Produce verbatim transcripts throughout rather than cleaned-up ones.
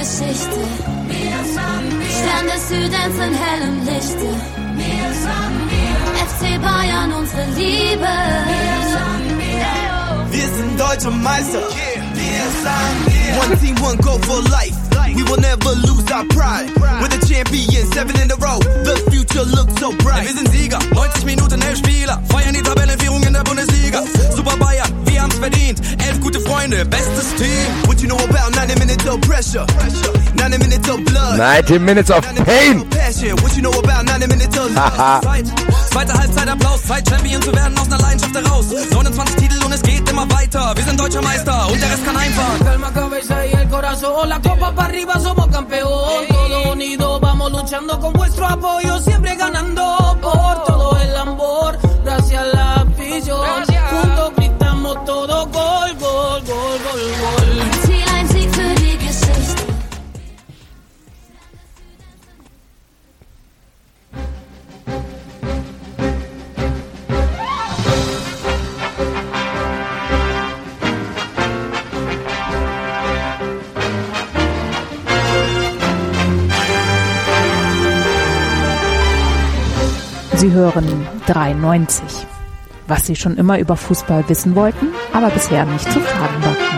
Geschichte. Stern des Südens in hellem Lichte. F C Bayern, unsere Liebe. Wir sind deutsche Meister. One team, one goal for life. We will never lose our pride. We're the champions, seven in a row. The future looks so bright. Wir sind Sieger, neunzig Minuten, elf Spieler. Feiern die Tabellenführung in der Bundesliga. Super Bayern, wir haben's verdient. Elf gute Freunde, bestes Team. What you know about ninety minutes of pressure? ninety minutes of blood. ninety minutes of pain. What you know about ninety minutes of love? Zweite Halbzeit Applaus, Zeit Champion zu werden aus einer Leidenschaft heraus. neunundzwanzig Titel und es geht immer weiter. Wir sind deutscher Meister und der Rest kann einfahren. Calma, cabeza y el corazón, la copa para arriba, somos campeón. Todos unidos, vamos luchando con vuestro apoyo, siempre ganando por todo el amor. Gracias a la afición, juntos gritamos todo gol, gol, gol, gol, gol. Ein Ziel, ein Sieg für die Geschichte. Sie hören dreiundneunzig. Was Sie schon immer über Fußball wissen wollten, aber bisher nicht zu fragen wagten.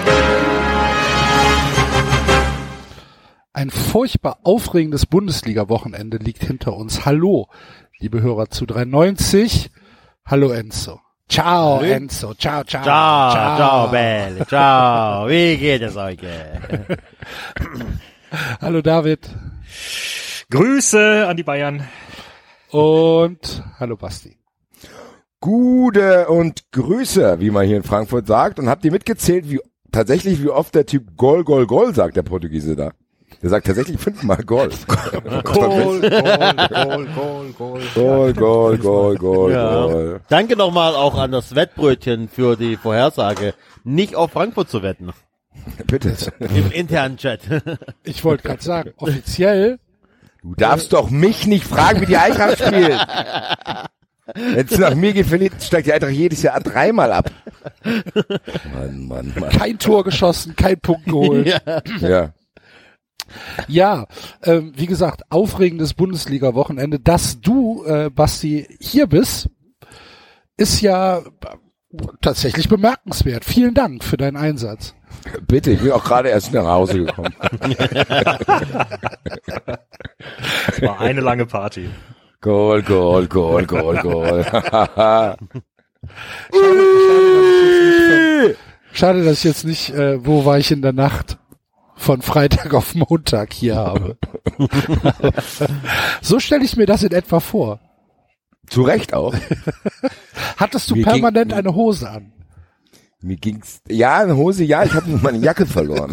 Ein furchtbar aufregendes Bundesliga-Wochenende liegt hinter uns. Hallo, liebe Hörer zu dreiundneunzig. Hallo Enzo. Ciao Hallo. Enzo. Ciao, ciao. Ciao, ciao, ciao Belle. Ciao. Wie geht es euch? Hallo David. Grüße an die Bayern. Und hallo Basti. Gute und Grüße, wie man hier in Frankfurt sagt. Und habt ihr mitgezählt, wie tatsächlich, wie oft der Typ Gol, Gol, Gol sagt, der Portugiese da? Der sagt tatsächlich fünfmal Gol. Gol, Gol, Gol, Gol, Gol. Gol, Gol, Gol, Gol, ja. Gol. Danke nochmal auch an das Wettbrötchen für die Vorhersage, nicht auf Frankfurt zu wetten. Bitte. Im internen Chat. Ich wollte gerade sagen, offiziell. Du darfst doch mich nicht fragen, wie die Eintracht spielt. Wenn es nach mir geht, verliert, steigt die Eintracht jedes Jahr dreimal ab. Mann, Mann, Mann. Kein Tor geschossen, kein Punkt geholt. Ja. Ja. Ja, ähm, wie gesagt, aufregendes Bundesliga-Wochenende. Dass du, äh, Basti, hier bist, ist ja tatsächlich bemerkenswert. Vielen Dank für deinen Einsatz. Bitte, ich bin auch gerade erst nach Hause gekommen. Es war eine lange Party. Goal, Goal, Goal, Goal, Goal. Schade, schade, dass ich jetzt nicht, äh, wo war ich in der Nacht von Freitag auf Montag hier habe. So stelle ich mir das in etwa vor. Zu Recht auch. Hattest du Mir permanent ging, eine Hose an? Mir ging's, ja, eine Hose, ja, ich habe meine Jacke verloren.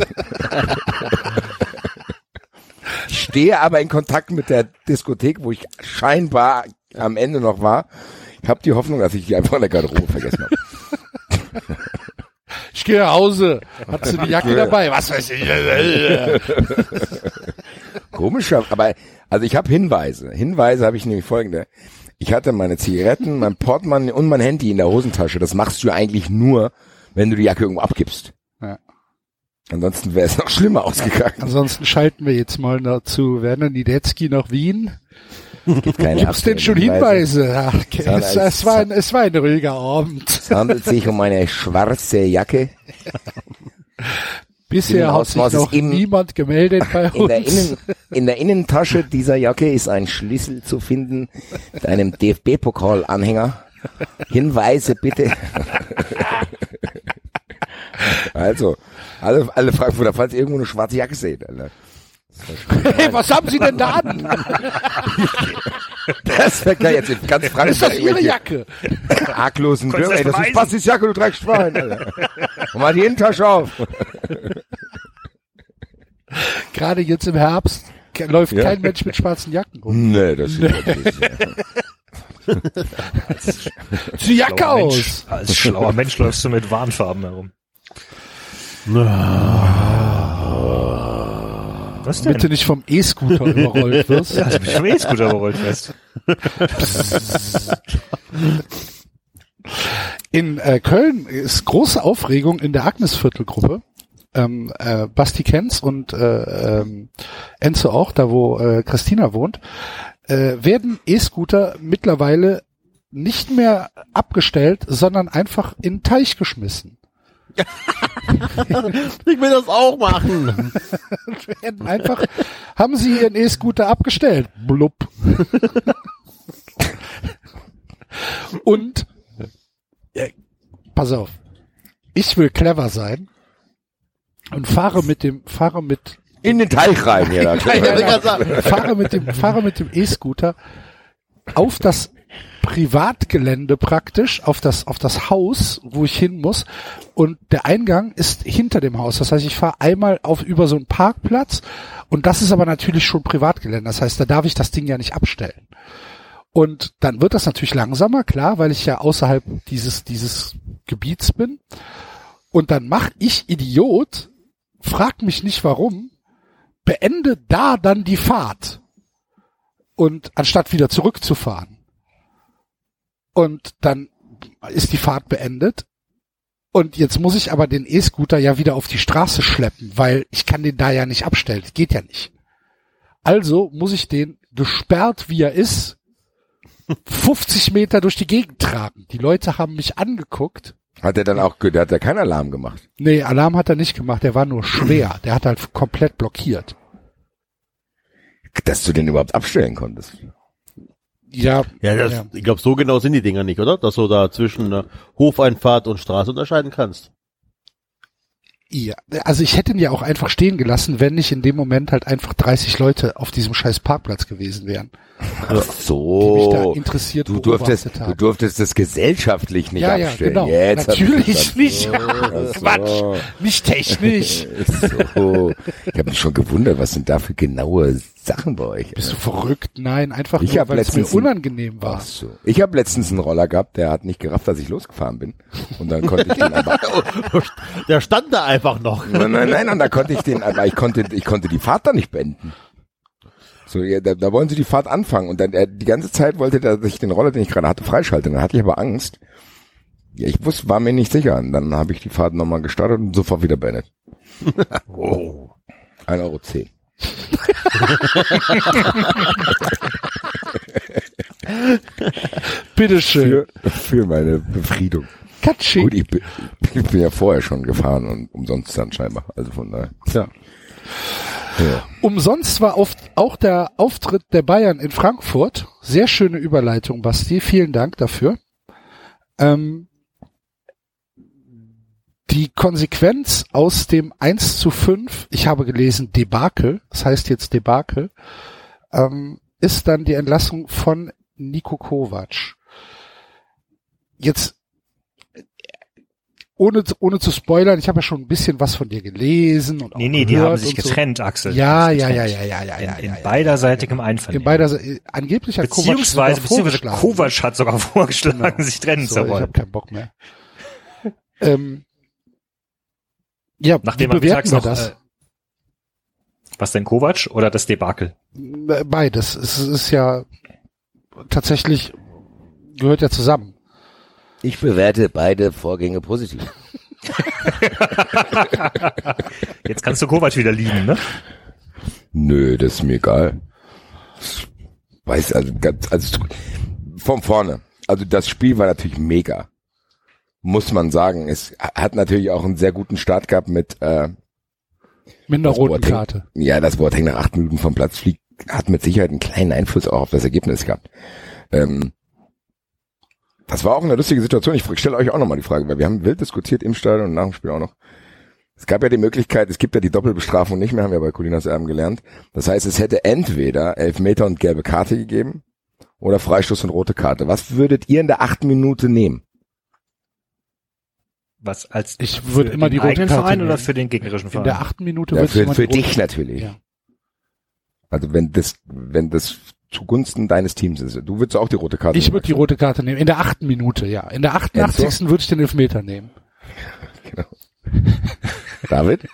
Ich stehe aber in Kontakt mit der Diskothek, wo ich scheinbar am Ende noch war. Ich habe die Hoffnung, dass ich die einfach in der Garderobe vergessen habe. Ich gehe nach Hause. Hast du die Jacke dabei? Was weiß ich. Komisch, aber also ich habe Hinweise. Hinweise habe ich nämlich folgende. Ich hatte meine Zigaretten, mein Portemonnaie und mein Handy in der Hosentasche. Das machst du eigentlich nur, wenn du die Jacke irgendwo abgibst. Ja. Ansonsten wäre es noch schlimmer ausgegangen. Ansonsten schalten wir jetzt mal dazu Werner Niedetzky nach Wien. Gibt keine Gibt's denn schon Hinweise? Ach, okay. es, es, war ein, es war ein ruhiger Abend. Es handelt sich um eine schwarze Jacke. Bisher hat sich noch im, niemand gemeldet bei uns. In der, Innen, in der Innentasche dieser Jacke ist ein Schlüssel zu finden mit einem D F B-Pokal-Anhänger. Hinweise bitte. Also, alle, alle Frankfurter, falls ihr irgendwo eine schwarze Jacke seht, Alter. Hey, was haben Sie denn da an? Das wäre geil, jetzt ganz Frankfurt. Ist das Ihre Jacke? Arglosen Bürger, ey, das ist Bastis Jacke, du Dreckschwein, Alter. Und mal die Innentasche auf. Gerade jetzt im Herbst läuft ja. kein Mensch mit schwarzen Jacken rum. Nee, das ist nicht. Zieh die Jacke aus. Mensch, als schlauer Mensch läufst du mit Warnfarben herum. Was denn? Bitte nicht vom E-Scooter überrollt wirst. Ja, ich bin vom E-Scooter überrollt wirst. In äh, Köln ist große Aufregung in der Agnesviertel-Gruppe. ähm, äh, Basti kennt's und äh, ähm, Enzo auch, da wo äh, Christina wohnt, äh, werden E-Scooter mittlerweile nicht mehr abgestellt, sondern einfach in den Teich geschmissen. Ich will das auch machen. Werden einfach, haben sie ihren E-Scooter abgestellt. Blub. Und, ja, pass auf, ich will clever sein und fahre mit dem, fahre mit In den Teich rein, ja. ja, ja, ja. fahre mit dem, fahre mit dem E-Scooter auf das Privatgelände praktisch, auf das, auf das Haus, wo ich hin muss. Und der Eingang ist hinter dem Haus. Das heißt, ich fahre einmal auf, über so einen Parkplatz. Und das ist aber natürlich schon Privatgelände. Das heißt, da darf ich das Ding ja nicht abstellen. Und dann wird das natürlich langsamer, klar, weil ich ja außerhalb dieses, dieses Gebiets bin. Und dann mach ich Idiot, frag mich nicht warum, beende da dann die Fahrt. Und anstatt wieder zurückzufahren. Und dann ist die Fahrt beendet. Und jetzt muss ich aber den E-Scooter ja wieder auf die Straße schleppen, weil ich kann den da ja nicht abstellen. Das geht ja nicht. Also muss ich den, gesperrt wie er ist, fünfzig Meter durch die Gegend tragen. Die Leute haben mich angeguckt. Hat er dann auch, der hat ja keinen Alarm gemacht. Nee, Alarm hat er nicht gemacht. Der war nur schwer. Der hat halt komplett blockiert. Dass du den überhaupt abstellen konntest. Ja, Ja, das, ja. ich glaube, so genau sind die Dinger nicht, oder? Dass du da zwischen äh, Hofeinfahrt und Straße unterscheiden kannst. Ja, also ich hätte ihn ja auch einfach stehen gelassen, wenn nicht in dem Moment halt einfach dreißig Leute auf diesem scheiß Parkplatz gewesen wären. Ach Die mich so. da interessiert Du durftest, beobachtet du haben. durftest das gesellschaftlich nicht Ja, ja, abstellen. genau. Jetzt hab ich Natürlich verstanden. nicht. Ach so. Quatsch. Nicht technisch. So. Ich habe mich schon gewundert, was sind da für genaue Sachen bei euch? Bist du verrückt? Nein, einfach Ich nur, hab weil es mir letztens ein- unangenehm war. Ach so. Ich habe letztens einen Roller gehabt, der hat nicht gerafft, dass ich losgefahren bin. Und dann konnte ich den aber... Der stand da einfach noch. Nein, nein, nein, und da konnte ich den, aber ich konnte, ich konnte die Fahrt da nicht beenden. So, ja, da, da wollen sie die Fahrt anfangen und dann, er, die ganze Zeit wollte er, dass ich den Roller, den ich gerade hatte, freischalte. Dann hatte ich aber Angst. Ja, ich wusste, war mir nicht sicher. Und dann habe ich die Fahrt nochmal gestartet und sofort wieder beendet. Oh. ein Euro zehn. Bitteschön. Für, für meine Befriedung. Katsching. Gut, ich bin, ich bin ja vorher schon gefahren und umsonst dann scheinbar. Also von daher. Ja. Ja. Umsonst war oft auch der Auftritt der Bayern in Frankfurt. Sehr schöne Überleitung, Basti. Vielen Dank dafür. Ähm, die Konsequenz aus dem eins zu fünf, ich habe gelesen Debakel, das heißt jetzt Debakel, ähm, ist dann die Entlassung von Niko Kovac. Jetzt ohne ohne zu spoilern, ich habe ja schon ein bisschen was von dir gelesen und auch Nee, nee, die gehört haben sich und so. getrennt, Axel. Ja, Die ja, haben ja, sich ja, ja, ja, ja, In, in ja, ja. beiderseitigem Einvernehmen. In beider, angeblich hat Kovac beziehungsweise, sogar beziehungsweise vorgeschlagen. Kovac hat sogar vorgeschlagen, Genau. sich trennen So, zu ich wollen. habe keinen Bock mehr. ähm, ja, Nachdem wie man bewerten mittags wir noch, das? äh, was denn, Kovac oder das Debakel? Beides. Es ist ja tatsächlich, gehört ja zusammen. Ich bewerte beide Vorgänge positiv. Jetzt kannst du Kovac wieder lieben, ne? Nö, das ist mir egal. Ich weiß, also ganz, also von vorne. Also das Spiel war natürlich mega. Muss man sagen. Es hat natürlich auch einen sehr guten Start gehabt mit äh, Mit einer das roten Boateng- Karte. Ja, das Boateng nach acht Minuten vom Platz fliegt, hat mit Sicherheit einen kleinen Einfluss auch auf das Ergebnis gehabt. Ähm, das war auch eine lustige Situation. Ich stelle euch auch nochmal die Frage, weil wir haben wild diskutiert im Stadion und nach dem Spiel auch noch. Es gab ja die Möglichkeit, es gibt ja die Doppelbestrafung nicht mehr, haben wir bei Colinas Erben gelernt. Das heißt, es hätte entweder Elfmeter und gelbe Karte gegeben oder Freistoß und rote Karte. Was würdet ihr in der achten Minute nehmen? Was als Ich für würde immer den die rote eigenen Karte Verein nehmen. oder für den gegnerischen In Verein? der achten Minute Ja, würde ich für immer für die rote- dich natürlich. Ja. Also wenn das, wenn das zugunsten deines Teams ist. Du würdest auch die rote Karte Ich nehmen. würde die rote Karte nehmen. In der achten Minute, ja. In der achtundachtzigsten würde ich den Elfmeter nehmen. Genau. David?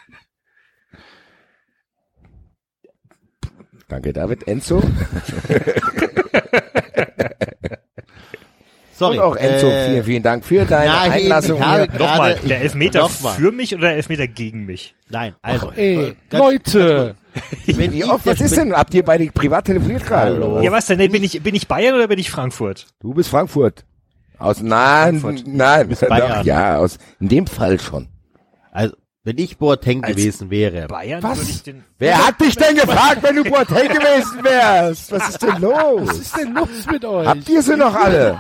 Danke, David. Enzo? Sorry. Und auch Enzo, äh, vielen, vielen Dank für deine nein, Einlassung ich habe hier. gerade- Nochmal, ich- der Elfmeter nochmal. für mich oder der Elfmeter gegen mich? Nein, also. Ey, ganz- Leute! Wenn Wie ich oft, der was ist Spitz- denn? Habt ihr beide privat telefoniert gerade? Hallo. oder was? Ja, was denn? Nee, bin ich, bin ich Bayern oder bin ich Frankfurt? Du bist Frankfurt. Aus, nein, Frankfurt. nein, bist Bayern. doch, ja, aus, in dem Fall schon. Also, wenn ich Boateng Als gewesen wäre, Bayern Was? würde ich den... Wer hat dich denn gefragt, wenn du Boateng gewesen wärst? Was ist denn los? Was ist denn los mit euch? Habt ihr sie noch alle?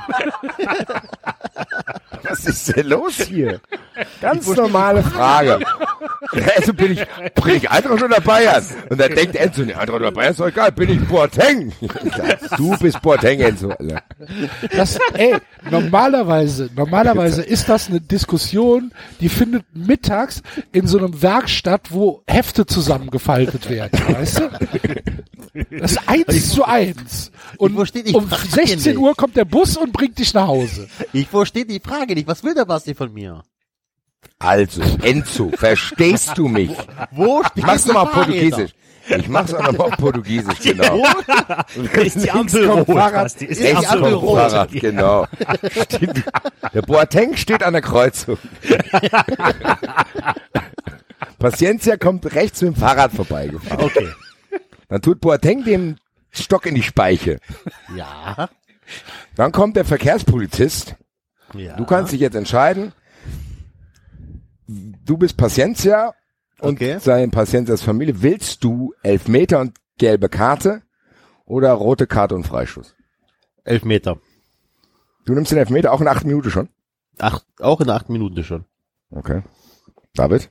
Was ist denn los hier? Ganz normale Frage. Also bin ich, bin ich Eintracht oder Bayern? Und dann denkt Enzo, nee, Eintracht oder Bayern ist doch egal, bin ich Boateng. Du bist Boateng, Enzo. Alter. Das, ey, normalerweise, normalerweise ist das eine Diskussion, die findet mittags in so einem Werkstatt, wo Hefte zusammengefaltet werden, weißt du? Das ist eins zu eins. Und verstehe die um Frage sechzehn nicht. Uhr kommt der Bus und bringt dich nach Hause. ich verstehe die Frage nicht. Was will der Basti von mir? Also, Enzo, verstehst du mich? Wo Ich steht mach's die nochmal auf Frage Portugiesisch. Ich mach's auch nochmal auf Portugiesisch, genau. Ist die Ampel kommt rot, Fahrrad, Basti? Ist die rechts Ampel kommt rot? Fahrrad, genau. Steht- Der Boateng steht an der Kreuzung. Paciencia kommt rechts mit dem Fahrrad vorbeigefahren. Okay. Dann tut Boateng den Stock in die Speiche. Ja. Dann kommt der Verkehrspolizist. Ja. Du kannst dich jetzt entscheiden. Du bist Paciencia und Okay. sein Paciencias Familie. Willst du Elfmeter und gelbe Karte oder rote Karte und Freistoß? Elfmeter. Du nimmst den Elfmeter auch in acht Minuten schon? Acht, auch in acht Minuten schon. Okay. David?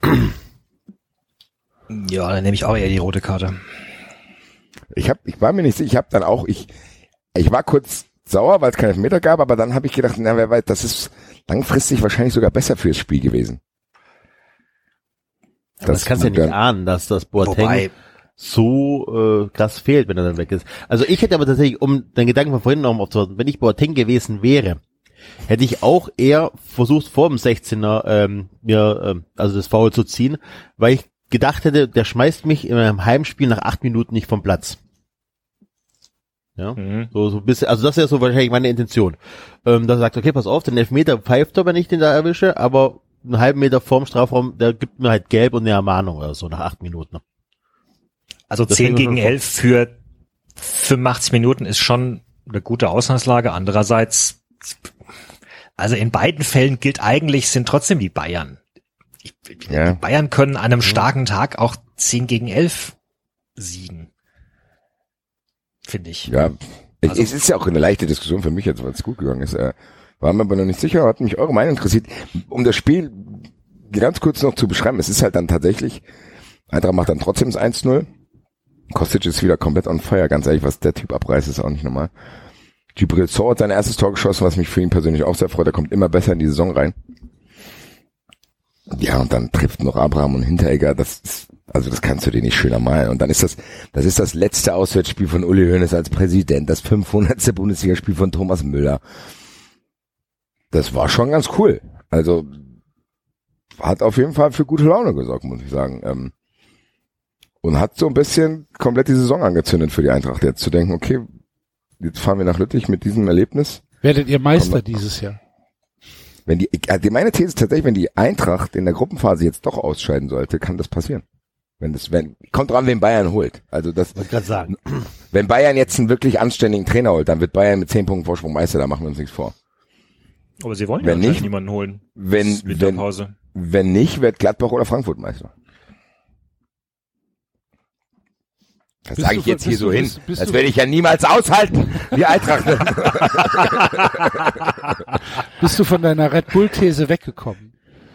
Ja, dann nehme ich auch eher die rote Karte. Ich hab, ich war mir nicht sicher, ich habe dann auch, ich, ich war kurz sauer, weil es keinen Elfmeter gab, aber dann habe ich gedacht, na wer weiß, das ist langfristig wahrscheinlich sogar besser fürs Spiel gewesen. Aber das kannst du ja nicht dann- ahnen, dass das Boateng Wobei- so äh, krass fehlt, wenn er dann weg ist. Also ich hätte aber tatsächlich, um den Gedanken von vorhin noch mal aufzuhalten, wenn ich Boateng gewesen wäre, hätte ich auch eher versucht, vor dem sechzehner ähm, mir ähm, also das Foul zu ziehen, weil ich gedacht hätte, der schmeißt mich in einem Heimspiel nach acht Minuten nicht vom Platz. Ja, Mhm. so, so ein bisschen, also das wäre so wahrscheinlich meine Intention. Ähm, dass er sagt, okay, pass auf, den Elfmeter pfeift er, wenn ich den da erwische, aber einen halben Meter vorm Strafraum, der gibt mir halt gelb und eine Ermahnung oder so nach acht Minuten. Also Das zehn kriegen wir gegen schon elf für fünfundachtzig Minuten ist schon eine gute Ausgangslage. Andererseits, also in beiden Fällen gilt eigentlich, sind trotzdem die Bayern. Ich, Ja. Die Bayern können an einem starken Tag auch zehn gegen elf siegen. Finde ich. Ja, es- Also- es ist ja auch eine leichte Diskussion für mich jetzt, weil es gut gegangen ist. Äh, war mir aber noch nicht sicher, hat mich eure Meinung interessiert. Um das Spiel ganz kurz noch zu beschreiben, es ist halt dann tatsächlich, Eintracht macht dann trotzdem das eins null. Kostic ist wieder komplett on fire, ganz ehrlich, was der Typ abreißt, ist auch nicht normal. Gibril Sow hat sein erstes Tor geschossen, was mich für ihn persönlich auch sehr freut, er kommt immer besser in die Saison rein. Ja, und dann trifft noch Abraham und Hinteregger, das ist, also das kannst du dir nicht schöner malen. Und dann ist das, das ist das letzte Auswärtsspiel von Uli Hoeneß als Präsident, das fünfhundertste Bundesligaspiel von Thomas Müller. Das war schon ganz cool. Also, hat auf jeden Fall für gute Laune gesorgt, muss ich sagen. Ähm, und hat so ein bisschen komplett die Saison angezündet für die Eintracht. Jetzt zu denken, okay, jetzt fahren wir nach Lüttich mit diesem Erlebnis. Werdet ihr Meister Komm, dieses Jahr? Wenn die, also meine These ist tatsächlich, wenn die Eintracht in der Gruppenphase jetzt doch ausscheiden sollte, kann das passieren. Wenn das, wenn, kommt dran, wen Bayern holt. Also das, Wollte ich gerade sagen. wenn Bayern jetzt einen wirklich anständigen Trainer holt, dann wird Bayern mit zehn Punkten Vorsprung Meister, da machen wir uns nichts vor. Aber sie wollen Wenn ja anscheinend nicht- niemanden holen. Wenn, Das ist wenn, Winterpause. wenn nicht, wird Gladbach oder Frankfurt Meister. Das Bist sage du ich jetzt von- hier bist so du- hin. bist- bist Das du- werde ich ja niemals aushalten, die Eintracht. Bist du von deiner Red Bull-These weggekommen?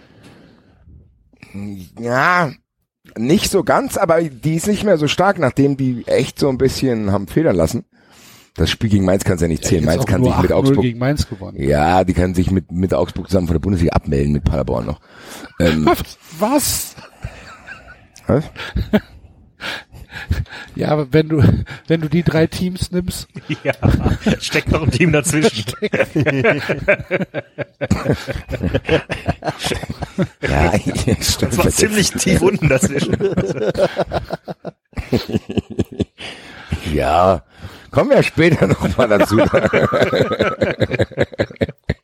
Ja, nicht so ganz, aber die ist nicht mehr so stark, nachdem die echt so ein bisschen haben federn lassen. Das Spiel gegen Mainz kann es ja nicht zählen. Jetzt Mainz auch kann nur sich mit acht null Augsburg, gegen Mainz gewonnen. ja, die kann sich mit, mit Augsburg zusammen von der Bundesliga abmelden, mit Paderborn noch. Ähm, Was? was? Ja, aber wenn du, wenn du die drei Teams nimmst, Ja, steckt noch ein Team dazwischen. Ja, stimmt. Das war ziemlich tief unten dazwischen. Ja, kommen wir später noch mal dazu.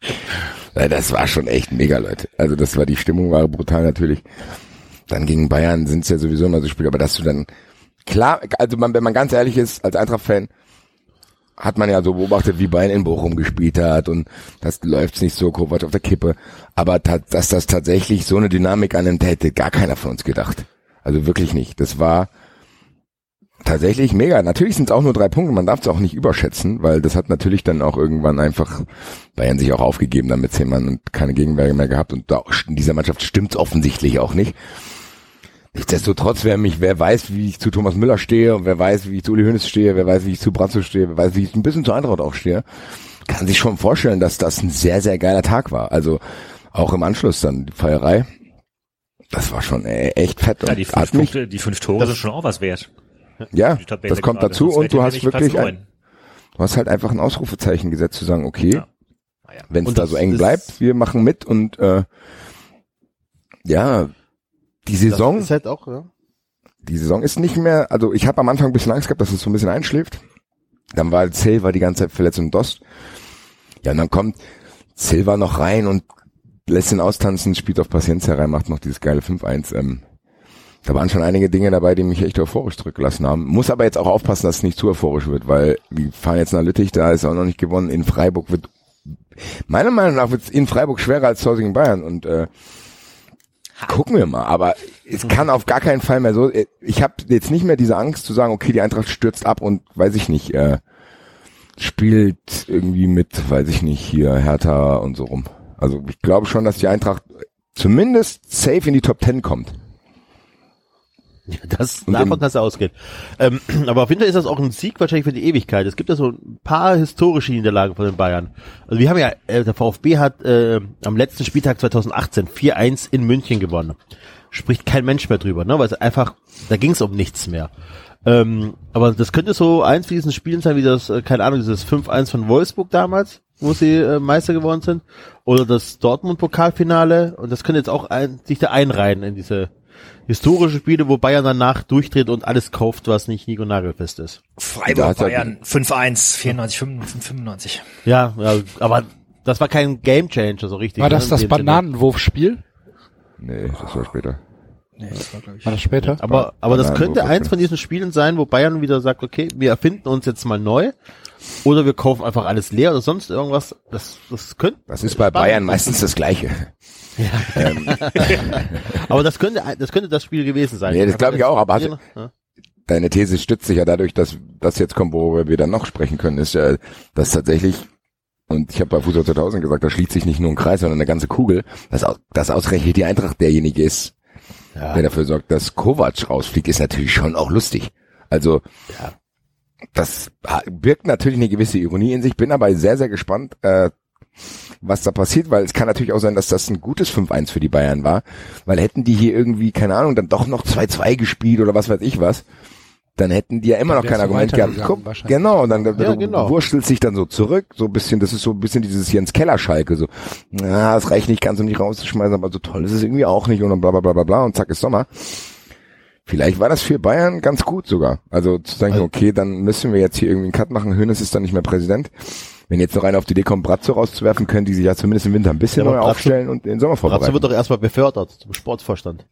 Das war schon echt mega, Leute. Also das war, die Stimmung war brutal natürlich. Dann gegen Bayern sind es ja sowieso immer so Spiele, aber dass du dann, klar, also man, wenn man ganz ehrlich ist, als Eintracht-Fan, hat man ja so beobachtet, wie Bayern in Bochum gespielt hat und das läuft's nicht so, Kovac auf der Kippe. Aber ta- dass das tatsächlich so eine Dynamik annimmt, hätte gar keiner von uns gedacht. Also wirklich nicht. Das war tatsächlich mega. Natürlich sind es auch nur drei Punkte, man darf es auch nicht überschätzen, weil das hat natürlich dann auch irgendwann einfach Bayern sich auch aufgegeben, dann mit zehn Mann und keine Gegenwehr mehr gehabt und da, in dieser Mannschaft stimmt's offensichtlich auch nicht. Nichtsdestotrotz, wer mich, wer weiß, wie ich zu Thomas Müller stehe und wer weiß, wie ich zu Uli Hoeneß stehe, wer weiß, wie ich zu Brazzo stehe, wer weiß, wie ich ein bisschen zu Eintracht auch stehe, kann sich schon vorstellen, dass das ein sehr, sehr geiler Tag war. Also auch im Anschluss dann die Feierei. Das war schon äh, echt fett. Ja, die fünf Punkte, die fünf Tore sind schon auch was wert. Ja, das kommt dazu und du hast wirklich, ein, du hast halt einfach ein Ausrufezeichen gesetzt, zu sagen, okay, ja. Ja. wenn es da so eng bleibt, wir machen mit und äh, ja, die Saison das ist halt auch, ja. Die Saison ist nicht mehr, also ich habe am Anfang ein bisschen Angst gehabt, dass es so ein bisschen einschläft. Dann war Silva die ganze Zeit verletzt und Dost. Ja, und dann kommt Silva noch rein und lässt ihn austanzen, spielt auf Paciencia rein, macht noch dieses geile fünf eins. Ähm, da waren schon einige Dinge dabei, die mich echt euphorisch zurückgelassen haben. Muss aber jetzt auch aufpassen, dass es nicht zu euphorisch wird, weil wir fahren jetzt nach Lüttich, da ist auch noch nicht gewonnen. In Freiburg wird, meiner Meinung nach wird es in Freiburg schwerer als zu Hause gegen Bayern und äh, gucken wir mal, aber es kann auf gar keinen Fall mehr so, ich habe jetzt nicht mehr diese Angst zu sagen, okay, die Eintracht stürzt ab und weiß ich nicht, äh, spielt irgendwie mit, weiß ich nicht, hier Hertha und so rum. Also ich glaube schon, dass die Eintracht zumindest safe in die Top Ten kommt. Ja, das, davon kannst du ausgehen. Ähm, aber auf jeden Fall ist das auch ein Sieg wahrscheinlich für die Ewigkeit. Es gibt ja so ein paar historische Niederlagen von den Bayern. Also wir haben ja, äh, der VfB hat äh, am letzten Spieltag zweitausendachtzehn vier eins in München gewonnen. Spricht kein Mensch mehr drüber, ne? Weil es einfach, da ging es um nichts mehr. Ähm, aber das könnte so eins von diesen Spielen sein, wie das, äh, keine Ahnung, dieses fünf eins von Wolfsburg damals, wo sie äh, Meister geworden sind. Oder das Dortmund-Pokalfinale. Und das könnte jetzt auch ein, sich da einreihen in diese historische Spiele, wo Bayern danach durchdreht und alles kauft, was nicht nico- und nagelfest ist. Freiburg, Bayern, fünf eins, vierundneunzig, fünfundneunzig. Ja, ja, aber das war kein Gamechanger so richtig. War das ne, das Bananenwurfspiel? Nee, das war später. Nee, das war, glaube ich. War das später? Aber, aber das könnte eins von diesen Spielen sein, wo Bayern wieder sagt, okay, wir erfinden uns jetzt mal neu. Oder wir kaufen einfach alles leer oder sonst irgendwas. Das, das könnte. Das ist bei Bayern meistens das Gleiche. Ja. Ähm. Aber das könnte, das könnte das Spiel gewesen sein. Nee, das glaube ich auch, aber hast, ja. Deine These stützt sich ja dadurch, dass das jetzt kommt, worüber wir dann noch sprechen können, ist ja, dass tatsächlich, und ich habe bei Fußball zweitausend gesagt, da schließt sich nicht nur ein Kreis, sondern eine ganze Kugel, dass, dass ausgerechnet die Eintracht derjenige ist, ja. der dafür sorgt, dass Kovac rausfliegt, ist natürlich schon auch lustig. Also, ja. das birgt natürlich eine gewisse Ironie in sich, bin aber sehr, sehr gespannt, äh, was da passiert, weil es kann natürlich auch sein, dass das ein gutes fünf eins für die Bayern war, weil hätten die hier irgendwie, keine Ahnung, dann doch noch zwei zwei gespielt oder was weiß ich was, dann hätten die ja immer noch kein Argument gehabt. Guck, genau, und dann ja, genau. wurschtelt sich dann so zurück, so ein bisschen, das ist so ein bisschen dieses Jens Keller-Schalke, so, na, es reicht nicht ganz, um dich rauszuschmeißen, aber so toll ist es irgendwie auch nicht und dann bla bla bla bla bla und zack ist Sommer. Vielleicht war das für Bayern ganz gut sogar. Also zu sagen, okay, dann müssen wir jetzt hier irgendwie einen Cut machen, Hoeneß ist dann nicht mehr Präsident. Wenn jetzt noch einer auf die Idee kommt, Brazzo rauszuwerfen, können die sich ja zumindest im Winter ein bisschen ja, neu Brazzo, aufstellen und den Sommer vorbereiten. Brazzo wird doch erstmal befördert zum Sportvorstand.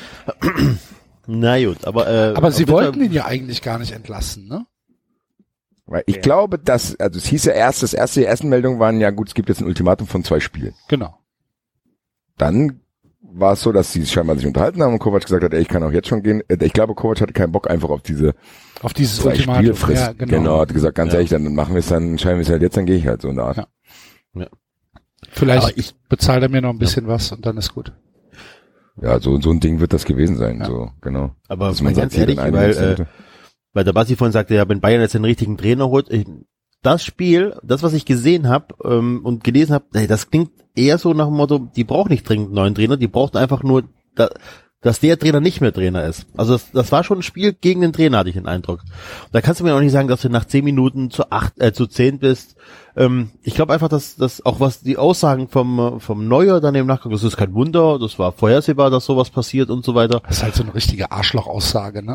Na gut, aber äh, aber sie wollten ihn ja eigentlich gar nicht entlassen, ne? Weil ich ja. glaube, dass, also es hieß ja erst, das erste, die ersten Meldungen waren ja gut, es gibt jetzt ein Ultimatum von zwei Spielen. Genau. Dann war es so, dass sie scheinbar sich unterhalten haben und Kovac gesagt hat, ey, ich kann auch jetzt schon gehen. Ich glaube, Kovac hatte keinen Bock einfach auf diese auf dieses zwei Ultimatum. Spielfrist. Ja, genau. genau, hat gesagt, ganz ja. ehrlich, dann machen wir es dann, entscheiden wir es halt jetzt, dann gehe ich halt so in der Art. Ja. Ja. Vielleicht ich bezahle er mir noch ein bisschen ja. was und dann ist gut. Ja, so so ein Ding wird das gewesen sein, ja. so genau. Aber man ganz ehrlich, weil, äh, weil der Basti vorhin sagte, ja, wenn Bayern jetzt den richtigen Trainer holt, ich, das Spiel, das was ich gesehen habe ähm, und gelesen habe, das klingt eher so nach dem Motto, die braucht nicht dringend einen neuen Trainer, die braucht einfach nur, da, dass der Trainer nicht mehr Trainer ist. Also das, das war schon ein Spiel gegen den Trainer, hatte ich den Eindruck. Und da kannst du mir auch nicht sagen, dass du nach zehn Minuten zu acht, äh, zu zehn bist. Ähm, ich glaube einfach, dass dass auch was die Aussagen vom vom Neuer dann im Nachgang, das ist kein Wunder, das war vorhersehbar, dass sowas passiert und so weiter. Das ist halt so eine richtige Arschloch-Aussage, ne?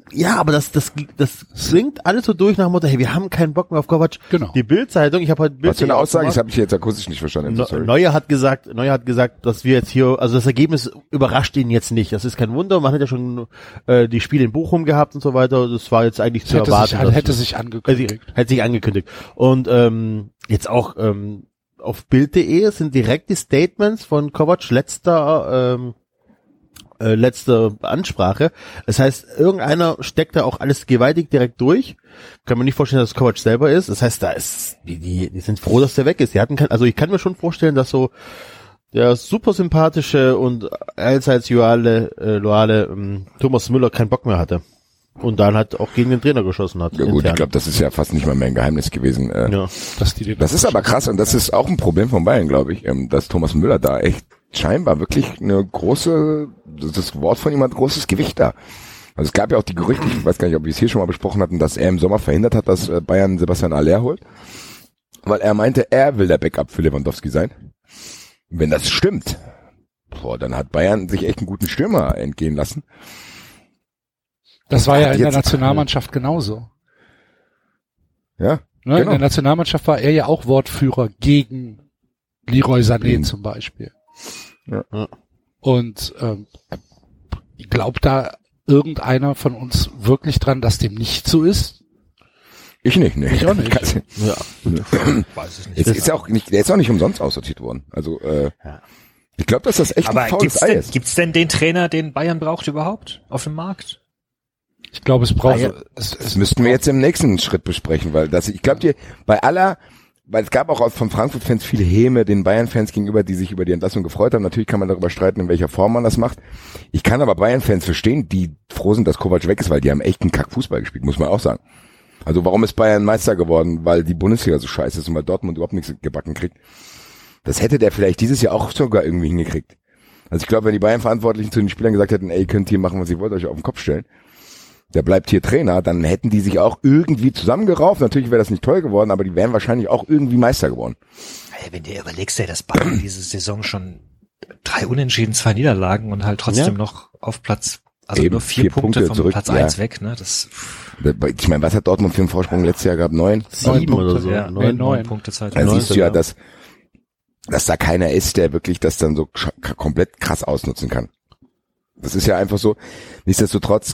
ja, aber das, das, das klingt alles so durch nach dem Motto, hey, wir haben keinen Bock mehr auf Kovac. Genau. Die Bild-Zeitung, ich habe heute Bild. Was für eine Aussage, das habe ich jetzt akustisch nicht verstanden. No, Sorry. Neuer hat gesagt, Neuer hat gesagt, dass wir jetzt hier, also das Ergebnis überrascht ihn jetzt nicht. Das ist kein Wunder. Man hat ja schon äh, die Spiele in Bochum gehabt und so weiter. Das war jetzt eigentlich das zu hätte erwarten. Sich, dass, hätte sich angekündigt. Äh, hätte sich angekündigt. Und ähm, jetzt auch ähm, auf Bild punkt de sind direkt die Statements von Kovac letzter ähm, äh, letzte Ansprache. Das heißt, irgendeiner steckt da auch alles gewaltig direkt durch. Kann man nicht vorstellen, dass es Kovac selber ist. Das heißt, da ist die die die sind froh, dass der weg ist. Die hatten kein, also ich kann mir schon vorstellen, dass so der super sympathische und allseits loyale, äh, loyale ähm, Thomas Müller keinen Bock mehr hatte. Und dann halt auch gegen den Trainer geschossen hat. Ja gut, intern. Ich glaube, das ist ja fast nicht mal mehr ein Geheimnis gewesen. Äh, ja. dass die das ist aber krass und das ist auch ein Problem von Bayern, glaube ich, ähm, dass Thomas Müller da echt scheinbar wirklich eine große, das Wort von ihm hat großes Gewicht da. Also es gab ja auch die Gerüchte, ich weiß gar nicht, ob wir es hier schon mal besprochen hatten, dass er im Sommer verhindert hat, dass äh, Bayern Sebastian Aller holt, weil er meinte, er will der Backup für Lewandowski sein. Wenn das stimmt, boah, dann hat Bayern sich echt einen guten Stürmer entgehen lassen. Das war ja in der Nationalmannschaft genauso. Ja, ne? genau. In der Nationalmannschaft war er ja auch Wortführer gegen Leroy Sané zum Beispiel. Ja. Und ähm, ich glaube da irgendeiner von uns wirklich dran, dass dem nicht so ist? Ich nicht, ne. Ich auch nicht. Ja. Weiß ich nicht. Jetzt ist ja auch nicht, der ist auch nicht umsonst aussortiert worden. Also äh, ja. Ich glaube, dass das echt Aber ein faules Ei ist. Gibt's denn den Trainer, den Bayern braucht überhaupt auf dem Markt? Ich glaube, es braucht. Ja, es, es das müssten wir jetzt im nächsten Schritt besprechen, weil das, ich glaube dir, bei aller, weil es gab auch von Frankfurt-Fans viele Häme den Bayern-Fans gegenüber, die sich über die Entlassung gefreut haben. Natürlich kann man darüber streiten, in welcher Form man das macht. Ich kann aber Bayern-Fans verstehen, die froh sind, dass Kovac weg ist, weil die haben echt einen Kack-Fußball gespielt, muss man auch sagen. Also warum ist Bayern Meister geworden? Weil die Bundesliga so scheiße ist und weil Dortmund überhaupt nichts gebacken kriegt. Das hätte der vielleicht dieses Jahr auch sogar irgendwie hingekriegt. Also ich glaube, wenn die Bayern-Verantwortlichen zu den Spielern gesagt hätten, ey, könnt ihr machen, was ihr wollt, euch auf den Kopf stellen, der bleibt hier Trainer, dann hätten die sich auch irgendwie zusammengerauft. Natürlich wäre das nicht toll geworden, aber die wären wahrscheinlich auch irgendwie Meister geworden. Hey, wenn du überlegst, ey, dass Bayern diese Saison schon drei Unentschieden, zwei Niederlagen und halt trotzdem ja. noch auf Platz, also Eben, nur vier, vier Punkte, Punkte vom zurück, Platz ja. eins weg, ne? Das. Ich meine, was hat Dortmund für einen Vorsprung letztes Jahr gehabt? Neun? Sieben Punkte, oder so. Ja, neun, neun Punkte Zeit. Da siehst du ja, dass, dass da keiner ist, der wirklich das dann so k- komplett krass ausnutzen kann. Das ist ja einfach so. Nichtsdestotrotz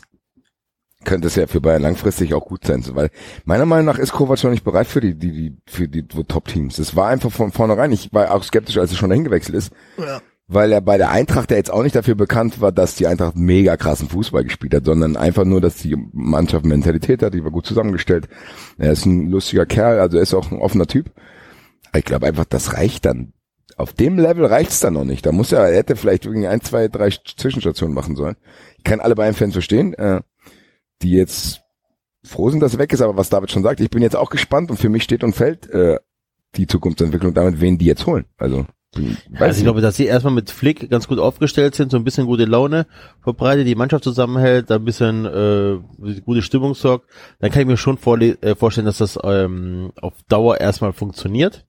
könnte es ja für Bayern langfristig auch gut sein, weil meiner Meinung nach ist Kovac noch nicht bereit für die, die, die für die Top-Teams. Das war einfach von vornherein. Ich war auch skeptisch, als er schon dahin gewechselt ist, ja. weil er bei der Eintracht ja jetzt auch nicht dafür bekannt war, dass die Eintracht mega krassen Fußball gespielt hat, sondern einfach nur, dass die Mannschaft Mentalität hat, die war gut zusammengestellt. Er ist ein lustiger Kerl, also er ist auch ein offener Typ. Aber ich glaube einfach, das reicht dann. Auf dem Level reicht's dann noch nicht. Da muss er, er hätte vielleicht irgendwie ein, zwei, drei Zwischenstationen machen sollen. Ich kann alle Bayern-Fans verstehen, äh, die jetzt froh sind, dass er weg ist, aber was David schon sagt, ich bin jetzt auch gespannt und für mich steht und fällt äh, die Zukunftsentwicklung damit, wen die jetzt holen. Also, also ich glaube, dass sie erstmal mit Flick ganz gut aufgestellt sind, so ein bisschen gute Laune verbreitet, die Mannschaft zusammenhält, da ein bisschen äh, gute Stimmung sorgt, dann kann ich mir schon vorle- äh, vorstellen, dass das ähm, auf Dauer erstmal funktioniert.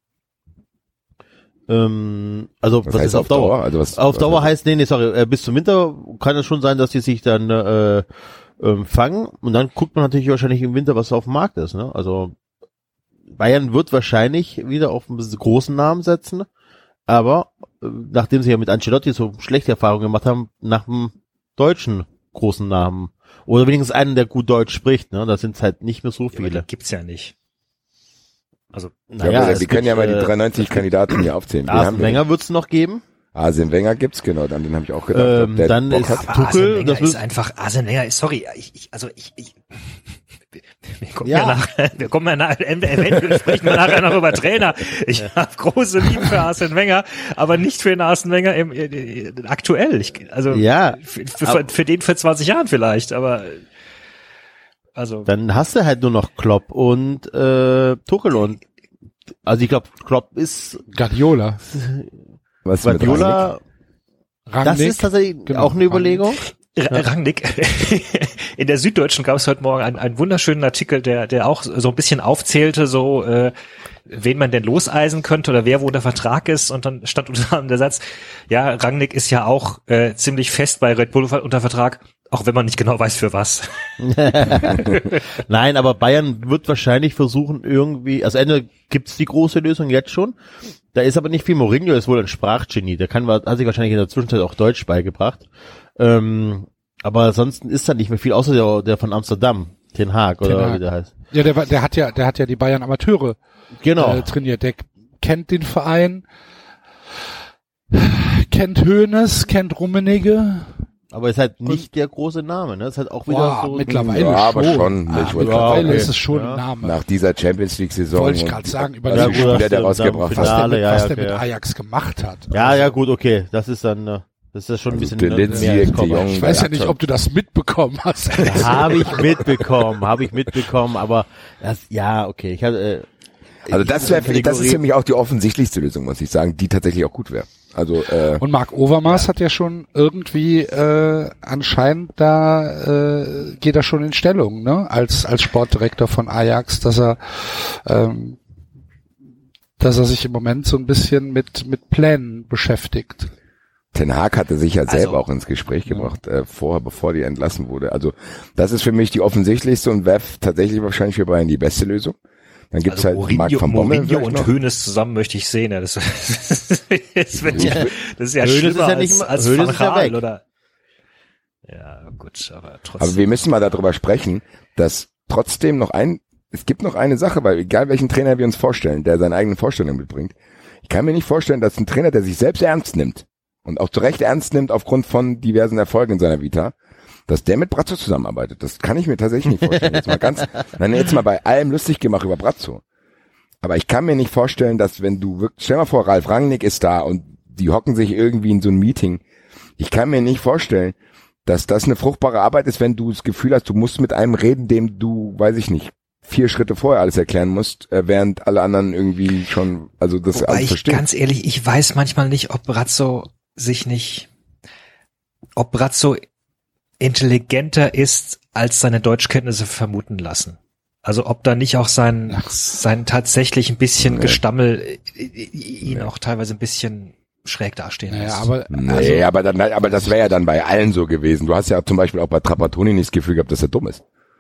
Ähm, also was, was ist auf Dauer? Dauer? Also was, auf Dauer heißt, nee, nee, sorry, äh, bis zum Winter kann es schon sein, dass die sich dann äh, ähm, fangen und dann guckt man natürlich wahrscheinlich im Winter, was auf dem Markt ist. Ne? Also Bayern wird wahrscheinlich wieder auf einen großen Namen setzen, aber äh, nachdem sie ja mit Ancelotti so schlechte Erfahrungen gemacht haben, nach einem deutschen großen Namen oder wenigstens einen, der gut Deutsch spricht, ne? Da sind es halt nicht mehr so viele. Ja, gibt's ja nicht. Also, naja, ja, wir können ja mal die dreiundneunzig Kandidaten hier aufzählen. Arsene Wenger wird's noch geben. Arsene Wenger gibt's, genau, dann den habe ich auch gedacht. Ähm, der dann Bock ist hat. Tuchel, das das ist einfach, Arsene Wenger ist, sorry, ich, ich, also ich, ich wir kommen ja. ja nach, wir kommen ja nach, eventuell sprechen wir nachher noch über Trainer. Ich habe große Liebe für Arsene Wenger, aber nicht für den Arsene Wenger im, äh, aktuell. Ich, also, ja, für, für, für den für zwanzig Jahren vielleicht, aber, also. Dann hast du halt nur noch Klopp und, äh, Tuchel und, also ich glaube, Klopp ist Guardiola. Was Guardiola, Rangnick, das ist tatsächlich genau, auch eine Überlegung. Rangnick. In der Süddeutschen gab es heute Morgen einen, einen wunderschönen Artikel, der der auch so ein bisschen aufzählte, so äh, wen man denn loseisen könnte oder wer wo unter Vertrag ist. Und dann stand unter anderem der Satz, ja, Rangnick ist ja auch äh, ziemlich fest bei Red Bull unter Vertrag. Auch wenn man nicht genau weiß, für was. Nein, aber Bayern wird wahrscheinlich versuchen irgendwie, also entweder gibt's die große Lösung jetzt schon, da ist aber nicht viel. Mourinho ist wohl ein Sprachgenie, der kann, hat sich wahrscheinlich in der Zwischenzeit auch Deutsch beigebracht. Ähm, aber ansonsten ist da nicht mehr viel, außer der, der von Amsterdam, Ten Hag oder Ten Hag. wie der heißt. Ja, der, der hat ja, der hat ja die Bayern Amateure Genau. äh, trainiert. Der kennt den Verein, kennt Hoeneß, kennt Rummenigge. Aber ist halt nicht der große Name, ne? Ist halt auch wieder Boah, so. mittlerweile Ja, aber schon. schon. Ah, Ich wollte mittlerweile gerade ist sagen, es schon ja. ein Name. Nach dieser Champions League-Saison. Wollte ich und gerade sagen, über was die die gut, Spieler der das stimmt, rausgebracht dann was hat. der, mit, ja, was ja, der mit okay. Ajax gemacht hat. Ja, ja, gut, okay. Das ist dann, äh, das ist ja schon ein Also bisschen der mehr Lindsay, als der Kopf. Jong, Ich weiß ja nicht, ob du das mitbekommen hast. Habe ich mitbekommen, habe ich mitbekommen, aber das, ja, okay. Ich hatte, äh, Also das wäre, das ist für mich auch die offensichtlichste Lösung, muss ich sagen, die tatsächlich auch gut wäre. Also äh, Und Marc Overmars hat ja schon irgendwie äh, anscheinend da äh, geht er schon in Stellung, ne? Als als Sportdirektor von Ajax, dass er ähm, dass er sich im Moment so ein bisschen mit mit Plänen beschäftigt. Ten Hag hatte sich ja Also, selber auch ins Gespräch gebracht, äh, vorher, bevor die entlassen wurde. Also das ist für mich die offensichtlichste und wäre tatsächlich wahrscheinlich für Bayern die beste Lösung. Dann gibt's Also halt Marc Mourinho, van Bommel Mourinho vielleicht und noch. Hoeneß zusammen möchte ich sehen. Ja, das, das, wird ja, das ist ja Hoeneß schlimmer ist ja nicht als, mal- als Hoeneß Van ist ja Gaal, weg. oder? Ja, gut, aber trotzdem. Aber wir müssen mal darüber sprechen, dass trotzdem noch ein, es gibt noch eine Sache, weil egal welchen Trainer wir uns vorstellen, der seine eigenen Vorstellungen mitbringt, ich kann mir nicht vorstellen, dass ein Trainer, der sich selbst ernst nimmt und auch zu Recht ernst nimmt aufgrund von diversen Erfolgen in seiner Vita, dass der mit Brazzo zusammenarbeitet. Das kann ich mir tatsächlich nicht vorstellen. Jetzt mal ganz, nein, jetzt mal bei allem lustig gemacht über Brazzo. Aber ich kann mir nicht vorstellen, dass wenn du wirklich, stell mal vor, Ralf Rangnick ist da und die hocken sich irgendwie in so ein Meeting. Ich kann mir nicht vorstellen, dass das eine fruchtbare Arbeit ist, wenn du das Gefühl hast, du musst mit einem reden, dem du, weiß ich nicht, vier Schritte vorher alles erklären musst, äh, während alle anderen irgendwie schon, also das Wobei alles ich verstehen. ganz ehrlich, ich weiß manchmal nicht, ob Brazzo sich nicht, ob Brazzo intelligenter ist, als seine Deutschkenntnisse vermuten lassen. Also ob da nicht auch sein, sein tatsächlich ein bisschen Nee. Gestammel ihn auch teilweise ein bisschen schräg dastehen Naja, lässt. aber Nee, aber dann, aber das wäre ja dann bei allen so gewesen. Du hast ja zum Beispiel auch bei Trapattoni nicht das Gefühl gehabt, dass er dumm ist.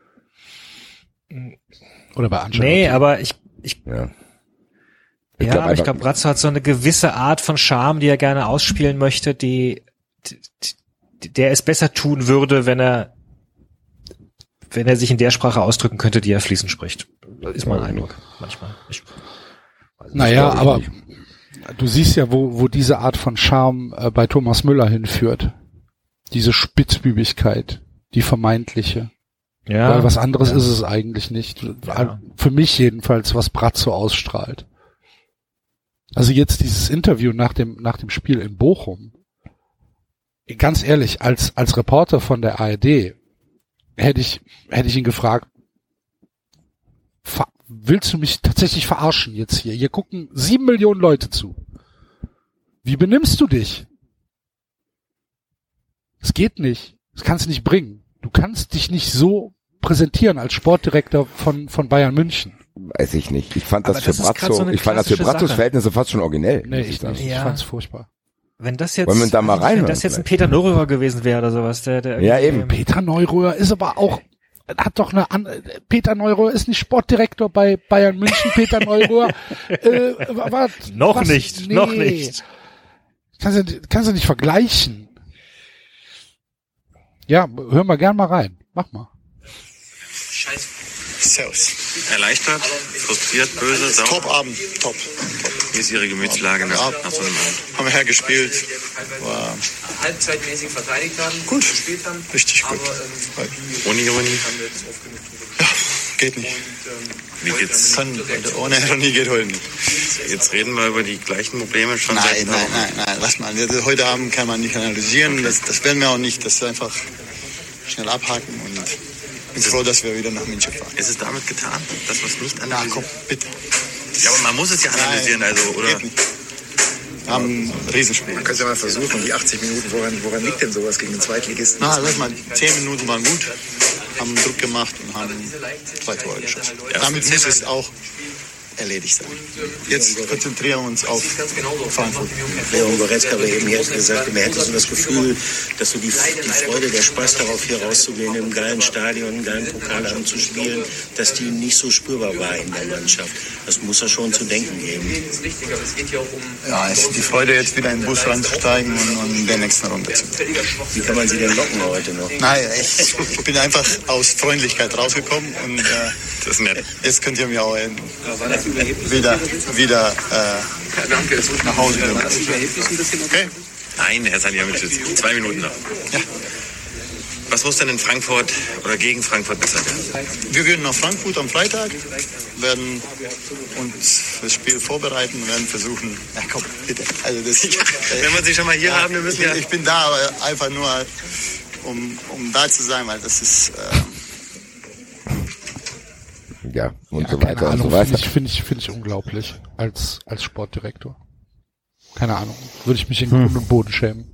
oder bei Ancelotti. Nee, aber ich, ich Ja. Ich ja, glaub aber ich einfach- glaube, Brazzo hat so eine gewisse Art von Charme, die er gerne ausspielen möchte, die, die, die der es besser tun würde, wenn er wenn er sich in der Sprache ausdrücken könnte, die er fließend spricht. Ist mein Eindruck manchmal. Ich, Naja, glaub ich aber nicht. du siehst ja, wo, wo diese Art von Charme äh, bei Thomas Müller hinführt. Diese Spitzbübigkeit, die vermeintliche. ja, Weil was anderes ja. ist es eigentlich nicht. Ja. Für mich jedenfalls, was Brazzo ausstrahlt. Also jetzt dieses Interview nach dem, nach dem Spiel in Bochum. Ganz ehrlich, als, als Reporter von der A R D hätte ich, hätte ich ihn gefragt, ver- willst du mich tatsächlich verarschen jetzt hier? Hier gucken sieben Millionen Leute zu. Wie benimmst du dich? Es geht nicht. Das kannst du nicht bringen. Du kannst dich nicht so präsentieren als Sportdirektor von, von Bayern München. Weiß ich nicht. Ich fand das Aber für das ist grad Brazzo, so eine ich fand das für klassische Brazzos Sache. Verhältnisse fast schon originell. Nee, muss ich sagen. nicht. Ich Ja. fand's furchtbar. Wenn das jetzt, Wollen wir da mal wenn reinhören das jetzt ein vielleicht? Peter Neururer gewesen wäre oder sowas, der, der Ja, irgendwie- eben. Peter Neururer ist aber auch, hat doch eine andere, Peter Neururer ist nicht Sportdirektor bei Bayern München. Peter Neururer, äh, war, Noch was? nicht, Nee. noch nicht. Kannst du, kannst du nicht vergleichen. Ja, hör mal gern mal rein. Mach mal. Servus. Erleichtert, frustriert, böse, sauer. Top Abend, top. top. Wie ist Ihre Gemütslage nach, Ja, nach so einem Abend? haben wir hergespielt. War halbzeitmäßig verteidigt haben, gut, gespielt haben. richtig gut. Aber, ähm, Ohne Ironie? haben wir das oft genug drüber Ja, geht nicht. Wie geht's? Kann, ohne Ironie geht heute nicht. Jetzt reden wir über die gleichen Probleme schon Nein, seit nein, nein, nein, lass mal. Das- Heute Abend kann man nicht analysieren. Das, das werden wir auch nicht. Das ist einfach schnell abhaken und bin froh, dass wir wieder nach München fahren. Ist es damit getan, dass wir es nicht Na analysieren? komm, bitte. Ja, aber man muss es ja analysieren, Nein, also, oder? geht nicht. Wir haben ein Riesenspiel. Man könnte ja mal versuchen, die achtzig Minuten, woran, woran liegt denn sowas gegen den Zweitligisten? Na, lass mal, zehn Minuten waren gut, haben Druck gemacht und haben zwei Tore geschossen. Ja, Damit das muss ist es auch erledigt sein. Jetzt konzentrieren wir uns auf Frankfurt. Leon Goretzka habe eben jetzt gesagt, man hätte so das Gefühl, dass so die, die Freude, der Spaß darauf, hier rauszugehen, im geilen Stadion, im geilen Pokalabend zu spielen, dass die nicht so spürbar war in der Mannschaft. Das muss ja schon zu denken geben. Ja, es ist die Freude, jetzt wieder in den Bus reinzusteigen und, und in der nächsten Runde zu gehen. Wie kann man sie denn locken heute noch? Nein, ich, ich bin einfach aus Freundlichkeit rausgekommen und äh, das ist nett. Jetzt könnt ihr mir auch in, wieder, wieder äh, nach Hause gehen. Okay? Nein, Herr Salihamidzic, zwei Minuten noch. Ja. Was muss denn in Frankfurt oder gegen Frankfurt besser werden? Wir gehen nach Frankfurt am Freitag, werden uns fürs Spiel vorbereiten und werden versuchen, na komm, bitte. Also das, äh, wenn wir Sie schon mal hier ja, haben, wir müssen ich, ja... Ich bin da, aber einfach nur, um, um da zu sein, weil das ist... Äh, Ja, und ja, so weiter Ahnung, und so weiter. Finde ich, finde ich, finde ich unglaublich als, als Sportdirektor. Keine Ahnung. Würde ich mich in Grund und Boden schämen.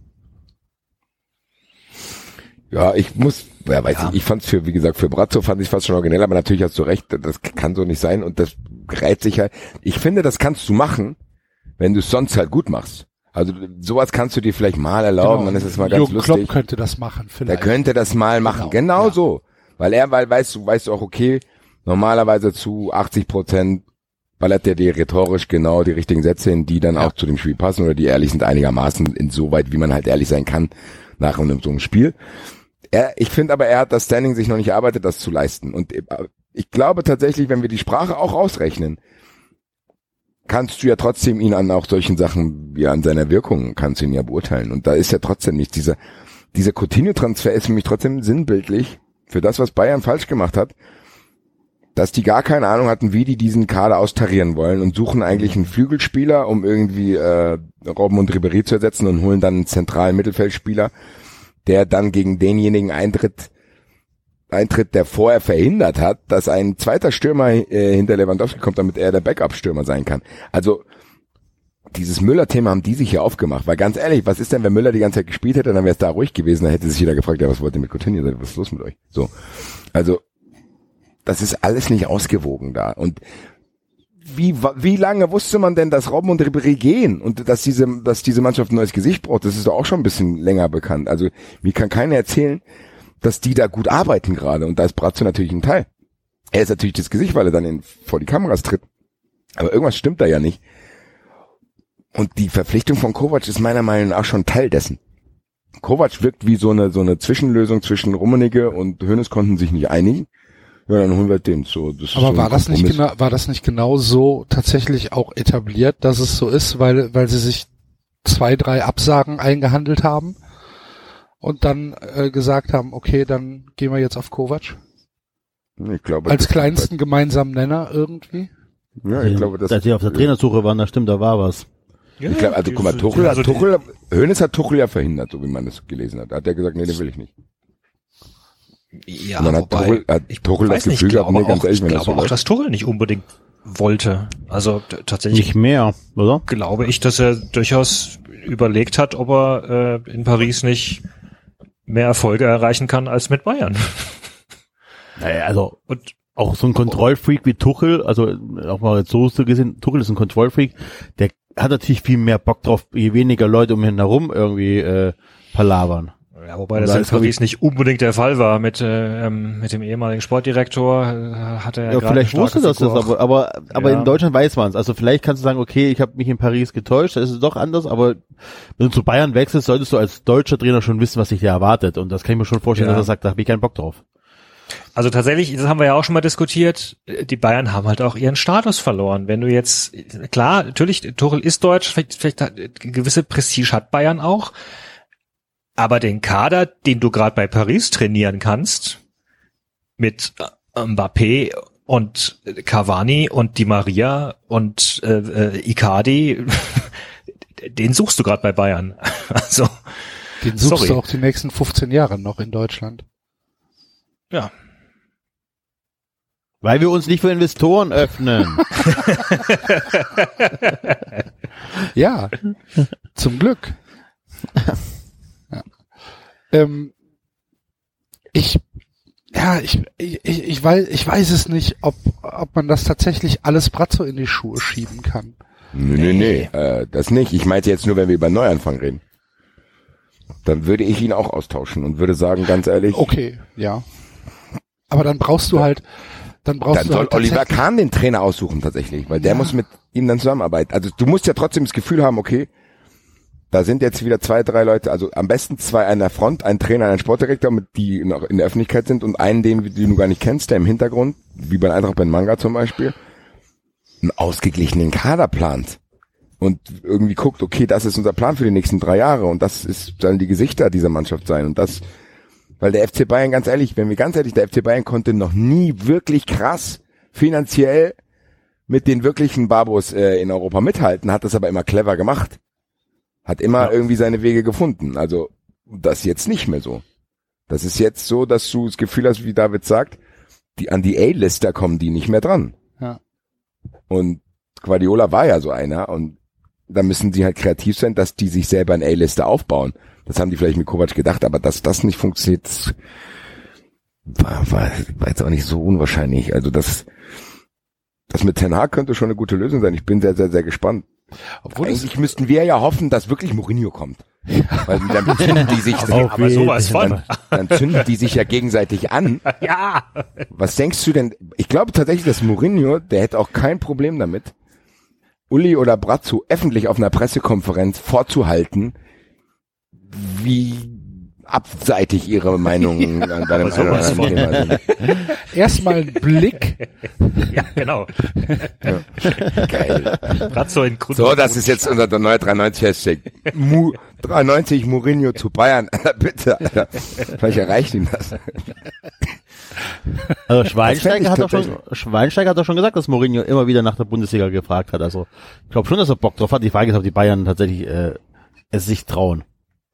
Ja, ich muss, ja, weiß ja. ich, ich fand's für, wie gesagt, für Brazzo fand ich fast schon originell, aber natürlich hast du recht, das kann so nicht sein und das reiht sich halt. Ich finde, das kannst du machen, wenn du es sonst halt gut machst. Also sowas kannst du dir vielleicht mal erlauben, genau. Dann ist es mal ganz Jürgen lustig. Klopp könnte das machen, vielleicht. Der könnte das mal machen, genau, genau ja. so. Weil er, weil weißt du, weißt du auch, okay, normalerweise zu achtzig Prozent ballert er dir rhetorisch genau die richtigen Sätze hin, die dann ja. auch zu dem Spiel passen oder die ehrlich sind einigermaßen, insoweit wie man halt ehrlich sein kann nach so einem Spiel. Er, ich finde aber, er hat das Standing sich noch nicht erarbeitet, das zu leisten. Und ich glaube tatsächlich, wenn wir die Sprache auch ausrechnen, kannst du ja trotzdem ihn an auch solchen Sachen wie an seiner Wirkung, kannst du ihn ja beurteilen. Und da ist ja trotzdem nicht dieser, dieser Coutinho-Transfer ist für mich trotzdem sinnbildlich für das, was Bayern falsch gemacht hat, dass die gar keine Ahnung hatten, wie die diesen Kader austarieren wollen und suchen eigentlich einen Flügelspieler, um irgendwie äh, Robben und Ribéry zu ersetzen und holen dann einen zentralen Mittelfeldspieler, der dann gegen denjenigen eintritt, eintritt, der vorher verhindert hat, dass ein zweiter Stürmer äh, hinter Lewandowski kommt, damit er der Backup-Stürmer sein kann. Also dieses Müller-Thema haben die sich hier aufgemacht, weil ganz ehrlich, was ist denn, wenn Müller die ganze Zeit gespielt hätte, dann wäre es da ruhig gewesen, dann hätte sich jeder gefragt, ja, was wollt ihr mit Coutinho, was ist los mit euch? So, also das ist alles nicht ausgewogen da. Und wie wie lange wusste man denn, dass Robben und Ribéry gehen und dass diese dass diese Mannschaft ein neues Gesicht braucht? Das ist doch auch schon ein bisschen länger bekannt. Also mir kann keiner erzählen, dass die da gut arbeiten gerade. Und da ist Brazzo natürlich ein Teil. Er ist natürlich das Gesicht, weil er dann in, vor die Kameras tritt. Aber irgendwas stimmt da ja nicht. Und die Verpflichtung von Kovac ist meiner Meinung nach schon Teil dessen. Kovac wirkt wie so eine so eine Zwischenlösung zwischen Rummenigge und Hoeneß konnten sich nicht einigen. Ja, dann holen wir den so. Das Aber ist so war das nicht genau, war das nicht genau so tatsächlich auch etabliert, dass es so ist, weil, weil sie sich zwei, drei Absagen eingehandelt haben und dann äh, gesagt haben, okay, dann gehen wir jetzt auf Kovac? Ich glaube, als kleinsten gemeinsamen Nenner irgendwie? Ja, ich glaube, das. Als sie auf der Trainersuche waren, da stimmt, da war was. Ja, ich glaube, also guck mal, Tuchel, also Tuchel, Hoeneß hat Tuchel ja verhindert, so wie man das gelesen hat. Da hat er gesagt, nee, den will ich nicht. Ja, und dann hat wobei, Tuchel, hat ich Tuchel das Gefühl gehabt, nee, ganz ehrlich, ich wenn glaube das so auch, dass Tuchel nicht unbedingt wollte. Also tatsächlich. Nicht mehr, oder? Glaube ich, dass er durchaus überlegt hat, ob er äh, in Paris nicht mehr Erfolge erreichen kann als mit Bayern. Naja, also und auch so ein Kontrollfreak wie Tuchel, also auch mal so gesehen, Tuchel ist ein Kontrollfreak, der hat natürlich viel mehr Bock drauf, je weniger Leute um ihn herum irgendwie äh, palavern. Ja, wobei das in Paris nicht unbedingt der Fall war. Mit äh, mit dem ehemaligen Sportdirektor äh, hat er ja, ja gerade vielleicht wusste das das, aber aber aber ja. in Deutschland weiß man es. Also vielleicht kannst du sagen, okay, ich habe mich in Paris getäuscht, da ist es doch anders, aber wenn du zu Bayern wechselst, solltest du als deutscher Trainer schon wissen, was dich da erwartet. Und das kann ich mir schon vorstellen, ja. dass er sagt, da habe ich keinen Bock drauf. Also tatsächlich, das haben wir ja auch schon mal diskutiert, die Bayern haben halt auch ihren Status verloren. Wenn du jetzt, klar, natürlich, Tuchel ist deutsch, vielleicht, vielleicht eine gewisse Prestige hat Bayern auch, aber den Kader, den du gerade bei Paris trainieren kannst, mit Mbappé und Cavani und Di Maria und äh, Icardi, den suchst du gerade bei Bayern. Also den suchst sorry. du auch die nächsten fünfzehn Jahre noch in Deutschland. Ja. Weil wir uns nicht für Investoren öffnen. Ja, zum Glück. Ja. Ähm, ich Ja, ich, ich, ich weiß, ich weiß es nicht, ob, ob man das tatsächlich alles Brazzo in die Schuhe schieben kann. Nee, nee, nee, äh, das nicht. Ich meinte jetzt nur, wenn wir über Neuanfang reden. Dann würde ich ihn auch austauschen und würde sagen, ganz ehrlich. Okay, ja. Aber dann brauchst du halt, dann brauchst dann du soll halt Oliver Kahn den Trainer aussuchen tatsächlich, weil der Ja. muss mit ihm dann zusammenarbeiten. Also du musst ja trotzdem das Gefühl haben, okay, da sind jetzt wieder zwei, drei Leute, also am besten zwei an der Front, ein Trainer, ein Sportdirektor, mit die noch in der Öffentlichkeit sind und einen, den, den du gar nicht kennst, der im Hintergrund, wie bei Eintracht Ben Manga zum Beispiel, einen ausgeglichenen Kader plant und irgendwie guckt, okay, das ist unser Plan für die nächsten drei Jahre und das ist, sollen die Gesichter dieser Mannschaft sein und das, weil der F C Bayern, ganz ehrlich, wenn wir ganz ehrlich, der F C Bayern konnte noch nie wirklich krass finanziell mit den wirklichen Babos äh, in Europa mithalten, hat das aber immer clever gemacht. Hat immer ja. irgendwie seine Wege gefunden. Also das ist jetzt nicht mehr so. Das ist jetzt so, dass du das Gefühl hast, wie David sagt, die an die A-Lister kommen die nicht mehr dran. Ja. Und Guardiola war ja so einer und da müssen sie halt kreativ sein, dass die sich selber eine A-Liste aufbauen. Das haben die vielleicht mit Kovac gedacht, aber dass das nicht funktioniert, war, war, war jetzt auch nicht so unwahrscheinlich. Also das, das mit Ten Hag könnte schon eine gute Lösung sein. Ich bin sehr, sehr, sehr gespannt. Obwohl Eigentlich müssten wir ja hoffen, dass wirklich Mourinho kommt. Weil dann zünden die sich, aber sowas von. Dann, dann zünden die sich ja gegenseitig an. Ja. Was denkst du denn? Ich glaube tatsächlich, dass Mourinho, der hätte auch kein Problem damit, Uli oder Brazzo öffentlich auf einer Pressekonferenz vorzuhalten, wie abseitig ihre Meinungen an deinem Thema sind. Erstmal ein Blick. Ja, genau. Ja. Geil. Brazzo in Grund so, das ist jetzt unser neuer dreiundneunzig Hashtag. Mu dreiundneunzig Mourinho zu Bayern. Bitte, Alter. Vielleicht erreicht ihn das. Also Schweinsteiger hat doch schon, Schweinsteiger hat doch schon gesagt, dass Mourinho immer wieder nach der Bundesliga gefragt hat. Also ich glaube schon, dass er Bock drauf hat. Die Frage ist, ob die Bayern tatsächlich äh, es sich trauen.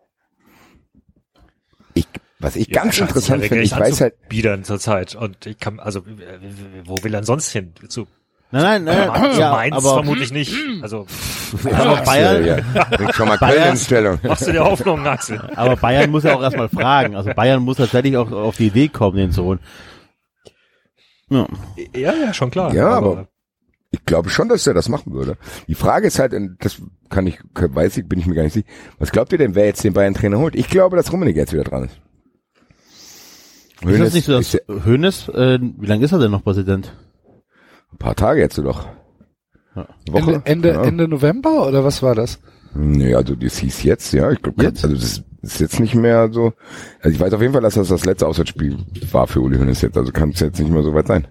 Ich, was ich ja, ganz interessant finde, ich weiß halt, biedern zur Zeit und ich kann, also wo will er sonst hin? Zu Nein, nein, nein, also ja, Mainz aber vermutlich nicht. Also aber Bayern, ja, bringt schon mal Köln in Stellung. Machst du dir Hoffnung, Axel? Aber Bayern muss ja auch erstmal fragen. Also Bayern muss tatsächlich auch auf die Idee kommen, den zu holen. Ja, ja, ja, schon klar. Ja, aber, aber ich glaube schon, dass er das machen würde. Die Frage ist halt, das kann ich, weiß ich, bin ich mir gar nicht sicher. Was glaubt ihr denn, wer jetzt den Bayern-Trainer holt? Ich glaube, dass Rummenigge jetzt wieder dran ist. Ist das nicht so, dass Hoeneß, äh, wie lange ist er denn noch Präsident? Ein paar Tage jetzt doch. Ja. Woche? Ende, Ende, ja. Ende November oder was war das? Nee, also das hieß jetzt, ja. Ich glaube, also das ist jetzt nicht mehr so. Also ich weiß auf jeden Fall, dass das das letzte Auswärtsspiel war für Uli Hoeneß jetzt. Also kann es jetzt nicht mehr so weit sein.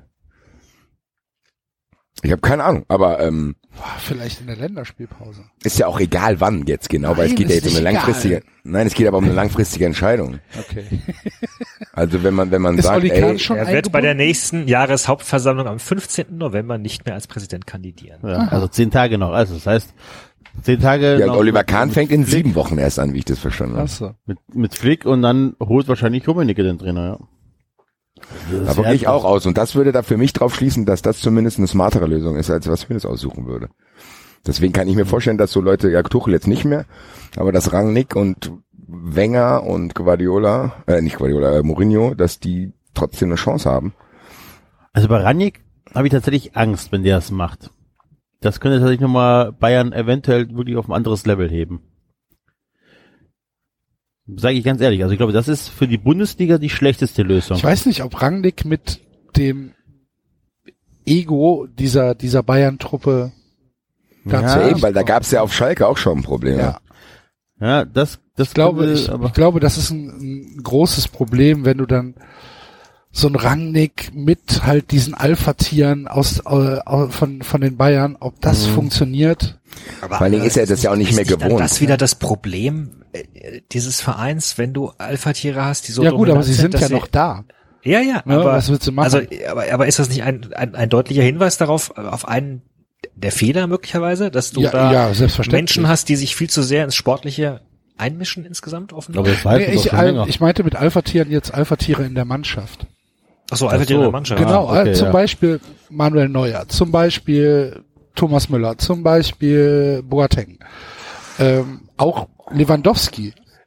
Ich habe keine Ahnung, aber ähm, vielleicht in der Länderspielpause. Ist ja auch egal, wann jetzt genau, Nein, weil es geht ja jetzt um eine langfristige. Egal. Nein, es geht aber um eine langfristige Entscheidung. Okay. Also wenn man wenn man ist sagt, Oli ey, schon er wird bei der nächsten Jahreshauptversammlung am fünfzehnten November nicht mehr als Präsident kandidieren. Ja, also zehn Tage noch. Also das heißt zehn Tage. Ja, noch Oliver mit, Kahn mit fängt in Flick. sieben Wochen erst an, wie ich das verstanden habe. Ach so. Mit mit Flick und dann holt wahrscheinlich Rummenigge den Trainer. Ja. Da gehe ich auch aus. Und das würde da für mich drauf schließen, dass das zumindest eine smartere Lösung ist, als was Hoeneß aussuchen würde. Deswegen kann ich mir vorstellen, dass so Leute, ja, Tuchel jetzt nicht mehr, aber dass Rangnick und Wenger und Guardiola, äh, nicht Guardiola, äh, Mourinho, dass die trotzdem eine Chance haben. Also bei Rangnick habe ich tatsächlich Angst, wenn der es macht. Das könnte tatsächlich nochmal Bayern eventuell wirklich auf ein anderes Level heben. Sage ich ganz ehrlich, also ich glaube, das ist für die Bundesliga die schlechteste Lösung. Ich weiß nicht, ob Rangnick mit dem Ego dieser dieser Bayern-Truppe ja, ja eben, weil da gab es ja auf Schalke auch schon Probleme. Ja, ja das, das ich glaube, könnte, ich, aber ich glaube, das ist ein, ein großes Problem, wenn du dann so ein Rangnick mit halt diesen Alpha-Tieren aus äh, von von den Bayern, ob das mhm. funktioniert. Aber vor allen Dingen ist er das ja auch nicht mehr ist gewohnt. Das ist wieder das Problem äh, dieses Vereins, wenn du Alpha-Tiere hast, die so ja gut, aber sie sind, sind ja noch da. Ja, ja, ja, aber was willst du machen? Also, aber, aber ist das nicht ein, ein, ein deutlicher Hinweis darauf, auf einen der Fehler möglicherweise, dass du ja, da ja, Menschen hast, die sich viel zu sehr ins Sportliche einmischen insgesamt offenbar? Aber das weiß nee, ich, Al- ich meinte mit Alpha-Tieren jetzt Alpha-Tiere in der Mannschaft. Ach so, Alpha-Tiere so. in der Mannschaft. Genau, Ah, okay, äh, zum ja. Beispiel Manuel Neuer, zum Beispiel Thomas Müller, zum Beispiel Boateng, ähm, auch Lewandowski.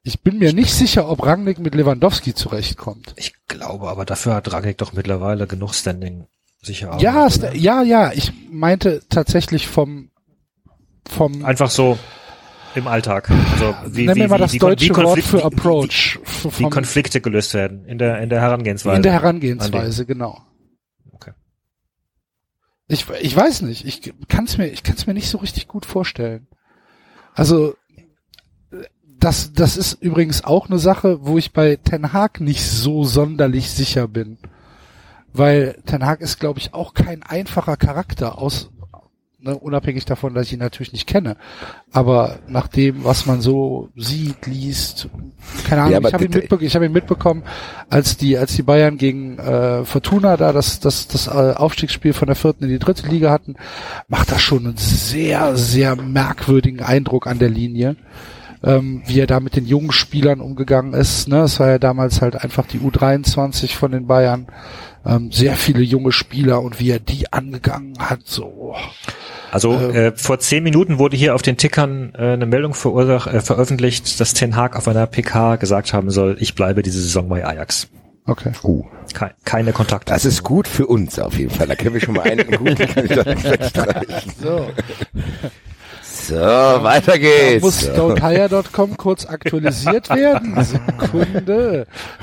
Ich bin mir nicht sicher, ob Rangnick mit Lewandowski zurechtkommt. Ich glaube, aber dafür hat Rangnick doch mittlerweile genug Standing sicher auch. Ja, st- ja, ja, ich meinte tatsächlich vom, vom. Einfach so im Alltag. Also wie, Nenn wie, mir mal wie, das wie, deutsche wie Wort für wie, Approach. Wie, wie, wie Konflikte gelöst werden in der, in der Herangehensweise. In der Herangehensweise, genau. Okay. Ich, ich weiß nicht, ich kann's mir, ich kann's mir nicht so richtig gut vorstellen. Also, das, das ist übrigens auch eine Sache, wo ich bei Ten Hag nicht so sonderlich sicher bin. Weil Ten Hag ist, glaube ich, auch kein einfacher Charakter, aus, ne, unabhängig davon, dass ich ihn natürlich nicht kenne. Aber nach dem, was man so sieht, liest, keine Ahnung, Ja, ich habe ihn, mitbe- ich hab ihn mitbekommen, als die, als die Bayern gegen äh, Fortuna da das, das, das äh, Aufstiegsspiel von der vierten in die dritte Liga hatten, macht das schon einen sehr, sehr merkwürdigen Eindruck an der Linie. Ähm, wie er da mit den jungen Spielern umgegangen ist. Ne? Es war ja damals halt einfach die U dreiundzwanzig von den Bayern. Ähm, sehr viele junge Spieler und wie er die angegangen hat. So. Also äh, äh, vor zehn Minuten wurde hier auf den Tickern äh, eine Meldung verursach, äh, veröffentlicht, dass Ten Hag auf einer P K gesagt haben soll, ich bleibe diese Saison bei Ajax. Okay. Uh. Ke- keine Kontakte. Das ist gut für uns auf jeden Fall. Da können wir schon mal einen guten Kandidaten feststreichen. So. So, weiter geht's. Da muss Scoutshire Punkt com kurz aktualisiert werden. Sekunde.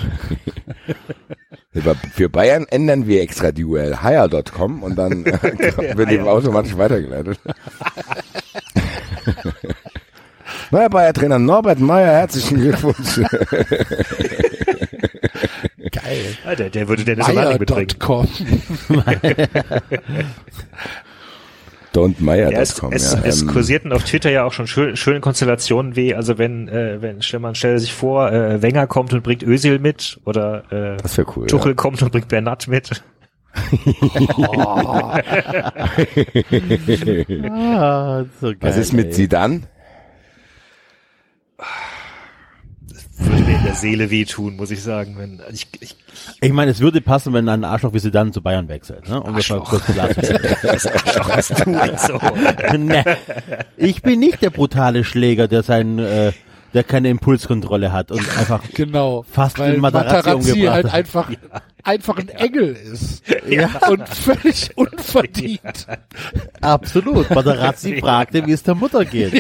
Für Bayern ändern wir extra die U R L hire Punkt com und dann wird die automatisch weitergeleitet. Neuer Bayer-Trainer Norbert Meyer, herzlichen Glückwunsch. Geil. Ja, der, der würde der das alleine betrinken. Don't Meyer Ja, es, Punkt com, es, ja. es ähm, kursierten auf Twitter ja auch schon schön, schöne Konstellationen wie, also wenn, äh, wenn, man stelle sich vor, äh, Wenger kommt und bringt Özil mit oder äh, das wäre cool, Tuchel ja. kommt und bringt Bernat mit. Oh. Ah, so geil, Was ist mit ey. Zidane? Würde mir in der Seele wehtun, muss ich sagen. Wenn, ich, ich, Ich meine, es würde passen, wenn ein Arschloch wie Zidane zu Bayern wechselt, ne? Um das mal kurz klarzustellen. das Arschloch hast du nicht so. Nee. Ich bin nicht der brutale Schläger, der sein, äh, der keine Impulskontrolle hat und einfach Genau, fast weil den Materazzi Materazzi umgebracht halt hat. einfach, einfach ein Engel ist. Ja. Und völlig unverdient. Absolut. Materazzi fragte, wie es der Mutter geht.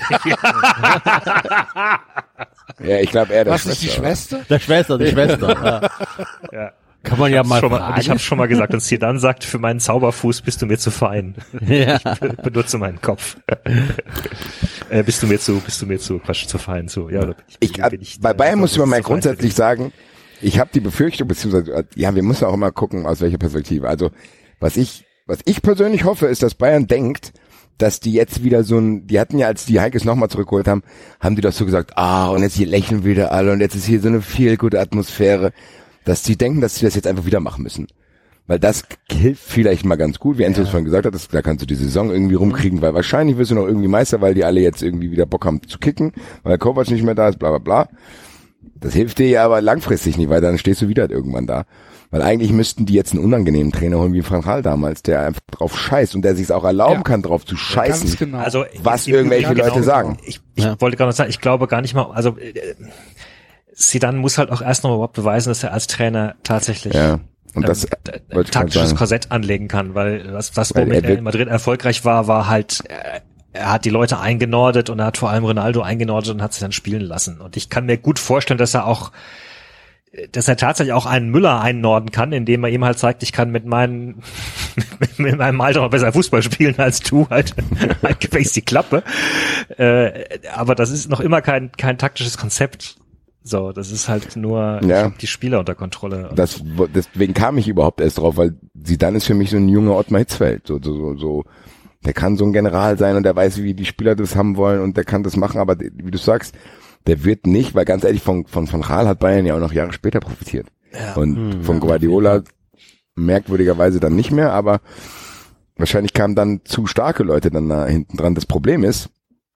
Ja, ich glaube eher der Was ist die Schwester? Der Schwester, die Schwester. Ja. Ja. Kann man ja mal schon fragen. mal, ich habe schon mal gesagt, und Zidane sagt, für meinen Zauberfuß bist du mir zu fein. Ja. Ich benutze meinen Kopf. äh, bist du mir zu, bist du mir zu, Quatsch, zu fein, zu, ja, oder Ich, bin ich, bei äh, Bayern muss man mal zu fein grundsätzlich für dich. sagen, ich habe die Befürchtung, beziehungsweise, ja, wir müssen auch immer gucken, aus welcher Perspektive. Also, was ich, was ich persönlich hoffe, ist, dass Bayern denkt, dass die jetzt wieder so ein, die hatten ja, als die Heikes nochmal zurückgeholt haben, haben die doch so gesagt, ah, und jetzt hier lächeln wieder alle und jetzt ist hier so eine viel gute Atmosphäre, dass die denken, dass sie das jetzt einfach wieder machen müssen. Weil das hilft vielleicht mal ganz gut, wie Enzo es vorhin gesagt hat, das, da kannst du die Saison irgendwie rumkriegen, weil wahrscheinlich wirst du noch irgendwie Meister, weil die alle jetzt irgendwie wieder Bock haben zu kicken, weil Kovac nicht mehr da ist, bla bla bla. Das hilft dir ja aber langfristig nicht, weil dann stehst du wieder irgendwann da. Weil eigentlich müssten die jetzt einen unangenehmen Trainer holen wie Van Gaal damals, der einfach drauf scheißt und der sich auch erlauben Ja. kann, drauf zu scheißen, Ganz genau. Also, was im- irgendwelche ja, Leute genau. sagen. Ich, ich Ja. wollte gerade noch sagen, ich glaube gar nicht mal, also, äh, Zidane muss halt auch erst noch überhaupt beweisen, dass er als Trainer tatsächlich Ja. Und das ähm, wollte ein ich gerade taktisches sagen. Korsett anlegen kann, weil das, das Weil womit er er wird- in Madrid erfolgreich war, war halt, äh, er hat die Leute eingenordet und er hat vor allem Ronaldo eingenordet und hat sie dann spielen lassen. Und ich kann mir gut vorstellen, dass er auch, dass er tatsächlich auch einen Müller einnorden kann, indem er ihm halt zeigt, ich kann mit meinen, mit, mit meinem Alter noch besser Fußball spielen als du, halt, halt gefälligst die Klappe. Äh, aber das ist noch immer kein, kein taktisches Konzept. So, das ist halt nur Ja. ich hab die Spieler unter Kontrolle. Das, deswegen kam ich überhaupt erst drauf, weil Zidane ist für mich so ein junger Ottmar Hitzfeld. So, so, so, so, der kann so ein General sein und der weiß, wie die Spieler das haben wollen und der kann das machen, aber wie du sagst, der wird nicht, weil ganz ehrlich, von, von, von Gaal hat Bayern ja auch noch Jahre später profitiert. Ja. Und Hm, von ja, Guardiola merkwürdigerweise dann nicht mehr, aber wahrscheinlich kamen dann zu starke Leute dann da hinten dran. Das Problem ist,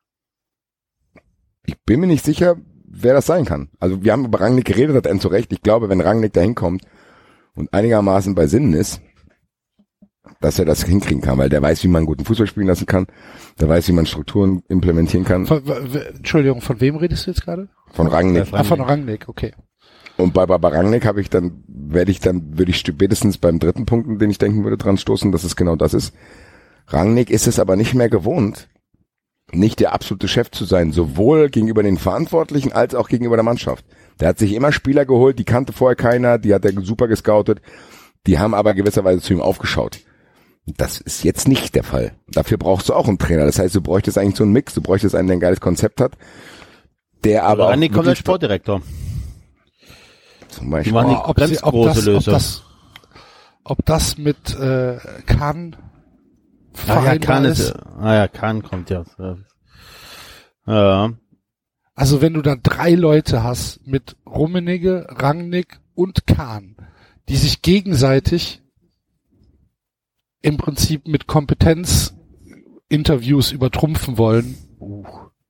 ich bin mir nicht sicher, wer das sein kann. Also wir haben über Rangnick geredet, hat Enzo recht. Ich glaube, wenn Rangnick da hinkommt und einigermaßen bei Sinnen ist, dass er das hinkriegen kann, weil der weiß, wie man guten Fußball spielen lassen kann, der weiß, wie man Strukturen implementieren kann. Von, w- Entschuldigung, von wem redest du jetzt gerade? Von Rangnick. Ah, von Rangnick, okay. Und bei, bei, bei Rangnick habe ich dann, werde ich dann, würde ich spätestens beim dritten Punkt, den ich denken würde, dran stoßen, dass es genau das ist. Rangnick ist es aber nicht mehr gewohnt, nicht der absolute Chef zu sein, sowohl gegenüber den Verantwortlichen als auch gegenüber der Mannschaft. Der hat sich immer Spieler geholt, die kannte vorher keiner, die hat er super gescoutet, die haben aber gewisserweise zu ihm aufgeschaut. Das ist jetzt nicht der Fall. Dafür brauchst du auch einen Trainer. Das heißt, du bräuchtest eigentlich so einen Mix, du bräuchtest einen, der ein geiles Konzept hat, der aber auch Rangnick kommt als Sportdirektor. Zum Beispiel. Die machen Oh, die ganz sie, ob große das, Lösung. Ob das, ob das mit äh, Kahn Ah ja, Kahn ist. ist, ah ja, Kahn kommt ja. Ja. Also wenn du dann drei Leute hast mit Rummenigge, Rangnick und Kahn, die sich gegenseitig im Prinzip mit Kompetenzinterviews übertrumpfen wollen, uh,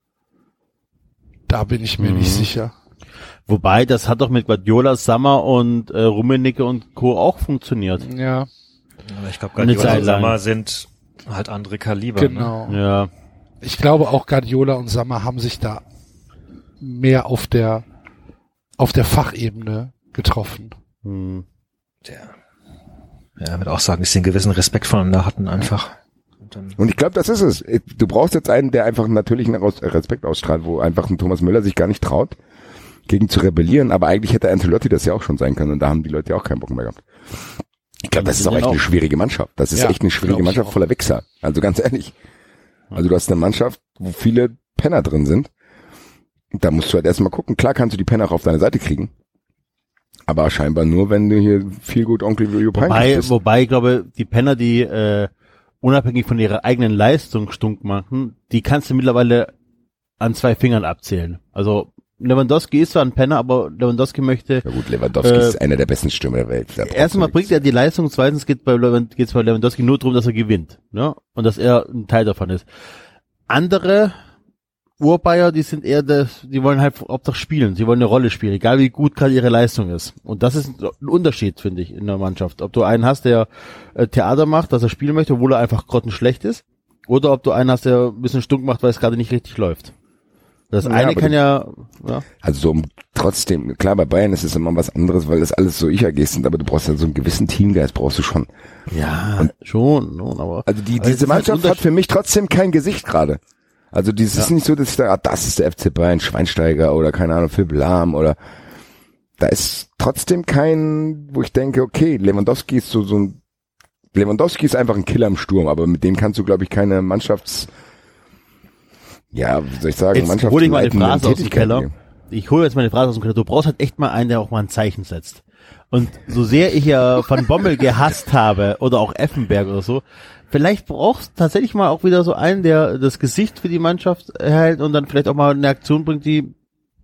da bin ich mir mhm. nicht sicher. Wobei, das hat doch mit Guardiola, Sammer und äh, Rummenigge und Co. auch funktioniert. Ja. Aber ich glaube, Guardiola und Sammer sind halt andere Kaliber. Genau. Ne? Ja. Ich glaube auch Guardiola und Sammer haben sich da mehr auf der auf der Fachebene getroffen. Hm. Der, ja, ich würde auch sagen, dass sie einen gewissen Respekt voneinander hatten einfach. Und, dann Und ich glaube, das ist es. Du brauchst jetzt einen, der einfach einen natürlichen Respekt ausstrahlt, wo einfach ein Thomas Müller sich gar nicht traut, gegen zu rebellieren, aber eigentlich hätte Ancelotti das ja auch schon sein können und da haben die Leute ja auch keinen Bock mehr gehabt. Ich glaube, das ist auch echt eine schwierige Mannschaft. Das ist Ja, echt eine schwierige Mannschaft auch. voller Wichser. Also ganz ehrlich. Also du hast eine Mannschaft, wo viele Penner drin sind. Da musst du halt erstmal gucken. Klar kannst du die Penner auch auf deine Seite kriegen. Aber scheinbar nur, wenn du hier viel gut Onkel Jupp Heynckes Wobei, bist. wobei, ich glaube, die Penner, die äh, unabhängig von ihrer eigenen Leistung stunk machen, die kannst du mittlerweile an zwei Fingern abzählen. Also Lewandowski ist zwar ein Penner, aber Lewandowski möchte... Ja gut, Lewandowski äh, ist einer der besten Stürmer der Welt. Erstmal bringt er die Leistung, zweitens geht bei Lewand- geht's bei Lewandowski nur darum, dass er gewinnt, ne? Und dass er ein Teil davon ist. Andere Urbayer, die sind eher das, die wollen halt Hauptsache spielen, sie wollen eine Rolle spielen, egal wie gut gerade ihre Leistung ist. Und das ist ein Unterschied, finde ich, in der Mannschaft. Ob du einen hast, der äh, Theater macht, dass er spielen möchte, obwohl er einfach grottenschlecht ist, oder ob du einen hast, der ein bisschen stunk macht, weil es gerade nicht richtig läuft. Das Ja, eine aber kann du- ja, ja, Also so um trotzdem, klar, bei Bayern ist es immer was anderes, weil das alles so Ich-A Gs sind, aber du brauchst ja so einen gewissen Teamgeist, brauchst du schon. ja, schon, schon, aber Also die, aber es diese ist halt Mannschaft hat für mich trotzdem kein Gesicht gerade. Also dieses Ja. ist nicht so, dass ich sage, ah, das ist der F C Bayern, Schweinsteiger oder keine Ahnung, Philipp Lahm oder da ist trotzdem kein, wo ich denke, okay, Lewandowski ist so, so ein, Lewandowski ist einfach ein Killer im Sturm, aber mit dem kannst du, glaube ich, keine Mannschafts, ja, wie soll ich sagen, Jetzt hole ich mal eine mannschaftsleitenden Phrase aus dem Tätigkeiten Keller. geben. Ich hole jetzt meine Phrase aus dem Keller. Du brauchst halt echt mal einen, der auch mal ein Zeichen setzt. Und so sehr ich ja Van Bommel gehasst habe oder auch Effenberg oder so, vielleicht brauchst du tatsächlich mal auch wieder so einen, der das Gesicht für die Mannschaft hält und dann vielleicht auch mal eine Aktion bringt, die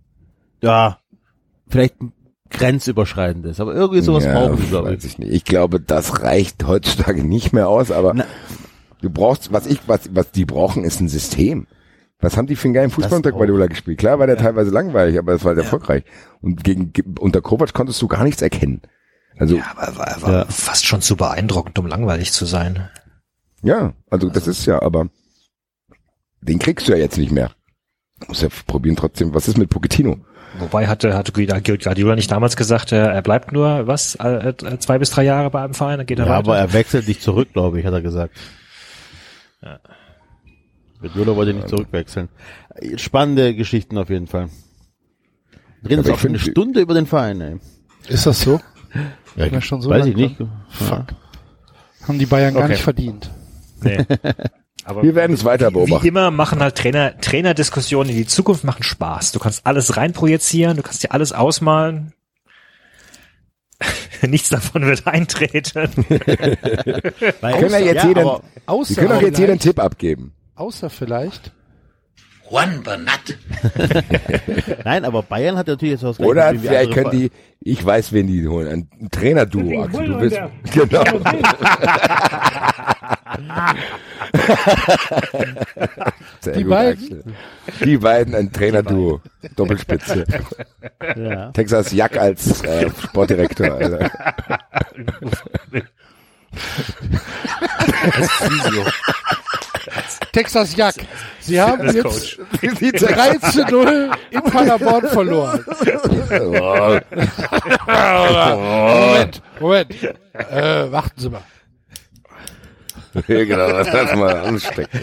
ja vielleicht grenzüberschreitend ist. Aber irgendwie sowas Ja, brauchen wir, glaube weiß ich. ich nicht. Ich glaube, das reicht heutzutage nicht mehr aus, aber Na. du brauchst, was ich, was, was die brauchen, ist ein System. Was haben die für einen geilen Fußball Das unter auch. Guardiola gespielt? Klar war der teilweise langweilig, aber es war halt erfolgreich. Und gegen, unter Kovac konntest du gar nichts erkennen. Also, ja, aber war, war Ja. fast schon zu beeindruckend, um langweilig zu sein. ja, also das ist ja, aber den kriegst du ja jetzt nicht mehr. Muss ja probieren trotzdem. Was ist mit Pochettino? Wobei hatte, hatte Guardiola nicht damals gesagt, er, er bleibt nur, was, äh, äh, zwei bis drei Jahre bei einem Verein, dann geht er Ja, weiter. aber er wechselt nicht zurück, glaube ich, hat er gesagt. Ja. Guardiola wollte nicht zurückwechseln. Spannende Geschichten auf jeden Fall. Wir reden Aber jetzt ich auch schon eine find- Stunde über den Verein, ey. Ist das so? Ja, Ja, schon so weiß lang ich nicht. dran? Fuck. Haben die Bayern gar Okay. nicht verdient. Nee. Aber Wir werden es weiter wie beobachten. immer machen halt Trainer, Trainerdiskussionen in die Zukunft machen Spaß. Du kannst alles reinprojizieren, du kannst dir alles ausmalen. Nichts davon wird eintreten. Weil, können ja jetzt ja, jeden, aber wir Außer können auch jetzt jeden einen vielleicht, Tipp abgeben. außer vielleicht, Juan Bernat. nein, aber Bayern hat natürlich jetzt was Oder wie vielleicht andere können die, ich weiß, wen die holen, ein, ein Trainerduo, Axel, du bist, genau. Sehr Die gut, beiden? Axel. Die beiden, ein Trainerduo, Doppelspitze. Ja. Texas Jack als äh, Sportdirektor. Alter. Als Physio. Texas Jack. Sie haben jetzt drei zu null in Paderborn verloren. Moment, Moment. Äh, warten Sie mal. Ja, genau, das lass mal anstecken.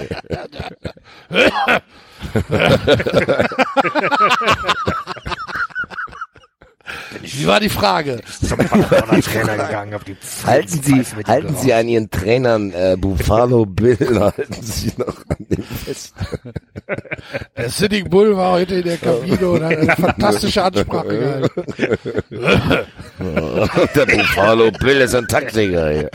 Wie war die Frage? Zum Paderborner Trainer gegangen auf die Halten Sie, halten Sie an Ihren Trainern äh, Buffalo Bill, halten Sie noch an den fest. Der Sitting Bull war heute in der Kabine und hat eine fantastische Ansprache gehalten. Der Buffalo Bill ist ein Taktiker hier.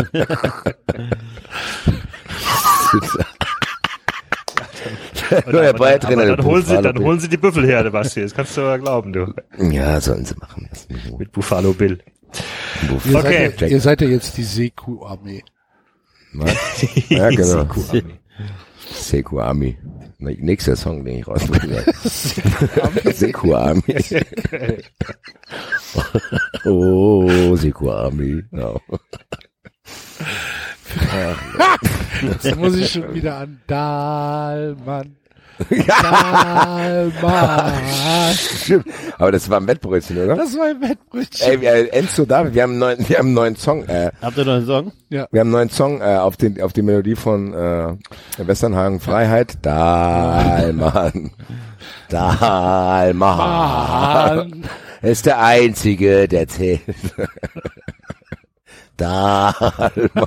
Neuer Bayern-Trainer. Dann holen Sie, dann holen Sie die Büffelherde, Basti. Das kannst du aber glauben, du. Ja, sollen Sie machen. Mit Buffalo Bill. Ihr, okay. seid ja, ihr seid ja jetzt die Seku-Armee. Ja, genau. Seku-Armee. Nächster Song, den ich rausbringe. Seku-Armee. Oh, Seku-Armee. No. Jetzt muss ich schon wieder an Dahlmann. Dahlmann. Stimmt. Aber das war ein Wettbrötchen, oder? Das war ein Wettbrötchen. Ey, äh, Enzo David, wir haben einen neuen, wir haben einen neuen Song. Äh, Habt ihr noch einen Song? Ja. Wir haben einen neuen Song äh, auf den, auf die Melodie von äh, Westernhagen Freiheit. Dahlmann. Dahlmann. Er ist der Einzige, der zählt. Dahlmann.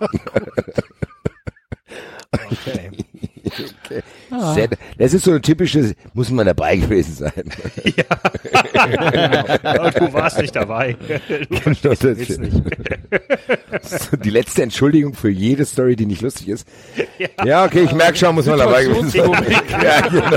Okay. Okay. Ah. Sehr, das ist so ein typisches, muss man dabei gewesen sein. Ja. Aber du warst nicht dabei. Du verstehst das jetzt nicht. Die letzte Entschuldigung für jede Story, die nicht lustig ist. Ja, ja, okay, ich merke schon, muss man dabei gewesen sein. Ja, genau.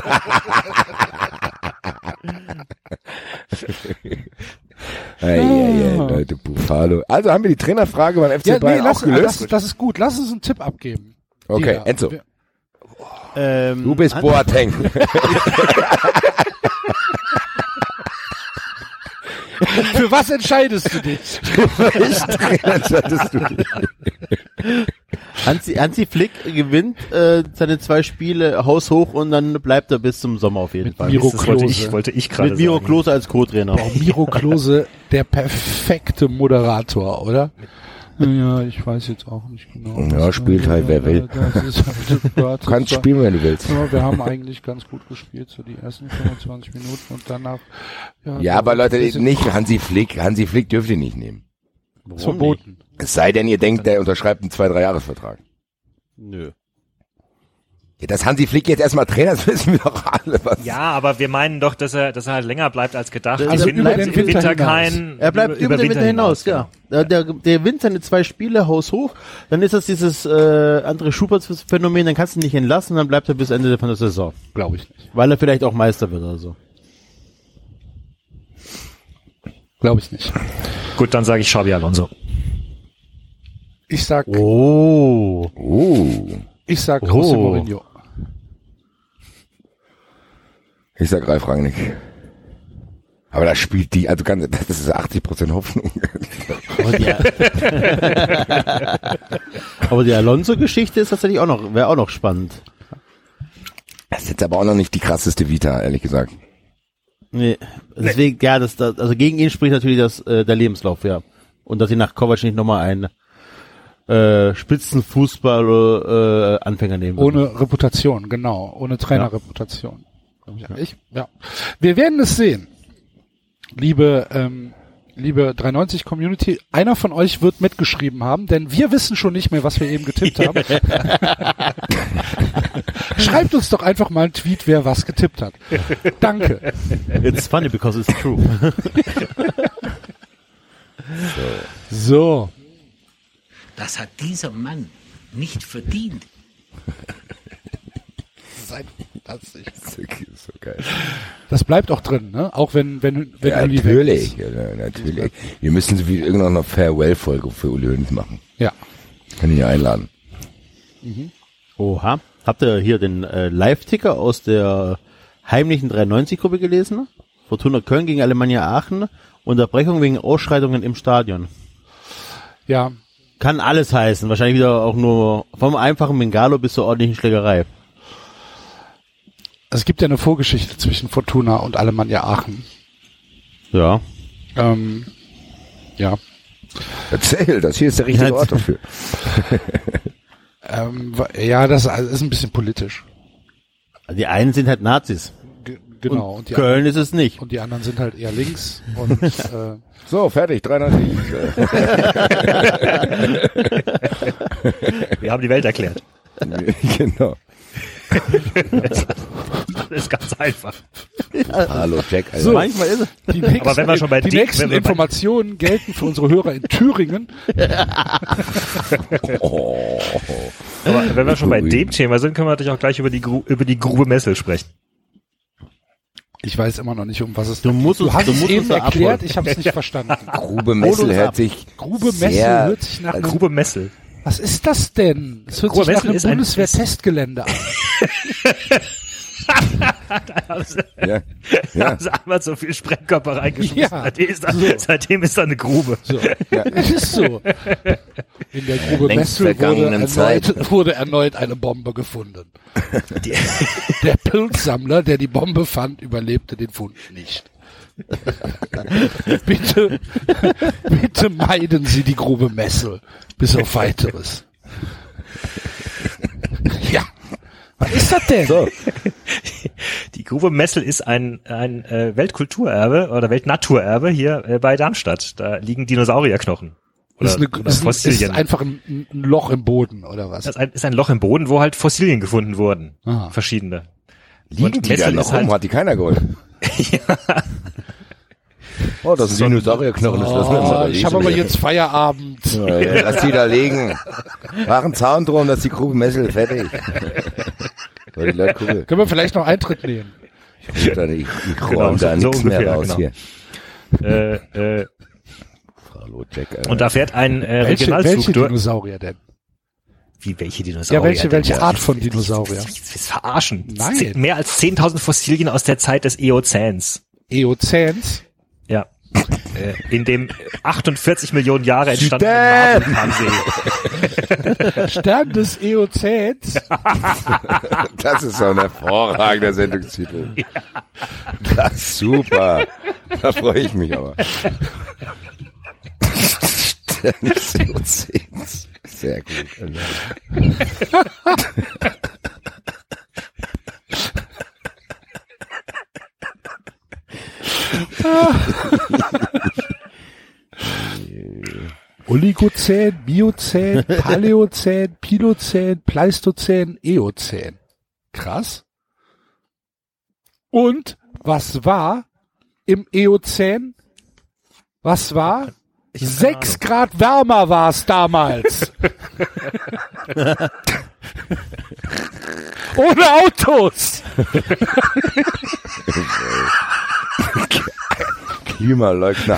Hey, hey, hey, Leute, Buffalo. Also haben wir die Trainerfrage beim F C ja, Bayern nee, lass, auch gelöst? Das, das ist gut. Lass uns einen Tipp abgeben. Okay, Jeder. Enzo. Ähm, du bist Boateng. Für was entscheidest du dich? Für welchen Trainer entscheidest du dich? Hansi, Hansi Flick gewinnt äh, seine zwei Spiele haushoch und dann bleibt er bis zum Sommer auf jeden Mit Fall. Miro das wollte ich, wollte ich gerade Mit Miro sagen. Klose als Co-Trainer. Boah, Miro Klose, der perfekte Moderator, oder? Ja, ich weiß jetzt auch nicht genau. Ja, spielt halt, wer will. Du kannst spielen, wenn du willst. Ja, wir haben eigentlich ganz gut gespielt, so die ersten fünfundzwanzig Minuten und danach. Ja, ja aber Leute, nicht Hansi Flick. Hansi Flick dürft ihr nicht nehmen. Warum verboten. Nicht? Es sei denn, ihr denkt, der unterschreibt einen zwei, drei Jahresvertrag. Nö. Ja, dass Hansi Flick jetzt erstmal Trainer ist, wissen wir doch alle. Was. Ja, aber wir meinen doch, dass er, dass er halt länger bleibt als gedacht. Also Im über Winter, den Winter, Winter kein, er bleibt über, über den Winter hinaus, hinaus ja. Der, der gewinnt seine zwei Spiele haushoch, dann ist das dieses äh, andere Schuberts-Phänomen, dann kannst du ihn nicht entlassen, dann bleibt er bis Ende von der Saison. Glaube ich nicht. Weil er vielleicht auch Meister wird oder so. Glaube ich nicht. Gut, dann sage ich Xabi Alonso. Ich sag. Oh. Oh. Ich sag José oh. Mourinho. Ich sag Ralf Rangnick. Aber das spielt die, also ganz, das ist achtzig Prozent Hoffnung. Aber die, aber die Alonso-Geschichte ist tatsächlich auch noch, wäre auch noch spannend. Das ist jetzt aber auch noch nicht die krasseste Vita, ehrlich gesagt. Nee, deswegen, ja, das, das, also gegen ihn spricht natürlich das, äh, der Lebenslauf, ja. Und dass sie nach Kovac nicht nochmal einen äh, Spitzenfußball-Anfänger äh, nehmen. Ohne Reputation, genau. Ohne Trainerreputation. Ja. Ich, ja. Wir werden es sehen. Liebe, ähm, liebe dreihundertneunzig Community, einer von euch wird mitgeschrieben haben, denn wir wissen schon nicht mehr, was wir eben getippt haben. Schreibt uns doch einfach mal einen Tweet, wer was getippt hat. Danke. It's funny because it's true. So. Das hat dieser Mann nicht verdient. Das ist so geil. Das bleibt auch drin, ne? Auch wenn, wenn, wenn ja, Uli natürlich, weg ist. Ja, natürlich. Wir müssen so wie irgendeine Farewell-Folge für Uli Hoeneß machen. Ja. Kann ich ihn einladen. Mhm. Oha. Habt ihr hier den äh, Live-Ticker aus der heimlichen dreiundneunzig-Gruppe gelesen? Fortuna Köln gegen Alemannia Aachen. Unterbrechung wegen Ausschreitungen im Stadion. Ja. Kann alles heißen. Wahrscheinlich wieder auch nur vom einfachen Bengalo bis zur ordentlichen Schlägerei. Es gibt ja eine Vorgeschichte zwischen Fortuna und Alemannia Aachen. Ja. Ähm, ja. Erzähl, das hier ist der richtige Ort dafür. ähm, ja, das ist ein bisschen politisch. Die einen sind halt Nazis. G- genau. Und und die Köln anderen, ist es nicht. Und die anderen sind halt eher links. Und äh, so, fertig, dreiundneunzig. Wir haben die Welt erklärt. Genau. Das ist ganz einfach. Ja. Hallo Jack. Also so, manchmal ist es. Die nächsten, aber wenn wir schon bei die D- nächsten Informationen gelten für unsere Hörer in Thüringen. Oh. Aber wenn wir schon bei dem Thema sind, können wir natürlich auch gleich über die, Gru- über die Grube Messel sprechen. Ich weiß immer noch nicht, um was es du musst Du hast du es musst eben es erklärt, ich habe es nicht verstanden. Grube Messel hört sich Grube Messel sehr, hört sich nach Grube Messel. Was ist das denn? Das hört Grube sich nach Messel einem ist ein- Bundeswehr-Testgelände an. da haben sie, Ja. da Ja. haben sie einmal so viel Sprengkörper reingeschmissen. Ja. Seitdem, ist da, So. seitdem ist da eine Grube. So. Ja. Es ist so. In der Grube Längst Messel wurde vergangenen Zeit. erneut, wurde erneut eine Bombe gefunden. Die, Der Pilzsammler, der die Bombe fand, überlebte den Fund nicht. bitte, bitte meiden Sie die Grube Messel bis auf Weiteres. Ja. Was ist das denn? So. die Grube Messel ist ein, ein äh, Weltkulturerbe oder Weltnaturerbe hier äh, bei Darmstadt. Da liegen Dinosaurierknochen. Oder, ist, eine, oder ist, ein, Fossilien. ist einfach ein, ein Loch im Boden, oder was? Das ist ein, ist ein Loch im Boden, wo halt Fossilien gefunden wurden. Aha. Verschiedene. Liegen Und die da Messel noch ist rum? halt- Hat die keiner geholt? ja. Oh, das sind Dinosaurierknochen. Das lassen wir uns Oh, aber ich habe aber jetzt Feierabend. Ja, ja, lass die da liegen. Mach einen Zaun drum, dass die Grube Messel fertig. Weil die Leute gucken. Können wir vielleicht noch Eintritt nehmen? Ich, ich, ich, ich räume Genau, da so- so nichts mehr ungefähr, raus genau. hier. äh, äh, Hallo Jack. Äh. und da fährt ein äh, Welche, Regionalzug welche durch. Dinosaurier denn? Wie, welche Dinosaurier? Ja, welche, denn? welche Art von Dinosaurier? Das ist verarschen. Nein. Zehn- Mehr als zehntausend Fossilien aus der Zeit des Eozäns. Eozäns? Ja. Äh, in dem achtundvierzig Millionen Jahre entstandenen Marvulkansee. Stern des Eozäns? Das ist so ein hervorragender Sendungstitel. Ja. Das ist super. Da freue ich mich aber. Stern des Eozäns. Sehr gut. Oligozän, Miozän, Paläozän, Pilozän, Pleistozän, Eozän. Krass. Und was war im Eozän? Was war? Sechs Grad wärmer war es damals. Ohne Autos. Klimaleugner.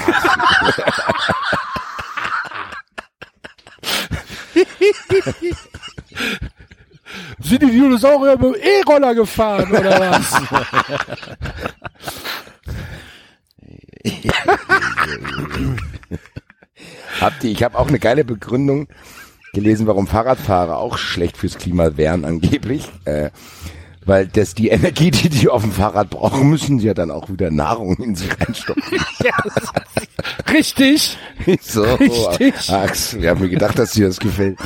Sind die Dinosaurier mit dem E-Roller gefahren, oder was? Habt ihr, ich habe auch eine geile Begründung gelesen, warum Fahrradfahrer auch schlecht fürs Klima wären angeblich. Äh, weil das die Energie, die die auf dem Fahrrad brauchen, müssen sie ja dann auch wieder Nahrung in sich reinstopfen. Ja, richtig. So, Richtig. Axel, ich habe mir gedacht, dass dir das gefällt.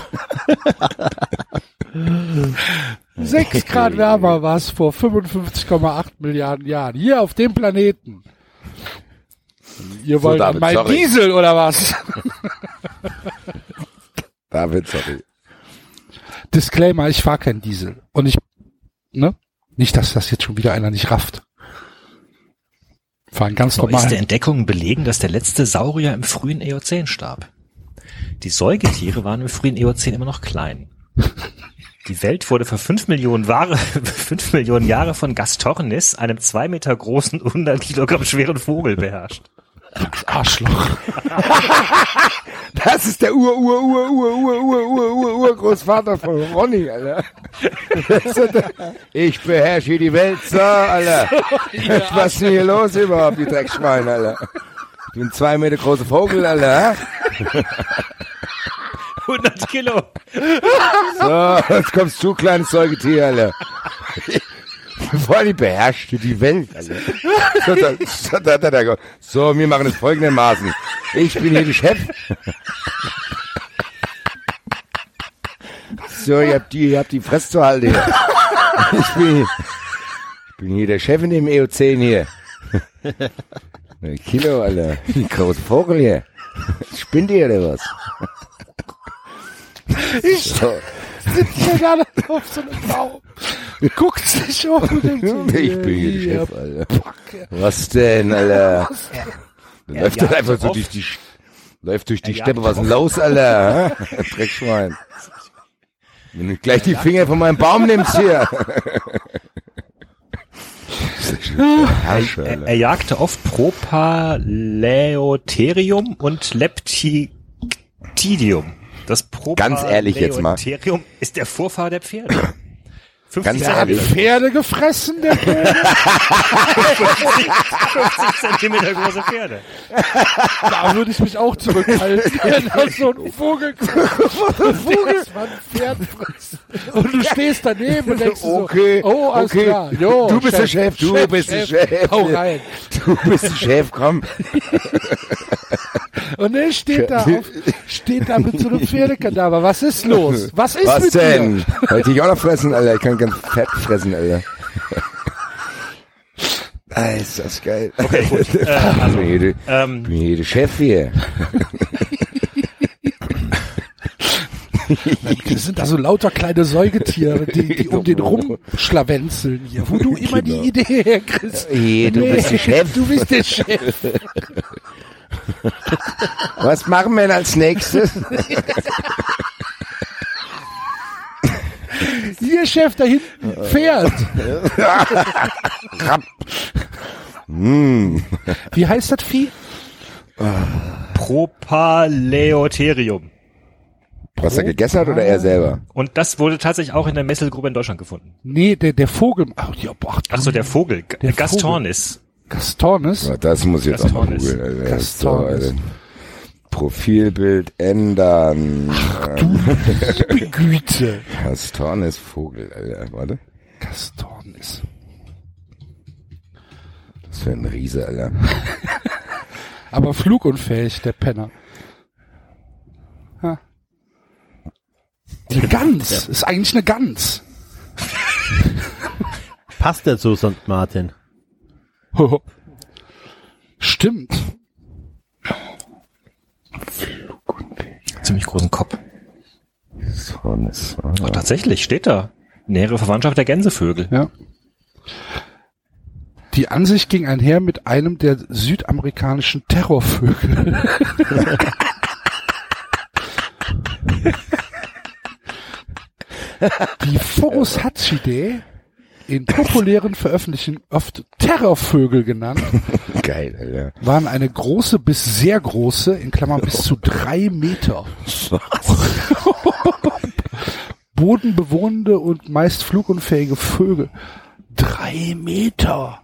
Sechs Grad wärmer war es vor fünfundfünfzig Komma acht Milliarden Jahren. Hier auf dem Planeten. Ihr So, wollt David, mein sorry. Diesel oder was? David, sorry. Disclaimer, ich fahre kein Diesel. Und ich, ne? Nicht, dass das jetzt schon wieder einer nicht rafft. Fahren ganz normal. Neueste Entdeckungen belegen, dass der letzte Saurier im frühen Eozän starb. Die Säugetiere waren im frühen Eozän immer noch klein. Die Welt wurde vor fünf Millionen, Ware, fünf Millionen Jahre von Gastornis, einem zwei Meter großen, hundert Kilogramm schweren Vogel beherrscht. Arschloch. Das ist der Ur, Ur, Ur, Ur, Ur, Ur, Ur, Ur, Urgroßvater von Ronny, Alter. Ich beherrsche die Welt, so, Alter. Was ist denn hier los überhaupt, die Dreckschweine, Alter? Ich bin ein zwei Meter großer Vogel, Alter. hundert Kilo. So, jetzt kommst du, kleines Säugetier, Alter. Vor allem beherrscht die Welt, Alter. So, da, so, da, da, da, so, wir machen es folgendermaßen. Ich bin hier der Chef. So, ihr habt die, ihr habt die Fresse zu halten hier. Ich bin, ich bin hier der Chef in dem E O zehn hier. Ein Kilo, Alter. Ein großer Vogel hier. Spinnt ihr oder was? Ich so. sitze da auf so einem Baum. Guckt sich um und denkt so, ich bin hier der Chef, Alter. Was denn, Alter? Ja, läuft doch einfach so durch die, läuft durch die Steppe. Was ist denn los, Alter? Dreckschwein. Wenn du gleich die Finger von meinem Baum nimmst hier. Er, er, er jagte oft Propaleotherium und Leptitidium. Das Ganz ehrlich jetzt mal. Propaleotherium ist der Vorfahr der Pferde. Ganz der hat Pferde gefressen, der Pferde. fünfzig Zentimeter große Pferde. Da würde ich mich auch zurückhalten. Wenn da so ein Vogel kommt, Vogel, man Pferd frisst. Und du stehst daneben und denkst okay, so, oh, alles okay. klar. Jo, du bist Chef, der Chef, du Chef, bist Chef, der Chef. Hau rein. Du bist der Chef, komm. Und er steht da auf, steht da mit so einem Pferdekadaver. Was ist los? Was ist Was mit denn? dir? Wollte ich auch noch fressen, Alter. Ich kann ganz fett fressen, Alter. Ah, ist das geil. Okay, gut. Äh, also, ich bin hier, ähm, bin hier der Chef hier. Das sind da so lauter kleine Säugetiere, die, die um den rumschlawenzeln hier, wo du immer die Idee herkriegst. Hey, du Nee, bist der Chef. Du bist der Chef. Was machen wir denn als nächstes? Hier, Chef, da hinten, Pferd. hm. Wie heißt das Vieh? Propaleotherium. Was er gegessen hat oder er selber? Und das wurde tatsächlich auch in der Messelgrube in Deutschland gefunden. Nee, der, der Vogel. Ach, ja, boah, Ach so, der Vogel. Der Gastornis. Gastornis? Ja, das muss ich jetzt auch mal Gastornis. googeln. Alter. Gastornis. So, Alter. Profilbild ändern. Ach du liebe Güte. Gastornis Vogel, Alter. Warte. Gastornis. Das wäre ein Riese, Alter. Aber flugunfähig, der Penner. Ha. Die Gans. Ja. Ist eigentlich eine Gans. Passt der zu Sankt Martin? Stimmt. Ziemlich großen Kopf. Gastornis. Ah. Ach, tatsächlich, steht da. Nähere Verwandtschaft der Gänsevögel. Ja. Die Ansicht ging einher mit einem der südamerikanischen Terrorvögel. Die Phorushachidae, in populären Veröffentlichungen oft Terrorvögel genannt, Geil, Alter. waren eine große bis sehr große, in Klammern bis zu drei Meter, bodenbewohnende und meist flugunfähige Vögel. Drei Meter!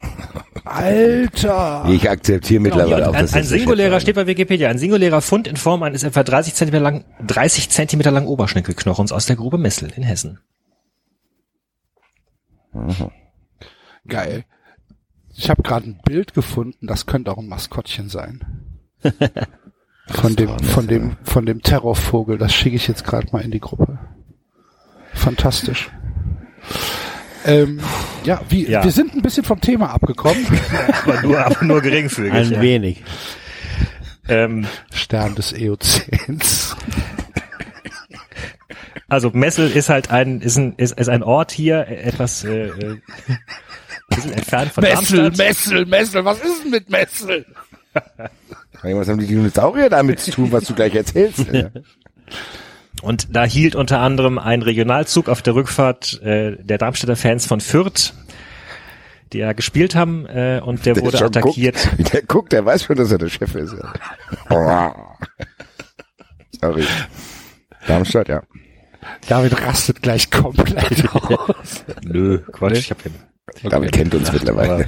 Alter! Ich akzeptiere mittlerweile auch, ein, dass ein das der singulärer, Chef steht bei Wikipedia, ein singulärer Fund in Form eines etwa dreißig Zentimeter lang, dreißig Zentimeter langen Oberschenkelknochens aus der Grube Messel in Hessen. war. Geil. Ich habe gerade ein Bild gefunden, das könnte auch ein Maskottchen sein. Von dem, von dem, von dem Terrorvogel. Das schicke ich jetzt gerade mal in die Gruppe. Fantastisch. Ähm, ja, wie, Ja. wir sind ein bisschen vom Thema abgekommen. Aber nur, aber nur geringfügig. Ein ja. wenig. Ähm, Stern des Eozäns. also Messel ist halt ein, ist ein, ist, ist ein Ort hier, etwas, äh, äh, ein bisschen entfernt von Messel, Darmstadt. Messel, Messel, was ist denn mit Messel? Was haben die Dinosaurier damit zu tun, was du gleich erzählst? Alter? Und da hielt unter anderem ein Regionalzug auf der Rückfahrt äh, der Darmstädter Fans von Fürth, die ja gespielt haben, äh, und der, Der wurde schon attackiert. Guckt, der guckt, der weiß schon, dass er der Chef ist. Ja. Sorry. Darmstadt, ja. David rastet gleich komplett aus. Nö, Quatsch, ich hab ihn. David kennt uns mittlerweile.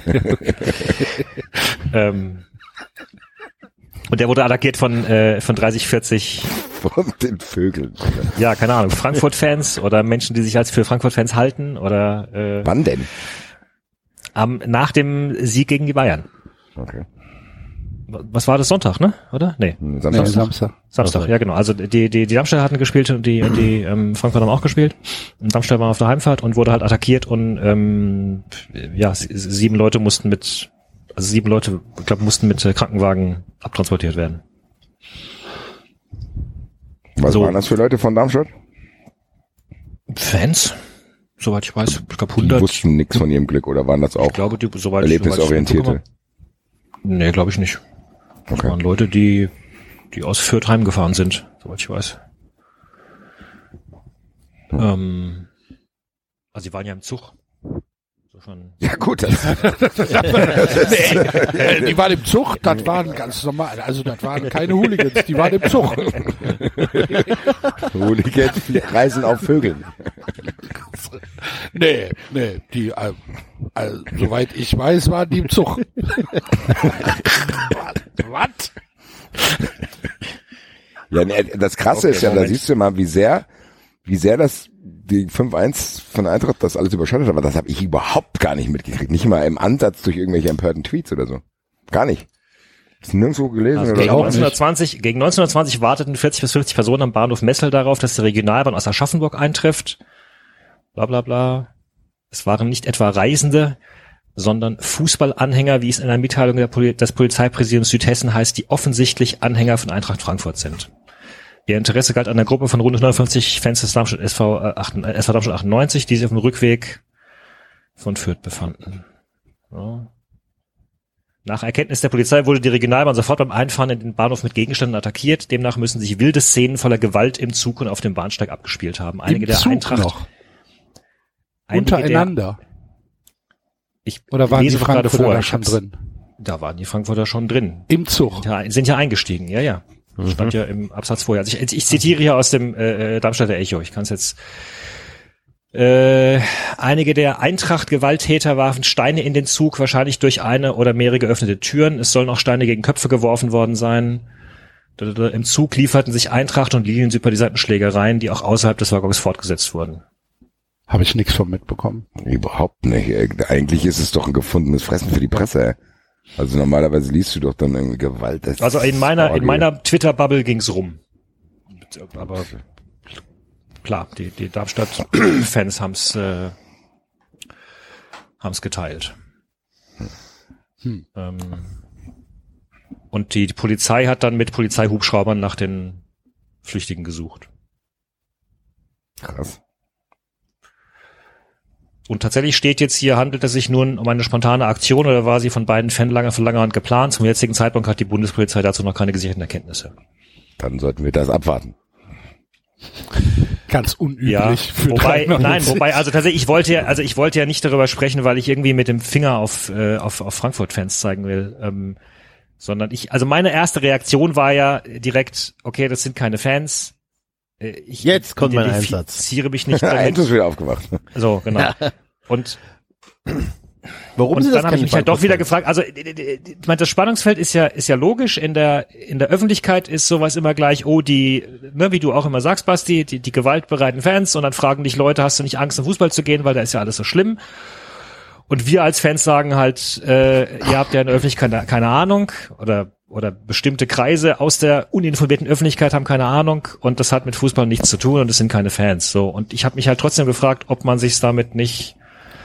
ähm, und der wurde attackiert von äh, von dreißig, vierzig von den Vögeln. Ja, keine Ahnung, Frankfurt-Fans oder Menschen, die sich als für Frankfurt-Fans halten oder äh, wann denn? Am, nach dem Sieg gegen die Bayern. Okay. Was war das, Sonntag, ne? Oder? Nee. Samstag. Nee, Samstag. Samstag, ja genau. Also die die die Darmstädter hatten gespielt und die und die ähm, Frankfurter haben auch gespielt. Und Darmstadt war auf der Heimfahrt und wurde halt attackiert und ähm, ja, sieben Leute mussten mit also sieben Leute, ich glaube, mussten mit Krankenwagen abtransportiert werden. Was so, waren das für Leute von Darmstadt? Fans, soweit ich weiß. Ich glaube hundert. Die wussten nichts von ihrem Glück oder waren das auch ich glaube, die, soweit erlebnisorientierte? Ich, nee, glaube ich nicht. Das okay. waren Leute, die die aus Fürth heimgefahren sind, soweit ich weiß. Hm. Ähm, also die waren ja im Zug. So schon. Ja gut. Das nee, die waren im Zug, das waren ganz normal. Also das waren keine Hooligans, die waren im Zug. Hooligans reisen auf Vögeln. Nee, nee, die, äh, also, soweit ich weiß, waren die im Zug. Was? Ja, nee, das Krasse okay, ist ja, Moment. Da siehst du mal, wie sehr, wie sehr das die fünf eins von Eintracht das alles überschattet, aber das habe ich überhaupt gar nicht mitgekriegt. Nicht mal im Ansatz durch irgendwelche empörten Tweets oder so. Gar nicht. Das ist nirgendwo gelesen also oder gegen auch neunzehnhundertzwanzig, gegen neunzehnhundertzwanzig warteten vierzig bis fünfzig Personen am Bahnhof Messel darauf, dass die Regionalbahn aus Aschaffenburg eintrifft. Bla bla bla. Es waren nicht etwa Reisende, sondern Fußballanhänger, wie es in einer Mitteilung der Poli- des Polizeipräsidiums Südhessen heißt, die offensichtlich Anhänger von Eintracht Frankfurt sind. Ihr Interesse galt einer Gruppe von rund hundertfünfzig Fans des Darmstadt S V, äh, S V Darmstadt achtundneunzig, die sich auf dem Rückweg von Fürth befanden. Ja. Nach Erkenntnis der Polizei wurde die Regionalbahn sofort beim Einfahren in den Bahnhof mit Gegenständen attackiert. Demnach müssen sich wilde Szenen voller Gewalt im Zug und auf dem Bahnsteig abgespielt haben. Einige Im der Zug Eintracht noch. Untereinander. Der, ich Oder waren die lese gerade Frankfurter vor, da schon drin? Da waren die Frankfurter schon drin. Im Zug. Sind ja, sind ja eingestiegen, ja, ja. Mhm. Stand ja im Absatz vorher. Also ich, ich zitiere hier aus dem äh, Darmstädter Echo. Ich kann es jetzt. Äh, einige der Eintracht-Gewalttäter warfen Steine in den Zug, wahrscheinlich durch eine oder mehrere geöffnete Türen. Es sollen auch Steine gegen Köpfe geworfen worden sein. Im Zug lieferten sich Eintracht und Liniensympathisantenschlägereien, die auch außerhalb des Waggons fortgesetzt wurden. Habe ich nichts von mitbekommen. Überhaupt nicht. Eigentlich ist es doch ein gefundenes Fressen für die Presse. Also normalerweise liest du doch dann irgendwie Gewalt. Das also in meiner in meiner Twitter-Bubble ging's rum. Aber klar, die die Darmstadt-Fans haben's äh, haben's geteilt. Hm. Ähm, und die, die Polizei hat dann mit Polizeihubschraubern nach den Flüchtigen gesucht. Krass. Und tatsächlich steht jetzt hier, handelt es sich nun um eine spontane Aktion oder war sie von beiden Fanlangern von langer Hand geplant? Zum jetzigen Zeitpunkt hat die Bundespolizei dazu noch keine gesicherten Erkenntnisse. Dann sollten wir das abwarten. Ganz unüblich. Ja, für wobei, nein, wobei, also tatsächlich, ich wollte ja, also ich wollte ja nicht darüber sprechen, weil ich irgendwie mit dem Finger auf, äh, auf, auf Frankfurt-Fans zeigen will, ähm, sondern ich, also meine erste Reaktion war ja direkt, okay, das sind keine Fans. Ich Jetzt kommt mein Einsatz. Identifiziere mich nicht damit. Eins ist wieder aufgewacht. So, genau. Und warum und sind dann das habe ich mich halt doch wieder gefragt, also ich meine, das Spannungsfeld ist ja ist ja logisch, in der in der Öffentlichkeit ist sowas immer gleich, oh, die, ne, wie du auch immer sagst, Basti, die die gewaltbereiten Fans, und dann fragen dich Leute, hast du nicht Angst, in Fußball zu gehen, weil da ist ja alles so schlimm. Und wir als Fans sagen halt, äh, ihr habt ja in der Öffentlichkeit keine, keine Ahnung, oder oder bestimmte Kreise aus der uninformierten Öffentlichkeit haben keine Ahnung, und das hat mit Fußball nichts zu tun und es sind keine Fans. So, und ich habe mich halt trotzdem gefragt, ob man sich damit nicht,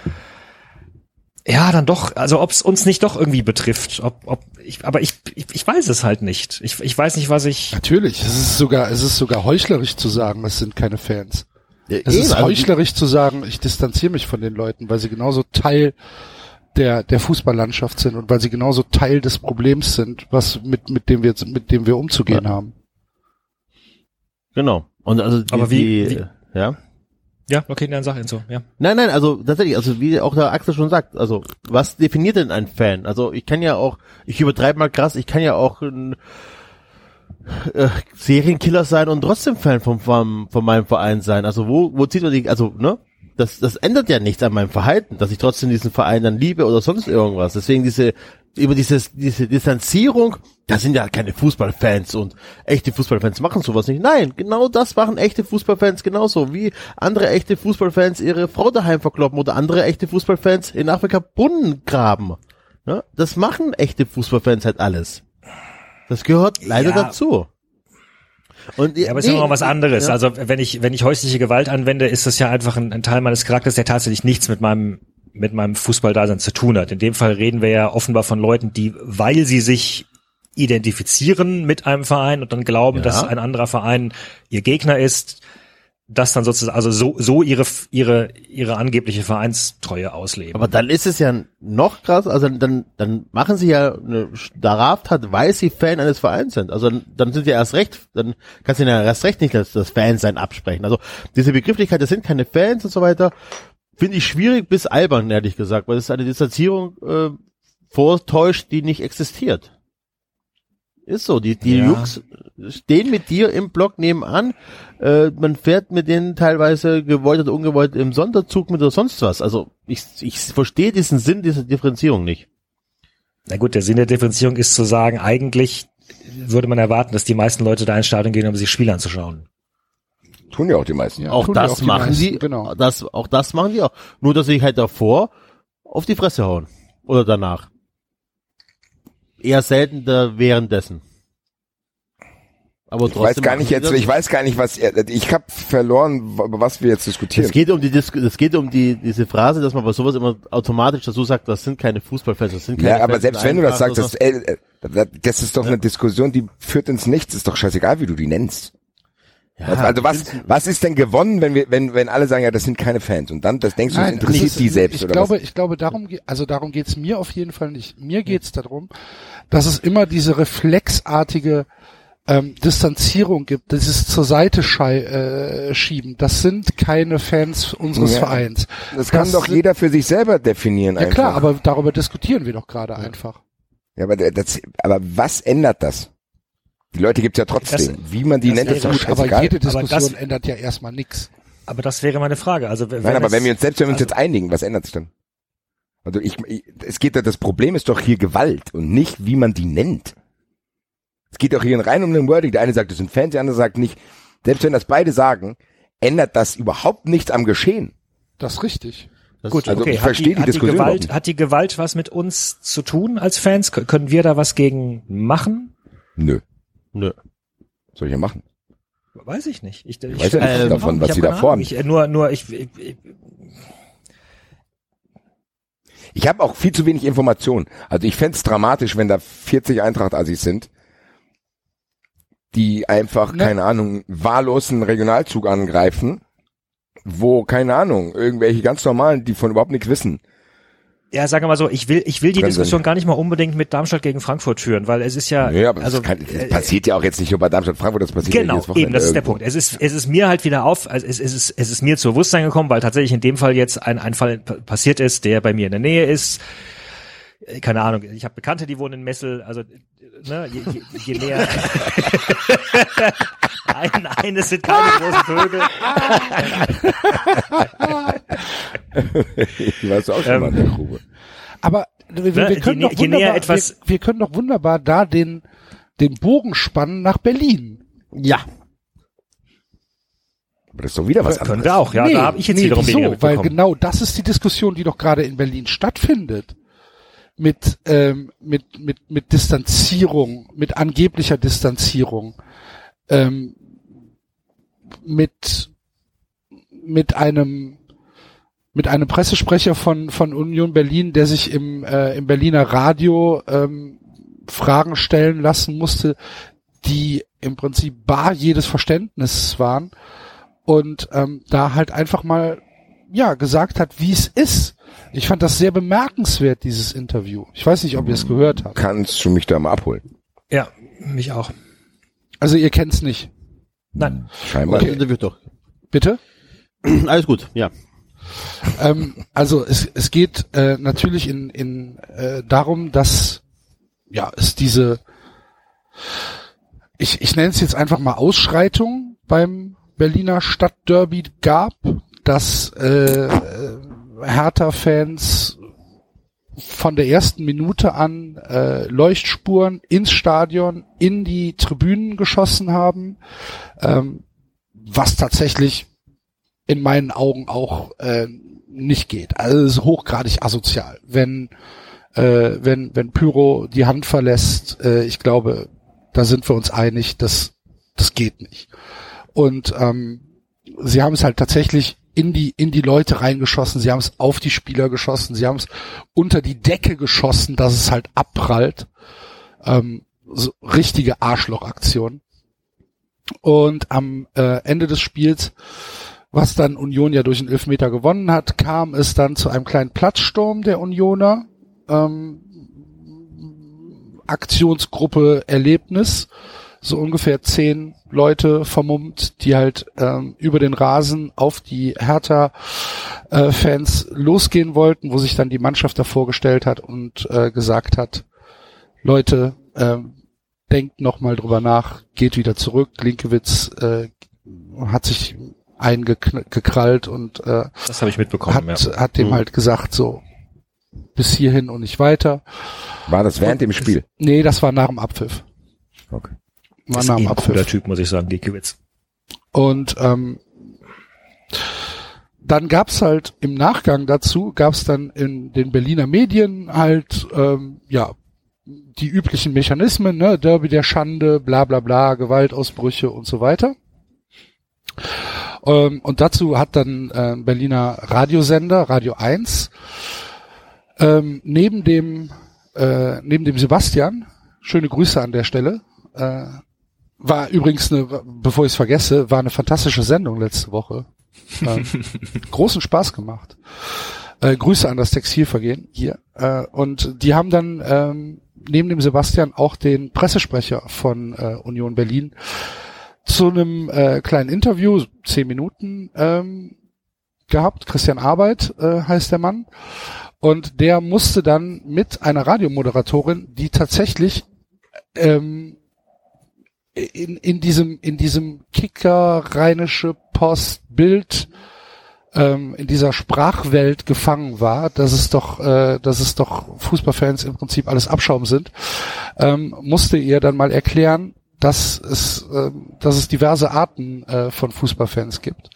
ja, dann doch, also ob es uns nicht doch irgendwie betrifft, ob, ob ich, aber ich, ich, ich weiß es halt nicht. Ich, ich weiß nicht, was ich. Natürlich, es ist sogar, es ist sogar heuchlerisch zu sagen, es sind keine Fans. Ja, es eben, ist also heuchlerisch zu sagen, ich distanziere mich von den Leuten, weil sie genauso Teil der der Fußballlandschaft sind und weil sie genauso Teil des Problems sind, was mit mit dem wir mit dem wir umzugehen ja. haben. Genau. Und also die, aber wie, die wie ja ja okay, dann sag ihn so, ja. Nein, nein, also tatsächlich, also wie auch der Axel schon sagt, also was definiert denn ein Fan? Also ich kann ja auch, ich übertreibe mal krass, ich kann ja auch ein äh, Serienkiller sein und trotzdem Fan vom, vom von meinem Verein sein. Also wo wo zieht man die, also ne? Das, das ändert ja nichts an meinem Verhalten, dass ich trotzdem diesen Verein dann liebe oder sonst irgendwas. Deswegen diese über dieses, diese Distanzierung, da sind ja keine Fußballfans und echte Fußballfans machen sowas nicht. Nein, genau das machen echte Fußballfans genauso, wie andere echte Fußballfans ihre Frau daheim verkloppen oder andere echte Fußballfans in Afrika Brunnen graben. Ja, das machen echte Fußballfans halt alles. Das gehört leider ja. dazu. Und, ja, aber es nee, ist immer noch was anderes. Ja. Also wenn ich wenn ich häusliche Gewalt anwende, ist das ja einfach ein, ein Teil meines Charakters, der tatsächlich nichts mit meinem mit meinem Fußballdasein zu tun hat. In dem Fall reden wir ja offenbar von Leuten, die, weil sie sich identifizieren mit einem Verein und dann glauben, ja. dass ein anderer Verein ihr Gegner ist, das dann sozusagen, also so, so ihre, ihre, ihre angebliche Vereinstreue ausleben. Aber dann ist es ja noch krass, also dann, dann machen sie ja eine Straftat, weil sie Fan eines Vereins sind. Also dann, dann sind sie erst recht, dann kannst du ja erst recht nicht das, das Fansein absprechen. Also diese Begrifflichkeit, das sind keine Fans und so weiter, finde ich schwierig bis albern, ehrlich gesagt, weil es eine Distanzierung äh, vortäuscht, die nicht existiert. Ist so, die, die ja. Jungs stehen mit dir im Block nebenan, äh, man fährt mit denen teilweise gewollt oder ungewollt im Sonderzug mit oder sonst was. Also ich, ich verstehe diesen Sinn dieser Differenzierung nicht. Na gut, der Sinn der Differenzierung ist zu sagen, eigentlich würde man erwarten, dass die meisten Leute da ins Stadion gehen, um sich Spiele anzuschauen. Tun ja auch die meisten. Ja, auch das auch machen meisten, die, genau. das, auch das machen die auch. Nur, dass sie halt davor auf die Fresse hauen. Oder danach. Eher seltener währenddessen. Aber ich weiß gar nicht jetzt, ich weiß gar nicht, was, ich habe verloren, über was wir jetzt diskutieren. Es geht um die, es geht um die, diese Phrase, dass man bei sowas immer automatisch dazu sagt, das sind keine Fußballfans, das sind keine Ja, aber Fans selbst wenn du das sagst, das, äh, das ist doch ja. eine Diskussion, die führt ins Nichts, ist doch scheißegal, wie du die nennst. Ja, also was, was ist denn gewonnen, wenn wir, wenn, wenn alle sagen, ja, das sind keine Fans und dann, das denkst du, Nein, das interessiert ist, die selbst ich oder glaube, was? Ich glaube, darum geht, also darum geht's mir auf jeden Fall nicht. Mir geht's darum, dass es immer diese reflexartige ähm, Distanzierung gibt, dieses zur Seite schei- äh, schieben. Das sind keine Fans unseres ja, Vereins. Das kann das doch sind, jeder für sich selber definieren. Ja einfach. Klar, aber darüber diskutieren wir doch gerade ja. einfach. Ja, aber das, aber was ändert das? Die Leute gibt's ja trotzdem. Das, Wie man die nennt, ist doch scheißegal. Aber jede Diskussion aber das, ändert ja erstmal nichts. Aber das wäre meine Frage. Also wenn Nein, aber wenn wir uns selbst, wenn wir uns also, jetzt einigen, was ändert sich dann? Also ich, ich, es geht ja, das Problem ist doch hier Gewalt und nicht, wie man die nennt. Es geht doch hier rein um den Wording. Der eine sagt, das sind Fans, der andere sagt nicht. Selbst wenn das beide sagen, ändert das überhaupt nichts am Geschehen. Das ist richtig. Das Gut, also okay. ich verstehe die, die hat Diskussion die Gewalt, hat die Gewalt was mit uns zu tun als Fans? Können wir da was gegen machen? Nö. Nö. Was soll ich ja machen? Weiß ich nicht. Ich, ich, ich weiß ja nicht ähm, davon, was sie da vorhaben. Ich, nur, nur, ich, ich, ich Ich habe auch viel zu wenig Informationen. Also ich fänd's dramatisch, wenn da vierzig Eintracht-Assis sind, die einfach, ne. keine Ahnung, wahllos einen Regionalzug angreifen, wo, keine Ahnung, irgendwelche ganz normalen, die von überhaupt nichts wissen. Ja, sagen wir mal so, ich will, ich will die Diskussion gar nicht mal unbedingt mit Darmstadt gegen Frankfurt führen, weil es ist ja, nee, aber also, das, kann, das äh, passiert ja auch jetzt nicht nur bei Darmstadt Frankfurt, das passiert genau, ja jedes Wochenende eben, das ist irgendwo. der Punkt. Es ist, es ist mir halt wieder auf, also es, es ist, es ist mir zu Bewusstsein gekommen, weil tatsächlich in dem Fall jetzt ein, ein Fall passiert ist, der bei mir in der Nähe ist. Keine Ahnung, ich habe Bekannte, die wohnen in Messel, also, ne, je, je, je näher. Nein, nein, es sind keine großen Vögel. Ich weiß auch schon ähm, mal in der Grube. Aber wir, wir, wir, können je, doch wunderbar, wir, wir können doch wunderbar da den, den Bogen spannen nach Berlin. Ja. Aber das ist doch wieder was anderes. Können wir auch, ja, nee, da habe ich jetzt nee, wiederum wieso? weniger mitbekommen. Weil genau das ist die Diskussion, die doch gerade in Berlin stattfindet. Mit, ähm, mit, mit, mit Distanzierung, mit angeblicher Distanzierung, ähm, mit, mit einem, mit einem Pressesprecher von, von Union Berlin, der sich im, äh, im Berliner Radio, ähm, Fragen stellen lassen musste, die im Prinzip bar jedes Verständnisses waren und, ähm, da halt einfach mal, ja, gesagt hat, wie es ist. Ich fand das sehr bemerkenswert, dieses Interview. Ich weiß nicht, ob ihr es gehört habt. Kannst du mich da mal abholen? Ja, mich auch. Also ihr kennt's nicht? Nein. Scheinbar. Okay, Interview doch. Bitte? Alles gut, ja. Ähm, also es, es geht äh, natürlich in, in äh, darum, dass ja es diese, ich, ich nenne es jetzt einfach mal Ausschreitung beim Berliner Stadtderby gab, dass äh, Hertha-Fans von der ersten Minute an äh, Leuchtspuren ins Stadion, in die Tribünen geschossen haben, ähm, was tatsächlich in meinen Augen auch äh, nicht geht. Also es ist hochgradig asozial. Wenn äh, wenn wenn Pyro die Hand verlässt, äh, ich glaube, da sind wir uns einig, das das geht nicht. Und ähm, sie haben es halt tatsächlich in die in die Leute reingeschossen, sie haben es auf die Spieler geschossen, sie haben es unter die Decke geschossen, dass es halt abprallt. Ähm, so richtige Arschlochaktion. Und am äh, Ende des Spiels, was dann Union ja durch den Elfmeter gewonnen hat, kam es dann zu einem kleinen Platzsturm der Unioner. Ähm, Aktionsgruppe Erlebnis. So ungefähr zehn Leute vermummt, die halt ähm, über den Rasen auf die Hertha-Fans äh, losgehen wollten, wo sich dann die Mannschaft davor gestellt hat und äh, gesagt hat, Leute, äh, denkt noch mal drüber nach, geht wieder zurück. Glinkewitz äh, hat sich eingekrallt und äh, das habe ich mitbekommen, hat, ja. hat dem mhm. halt gesagt, so bis hierhin und nicht weiter. War das während und, dem Spiel? Nee, das war nach dem Abpfiff. Okay. War das nach ist dem eh ein Abpfiff. cooler Typ, muss ich sagen, Glinkewitz. Und ähm, dann gab's halt im Nachgang dazu, gab's dann in den Berliner Medien halt ähm, ja die üblichen Mechanismen, ne, Derby der Schande, bla bla bla, Gewaltausbrüche und so weiter. Ähm, und dazu hat dann äh, Berliner Radiosender, Radio eins, ähm, neben dem äh, neben dem Sebastian, schöne Grüße an der Stelle, äh, war übrigens eine, bevor ich es vergesse, war eine fantastische Sendung letzte Woche. Ähm, großen Spaß gemacht. Äh, Grüße an das Textilvergehen hier. Äh, und die haben dann ähm, neben dem Sebastian auch den Pressesprecher von äh, Union Berlin zu einem äh, kleinen Interview, zehn Minuten, ähm, gehabt. Christian Arbeit äh, heißt der Mann. Und der musste dann mit einer Radiomoderatorin, die tatsächlich ähm, in, in diesem in diesem Kicker, Rheinische Post, Bild, ähm, in dieser Sprachwelt gefangen war, dass es doch, äh, dass es doch Fußballfans im Prinzip alles Abschaum sind, ähm, musste ihr dann mal erklären, dass es, äh, dass es diverse Arten äh, von Fußballfans gibt.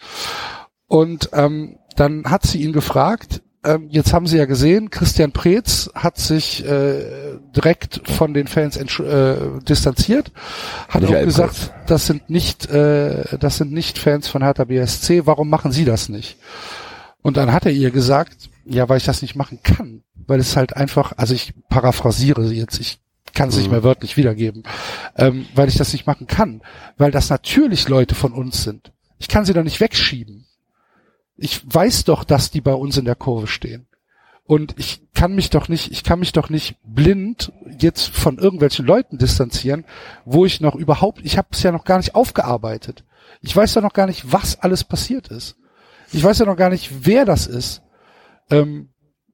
Und ähm, dann hat sie ihn gefragt. Ähm, jetzt haben Sie ja gesehen, Christian Preetz hat sich äh, direkt von den Fans entsch- äh, distanziert, hat auch gesagt, das sind nicht, äh, das sind nicht Fans von Hertha B S C. Warum machen Sie das nicht? Und dann hat er ihr gesagt, ja, weil ich das nicht machen kann, weil es halt einfach, also ich paraphrasiere jetzt, ich kann es mhm. nicht mehr wörtlich wiedergeben, ähm, weil ich das nicht machen kann, weil das natürlich Leute von uns sind. Ich kann sie doch nicht wegschieben. Ich weiß doch, dass die bei uns in der Kurve stehen. Und ich kann mich doch nicht, ich kann mich doch nicht blind jetzt von irgendwelchen Leuten distanzieren, wo ich noch überhaupt, ich habe es ja noch gar nicht aufgearbeitet. Ich weiß doch noch gar nicht, was alles passiert ist. Ich weiß ja noch gar nicht, wer das ist. Ähm,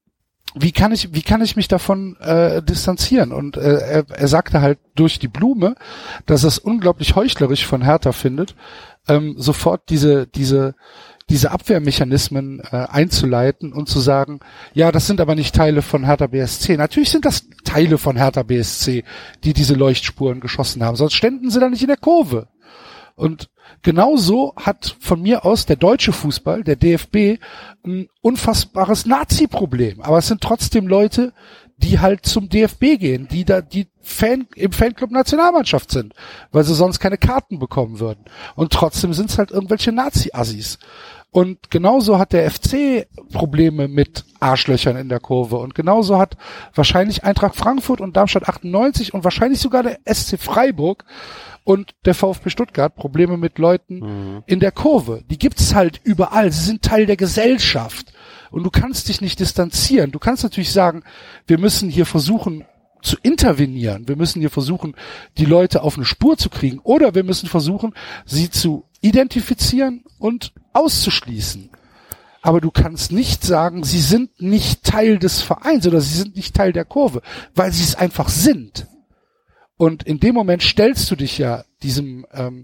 wie kann ich, wie kann ich mich davon äh, distanzieren? Und äh, er, er sagte halt durch die Blume, dass er es unglaublich heuchlerisch von Hertha findet, ähm, sofort diese, diese diese Abwehrmechanismen äh, einzuleiten und zu sagen, ja, das sind aber nicht Teile von Hertha B S C. Natürlich sind das Teile von Hertha B S C, die diese Leuchtspuren geschossen haben, sonst ständen sie da nicht in der Kurve. Und genauso hat von mir aus der deutsche Fußball, der D F B, ein unfassbares Nazi-Problem. Aber es sind trotzdem Leute, die halt zum D F B gehen, die da die Fan im Fanclub Nationalmannschaft sind, weil sie sonst keine Karten bekommen würden. Und trotzdem sind es halt irgendwelche Nazi-Assis. Und genauso hat der F C Probleme mit Arschlöchern in der Kurve. Und genauso hat wahrscheinlich Eintracht Frankfurt und Darmstadt achtundneunzig und wahrscheinlich sogar der S C Freiburg und der VfB Stuttgart Probleme mit Leuten mhm. in der Kurve. Die gibt's halt überall. Sie sind Teil der Gesellschaft. Und du kannst dich nicht distanzieren. Du kannst natürlich sagen, wir müssen hier versuchen zu intervenieren. Wir müssen hier versuchen, die Leute auf eine Spur zu kriegen. Oder wir müssen versuchen, sie zu identifizieren und auszuschließen. Aber du kannst nicht sagen, sie sind nicht Teil des Vereins oder sie sind nicht Teil der Kurve, weil sie es einfach sind. Und in dem Moment stellst du dich ja diesem ähm,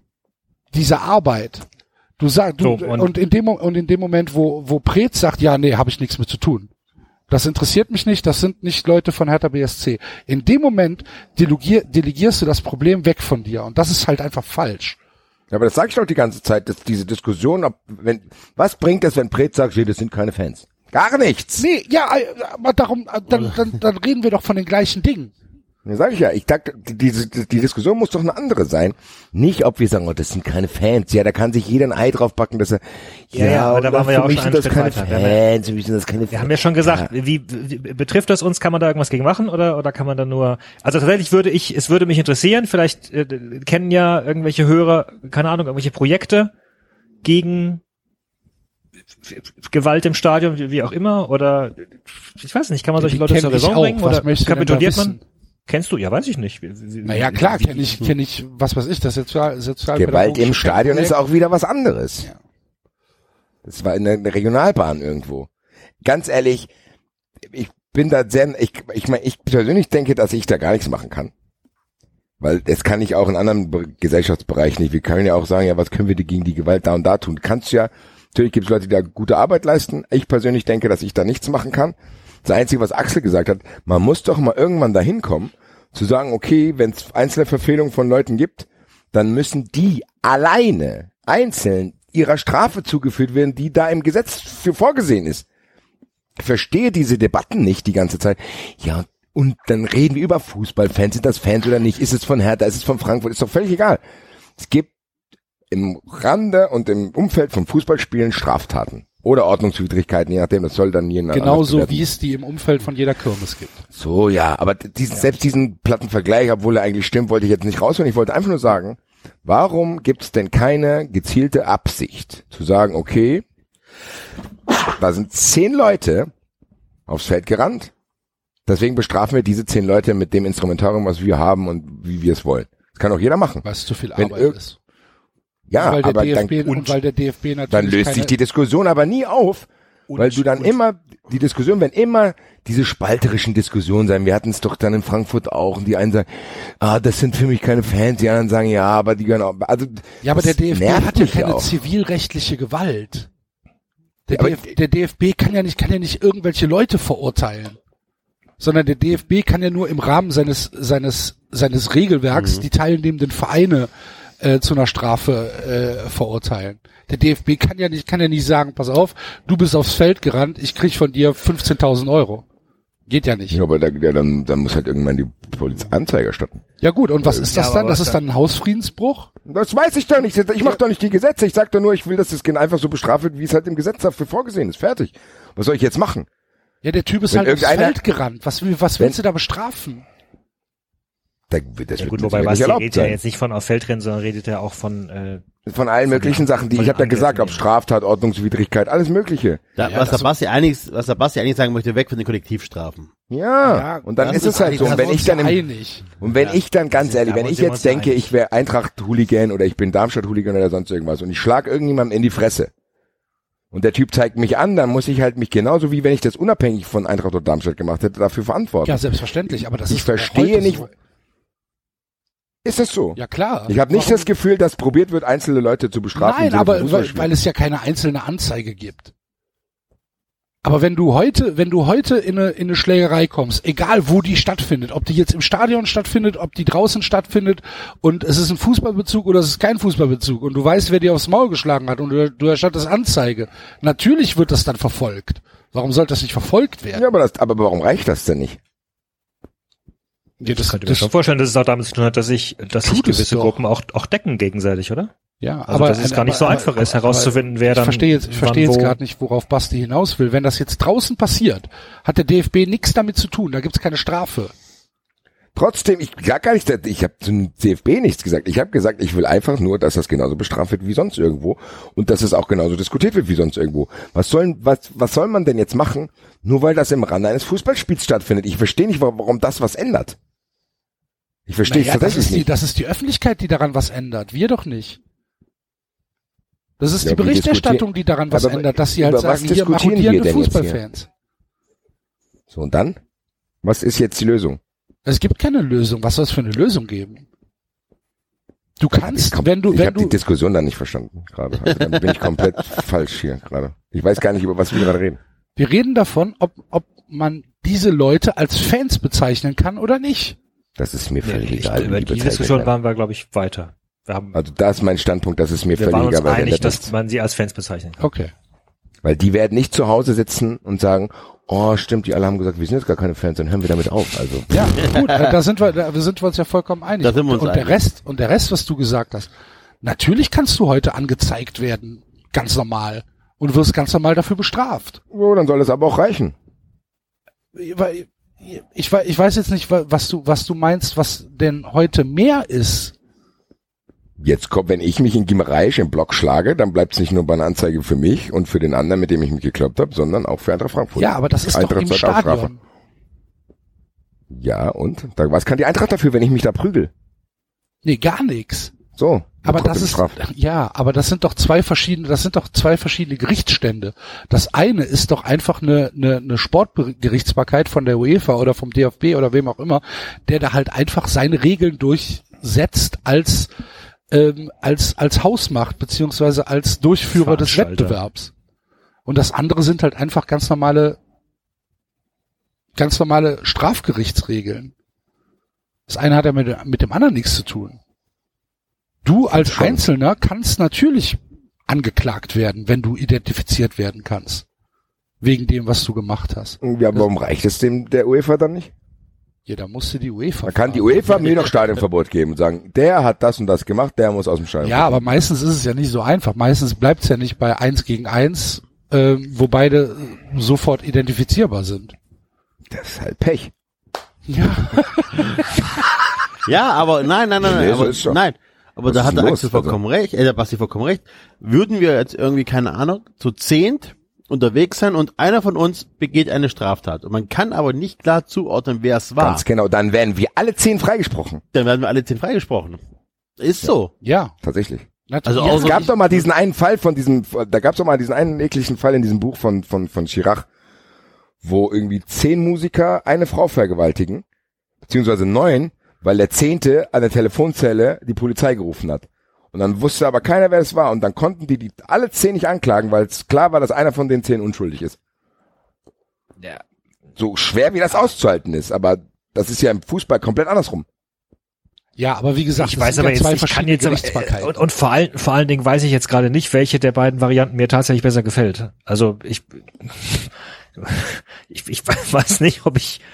dieser Arbeit. Du sagst, du, so, und, und in dem und in dem Moment, wo wo Preetz sagt, ja, nee, habe ich nichts mit zu tun. Das interessiert mich nicht, das sind nicht Leute von Hertha B S C. In dem Moment delegier, delegierst du das Problem weg von dir und das ist halt einfach falsch. Ja, aber das sage ich doch die ganze Zeit, dass diese Diskussion, ob, wenn, was bringt es, wenn Preetz sagt, das sind keine Fans? Gar nichts. Nee, ja, aber darum, dann, dann, dann reden wir doch von den gleichen Dingen. Ja, sag ich ja. Ich dachte, die, die, die Diskussion muss doch eine andere sein. Nicht, ob wir sagen, oh, das sind keine Fans. Ja, da kann sich jeder ein Ei drauf backen, dass er, ja, ja, aber da waren wir ja auch schon einen Schritt weiter. Fans, wie sind das keine Fans? Wir haben ja schon gesagt, ja. wie, wie betrifft das uns? Kann man da irgendwas gegen machen oder oder kann man da nur? Also tatsächlich würde ich, es würde mich interessieren. Vielleicht äh, kennen ja irgendwelche Hörer, keine Ahnung, irgendwelche Projekte gegen Gewalt im Stadion, wie, wie auch immer, oder ich weiß nicht, kann man solche Die Leute zur Raison bringen Was oder kapituliert man? wissen? Kennst du? Ja, weiß ich nicht. Wie, wie, naja, klar, kenne ich, kenne ich, was weiß ich, das Sozial, Sozial Gewalt im Stadion ist auch wieder was anderes. Ja. Das war in der, in der Regionalbahn irgendwo. Ganz ehrlich, ich bin da sehr, ich, ich meine, ich persönlich denke, dass ich da gar nichts machen kann. Weil das kann ich auch in anderen Be- Gesellschaftsbereichen nicht. Wir können ja auch sagen, ja, was können wir gegen die Gewalt da und da tun? Kannst du ja, natürlich gibt es Leute, die da gute Arbeit leisten. Ich persönlich denke, dass ich da nichts machen kann. Das Einzige, was Axel gesagt hat, man muss doch mal irgendwann dahin kommen, zu sagen, okay, wenn es einzelne Verfehlungen von Leuten gibt, dann müssen die alleine, einzeln, ihrer Strafe zugeführt werden, die da im Gesetz für vorgesehen ist. Ich verstehe diese Debatten nicht die ganze Zeit. Ja, und dann reden wir über Fußballfans, sind das Fans oder nicht, ist es von Hertha, ist es von Frankfurt, ist doch völlig egal. Es gibt im Rande und im Umfeld von Fußballspielen Straftaten. Oder Ordnungswidrigkeiten, je nachdem, das soll dann jeden genauso wie es die im Umfeld von jeder Kirmes gibt. So, ja, aber diesen, ja. selbst diesen platten Vergleich, obwohl er eigentlich stimmt, wollte ich jetzt nicht rausholen. Ich wollte einfach nur sagen, warum gibt es denn keine gezielte Absicht, zu sagen, okay, da sind zehn Leute aufs Feld gerannt, deswegen bestrafen wir diese zehn Leute mit dem Instrumentarium, was wir haben und wie wir es wollen. Das kann auch jeder machen. Weil es zu viel Wenn Arbeit ist. Ja, weil aber der D F B, dann, und weil der D F B natürlich dann löst sich die Diskussion aber nie auf, und, weil du dann und, immer, die Diskussion, wenn immer diese spalterischen Diskussionen sein, wir hatten es doch dann in Frankfurt auch, und die einen sagen, ah, das sind für mich keine Fans, die anderen sagen, ja, aber die gehören auch, also. Ja, aber der D F B hat ja keine auch. zivilrechtliche Gewalt. Der, ja, D F, der D F B kann ja nicht, kann ja nicht irgendwelche Leute verurteilen, sondern der D F B kann ja nur im Rahmen seines, seines, seines Regelwerks mhm. die teilnehmenden Vereine Äh, zu einer Strafe äh, verurteilen. Der D F B kann ja nicht, kann ja nicht sagen, pass auf, du bist aufs Feld gerannt, ich krieg von dir fünfzehntausend Euro. Geht ja nicht. Ja, aber da, ja, dann, dann muss halt irgendwann die Polizei Anzeige erstatten. Ja gut, und was ist das ja, dann? Das ist dann ein Hausfriedensbruch? Das weiß ich doch nicht. Ich mache doch nicht die Gesetze. Ich sag doch nur, ich will, dass das einfach so bestraft wird, wie es halt im Gesetz dafür vorgesehen ist. Fertig. Was soll ich jetzt machen? Ja, der Typ ist wenn halt aufs Feld gerannt. Was, was willst wenn, du da bestrafen? Da, das ja gut, wobei Basti redet ja jetzt nicht von auf Feldrennen, sondern redet ja auch von äh, von allen möglichen von, Sachen, die ich habe ja gesagt, ob Straftat, Ordnungswidrigkeit, alles Mögliche. Da, ja, was der Basti eigentlich, was der Basti eigentlich sagen möchte, weg von den Kollektivstrafen. Ja, ja und dann ist es halt so. Und wenn ich dann im, und wenn ja. ich dann ganz ehrlich, wenn ich jetzt denke, einig. ich wäre Eintracht-Hooligan oder ich bin Darmstadt-Hooligan oder sonst irgendwas und ich schlag irgendjemandem in die Fresse und der Typ zeigt mich an, dann muss ich halt mich genauso wie wenn ich das unabhängig von Eintracht oder Darmstadt gemacht hätte, dafür verantworten. Ja, selbstverständlich, aber das ich ist verstehe nicht. So. Ist das so? Ja, klar. Ich habe nicht Warum? das Gefühl, dass probiert wird, einzelne Leute zu bestrafen. Nein, aber weil, weil es ja keine einzelne Anzeige gibt. Aber wenn du heute, wenn du heute in eine, in eine Schlägerei kommst, egal wo die stattfindet, ob die jetzt im Stadion stattfindet, ob die draußen stattfindet und es ist ein Fußballbezug oder es ist kein Fußballbezug und du weißt, wer dir aufs Maul geschlagen hat und du, du erstattest Anzeige, natürlich wird das dann verfolgt. Warum sollte das nicht verfolgt werden? Ja, aber das, aber warum reicht das denn nicht? Ja, das, das könnte ich mir schon vorstellen, dass es auch damit zu tun hat, dass sich, dass sich gewisse Gruppen auch, auch decken gegenseitig, oder? Ja, also, aber dass es gar nicht aber, so einfach aber, ist, herauszufinden, wer ich dann. Verstehe jetzt, ich verstehe jetzt gerade nicht, worauf Basti hinaus will. Wenn das jetzt draußen passiert, hat der D F B nichts damit zu tun. Da gibt's keine Strafe. Trotzdem, ich sag gar nicht, ich habe zum D F B nichts gesagt. Ich habe gesagt, ich will einfach nur, dass das genauso bestraft wird wie sonst irgendwo und dass es auch genauso diskutiert wird wie sonst irgendwo. Was sollen, was, was soll man denn jetzt machen, nur weil das im Rande eines Fußballspiels stattfindet? Ich verstehe nicht, warum das was ändert. Ich verstehe es naja, tatsächlich das ist die, nicht. Das ist die Öffentlichkeit, die daran was ändert. Wir doch nicht. Das ist ja, die Berichterstattung, die daran was ändert, dass sie halt sagen, hier marodierende Fußballfans. So, und dann? Was ist jetzt die Lösung? Es gibt keine Lösung. Was soll es für eine Lösung geben? Du kannst, komm, wenn du, ich wenn hab du... Ich habe die Diskussion dann nicht verstanden gerade. Also, dann bin ich komplett falsch hier gerade. Ich weiß gar nicht, über was wir gerade reden. Wir reden davon, ob, ob man diese Leute als Fans bezeichnen kann oder nicht. Das ist mir völlig Nee, egal. ich, über wie die bezeichnet Diskussion werden. waren wir, glaube ich, weiter. Wir haben, Also da ist mein Standpunkt, das ist mir wir völlig waren uns egal. weil einig, der- dass man sie als Fans bezeichnen kann. Okay. Weil die werden nicht zu Hause sitzen und sagen, oh stimmt, die alle haben gesagt, wir sind jetzt gar keine Fans, dann hören wir damit auf. Also Ja, gut, äh, da sind wir, da sind wir uns ja vollkommen einig. Da sind wir uns und, und der einig. Rest, und der Rest, was du gesagt hast. Natürlich kannst du heute angezeigt werden, ganz normal. Und wirst ganz normal dafür bestraft. oh, dann soll es aber auch reichen. Weil, ich, wei- ich weiß jetzt nicht, wa- was du, was du meinst, was denn heute mehr ist. Jetzt kommt, wenn ich mich in Gimmereisch im Block schlage, dann bleibt es nicht nur bei einer Anzeige für mich und für den anderen, mit dem ich mich gekloppt habe, sondern auch für Eintracht Frankfurt. Ja, aber das ist doch Eintracht im zahlt auch Strafe. Stadion. Ja, und? Da, was kann die Eintracht dafür, wenn ich mich da prügel? Nee, gar nichts. So. Aber das trotzdem ist, bestraft. ja, aber das sind doch zwei verschiedene, das sind doch zwei verschiedene Gerichtsstände. Das eine ist doch einfach eine, eine, eine Sportgerichtsbarkeit von der UEFA oder vom D F B oder wem auch immer, der da halt einfach seine Regeln durchsetzt als, ähm, als, als Hausmacht, beziehungsweise als Durchführer des Veranstalter. Wettbewerbs. Und das andere sind halt einfach ganz normale, ganz normale Strafgerichtsregeln. Das eine hat ja mit, mit dem anderen nichts zu tun. Du als Schon. Einzelner kannst natürlich angeklagt werden, wenn du identifiziert werden kannst. Wegen dem, was du gemacht hast. Ja, warum reicht es dem der UEFA dann nicht? Ja, da musste die UEFA. Man kann die fragen. UEFA mir noch Stadionverbot geben und sagen, der hat das und das gemacht, der muss aus dem Stadion. Ja, aber meistens ist es ja nicht so einfach. Meistens bleibt es ja nicht bei eins gegen eins, äh, wo beide sofort identifizierbar sind. Das ist halt Pech. Ja. Ja, aber nein, nein, nein, nein, Nee, so aber, ist schon. nein. Aber Was da ist hat der los? Axel vollkommen Also- recht, äh, der Basti vollkommen recht. Würden wir jetzt irgendwie, keine Ahnung, zu zehnt unterwegs sein und einer von uns begeht eine Straftat. Und man kann aber nicht klar zuordnen, wer es war. Ganz genau, dann werden wir alle zehn freigesprochen. Dann werden wir alle zehn freigesprochen. Ist so. Ja. Tatsächlich. Also ja, auch Es so gab ich- doch mal diesen einen Fall von diesem, da gab es doch mal diesen einen ekligen Fall in diesem Buch von, von, von Chirac, wo irgendwie zehn Musiker eine Frau vergewaltigen, beziehungsweise neun, weil der zehnte an der Telefonzelle die Polizei gerufen hat. Und dann wusste aber keiner, wer es war. Und dann konnten die, die alle zehn nicht anklagen, weil es klar war, dass einer von den zehn unschuldig ist. Ja. So schwer wie das auszuhalten ist, aber das ist ja im Fußball komplett andersrum. Ja, aber wie gesagt, Ich es weiß sind aber ja jetzt, zwei ich kann verschiedene jetzt aber, Gerichtsbarkeiten. äh, und, und vor allen, vor allen Dingen weiß ich jetzt gerade nicht, welche der beiden Varianten mir tatsächlich besser gefällt. Also ich, ich, ich weiß nicht, ob ich,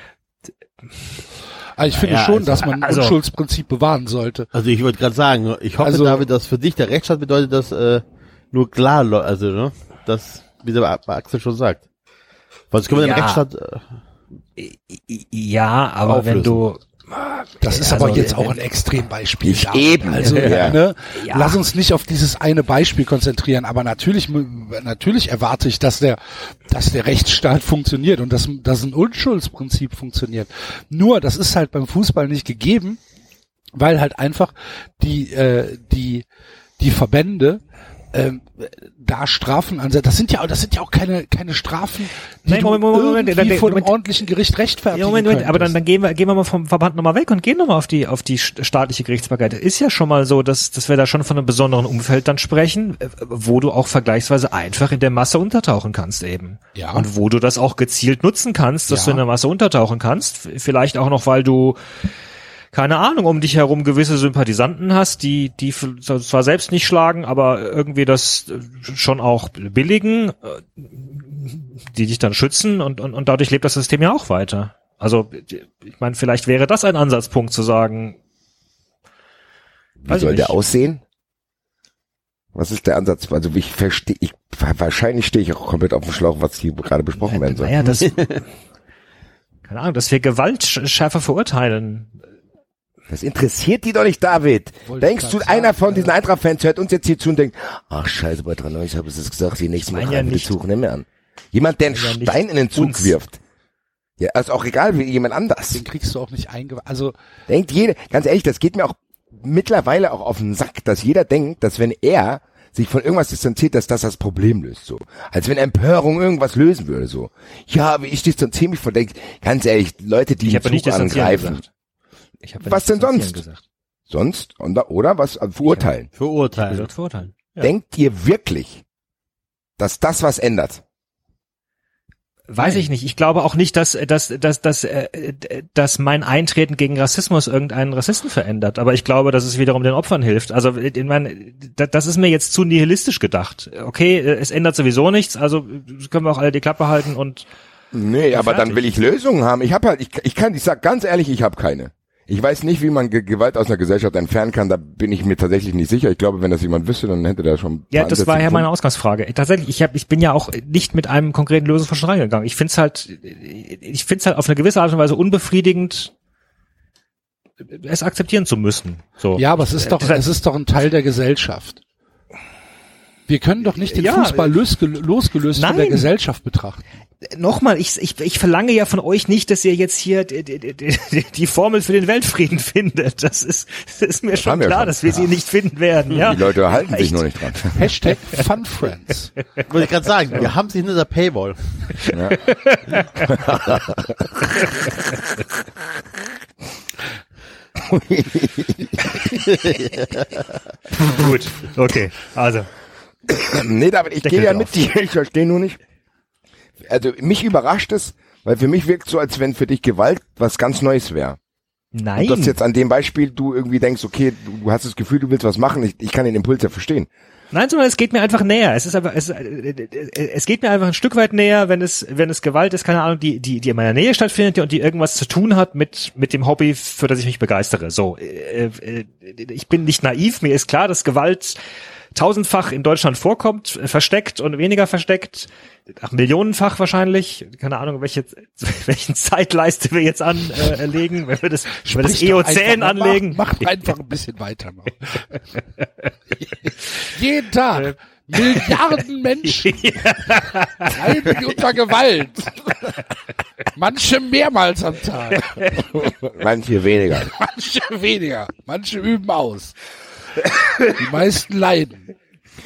Also ich finde Ja, schon, also- dass man also- Unschuldsprinzip bewahren sollte. Also ich wollte gerade sagen, ich hoffe, Also- David, dass für dich der Rechtsstaat bedeutet, dass äh, nur klar, lo- also ne, das, wie der Axel schon sagt. Was können wir den Ja. Rechtsstaat äh, ja, aber Auflösen. wenn du, Das ist Also, aber jetzt wenn- auch ein Extrembeispiel. Ich David. eben. Also, Ja. ne, Ja. lass uns nicht auf dieses eine Beispiel konzentrieren, aber natürlich, natürlich erwarte ich, dass der, dass der Rechtsstaat funktioniert und dass, dass ein Unschuldsprinzip funktioniert. Nur, das ist halt beim Fußball nicht gegeben, weil halt einfach die, äh, die, die Verbände, ähm, da Strafen ansetzen. Das sind ja, das sind ja auch keine, keine Strafen, die Nein, du Moment, Moment, Moment, irgendwie Moment, vor einem Moment. ordentlichen Gericht rechtfertigen ja, Moment, Moment, aber dann, könntest. dann gehen wir, gehen wir mal vom Verband nochmal weg und gehen nochmal auf die, auf die staatliche Gerichtsbarkeit. Es ist ja schon mal so, dass, dass wir da schon von einem besonderen Umfeld dann sprechen, äh, wo du auch vergleichsweise einfach in der Masse untertauchen kannst eben. Ja. Und wo du das auch gezielt nutzen kannst, dass Ja. du in der Masse untertauchen kannst. Vielleicht auch noch, weil du, keine Ahnung, um dich herum gewisse Sympathisanten hast, die, die zwar selbst nicht schlagen, aber irgendwie das schon auch billigen, äh, die dich dann schützen und, und, und dadurch lebt das System ja auch weiter. Also, ich meine, vielleicht wäre das ein Ansatzpunkt zu sagen, Wie Weiß soll ich der nicht. aussehen? Was ist der Ansatz? Also ich verstehe, ich wahrscheinlich stehe ich auch komplett auf dem Schlauch, was hier gerade besprochen werden soll. naja, das, keine Ahnung, dass wir Gewalt sch- schärfer verurteilen. Das interessiert die doch nicht, David. Wollte Denkst ich du, grad einer sagen, von diesen Eintracht-Fans hört uns jetzt hier zu und denkt, ach scheiße, bei drei neunzig habe ich es gesagt, die nächste Ich Woche meine ja einfach die nicht- Zug nicht mehr an. Jemand, der einen Ich meine ja nicht Stein in den Zug uns. wirft. Ja, ist auch egal wie jemand anders. Den kriegst du auch nicht einge... Also, Denkt jeder, ganz ehrlich, das geht mir auch mittlerweile auch auf den Sack, dass jeder denkt, dass wenn er sich von irgendwas distanziert, dass das das Problem löst, so. Als wenn Empörung irgendwas lösen würde, so. Ja, aber ich distanziere mich von, denk, ganz ehrlich, Leute, die Ich den habe ja nicht Zug distanzieren angreifen. gesagt. Ich hab ja Was nicht denn distanzieren sonst? Gesagt. Sonst, oder, oder was, also verurteilen. Ich verurteilen? hab gesagt, verurteilen. Ja. Denkt ihr wirklich, dass das was ändert? Weiß Nein. ich nicht. Ich glaube auch nicht, dass, dass, dass, dass, äh, dass mein Eintreten gegen Rassismus irgendeinen Rassisten verändert. Aber ich glaube, dass es wiederum den Opfern hilft. Also, ich meine, das ist mir jetzt zu nihilistisch gedacht. Okay, es ändert sowieso nichts, also können wir auch alle die Klappe halten und Nee, aber fertig. dann will ich Lösungen haben. Ich habe halt, ich, ich kann, ich sag ganz ehrlich, ich habe keine. Ich weiß nicht, wie man Ge- Gewalt aus einer Gesellschaft entfernen kann, da bin ich mir tatsächlich nicht sicher. Ich glaube, wenn das jemand wüsste, dann hätte der schon ein paar Ja, das Ansätze war ja gefunden. meine Ausgangsfrage. Tatsächlich, ich hab, ich bin ja auch nicht mit einem konkreten Lösungsvorschlag reingegangen. Ich find's halt, ich find's halt auf eine gewisse Art und Weise unbefriedigend, es akzeptieren zu müssen. So. Ja, aber es ist doch, Das heißt- es ist doch ein Teil der Gesellschaft. Wir können doch nicht den Ja, Fußball losgel- losgelöst von der nein. Gesellschaft betrachten. Nochmal, ich, ich, ich verlange ja von euch nicht, dass ihr jetzt hier die, die, die, die Formel für den Weltfrieden findet. Das ist, das ist mir schon haben wir klar, schon. dass wir sie nicht finden werden. Ja? Die Leute halten sich Echt. nur nicht dran. Hashtag FunFriends. Wollte ich gerade sagen, wir haben sie hinter der Paywall. Ja. Gut, okay, also. Nee, David, ich Deckel gehe ja drauf. mit dir, ich verstehe nur nicht. Also mich überrascht es, weil für mich wirkt so, als wenn für dich Gewalt was ganz Neues wäre. Nein. Und dass jetzt an dem Beispiel du irgendwie denkst, okay, du, du hast das Gefühl, du willst was machen, ich, ich kann den Impuls ja verstehen. Nein, sondern es geht mir einfach näher. Es ist einfach, es, äh, es geht mir einfach ein Stück weit näher, wenn es, wenn es Gewalt ist, keine Ahnung, die, die, die in meiner Nähe stattfindet und die irgendwas zu tun hat mit, mit dem Hobby, für das ich mich begeistere. So, äh, äh, ich bin nicht naiv. Mir ist klar, dass Gewalt tausendfach in Deutschland vorkommt, äh, versteckt und weniger versteckt, ach, millionenfach wahrscheinlich. Keine Ahnung, welche, welchen Zeitleiste wir jetzt anlegen, wenn wir das, wenn wir das Sprich doch Eozän einfach, anlegen. Mach, mach einfach ein bisschen weiter noch. Jeden Tag Milliarden Menschen leiden unter Gewalt. Manche mehrmals am Tag. Manche weniger. Manche weniger. Manche üben aus. Die meisten leiden.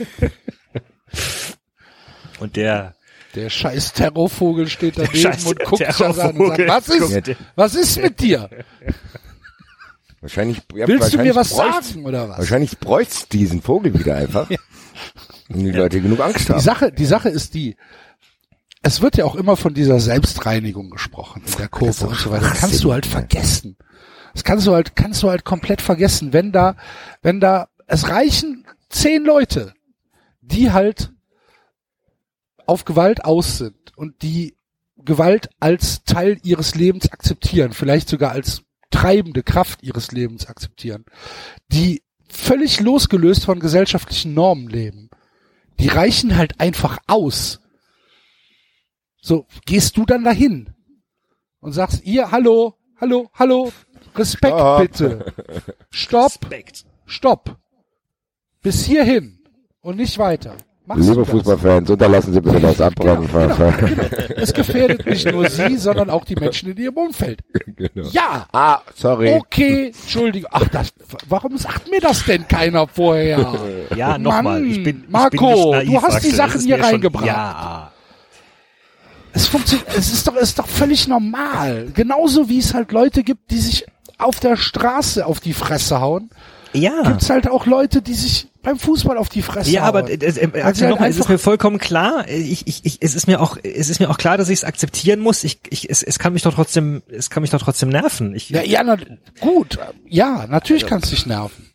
Und der Der scheiß Terrorvogel steht Der daneben scheiß und guckt das an und sagt, Terrorvogel. was ist, was ist mit dir? Wahrscheinlich, ja, Willst du mir wahrscheinlich was bräucht's- sagen oder was? Wahrscheinlich bräucht's diesen Vogel wieder einfach. Und die Leute genug Angst Die haben. Sache, die Sache ist die, es wird ja auch immer von dieser Selbstreinigung gesprochen in der Kurve und so weiter. Das kannst du halt vergessen. Das kannst du halt, kannst du halt komplett vergessen, wenn da, wenn da, es reichen zehn Leute, die halt auf Gewalt aus sind und die Gewalt als Teil ihres Lebens akzeptieren, vielleicht sogar als treibende Kraft ihres Lebens akzeptieren, die völlig losgelöst von gesellschaftlichen Normen leben. Die reichen halt einfach aus. So, gehst du dann dahin und sagst, ihr, hallo, hallo, hallo, Respekt Stopp. bitte. Stopp, Respekt. stopp. Bis hierhin und nicht weiter. Machst Liebe du das? Fußballfans, unterlassen Sie bitte das Abbrennen. Genau, genau. Es gefährdet nicht nur Sie, sondern auch die Menschen in Ihrem Umfeld. Genau. Ja. Ah, sorry. Okay, Entschuldigung. Ach, das, warum sagt mir das denn keiner vorher? Ja, nochmal. Ich bin, ich Marco, bin nicht naiv, du hast Axel. die Das Sachen ist hier mir schon- reingebracht. Ja. Es funktioniert, es ist doch, es ist doch völlig normal. Genauso wie es halt Leute gibt, die sich auf der Straße auf die Fresse hauen. Ja. Gibt's halt auch Leute, die sich beim Fußball auf die Fresse Ja, hauen. aber äh, äh, Weil sie Axel, halt nochmal, es ist einfach- mir vollkommen klar. Ich, ich, ich, es ist mir auch, es ist mir auch klar, dass ich es akzeptieren muss. Ich, ich, es, es kann mich doch trotzdem, es kann mich doch trotzdem nerven. Ich, Ja, ja, na, gut. Ja, natürlich kann's dich nerven.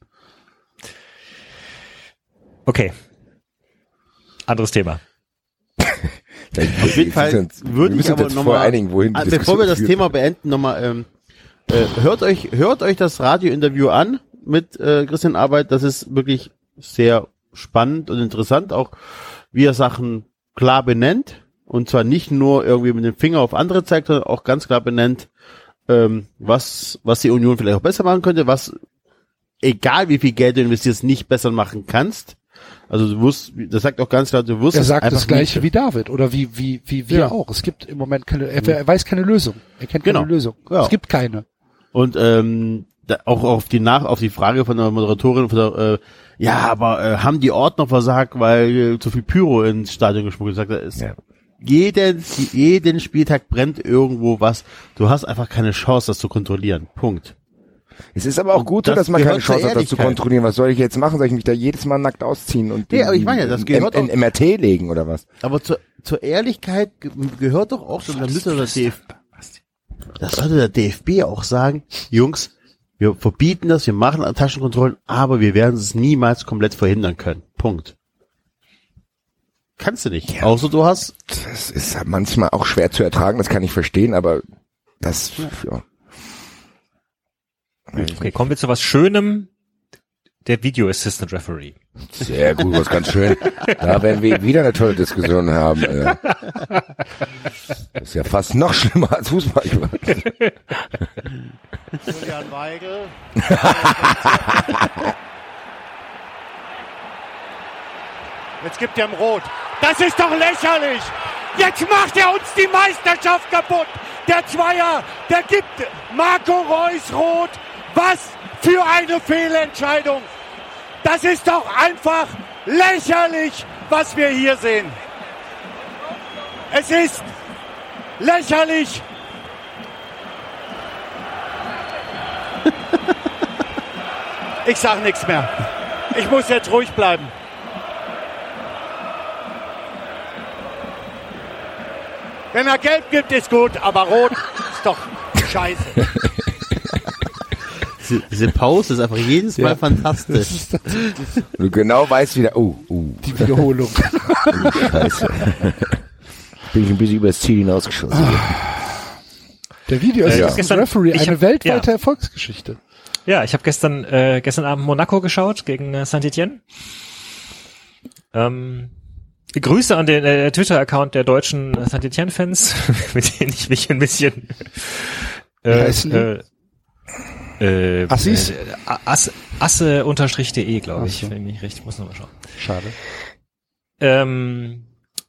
Okay. Anderes Thema. Auf jeden Fall würde ich aber nochmal, einigen, wohin die ah, bevor Diskussion wir das führt. Thema beenden, nochmal, ähm, äh, hört euch, hört euch das Radiointerview an mit äh, Christian Arbeit. Das ist wirklich sehr spannend und interessant, auch wie er Sachen klar benennt und zwar nicht nur irgendwie mit dem Finger auf andere zeigt, sondern auch ganz klar benennt, ähm, was was die Union vielleicht auch besser machen könnte, was egal wie viel Geld du investierst, nicht besser machen kannst. Also du wirst, das sagt auch ganz klar, du wirst Er es sagt einfach das Gleiche nicht. wie David oder wie wie wie wir Ja. auch. Es gibt im Moment keine, er, er weiß keine Lösung. Er kennt keine Genau. Lösung. Ja. Es gibt keine. Und ähm, da, auch auf die nach auf die Frage von der Moderatorin von der, äh, ja, aber äh, haben die Ordner versagt, weil äh, zu viel Pyro ins Stadion geschmuggelt sagt, ist Ja. jeden jeden Spieltag brennt irgendwo was. Du hast einfach keine Chance, das zu kontrollieren. Punkt. Es ist aber auch gut so, Das dass man keine gehört zur Chance hat, das zu Ehrlichkeit. kontrollieren. Was soll ich jetzt machen? Soll ich mich da jedes Mal nackt ausziehen und Nee, aber ich meine ja, das gehört in, in auch- M R T legen oder was? Aber zur, zur Ehrlichkeit ge- gehört doch auch, und dann müsste der D F B, das sollte der D F B auch sagen, Jungs, wir verbieten das, wir machen Taschenkontrollen, aber wir werden es niemals komplett verhindern können. Punkt. Kannst du nicht. Ja. Außer du hast... Das ist manchmal auch schwer zu ertragen, das kann ich verstehen, aber das... Ja. Okay, kommen wir zu was Schönem. Der Video Assistant Referee. Sehr gut, was ganz schön. Da werden wir wieder eine tolle Diskussion haben. Äh. Das ist ja fast noch schlimmer als Fußball. Julian Weigel. Jetzt gibt er ihm Rot. Das ist doch lächerlich. Jetzt macht er uns die Meisterschaft kaputt. Der Zweier, der gibt Marco Reus Rot. Was für eine Fehlentscheidung. Das ist doch einfach lächerlich, was wir hier sehen. Es ist lächerlich. Ich sag nichts mehr. Ich muss jetzt ruhig bleiben. Wenn er gelb gibt, ist gut, aber rot ist doch scheiße. Diese, diese Pause ist einfach jedes Mal ja. fantastisch. Du genau weißt wieder, oh, oh. Die Wiederholung. Oh, scheiße. Bin ich ein bisschen übers Ziel hinausgeschossen. Der Video ist äh, ja. Referee, eine hab, weltweite ja. Erfolgsgeschichte. Ja, ich habe gestern äh, gestern Abend Monaco geschaut gegen äh, Saint-Étienne. Ähm, Grüße an den äh, Twitter-Account der deutschen äh, Saint-Étienne-Fans, mit denen ich mich ein bisschen äh, äh, Äh, Assis? Äh, Asse, Asse unterstrich de, glaube ich, so. Wenn ich mich recht, muss nochmal schauen. Schade. Ähm,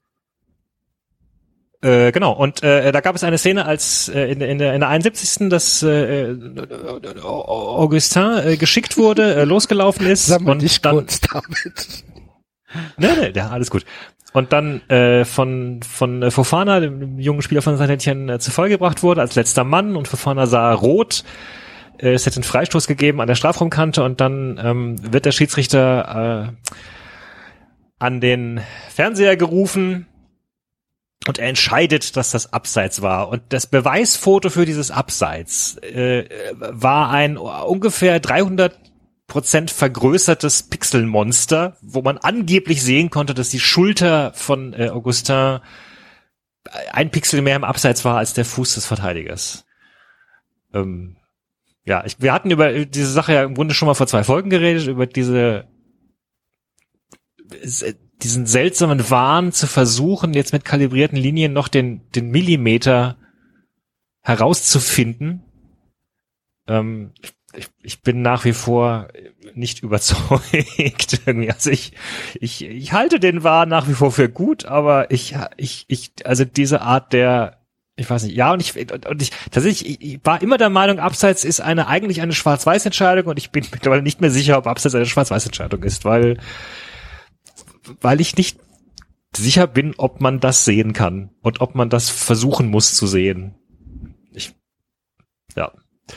äh, genau, und äh, da gab es eine Szene, als äh, in, in, der, in der einundsiebzigsten das äh, Augustin äh, geschickt wurde, äh, losgelaufen ist. Sag mal und nicht dann, kurz damit. Nee, nee, ja, alles gut. Und dann äh, von von Fofana, dem jungen Spieler von Saint-Étienne, äh, zu Fall gebracht wurde, als letzter Mann, und Fofana sah rot. Es hätte einen Freistoß gegeben an der Strafraumkante, und dann ähm, wird der Schiedsrichter äh, an den Fernseher gerufen und er entscheidet, dass das Abseits war. Und das Beweisfoto für dieses Abseits äh, war ein ungefähr dreihundert Prozent vergrößertes Pixelmonster, wo man angeblich sehen konnte, dass die Schulter von äh, Augustin ein Pixel mehr im Abseits war als der Fuß des Verteidigers. Ähm, Ja, ich, wir hatten über diese Sache ja im Grunde schon mal vor zwei Folgen geredet, über diese diesen seltsamen Wahn zu versuchen, jetzt mit kalibrierten Linien noch den den Millimeter herauszufinden. Ähm, ich, ich bin nach wie vor nicht überzeugt irgendwie. Also ich ich ich halte den Wahn nach wie vor für gut, aber ich ich ich also diese Art der Ich weiß nicht, ja, und ich, und ich, tatsächlich, ich, ich war immer der Meinung, Abseits ist eine, eigentlich eine Schwarz-Weiß-Entscheidung, und ich bin mittlerweile nicht mehr sicher, ob Abseits eine Schwarz-Weiß-Entscheidung ist, weil, weil ich nicht sicher bin, ob man das sehen kann und ob man das versuchen muss zu sehen. Ich, ja.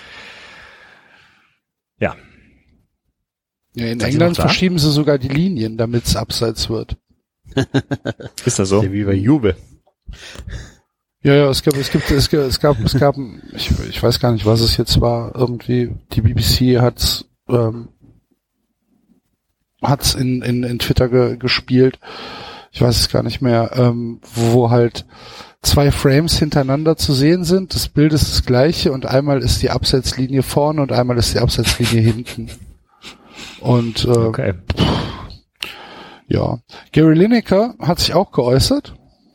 Ja. Ja, in Seid England verschieben sie sogar die Linien, damit es Abseits wird. Ist das so? Ja, wie bei Juve. Ja, ja, es gab, es gibt, es gab, es gab, es gab, ich, ich weiß gar nicht, was es jetzt war. Irgendwie die B B C hat's, ähm, hat's in in, in Twitter ge, gespielt. Ich weiß es gar nicht mehr, ähm, wo halt zwei Frames hintereinander zu sehen sind. Das Bild ist das gleiche, und einmal ist die Abseitslinie vorne und einmal ist die Abseitslinie hinten. Und äh, okay. pff, ja, Gary Lineker hat sich auch geäußert.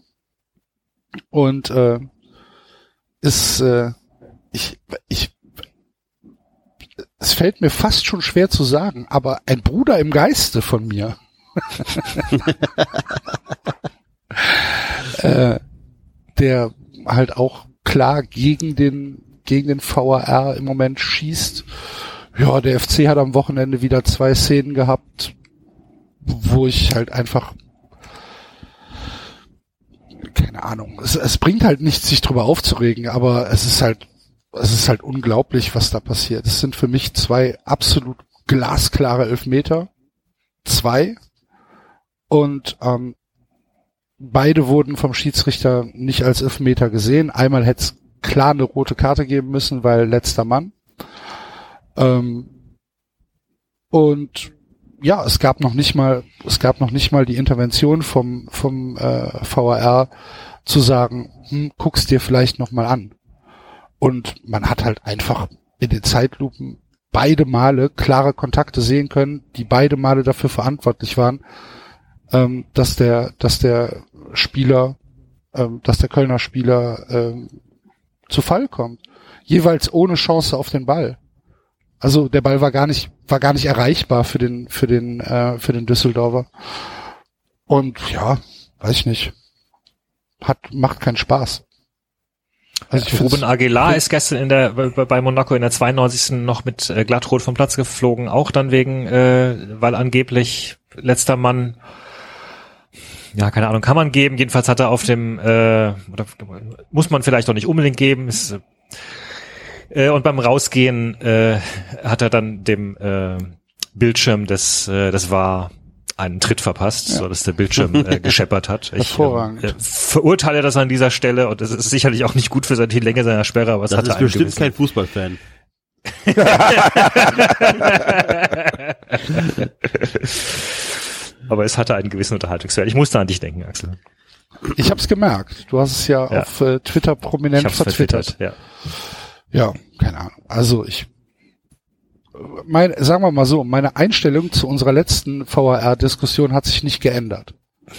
Und äh, ist äh, ich ich es fällt mir fast schon schwer zu sagen, aber ein Bruder im Geiste von mir, äh, der halt auch klar gegen den gegen den V A R im Moment schießt. Ja, der F C hat am Wochenende wieder zwei Szenen gehabt, wo ich halt einfach keine Ahnung. Es, es bringt halt nichts, sich drüber aufzuregen, aber es ist halt, es ist halt unglaublich, was da passiert. Es sind für mich zwei absolut glasklare Elfmeter. Zwei. Und, ähm, beide wurden vom Schiedsrichter nicht als Elfmeter gesehen. Einmal hätte es klar eine rote Karte geben müssen, weil letzter Mann. Ähm, und ja, es gab noch nicht mal, es gab noch nicht mal die Intervention vom vom äh, V A R zu sagen, hm, guck's dir vielleicht noch mal an. Und man hat halt einfach in den Zeitlupen beide Male klare Kontakte sehen können, die beide Male dafür verantwortlich waren, ähm, dass der, dass der Spieler, ähm, dass der Kölner Spieler ähm, zu Fall kommt. Jeweils ohne Chance auf den Ball. Also der Ball war gar nicht, war gar nicht erreichbar für den, für den, äh, für den Düsseldorfer. Und ja, weiß ich nicht. Hat, macht keinen Spaß. Also ich Ruben Aguilar ist gestern in der bei Monaco in der zweiundneunzigsten noch mit äh, Glattrot vom Platz geflogen, auch dann wegen, äh, weil angeblich letzter Mann, ja, keine Ahnung, kann man geben. Jedenfalls hat er auf dem, äh, oder muss man vielleicht auch nicht unbedingt geben. Ist, äh, und beim Rausgehen äh, hat er dann dem äh, Bildschirm des, äh, das war einen Tritt verpasst, ja. So dass der Bildschirm äh, gescheppert hat. Ich äh, verurteile das an dieser Stelle und es ist sicherlich auch nicht gut für die Länge seiner Sperre, aber es das hatte ist bestimmt gewissen... kein Fußballfan. Aber es hatte einen gewissen Unterhaltungswert. Ich musste an dich denken, Axel. Ich hab's gemerkt. Du hast es ja, ja. auf äh, Twitter prominent vertwittert. Ja. ja, keine Ahnung. Also ich Mein, sagen wir mal so, meine Einstellung zu unserer letzten V A R-Diskussion hat sich nicht geändert.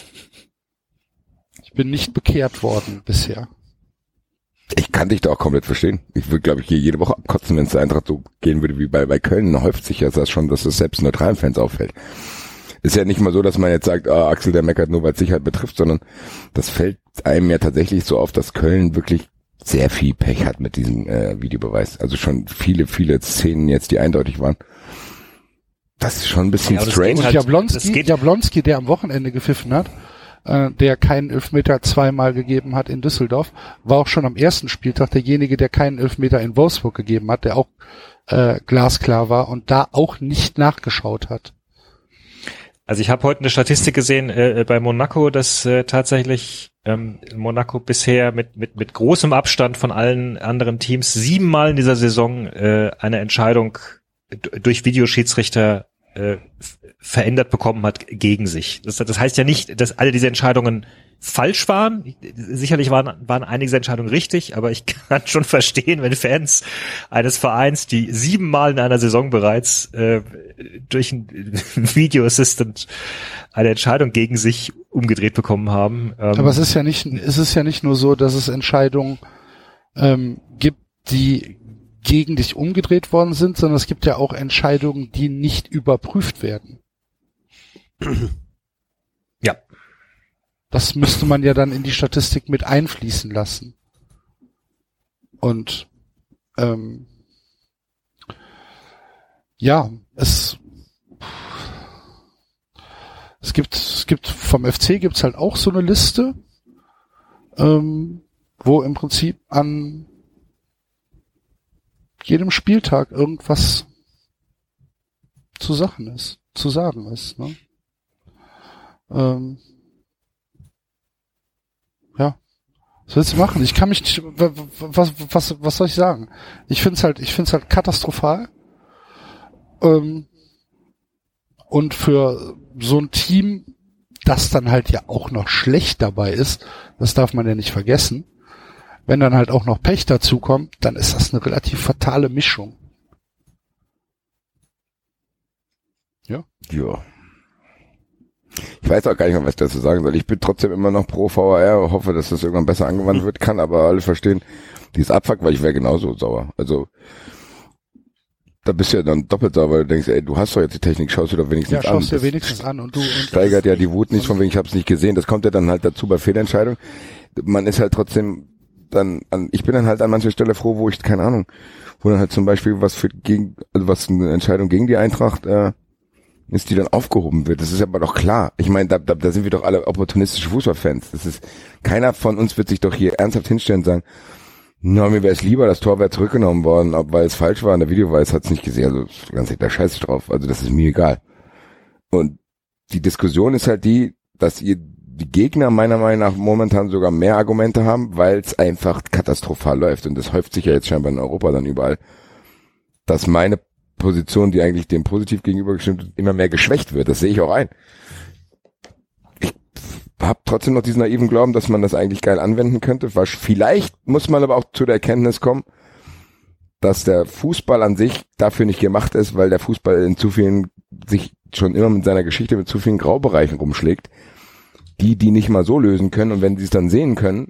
Ich bin nicht bekehrt worden bisher. Ich kann dich da auch komplett verstehen. Ich würde, glaube ich, hier jede Woche abkotzen, wenn es der Eintracht so gehen würde wie bei bei Köln. Häuft sich ja das schon, dass es selbst neutralen Fans auffällt. Ist ja nicht mal so, dass man jetzt sagt, ah, Axel, der meckert nur, weil es Sicherheit betrifft, sondern das fällt einem ja tatsächlich so auf, dass Köln wirklich sehr viel Pech hat mit diesem äh, Videobeweis. Also schon viele, viele Szenen jetzt, die eindeutig waren. Das ist schon ein bisschen ja, strange. Und Jablonski, Jablonski, der am Wochenende gepfiffen hat, äh, der keinen Elfmeter zweimal gegeben hat in Düsseldorf, war auch schon am ersten Spieltag derjenige, der keinen Elfmeter in Wolfsburg gegeben hat, der auch äh, glasklar war und da auch nicht nachgeschaut hat. Also ich habe heute eine Statistik gesehen äh, bei Monaco, dass äh, tatsächlich ähm, Monaco bisher mit mit mit großem Abstand von allen anderen Teams siebenmal in dieser Saison äh, eine Entscheidung d- durch Videoschiedsrichter äh, f- verändert bekommen hat gegen sich. Das, das heißt ja nicht, dass alle diese Entscheidungen falsch waren. Sicherlich waren, waren einige dieser Entscheidungen richtig, aber ich kann schon verstehen, wenn Fans eines Vereins, die siebenmal in einer Saison bereits äh, durch ein Video Assistant eine Entscheidung gegen sich umgedreht bekommen haben. Ähm, aber es ist ja nicht, es ist ja nicht nur so, dass es Entscheidungen ähm, gibt, die gegen dich umgedreht worden sind, sondern es gibt ja auch Entscheidungen, die nicht überprüft werden. Ja. Das müsste man ja dann in die Statistik mit einfließen lassen. Und ähm, ja, es es gibt es gibt vom F C gibt's halt auch so eine Liste, ähm, wo im Prinzip an jedem Spieltag irgendwas zu Sachen ist, zu sagen ist. Ne? Ähm, ja, was willst du machen? Ich kann mich nicht, was, was, was soll ich sagen? Ich find's halt, ich find's halt katastrophal. Ähm, und für so ein Team, das dann halt ja auch noch schlecht dabei ist, das darf man ja nicht vergessen. Wenn dann halt auch noch Pech dazu kommt, dann ist das eine relativ fatale Mischung. Ja. Ja. Ich weiß auch gar nicht mehr, was ich dazu sagen soll. Ich bin trotzdem immer noch pro V A R, hoffe, dass das irgendwann besser angewandt wird, kann aber alle verstehen, dieses Abfuck, weil ich wäre genauso sauer. Also, da bist du ja dann doppelt sauer, weil du denkst, ey, du hast doch jetzt die Technik, schaust du doch wenigstens an. Ja, schaust an. dir wenigstens an und du... Und steigert ja die Wut nicht, von wegen, ich hab's nicht gesehen. Das kommt ja dann halt dazu bei Fehlentscheidungen. Man ist halt trotzdem dann an, ich bin dann halt an mancher Stelle froh, wo ich, keine Ahnung, wo dann halt zum Beispiel was für gegen, also was eine Entscheidung gegen die Eintracht äh, ist, die dann aufgehoben wird. Das ist aber doch klar. Ich meine, da, da, da sind wir doch alle opportunistische Fußballfans. Das ist, keiner von uns wird sich doch hier ernsthaft hinstellen und sagen, na, mir wäre es lieber, das Tor wäre zurückgenommen worden, ob weil es falsch war, in der Videobeweis hat's nicht gesehen. Also ganz ehrlich, da scheiß ich drauf. Also das ist mir egal. Und die Diskussion ist halt die, dass ihr die Gegner meiner Meinung nach momentan sogar mehr Argumente haben, weil es einfach katastrophal läuft. Und das häuft sich ja jetzt scheinbar in Europa dann überall, dass meine Position, die eigentlich dem positiv gegenübergestimmt ist, immer mehr geschwächt wird. Das sehe ich auch ein. Ich habe trotzdem noch diesen naiven Glauben, dass man das eigentlich geil anwenden könnte. Vielleicht muss man aber auch zu der Erkenntnis kommen, dass der Fußball an sich dafür nicht gemacht ist, weil der Fußball in zu vielen, sich schon immer mit seiner Geschichte mit zu vielen Graubereichen rumschlägt, die, die nicht mal so lösen können, und wenn sie es dann sehen können,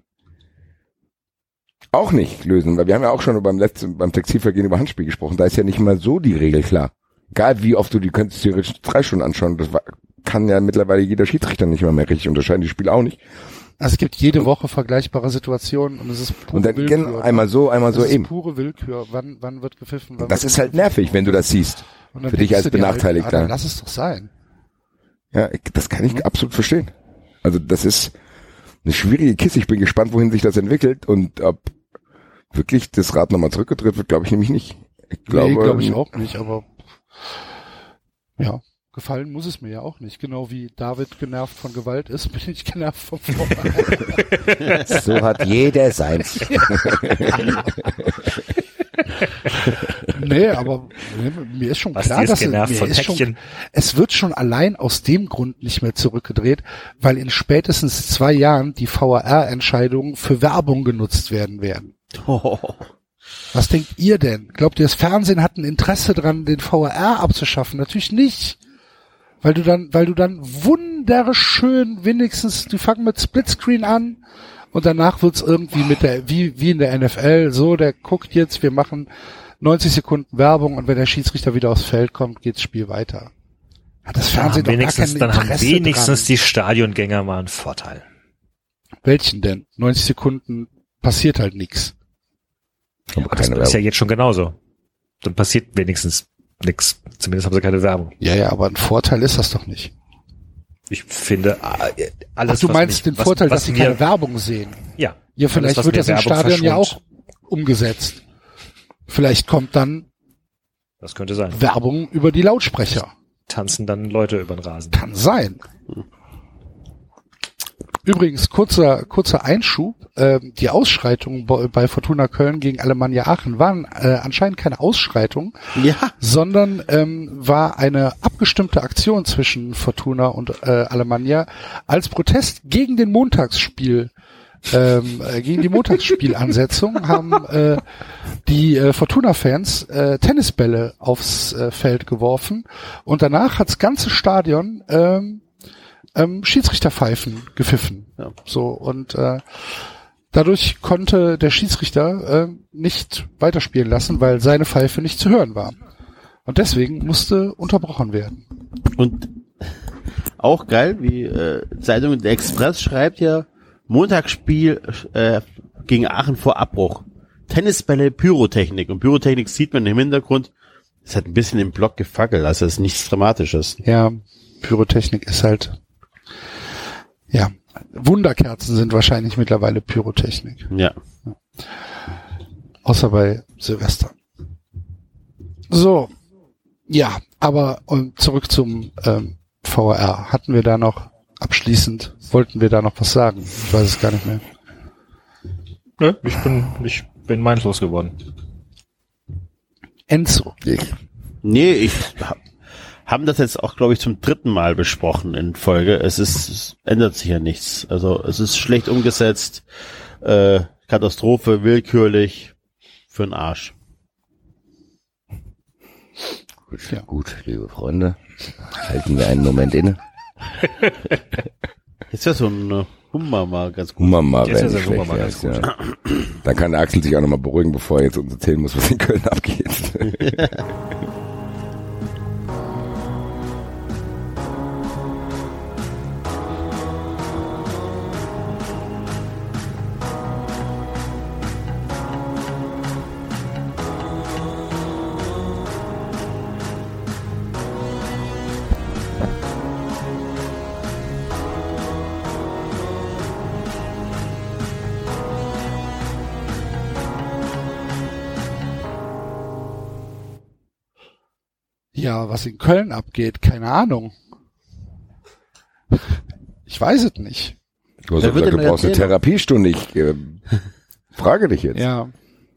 auch nicht lösen, weil wir haben ja auch schon beim letzten, beim Textilvergehen über Handspiel gesprochen, da ist ja nicht mal so die Regel klar. Egal wie oft du die könntest theoretisch drei Stunden anschauen, das war, kann ja mittlerweile jeder Schiedsrichter nicht mal mehr richtig unterscheiden, die Spiele auch nicht. Also es gibt jede Woche vergleichbare Situationen und es ist pure und dann Willkür. Einmal so, einmal so das eben. Ist pure Willkür. Wann, wann wird gepfiffen? Wann das wird ist halt nervig, wenn du das siehst. Für dich als Benachteiligter. Halt, ah, lass es doch sein. Ja, ich, das kann ich mhm. absolut verstehen. Also das ist eine schwierige Kiste. Ich bin gespannt, wohin sich das entwickelt und ob wirklich das Rad nochmal zurückgedreht wird, glaube ich nämlich nicht. Ich glaube, nee, glaube ich auch nicht, aber ja, gefallen muss es mir ja auch nicht. Genau wie David genervt von Gewalt ist, bin ich genervt vom Vorteil. So hat jeder seins. Nee, aber mir ist schon Was klar, ist dass es, genervt mir von ist Päckchen? schon, es wird schon allein aus dem Grund nicht mehr zurückgedreht, weil in spätestens zwei Jahren die V A R-Entscheidungen für Werbung genutzt werden werden. Oh. Was denkt ihr denn? Glaubt ihr, das Fernsehen hat ein Interesse dran, den V A R abzuschaffen? Natürlich nicht. Weil du dann, weil du dann wunderschön wenigstens, die fangen mit Splitscreen an und danach wird's irgendwie mit der, wie, wie in der N F L, so, der guckt jetzt, wir machen neunzig Sekunden Werbung und wenn der Schiedsrichter wieder aufs Feld kommt, geht's Spiel weiter. Hat das Fernsehen doch gar kein Interesse Dann haben wenigstens dran. Die Stadiongänger mal einen Vorteil. Welchen denn? neunzig Sekunden passiert halt nichts. Ja, das ist ja jetzt schon genauso. Dann passiert wenigstens nichts. Zumindest haben sie keine Werbung. Ja, ja, aber ein Vorteil ist das doch nicht. Ich finde, alles, Ach, du meinst mich, den was, Vorteil, was dass sie mir, keine Werbung sehen? Ja. Ja, vielleicht alles, wird das im Werbung Stadion ja auch verschont. umgesetzt. Vielleicht kommt dann Das könnte sein. Werbung über die Lautsprecher. Tanzen dann Leute über den Rasen. Kann sein. Übrigens, kurzer kurzer Einschub. Äh, die Ausschreitungen bei, bei Fortuna Köln gegen Alemannia Aachen waren äh, anscheinend keine Ausschreitungen, ja. sondern ähm, war eine abgestimmte Aktion zwischen Fortuna und äh, Alemannia als Protest gegen den Montagsspiel. Ähm, äh, gegen die Montagsspielansetzung haben äh, die äh, Fortuna-Fans äh, Tennisbälle aufs äh, Feld geworfen und danach hat's ganze Stadion ähm, ähm, Schiedsrichterpfeifen gepfiffen. Ja. So und äh, dadurch konnte der Schiedsrichter äh, nicht weiterspielen lassen, weil seine Pfeife nicht zu hören war. Und deswegen musste unterbrochen werden. Und auch geil, wie äh, Zeitung der Express schreibt ja, Montagsspiel äh, gegen Aachen vor Abbruch. Tennisbälle, Pyrotechnik. Und Pyrotechnik sieht man im Hintergrund. Es hat ein bisschen im Block gefackelt, also es ist nichts Dramatisches. Ja, Pyrotechnik ist halt, ja, Wunderkerzen sind wahrscheinlich mittlerweile Pyrotechnik. Ja. ja. Außer bei Silvester. So, ja, aber um, zurück zum ähm, V A R. Hatten wir da noch abschließend, wollten wir da noch was sagen? Ich weiß es gar nicht mehr. Ne, ich bin, ich bin meinungslos geworden. Enzo. Ich. Nee, ich hab, haben das jetzt auch, glaube ich, zum dritten Mal besprochen in Folge. Es ist, es ändert sich ja nichts. Also es ist schlecht umgesetzt, äh, Katastrophe, willkürlich, für den Arsch. Gut, ja. Gut, liebe Freunde, halten wir einen Moment inne. Ist ja so ein Hummer mal ganz gut. Hummer mal, wenn ja nicht schlecht ist, ja. Dann kann der Axel sich auch nochmal beruhigen, bevor er jetzt uns erzählen muss, was in Köln abgeht. Ja, was in Köln abgeht, keine Ahnung. Ich weiß es nicht. Du hast gesagt, du brauchst eine Therapiestunde. Ich äh, frage dich jetzt. Ja.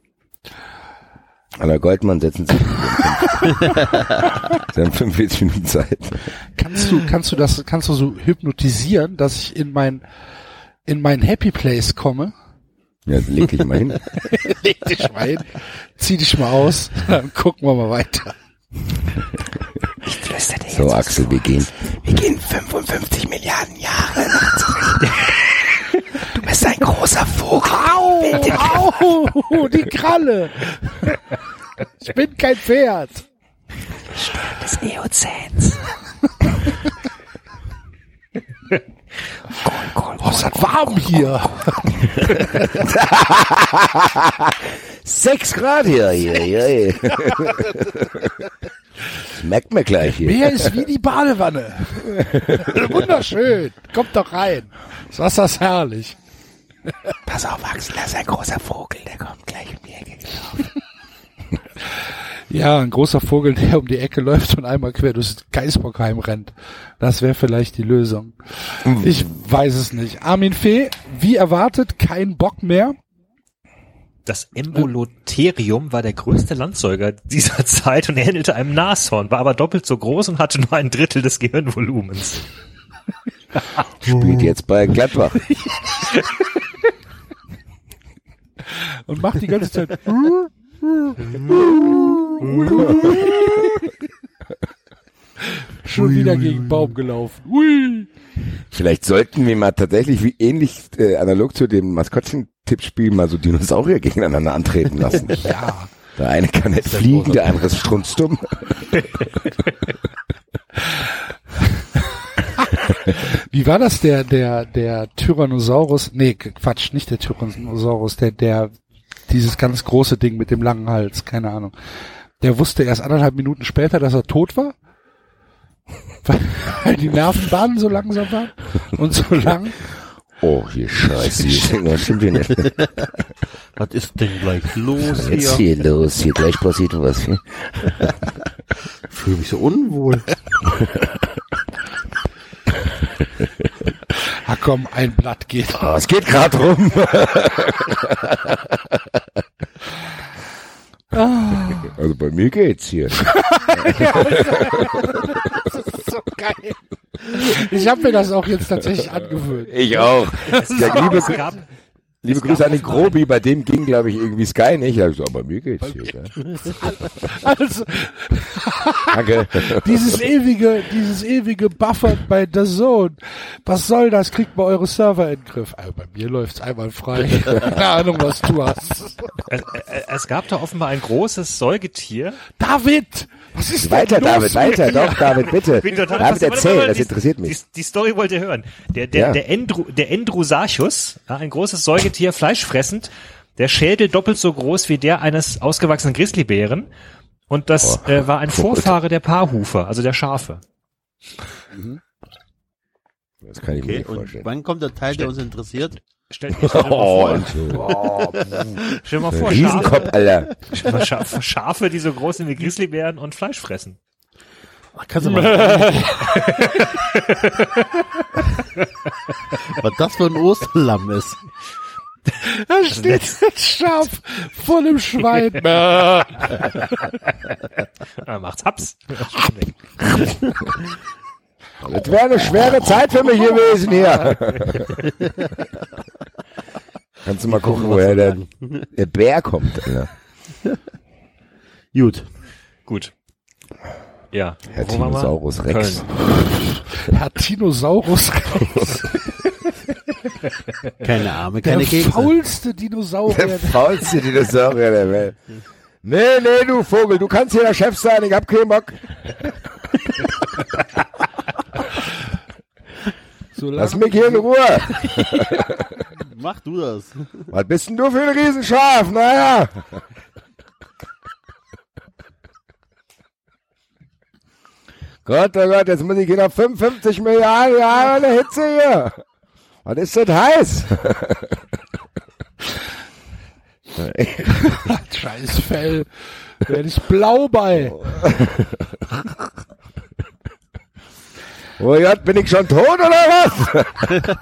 Anna Goldmann, setzen Sie sich. Sie haben fünfundvierzig Minuten Zeit. Kannst du, kannst du das, kannst du so hypnotisieren, dass ich in mein, in mein Happy Place komme? Ja, leg dich mal hin. Leg dich mal hin. Zieh dich mal aus. Dann gucken wir mal weiter. Ich flüstere dir so, Axel, wir gehen, wir gehen fünfundfünfzig Milliarden Jahre nach zurück. Du bist ein großer Vogel. Au, au, die Kralle. Ich bin kein Pferd. Stern des Eozäns. Oh, ist das warm hier. Sechs Grad hier, hier, hier. Das merkt man gleich hier. Meer ist wie die Badewanne. Wunderschön. Kommt doch rein. Das Wasser ist herrlich. Pass auf, Axel, das ist ein großer Vogel, der kommt gleich um die Ecke gelaufen. Ja, ein großer Vogel, der um die Ecke läuft und einmal quer durchs Geisbockheim rennt. Das wäre vielleicht die Lösung. Ich weiß es nicht. Armin Fee, wie erwartet, kein Bock mehr. Das Embolotherium war der größte Landsäuger dieser Zeit und ähnelte einem Nashorn, war aber doppelt so groß und hatte nur ein Drittel des Gehirnvolumens. Spielt jetzt bei Gladbach. Und macht die ganze Zeit schon wieder gegen den Baum gelaufen. Ui. Vielleicht sollten wir mal tatsächlich wie ähnlich äh, analog zu dem Maskottchen-Tippspiel mal so Dinosaurier gegeneinander antreten lassen. Ja. Der eine kann nicht fliegen, der andere ist strunzdumm. Wie war das der der der Tyrannosaurus? Nee, Quatsch, nicht der Tyrannosaurus, der der dieses ganz große Ding mit dem langen Hals, keine Ahnung. Der wusste erst anderthalb Minuten später, dass er tot war, weil die Nervenbahnen so langsam waren und so lang. Oh, hier Scheiße, das stimmt hier nicht. Was ist denn gleich los hier? Jetzt hier los, hier gleich passiert was. Ich fühle mich so unwohl. Ah komm, ein Blatt geht. Oh, es geht gerade rum. Also bei mir geht's hier. Das ist so geil. Ich habe mir das auch jetzt tatsächlich angewöhnt. Ich auch. Ja, liebe, liebe Grüße an den Grobi, bei dem ging, glaube ich, irgendwie Sky nicht. Also, aber bei mir geht's hier. Ja. Also, Danke. dieses ewige, dieses ewige Buffern bei The Zone. Was soll das? Kriegt mal eure Server in den Griff. Also bei mir läuft's einwandfrei. Keine Ahnung, was du hast. Es, es gab da offenbar ein großes Säugetier. David! Was ist weiter, denn los David, weiter, doch, David, bitte. Bin total- David, warte, erzähl, warte, das die- interessiert mich. Die, die Story wollt ihr hören. Der, der, Ja. der, Endru, der Endrusarchus, ja, ein großes Säugetier, fleischfressend, der Schädel doppelt so groß wie der eines ausgewachsenen Grizzlybären. Und das Oh, äh, war ein Vorfahre der Paarhufer, also der Schafe. Das kann ich mir Okay, nicht und vorstellen. wann kommt der Teil, der uns interessiert? Stell, stell dir mal Oh, vor, oh, stell dir mal vor Riesenkopf, Schafe, Alter. stell dir mal Schafe, Schafe, die so groß sind wie Grizzlybären und Fleisch fressen. Ach, kannst du mal. Was das für ein Osterlamm ist. Da steht ein Schaf vor dem Schwein. Ah, macht's Haps. Das wäre eine schwere Zeit für mich gewesen hier. Kannst du mal gucken, woher der, der Bär kommt, Alter. Gut. Gut. Ja. Herr Wo waren wir? Tyrannosaurus Rex. Herr Dinosaurus. Keine Arme, Der keine Kekse. faulste Dinosaurier. Der faulste Dinosaurier der Welt. Nee, nee, du Vogel, du kannst hier der Chef sein, ich hab keinen Bock. Lass mich hier in Ruhe. Mach du das. Was bist denn du für ein Riesenschaf? Naja. Gott, oh Gott, jetzt muss ich hier noch fünfundfünfzig Milliarden Jahre in der Hitze hier. Was ist das heiß? Scheiß Fell. Werde ich blau bei. Oh Gott, bin ich schon tot oder was?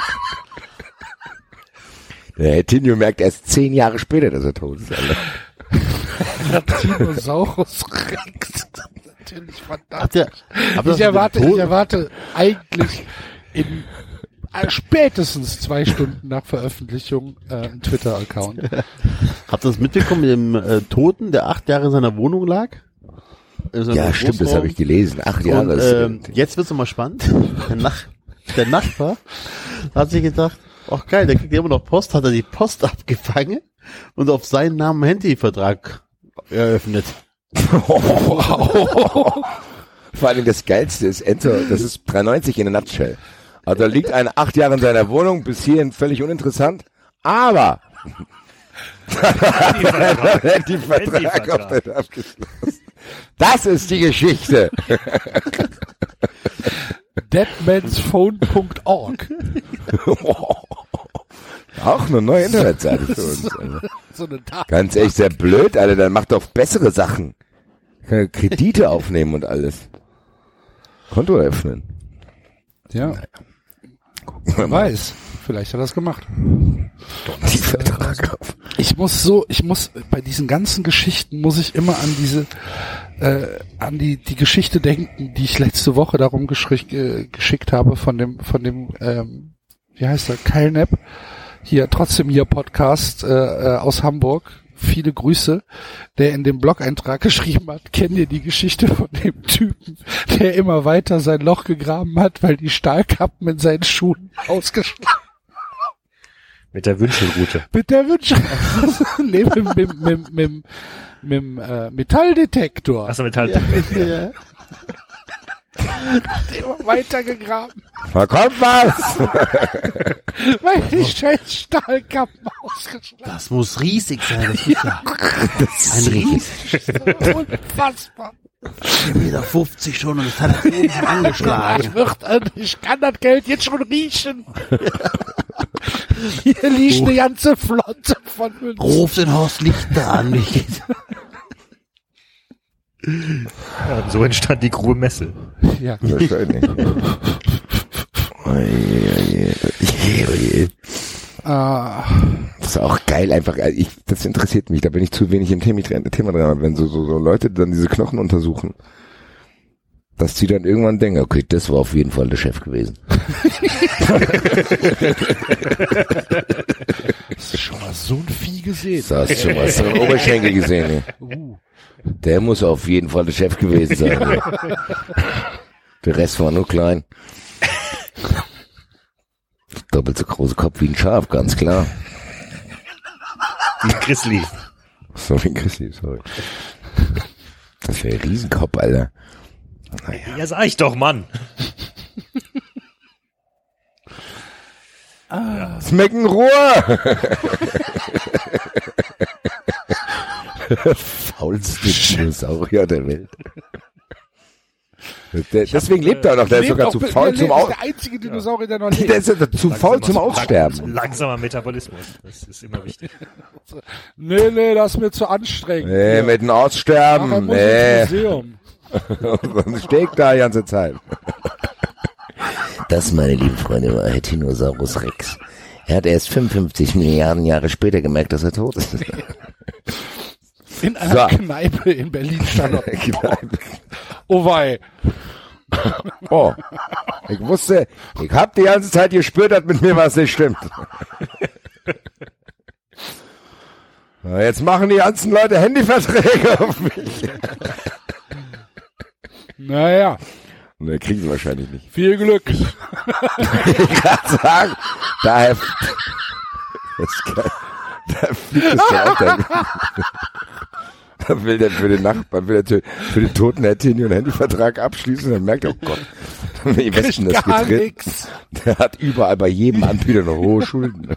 Der Hertinho merkt erst zehn Jahre später, dass er tot ist. Der Dinosaurus Rex. Natürlich fantastisch. Habt ihr, habt ihr Ich erwarte, ich erwarte eigentlich in äh, spätestens zwei Stunden nach Veröffentlichung äh, einen Twitter-Account. Habt ihr das mitbekommen mit dem äh, Toten, der acht Jahre in seiner Wohnung lag? In seinem Ja, stimmt, das habe ich gelesen. Acht Jahre. Und, ist- ähm, jetzt wird's nochmal spannend. Der, Nach der Nachbar hat sich gedacht, ach geil, der kriegt ja immer noch Post, hat er die Post abgefangen und auf seinen Namen einen Handyvertrag eröffnet. Vor allem das Geilste ist, Enter, das ist dreiundneunzig in a nutshell. Also da liegt einer acht Jahre in seiner Wohnung, bis hierhin völlig uninteressant, aber die Vertrag auf der abgeschlossen. Das ist die Geschichte. deadmansphone punkt org. Auch eine neue Internetseite für uns. Also. So eine Tat. Ganz echt sehr blöd, Alter. Dann macht doch bessere Sachen. Kann ja Kredite aufnehmen und alles. Konto öffnen. Ja. Wer weiß. Vielleicht hat er das gemacht. Die Vertrag auf. Ich muss so, ich muss, bei diesen ganzen Geschichten muss ich immer an diese, äh, an die, die Geschichte denken, die ich letzte Woche darum geschickt, äh, geschickt habe von dem, von dem, ähm, wie heißt er, Kyle Knepp. Hier, trotzdem hier Podcast, äh, äh, aus Hamburg. Viele Grüße, der in dem Blog-Eintrag geschrieben hat, kennt ihr die Geschichte von dem Typen, der immer weiter sein Loch gegraben hat, weil die Stahlkappen in seinen Schuhen ausgeschlagen. Mit der Wünschelrute. Mit der Wünschelrute. Nee, mit, mit, mit, mit, mit, mit dem äh, Metalldetektor. Achso, Metalldetektor. Ja, ja. Hat immer weiter gegraben. Da kommt was! Weil die scheiß Stahlkappen ausgeschlagen. Das muss riesig sein. Das ist ja Das ein riesig. Unfassbar. vier Meter fünfzig schon und es hat oben angeschlagen. Das wird, äh, ich kann das Geld jetzt schon riechen. Hier liegt eine ganze Flotte von uns. Ruf den Horst Lichter an mich. Ja, und so entstand die Grube Messel. Ja. Wahrscheinlich. Ah. Das ist auch geil, einfach, ich, das interessiert mich, da bin ich zu wenig im Thema, Thema dran, wenn so, so, so Leute dann diese Knochen untersuchen, dass die dann irgendwann denken, okay, das war auf jeden Fall der Chef gewesen. Hast du schon mal so ein Vieh gesehen? Da hast du schon mal so einen Oberschenkel gesehen, ne? Uh. Der muss auf jeden Fall der Chef gewesen sein. Ne? Der Rest war nur klein. Doppelt so großer Kopf wie ein Schaf, ganz klar. Wie Grizzly. So wie ein Grizzly, sorry. Das wäre ein Riesenkopf, Alter. Naja. Ja, sag ich doch, Mann. Ah. Smecken Ruhe! Faulste Dinosaurier der Welt. Der, deswegen lebt er noch, der ist sogar zu faul zum Aus... Der einzige Dinosaurier, der noch lebt. Der ist ja zu faul zum Aussterben. Langsamer Metabolismus, das ist immer wichtig. Nee, nee, das ist mir zu anstrengend. Nee, mit dem Aussterben, Nachher muss nee. ins Museum. Und steckt da die ganze Zeit. Das, meine lieben Freunde, war Hertinosaurus Rex. Er hat erst fünfundfünfzig Milliarden Jahre später gemerkt, dass er tot ist. In einer So. Kneipe in Berlin-Standort. Kneipe. Oh wei. Oh, ich wusste, ich hab die ganze Zeit gespürt, dass mit mir was nicht stimmt. Na, jetzt machen die ganzen Leute Handyverträge auf mich. Naja. Ne, kriegen sie wahrscheinlich nicht. Viel Glück. Ich kann sagen, da, das ist geil. Da fliegt es dann auch dann. Da will der für den Nachbarn, will der für den toten Hertinho einen Handyvertrag abschließen, dann merkt er, oh Gott, wie besten das Gar getreten. nix. Der hat überall bei jedem Anbieter noch hohe Schulden.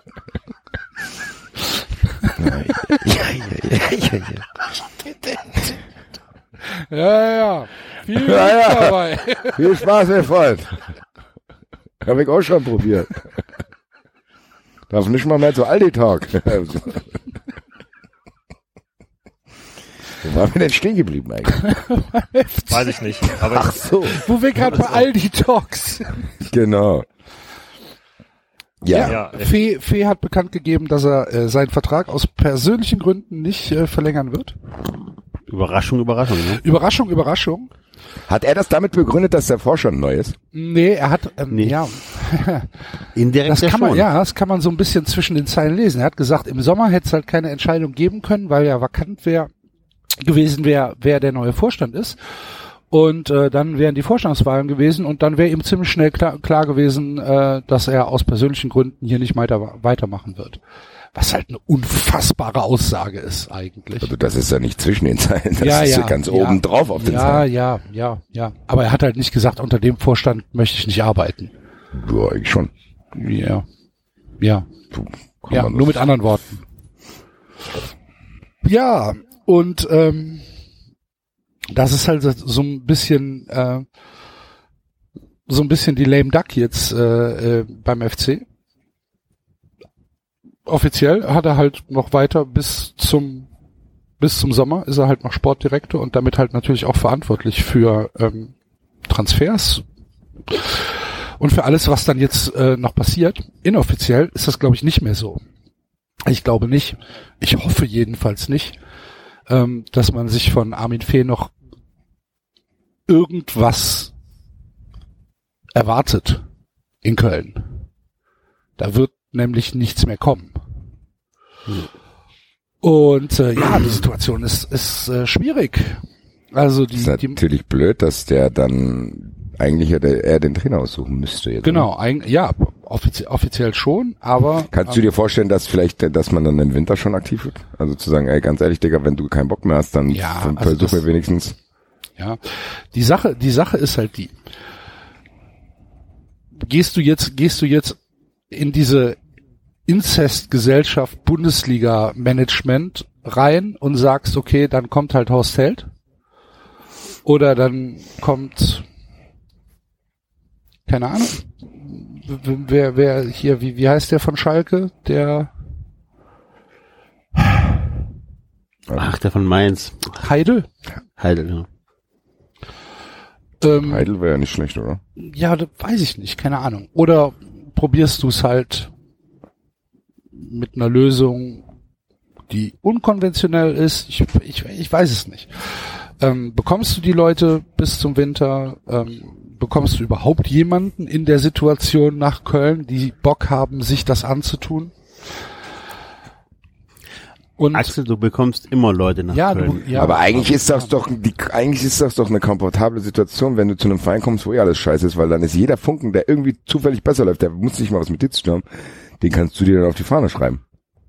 Ja, ja, ja, ja. Ja, ja. Viel Glück Ja, ja. dabei. Viel Spaß, mein Freund. Hab ich auch schon probiert. Darf nicht mal mehr zu Aldi Talk. Wo waren wir denn stehen geblieben eigentlich? Weiß ich nicht. Aber Ach so. Wo wir gerade bei Aldi Talks. Genau. Ja. ja Fee, Fee hat bekannt gegeben, dass er äh, seinen Vertrag aus persönlichen Gründen nicht äh, verlängern wird. Überraschung, Überraschung. Ne? Überraschung, Überraschung. Hat er das damit begründet, dass der Vorstand neu ist? Nee, er hat, ähm, nee. ja. Indirekt das kann man, schon. ja, das kann man so ein bisschen zwischen den Zeilen lesen. Er hat gesagt, im Sommer hätte es halt keine Entscheidung geben können, weil ja vakant wäre gewesen, wer, wer der neue Vorstand ist. Und äh, dann wären die Vorstandswahlen gewesen und dann wäre ihm ziemlich schnell klar, klar gewesen, äh, dass er aus persönlichen Gründen hier nicht weiter, weitermachen wird. Was halt eine unfassbare Aussage ist eigentlich. Also das ist ja nicht zwischen den Zeilen, das ja, ist ja, ganz ja, oben drauf auf den ja, Zeilen. Ja, ja, ja, ja. Aber er hat halt nicht gesagt, unter dem Vorstand möchte ich nicht arbeiten. Ja, ich schon. Ja, ja, Du, ja, nur mit anderen Worten. Ja, und ähm, das ist halt so ein bisschen äh, so ein bisschen die lame duck jetzt äh, äh, beim F C. Offiziell hat er halt noch weiter bis zum bis zum Sommer ist er halt noch Sportdirektor und damit halt natürlich auch verantwortlich für ähm, Transfers und für alles, was dann jetzt äh, noch passiert. Inoffiziell ist das, glaube ich, nicht mehr so. Ich glaube nicht. Ich hoffe jedenfalls nicht, ähm, dass man sich von Armin Fee noch irgendwas erwartet in Köln. Da wird nämlich nichts mehr kommen. Hm. Und äh, ja, die Situation ist ist äh, schwierig. Also die, ist natürlich die, blöd, dass der dann eigentlich ja der, er den Trainer aussuchen müsste jetzt. Genau, ein, ja, offiziell, offiziell schon, aber kannst du dir vorstellen, dass vielleicht, dass man dann im Winter schon aktiv wird? Also zu sagen, ey, ganz ehrlich, Digga, wenn du keinen Bock mehr hast, dann ja, versuch also das, mir wenigstens. Ja, die Sache, die Sache ist halt die. Gehst du jetzt, gehst du jetzt in diese Inzestgesellschaft Bundesliga Management rein und sagst, okay, dann kommt halt Horst Held oder dann kommt keine Ahnung, wer wer hier wie wie heißt der von Schalke, der Ach, der von Mainz. Heidel? Heidel, ja. Ähm, Heidel wäre ja nicht schlecht, oder? Ja, das weiß ich nicht, keine Ahnung. Oder probierst du es halt mit einer Lösung, die unkonventionell ist? Ich, ich, ich weiß es nicht. Ähm, bekommst du die Leute bis zum Winter? Ähm, bekommst du überhaupt jemanden in der Situation nach Köln, die Bock haben, sich das anzutun? Und Axel, du bekommst immer Leute nach ja, Köln. Du, ja, aber eigentlich ist das doch, die, eigentlich ist das doch eine komfortable Situation, wenn du zu einem Verein kommst, wo eh alles scheiße ist, weil dann ist jeder Funken, der irgendwie zufällig besser läuft, der muss nicht mal was mit dir zu tun haben, den kannst du dir dann auf die Fahne schreiben.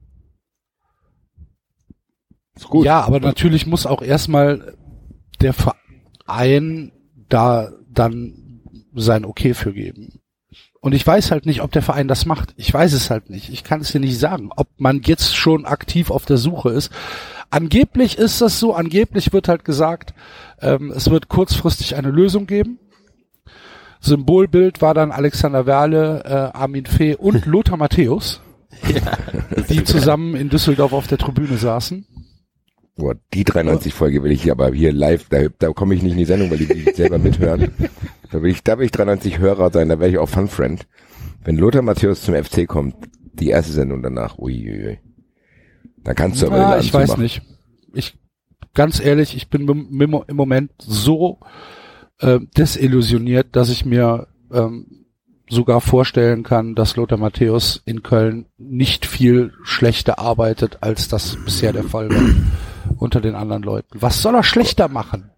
Ist gut. Ja, aber natürlich muss auch erstmal der Verein da dann sein Okay für geben. Und ich weiß halt nicht, ob der Verein das macht. Ich weiß es halt nicht. Ich kann es dir nicht sagen, ob man jetzt schon aktiv auf der Suche ist. Angeblich ist das so. Angeblich wird halt gesagt, ähm, es wird kurzfristig eine Lösung geben. Symbolbild war dann Alexander Werle, äh, Armin Fee und Lothar Matthäus, ja. die zusammen in Düsseldorf auf der Tribüne saßen. Boah, die dreiundneunzig-Folge will ich hier aber hier live, da, da komme ich nicht in die Sendung, weil die will ich selber mithören. Da will ich, da will ich dreiundneunzig Hörer sein, da wäre ich auch Fun Friend. Wenn Lothar Matthäus zum F C kommt, die erste Sendung danach, uiuiui. Da kannst du aber ja, den ich weiß machen. nicht. Ich, ganz ehrlich, ich bin im Moment so äh, desillusioniert, dass ich mir ähm, sogar vorstellen kann, dass Lothar Matthäus in Köln nicht viel schlechter arbeitet, als das bisher der Fall war unter den anderen Leuten. Was soll er schlechter machen?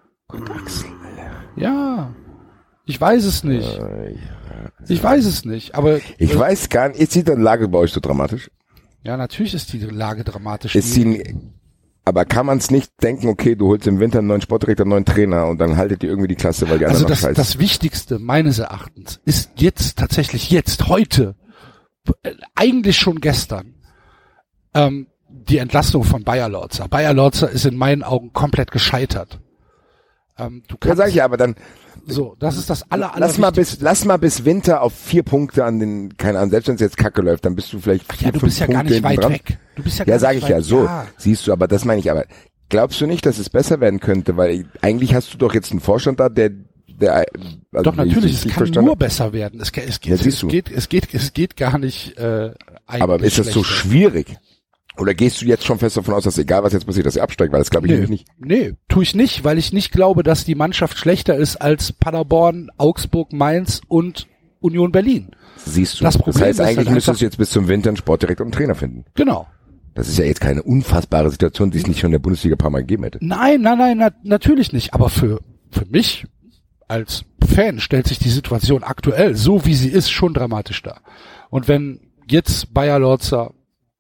Ja, ich weiß es nicht. Ich weiß es nicht, aber... Ich äh, weiß gar nicht, ist die Lage bei euch so dramatisch? Ja, natürlich ist die Lage dramatisch. Ist sie, aber kann man es nicht denken, okay, du holst im Winter einen neuen Sportdirektor, einen neuen Trainer und dann haltet ihr irgendwie die Klasse, weil die anderen also das, noch scheiße. Das Wichtigste meines Erachtens ist jetzt tatsächlich jetzt, heute, eigentlich schon gestern, ähm, die Entlassung von Bayer Lorzer. Bayer Lorzer ist in meinen Augen komplett gescheitert. Ähm, du kannst, ja, sag ich ja, aber dann so, das ist das aller, aller lass mal bis lass mal bis Winter auf vier Punkte an den, keine Ahnung, selbst wenn es jetzt kacke läuft, dann bist du vielleicht vier, ja, du fünf bist ja Punkte gar nicht weit dran. weg. Du bist ja, ja gar sag nicht ich ja weit, so, ja. siehst du, aber das meine ich, aber glaubst du nicht, dass es besser werden könnte? Weil eigentlich hast du doch jetzt einen Vorstand da, der, der also doch natürlich, es kann nur besser werden. Es, es, geht, ja, es, geht, es geht, es geht gar nicht. Äh, aber ist das so schwierig? Oder gehst du jetzt schon fest davon aus, dass egal was jetzt passiert, dass ihr absteigt? Weil das glaube ich nee, nämlich nicht. Nee, tue ich nicht, weil ich nicht glaube, dass die Mannschaft schlechter ist als Paderborn, Augsburg, Mainz und Union Berlin. Siehst du. Das, das heißt, eigentlich halt müsstest du jetzt bis zum Winter einen Sportdirektor und einen Trainer finden. Genau. Das ist ja jetzt keine unfassbare Situation, die es nicht schon in der Bundesliga ein paar Mal gegeben hätte. Nein, nein, nein, na, natürlich nicht. Aber für, für mich als Fan stellt sich die Situation aktuell, so wie sie ist, schon dramatisch dar. Und wenn jetzt Bayer Lorzer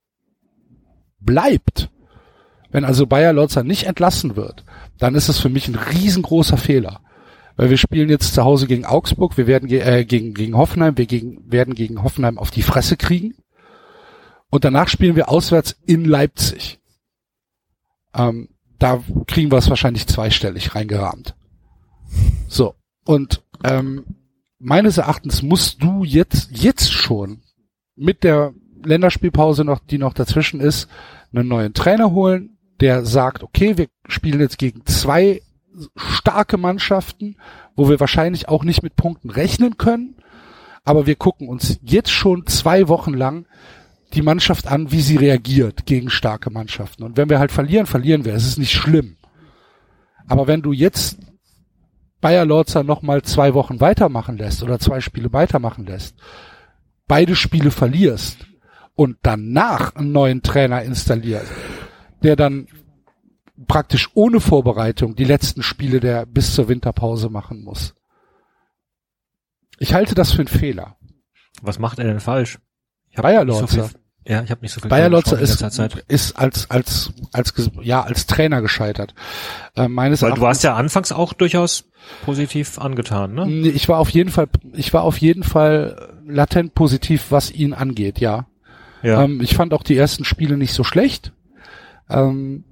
bleibt, wenn also Bayer Lorzer nicht entlassen wird, dann ist es für mich ein riesengroßer Fehler. Weil wir spielen jetzt zu Hause gegen Augsburg, wir werden äh, gegen, gegen Hoffenheim, wir gegen, werden gegen Hoffenheim auf die Fresse kriegen. Und danach spielen wir auswärts in Leipzig. Ähm, da kriegen wir es wahrscheinlich zweistellig reingerahmt. So. Und ähm, meines Erachtens musst du jetzt jetzt schon mit der Länderspielpause noch, die noch dazwischen ist, einen neuen Trainer holen, der sagt, okay, wir spielen jetzt gegen zwei starke Mannschaften, wo wir wahrscheinlich auch nicht mit Punkten rechnen können, aber wir gucken uns jetzt schon zwei Wochen lang die Mannschaft an, wie sie reagiert gegen starke Mannschaften. Und wenn wir halt verlieren, verlieren wir. Es ist nicht schlimm. Aber wenn du jetzt Bayer Lorzer noch mal zwei Wochen weitermachen lässt oder zwei Spiele weitermachen lässt, beide Spiele verlierst und danach einen neuen Trainer installiert, der dann praktisch ohne Vorbereitung die letzten Spiele der bis zur Winterpause machen muss. Ich halte das für einen Fehler. Was macht er denn falsch? Ich hab Bayer nicht Lorzer. So viel, ja, ich habe nicht so viel. Bayer Lorzer in ist, Zeit. ist als als als ja als Trainer gescheitert. Äh, meines Weil Erachtens, du warst ja anfangs auch durchaus positiv angetan, ne? Ich war auf jeden Fall, ich war auf jeden Fall latent positiv, was ihn angeht, ja. Ja. Ähm, ich fand auch die ersten Spiele nicht so schlecht. Ähm,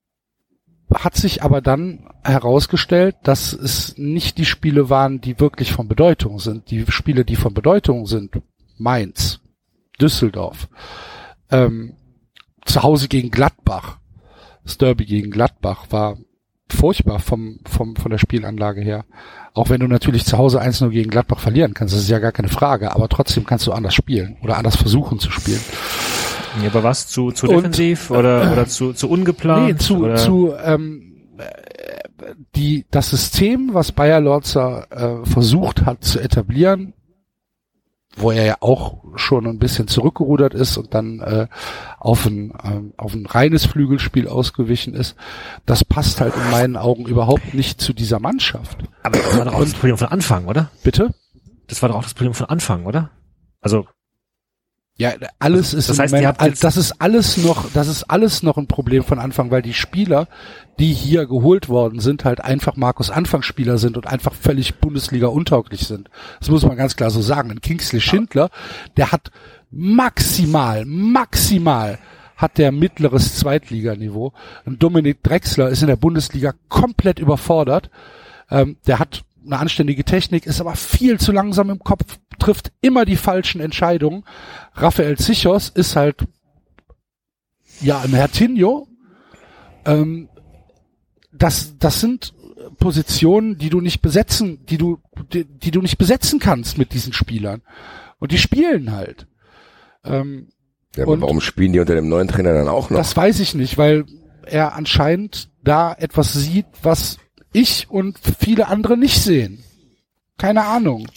hat sich aber dann herausgestellt, dass es nicht die Spiele waren, die wirklich von Bedeutung sind. Die Spiele, die von Bedeutung sind, Mainz, Düsseldorf, ähm, zu Hause gegen Gladbach, das Derby gegen Gladbach war furchtbar vom, vom, von der Spielanlage her. Auch wenn du natürlich zu Hause eins null gegen Gladbach verlieren kannst, das ist ja gar keine Frage, aber trotzdem kannst du anders spielen oder anders versuchen zu spielen. Ja, aber was? Zu, zu defensiv und, oder, oder zu, zu ungeplant? Nee, zu, oder? zu, ähm, die, das System, was Bayer Lorzer äh, versucht hat zu etablieren, wo er ja auch schon ein bisschen zurückgerudert ist und dann äh, auf ein ähm, auf ein reines Flügelspiel ausgewichen ist, das passt halt in meinen Augen überhaupt nicht zu dieser Mannschaft. Aber das war doch auch das Problem von Anfang, oder? Bitte? Das war doch auch das Problem von Anfang, oder? Also ja, alles ist das heißt, im ihr Moment, habt jetzt das ist alles noch, das ist alles noch ein Problem von Anfang, weil die Spieler, die hier geholt worden sind, halt einfach Markus Anfangsspieler sind und einfach völlig Bundesliga untauglich sind. Das muss man ganz klar so sagen. Ein Kingsley Schindler, der hat maximal, maximal hat der mittleres Zweitliganiveau. Ein Dominik Drexler ist in der Bundesliga komplett überfordert. Ähm, der hat eine anständige Technik, ist aber viel zu langsam im Kopf, trifft immer die falschen Entscheidungen. Raphael Zichos ist halt ja ein Hertinho. Ähm, das, das sind Positionen, die du nicht besetzen, die du, die, die du nicht besetzen kannst mit diesen Spielern. Und die spielen halt. Ähm, ja, aber warum spielen die unter dem neuen Trainer dann auch noch? Das weiß ich nicht, weil er anscheinend da etwas sieht, was ich und viele andere nicht sehen. Keine Ahnung.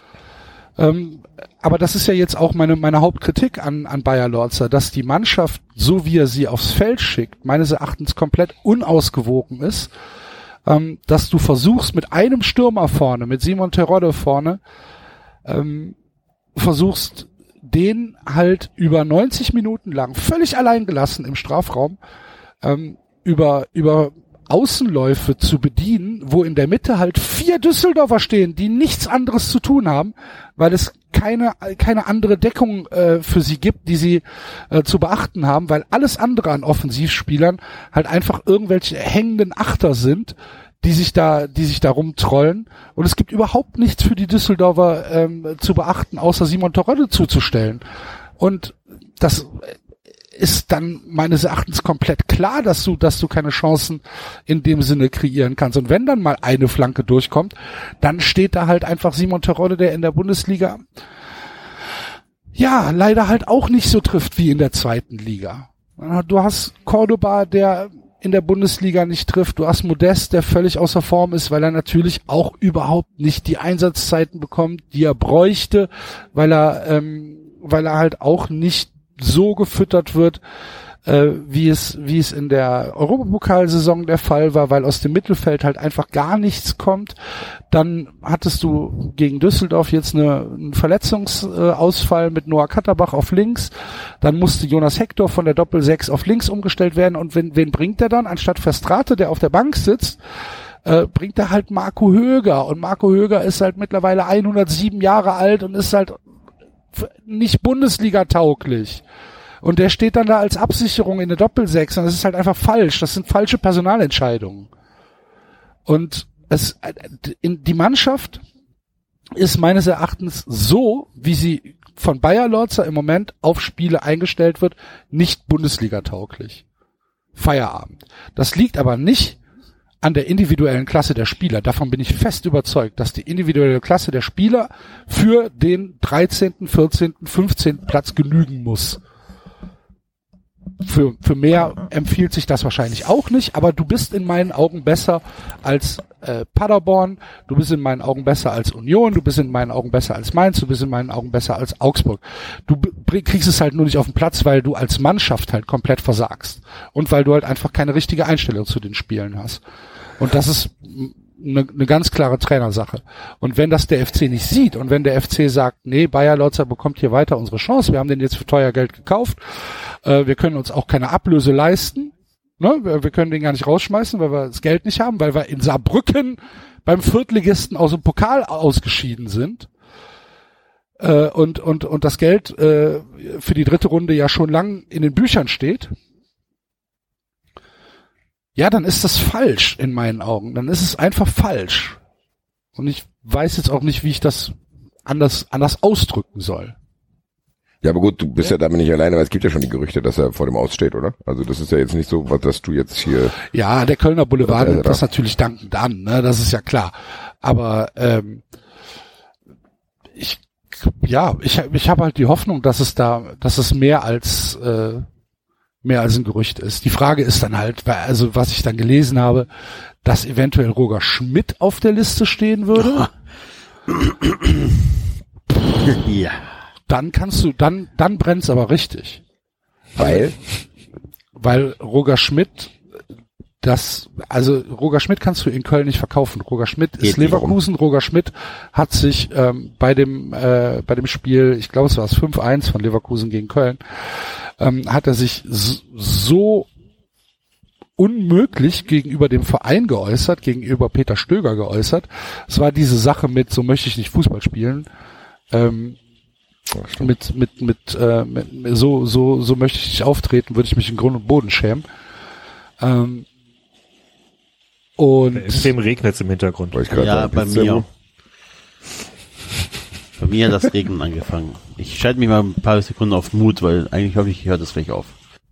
Ähm, aber das ist ja jetzt auch meine meine Hauptkritik an an Bayer Lorzer, dass die Mannschaft, so wie er sie aufs Feld schickt, meines Erachtens komplett unausgewogen ist. Ähm, dass du versuchst mit einem Stürmer vorne, mit Simon Terodde vorne, ähm, versuchst den halt über neunzig Minuten lang völlig allein gelassen im Strafraum ähm, über über Außenläufe zu bedienen, wo in der Mitte halt vier Düsseldorfer stehen, die nichts anderes zu tun haben, weil es keine keine andere Deckung äh, für sie gibt, die sie äh, zu beachten haben, weil alles andere an Offensivspielern halt einfach irgendwelche hängenden Achter sind, die sich da die sich da rumtrollen, und es gibt überhaupt nichts für die Düsseldorfer ähm, zu beachten, außer Simon Terodde zuzustellen. Und das ist dann meines Erachtens komplett klar, dass du, dass du keine Chancen in dem Sinne kreieren kannst. Und wenn dann mal eine Flanke durchkommt, dann steht da halt einfach Simon Terodde, der in der Bundesliga ja leider halt auch nicht so trifft wie in der zweiten Liga. Du hast Cordoba, der in der Bundesliga nicht trifft. Du hast Modest, der völlig außer Form ist, weil er natürlich auch überhaupt nicht die Einsatzzeiten bekommt, die er bräuchte, weil er, ähm, weil er halt auch nicht so gefüttert wird, äh, wie es, wie es in der Europapokalsaison der Fall war, weil aus dem Mittelfeld halt einfach gar nichts kommt. Dann hattest du gegen Düsseldorf jetzt eine, einen Verletzungsausfall mit Noah Katterbach auf links. Dann musste Jonas Hector von der Doppel-Sechs auf links umgestellt werden. Und wen, wen bringt er dann? Anstatt Verstrate, der auf der Bank sitzt, äh, bringt er halt Marco Höger. Und Marco Höger ist halt mittlerweile hundertsieben Jahre alt und ist halt nicht Bundesliga-tauglich. Und der steht dann da als Absicherung in der Doppel-Sechs und das ist halt einfach falsch. Das sind falsche Personalentscheidungen. Und es, in, die Mannschaft ist meines Erachtens so, wie sie von Bayer Lorzer im Moment auf Spiele eingestellt wird, nicht Bundesliga-tauglich. Feierabend. Das liegt aber nicht an der individuellen Klasse der Spieler. Davon bin ich fest überzeugt, dass die individuelle Klasse der Spieler für den dreizehnten, vierzehnten, fünfzehnten Platz genügen muss. Für, für mehr empfiehlt sich das wahrscheinlich auch nicht, aber du bist in meinen Augen besser als äh, Paderborn, du bist in meinen Augen besser als Union, du bist in meinen Augen besser als Mainz, du bist in meinen Augen besser als Augsburg. Du b- kriegst es halt nur nicht auf den Platz, weil du als Mannschaft halt komplett versagst und weil du halt einfach keine richtige Einstellung zu den Spielen hast. Und das ist eine, eine ganz klare Trainersache. Und wenn das der F C nicht sieht und wenn der F C sagt, nee, Bayer Lorzer bekommt hier weiter unsere Chance, wir haben den jetzt für teuer Geld gekauft, äh, wir können uns auch keine Ablöse leisten, ne? wir, wir können den gar nicht rausschmeißen, weil wir das Geld nicht haben, weil wir in Saarbrücken beim Viertligisten aus dem Pokal ausgeschieden sind äh, und und und das Geld äh, für die dritte Runde ja schon lang in den Büchern steht. Ja, dann ist das falsch in meinen Augen. Dann ist es einfach falsch. Und ich weiß jetzt auch nicht, wie ich das anders, anders ausdrücken soll. Ja, aber gut, du bist ja, ja damit nicht alleine, weil es gibt ja schon die Gerüchte, dass er vor dem Aussteht, oder? Also das ist ja jetzt nicht so, dass du jetzt hier... Ja, der Kölner Boulevard nimmt das natürlich dankend an, ne? Das ist ja klar. Aber ähm, ich, ja, ich, ich habe halt die Hoffnung, dass es da, dass es mehr als... Äh, mehr als ein Gerücht ist. Die Frage ist dann halt, also was ich dann gelesen habe, dass eventuell Roger Schmidt auf der Liste stehen würde. Ja. Dann kannst du, dann, dann brennt's aber richtig. Weil? Weil Roger Schmidt, das, also Roger Schmidt kannst du in Köln nicht verkaufen. Roger Schmidt ist Leverkusen. Roger Schmidt hat sich ähm, bei dem äh, bei dem Spiel, ich glaube es war es fünf eins von Leverkusen gegen Köln, ähm, hat er sich so unmöglich gegenüber dem Verein geäußert, gegenüber Peter Stöger geäußert. Es war diese Sache mit, so möchte ich nicht Fußball spielen, ähm, mit mit mit, äh, mit so so so möchte ich nicht auftreten, würde ich mich in Grund und Boden schämen. Ähm, und wem regnet es im Hintergrund? Ja, bei mir. Bei mir hat das Regnen angefangen. Ich schalte mich mal ein paar Sekunden auf Mut, weil eigentlich hoffe ich, hört es gleich auf.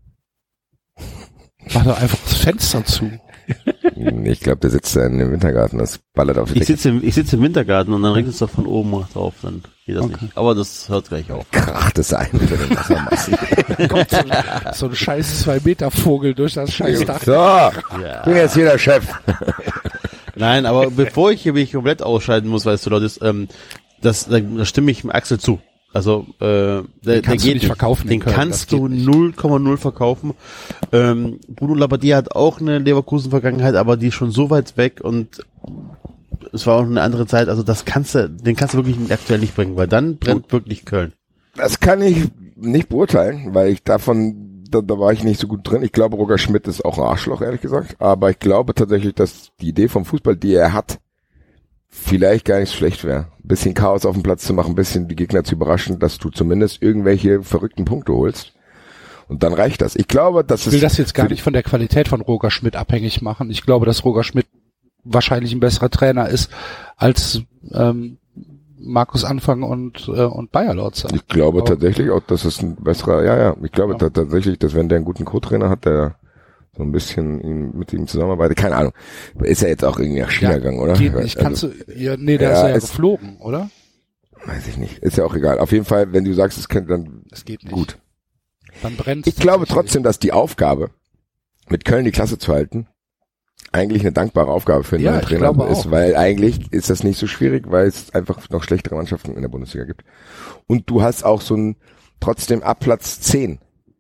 Mach doch einfach das Fenster zu. Ich glaube, der sitzt da in dem Wintergarten, das ballert auf die Ich sitze im, ich sitze im Wintergarten und dann regnet es doch von oben drauf, dann geht das okay. nicht. Aber das hört gleich auf. Kracht es ein mit den Wassermassen. Kommt so, so ein scheiß zwei Meter Vogel durch das scheiß Dach. So, ja. Bin jetzt hier der Chef. Nein, aber bevor ich hier mich komplett ausschalten muss, weißt du, Leute, ist, ähm, das, da, da stimme ich dem Axel zu. Also, äh, der, den kannst der du geht nicht verkaufen. Den Köln, kannst du null Komma null verkaufen. Ähm, Bruno Labbadia hat auch eine Leverkusen-Vergangenheit, aber die ist schon so weit weg und es war auch eine andere Zeit. Also, das kannst du, den kannst du wirklich aktuell nicht bringen, weil dann brennt wirklich Köln. Das kann ich nicht beurteilen, weil ich davon, da, da war ich nicht so gut drin. Ich glaube, Roger Schmidt ist auch ein Arschloch, ehrlich gesagt. Aber ich glaube tatsächlich, dass die Idee vom Fußball, die er hat, vielleicht gar nicht schlecht wäre. Ein bisschen Chaos auf dem Platz zu machen, ein bisschen die Gegner zu überraschen, dass du zumindest irgendwelche verrückten Punkte holst. Und dann reicht das. Ich glaube, dass es... Ich will das jetzt gar nicht von der Qualität von Roger Schmidt abhängig machen. Ich glaube, dass Roger Schmidt wahrscheinlich ein besserer Trainer ist als ähm, Markus Anfang und äh, und Bayer-Lorzer. Ich glaube Aber tatsächlich auch, dass es ein besserer, ja, ja, ich glaube Ja. ta- tatsächlich, dass wenn der einen guten Co-Trainer hat, der so ein bisschen ihn, mit ihm zusammenarbeitet, keine Ahnung, ist er jetzt auch irgendwie nach China Ja, gegangen, oder? geht nicht. Kannst Also, du, ja, nee, der ja, ist ja es- geflogen, oder? weiß ich nicht, ist ja auch egal. Auf jeden Fall, wenn du sagst, es könnte dann, Es geht nicht. gut. Dann brennt Ich glaube trotzdem, dass die Aufgabe, mit Köln die Klasse zu halten, eigentlich eine dankbare Aufgabe für einen Ja, neuen ich Trainer glaube ist, auch. weil eigentlich ist das nicht so schwierig, weil es einfach noch schlechtere Mannschaften in der Bundesliga gibt. Und du hast auch so ein, trotzdem ab Platz zehn.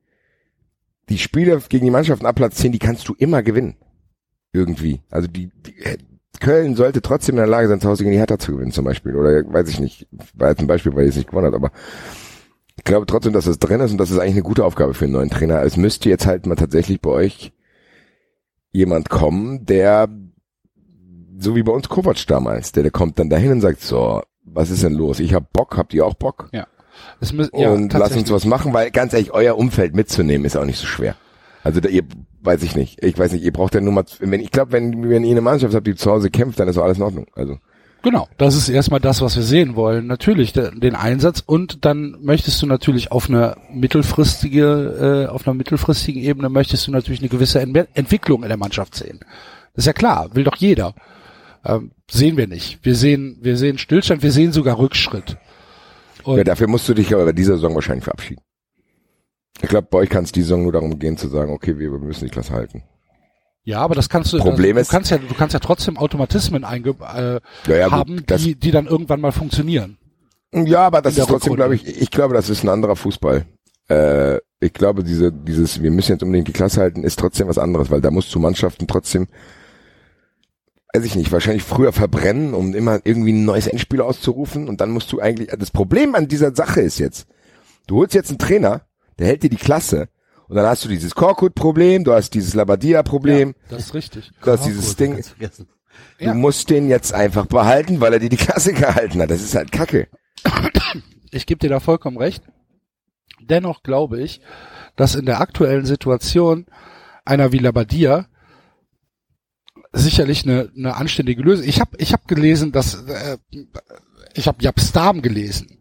Die Spiele gegen die Mannschaften ab Platz zehn, die kannst du immer gewinnen. Irgendwie. Also die, die Köln sollte trotzdem in der Lage sein, zu Hause gegen die Hertha zu gewinnen zum Beispiel. Oder weiß ich nicht, war jetzt ein Beispiel, weil ihr es nicht gewonnen hat, aber ich glaube trotzdem, dass es drin ist und das ist eigentlich eine gute Aufgabe für einen neuen Trainer. Es müsste jetzt halt mal tatsächlich bei euch jemand kommen, der, so wie bei uns Kovac damals, der, der kommt dann dahin und sagt, so, was ist denn los? Ich hab Bock, habt ihr auch Bock? Ja. Es mü- ja, Und lasst uns tatsächlich. was machen, weil ganz ehrlich, euer Umfeld mitzunehmen ist auch nicht so schwer. Also da, ihr, weiß ich nicht, ich weiß nicht, ihr braucht ja nur mal, wenn ich glaube, wenn, wenn ihr eine Mannschaft habt, die zu Hause kämpft, dann ist doch alles in Ordnung. Also Genau, das ist erstmal das, was wir sehen wollen. Natürlich der, den Einsatz und dann möchtest du natürlich auf eine mittelfristige, äh, auf einer mittelfristigen Ebene möchtest du natürlich eine gewisse Ent- Entwicklung in der Mannschaft sehen. Das ist ja klar, will doch jeder. Ähm, sehen wir nicht. Wir sehen, wir sehen Stillstand, wir sehen sogar Rückschritt. Und ja, dafür musst du dich aber bei dieser Saison wahrscheinlich verabschieden. Ich glaube, bei euch kann es die Saison nur darum gehen zu sagen, okay, wir müssen die Klasse halten. ja, aber das kannst du. Problem also, ist- du kannst ja, du kannst ja trotzdem Automatismen einge, äh, Ja, ja, gut, haben, das- die, die dann irgendwann mal funktionieren. Ja, aber das In der ist trotzdem, Rückrunde. glaube ich, ich glaube, das ist ein anderer Fußball. Äh, ich glaube, diese, dieses, wir müssen jetzt unbedingt die Klasse halten, ist trotzdem was anderes, weil da musst du Mannschaften trotzdem, weiß ich nicht, wahrscheinlich früher verbrennen, um immer irgendwie ein neues Endspiel auszurufen und dann musst du eigentlich, das Problem an dieser Sache ist jetzt, du holst jetzt einen Trainer, der hält dir die Klasse und dann hast du dieses Korkut-Problem, du hast dieses Labadia-Problem, Das ist richtig. du hast dieses Ding, Ganz vergessen. du Ja. musst den jetzt einfach behalten, weil er dir die Klasse gehalten hat, das ist halt Kacke. Ich gebe dir da vollkommen recht. Dennoch glaube ich, dass in der aktuellen Situation einer wie Labadia sicherlich eine, eine anständige Lösung. Ich habe ich hab gelesen, dass äh, ich habe Jaap Stam gelesen.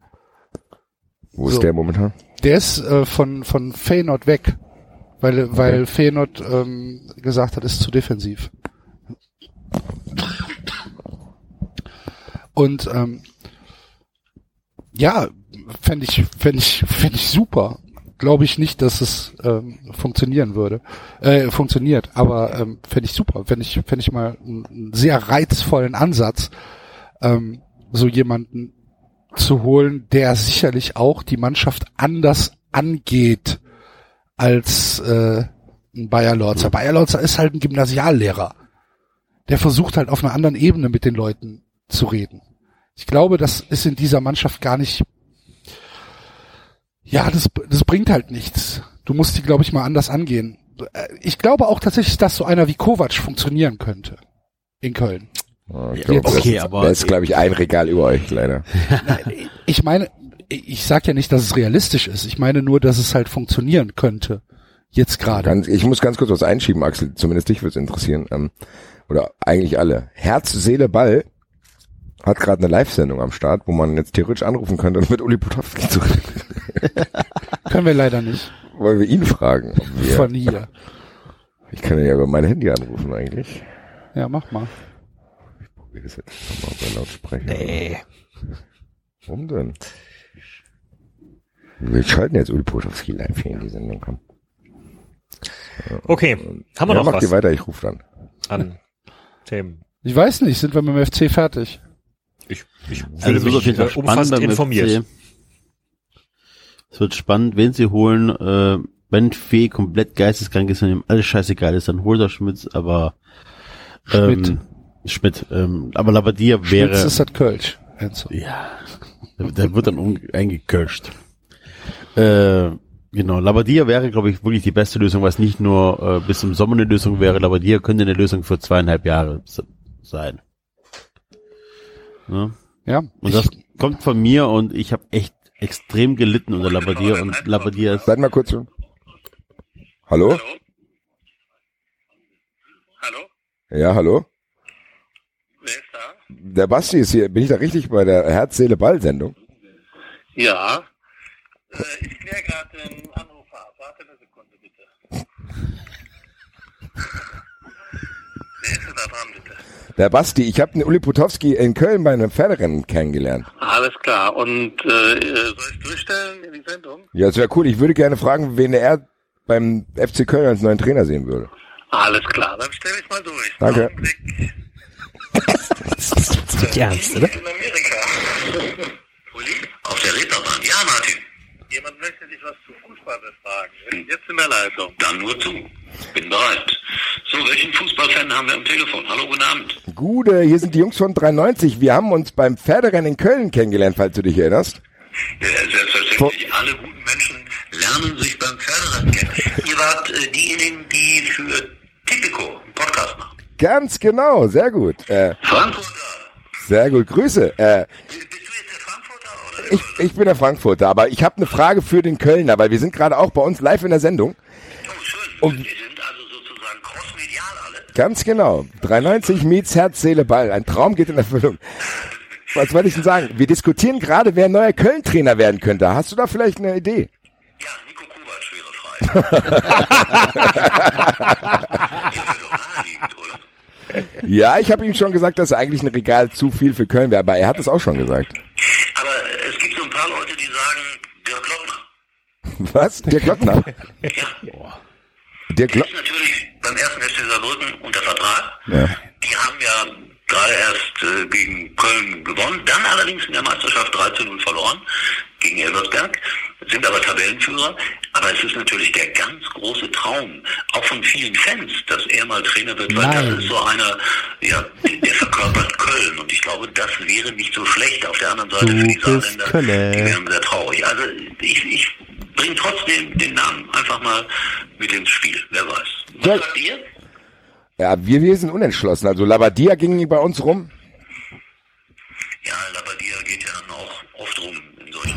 Wo ist So. der momentan? Der ist äh, von von Feyenoord weg, weil weil Okay. Feyenoord ähm, gesagt hat, ist zu defensiv. Und ähm, ja, fände ich fände ich fände ich super. Glaube ich nicht, dass es ähm, funktionieren würde, äh, funktioniert. Aber ähm, fände ich super. Fände ich fände ich mal einen, einen sehr reizvollen Ansatz, ähm, so jemanden zu holen, der sicherlich auch die Mannschaft anders angeht als äh, ein Bayer Lorzer. Bayer Lorzer ist halt ein Gymnasiallehrer. Der versucht halt auf einer anderen Ebene mit den Leuten zu reden. Ich glaube, das ist in dieser Mannschaft gar nicht, ja, das, das bringt halt nichts. Du musst die, glaube ich, mal anders angehen. Ich glaube auch tatsächlich, dass so einer wie Kovac funktionieren könnte in Köln. Oh, ich Ja, glaube, okay, das, aber- das ist, glaube ich, ein Regal über euch, leider. Ich meine, ich sage ja nicht, dass es realistisch ist. Ich meine nur, dass es halt funktionieren könnte. Jetzt gerade. Ganz, ich muss ganz kurz was einschieben, Axel. Zumindest dich würde es interessieren. Ähm, oder eigentlich alle. Herz, Seele, Ball hat gerade eine Live-Sendung am Start, wo man jetzt theoretisch anrufen könnte und mit Uli Potowski zu reden. Können wir leider nicht. Wollen wir ihn fragen? Ob wir, Von hier. ich kann ihn ja über mein Handy anrufen eigentlich. Ja, mach mal. Ich probiere das jetzt nochmal bei Lautsprecher. Nee. Warum denn? Wir schalten jetzt Uli Potowski live hier in die Sendung. Komm. Okay, haben wir ja, noch macht was ihr weiter, ich rufe dann. an Themen? Ich weiß nicht, sind wir mit dem F C fertig? Ich, ich Also fühle es wird auf mich jeden Fall äh, spannend umfassend beim informiert. F C. Es wird spannend, wen sie holen. Äh, wenn Fee komplett geisteskrank ist und ihm alles scheißegal ist, dann holt er Schmitz, aber Schmidt. ähm, Schmidt. Ähm, aber Labadia wäre... Schmitz ist das Kölsch. Enzo. Ja, der, der wird dann um, eingekölscht. Äh, genau, Labadia wäre, glaube ich, wirklich die beste Lösung, was nicht nur äh, bis zum Sommer eine Lösung wäre. Labadia könnte eine Lösung für zweieinhalb Jahre s- sein. Ja. Ja. Und ich, das kommt von mir und ich habe echt extrem gelitten unter Labadia und Labadia ist... Seid mal kurz. Hallo? Hallo? Ja, hallo? Wer ist da? Der Basti ist hier. Bin ich da richtig bei der Herz-Seele-Ball-Sendung? Ja. Äh, ich kläre gerade den Anrufer ab. Warte eine Sekunde, bitte. Wer ist denn da dran, bitte? Der Basti, ich habe den Uli Potowski in Köln bei einem Pferderennen kennengelernt. Alles klar. Und äh, soll ich durchstellen in die Sendung? Ja, das wäre cool. Ich würde gerne fragen, wen er beim F C Köln als neuen Trainer sehen würde. Alles klar, dann stelle ich mal durch. Danke. Das ist nicht ernst, oder? In Amerika. Uli? Auf der Reeperbahn. Ja, Martin. Jemand möchte dich was zu Fußball befragen. Jetzt in der Leitung. Dann nur zu. Bin bereit. So, welchen Fußballfan haben wir am Telefon? Hallo, guten Abend. Gute, hier sind die Jungs von dreiundneunzig. Wir haben uns beim Pferderennen in Köln kennengelernt, falls du dich erinnerst. Ja, selbstverständlich. Vor Alle guten Menschen lernen sich beim Pferderennen kennen. Ihr wart äh, diejenigen, die für Tipico einen Podcast machen. Ganz genau, sehr gut. Äh, Frankfurter. Sehr gut, Grüße. Äh, ich, ich bin der Frankfurter, aber ich habe eine Frage für den Kölner, weil wir sind gerade auch bei uns live in der Sendung. Oh, schön. Und wir sind also sozusagen crossmedial alle. Ganz genau. dreiundneunzig meets Herz, Seele, Ball. Ein Traum geht in Erfüllung. Was wollte ich denn sagen? Wir diskutieren gerade, wer neuer Köln-Trainer werden könnte. Hast du da vielleicht eine Idee? Ja, Nico Kovac wäre frei. Ja, ich habe ihm schon gesagt, dass er eigentlich ein Regal zu viel für Köln wäre, aber er hat es auch schon gesagt. Aber es gibt so ein paar Leute, die sagen, Dirk Lottner. Was? Dirk Lottner? Ja. Dirk Der ist natürlich beim ersten F C Saarbrücken unter Vertrag. Ja. Die haben ja gerade erst äh, gegen Köln gewonnen, dann allerdings in der Meisterschaft drei zu null verloren gegen Elversberg, sind aber Tabellenführer. Aber es ist natürlich der ganz große Traum, auch von vielen Fans, dass er mal Trainer wird, weil Nein. das ist so einer, ja, der verkörpert Köln. Und ich glaube, das wäre nicht so schlecht. Auf der anderen Seite für die Saarländer, die wären sehr traurig. Also ich, ich bringe trotzdem den Namen einfach mal mit ins Spiel. Wer weiß. Was Ja. sagt ihr? Ja, wir, wir sind unentschlossen. Also Labadia ging bei uns rum. Ja, Labadia geht ja dann auch oft rum in solchen.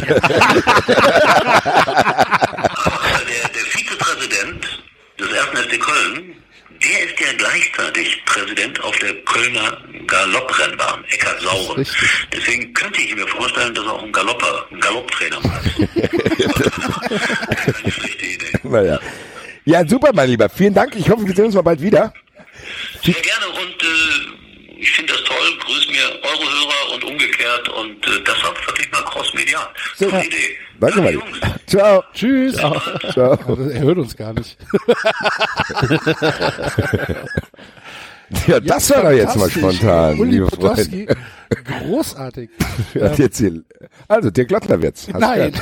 Aber der, der Vizepräsident des ersten F C Köln, der ist ja gleichzeitig Präsident auf der Kölner Galopprennbahn, Eckhard Sauren. Deswegen könnte ich mir vorstellen, dass auch ein Galopper, ein Galopptrainer macht. Keine schlechte Idee. Naja. Ja, super, mein Lieber. Vielen Dank. Ich hoffe, wir sehen uns mal bald wieder. Sehr gerne und äh, ich finde das toll. Grüß mir eure Hörer und umgekehrt und äh, das war wirklich mal crossmedial. So. Gute Idee. Danke, mein Lieber. Ciao. Tschüss. Ciao. Ciao. Also, er hört uns gar nicht. Ja, das war doch jetzt mal fantastisch. spontan, Uli liebe Potowski, Freunde. großartig. Ja, Ähm, jetzt hier. Also, Dirk Lottner wird's. Hast Nein.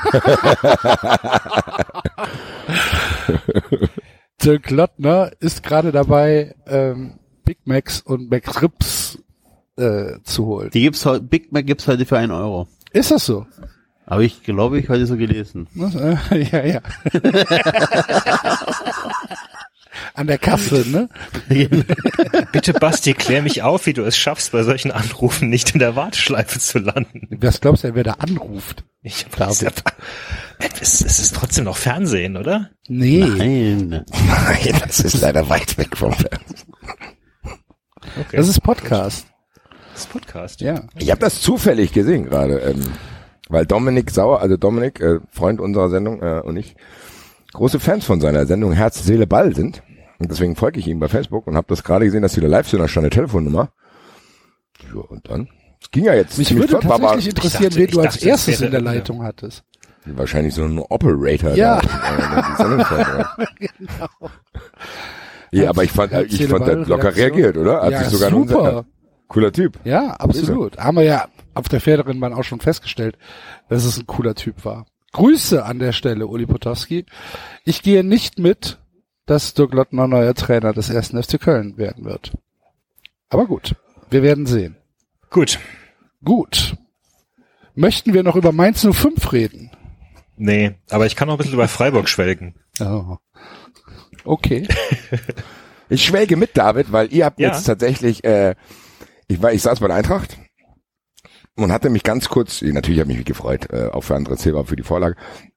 gehört. Dirk Lottner ist gerade dabei, ähm, Big Macs und McRibs äh, zu holen. Die gibt's heute, Big Mac gibt's heute für einen Euro. Ist das so? Habe ich, glaube ich, heute so gelesen. Was, äh, ja, ja. An der Kasse, ne? Bitte, Basti, klär mich auf, wie du es schaffst, bei solchen Anrufen nicht in der Warteschleife zu landen. Was glaubst du, wer da anruft? Ich weiß ja, es, es ist trotzdem noch Fernsehen, oder? Nee. Nein. Nein, das ist leider weit weg vom Fernsehen. Okay. Das ist Podcast. Das ist Podcast. Ja. Ich habe das zufällig gesehen gerade, ähm, weil Dominik Sauer, also Dominik, äh, Freund unserer Sendung äh, und ich, große Fans von seiner Sendung Herz, Seele, Ball sind. Und deswegen folge ich ihm bei Facebook und habe das gerade gesehen, dass wieder live sind, da stand eine Telefonnummer. Ja, und dann? Es ging ja jetzt Mich ziemlich würde flott, aber tatsächlich interessieren, dachte- wen du ich als dachte, erstes es wäre- in der Leitung hattest. wahrscheinlich so ein Operator. Ja. Da, äh, die Sendung vorbereitet. Genau. Ja, aber ich fand, äh, ich fand, der hat locker reagiert, oder? Hat Ja, sich sogar super. Unser, cooler Typ. Ja, absolut. Haben wir ja auf der Pferderennbahn auch schon festgestellt, dass es ein cooler Typ war. Grüße an der Stelle, Uli Potowski. Ich gehe nicht mit, dass Dirk Lottner neuer Trainer des ersten F C Köln werden wird. Aber gut, wir werden sehen. Gut. Gut. Möchten wir noch über Mainz null fünf reden? Nee, aber ich kann noch ein bisschen über Freiburg schwelgen. Oh. Okay. Ich schwelge mit, David, weil ihr habt Ja. jetzt tatsächlich, äh, ich war, ich saß bei der Eintracht und hatte mich ganz kurz, natürlich habe ich mich gefreut, äh, auch für André Silva für die Vorlage,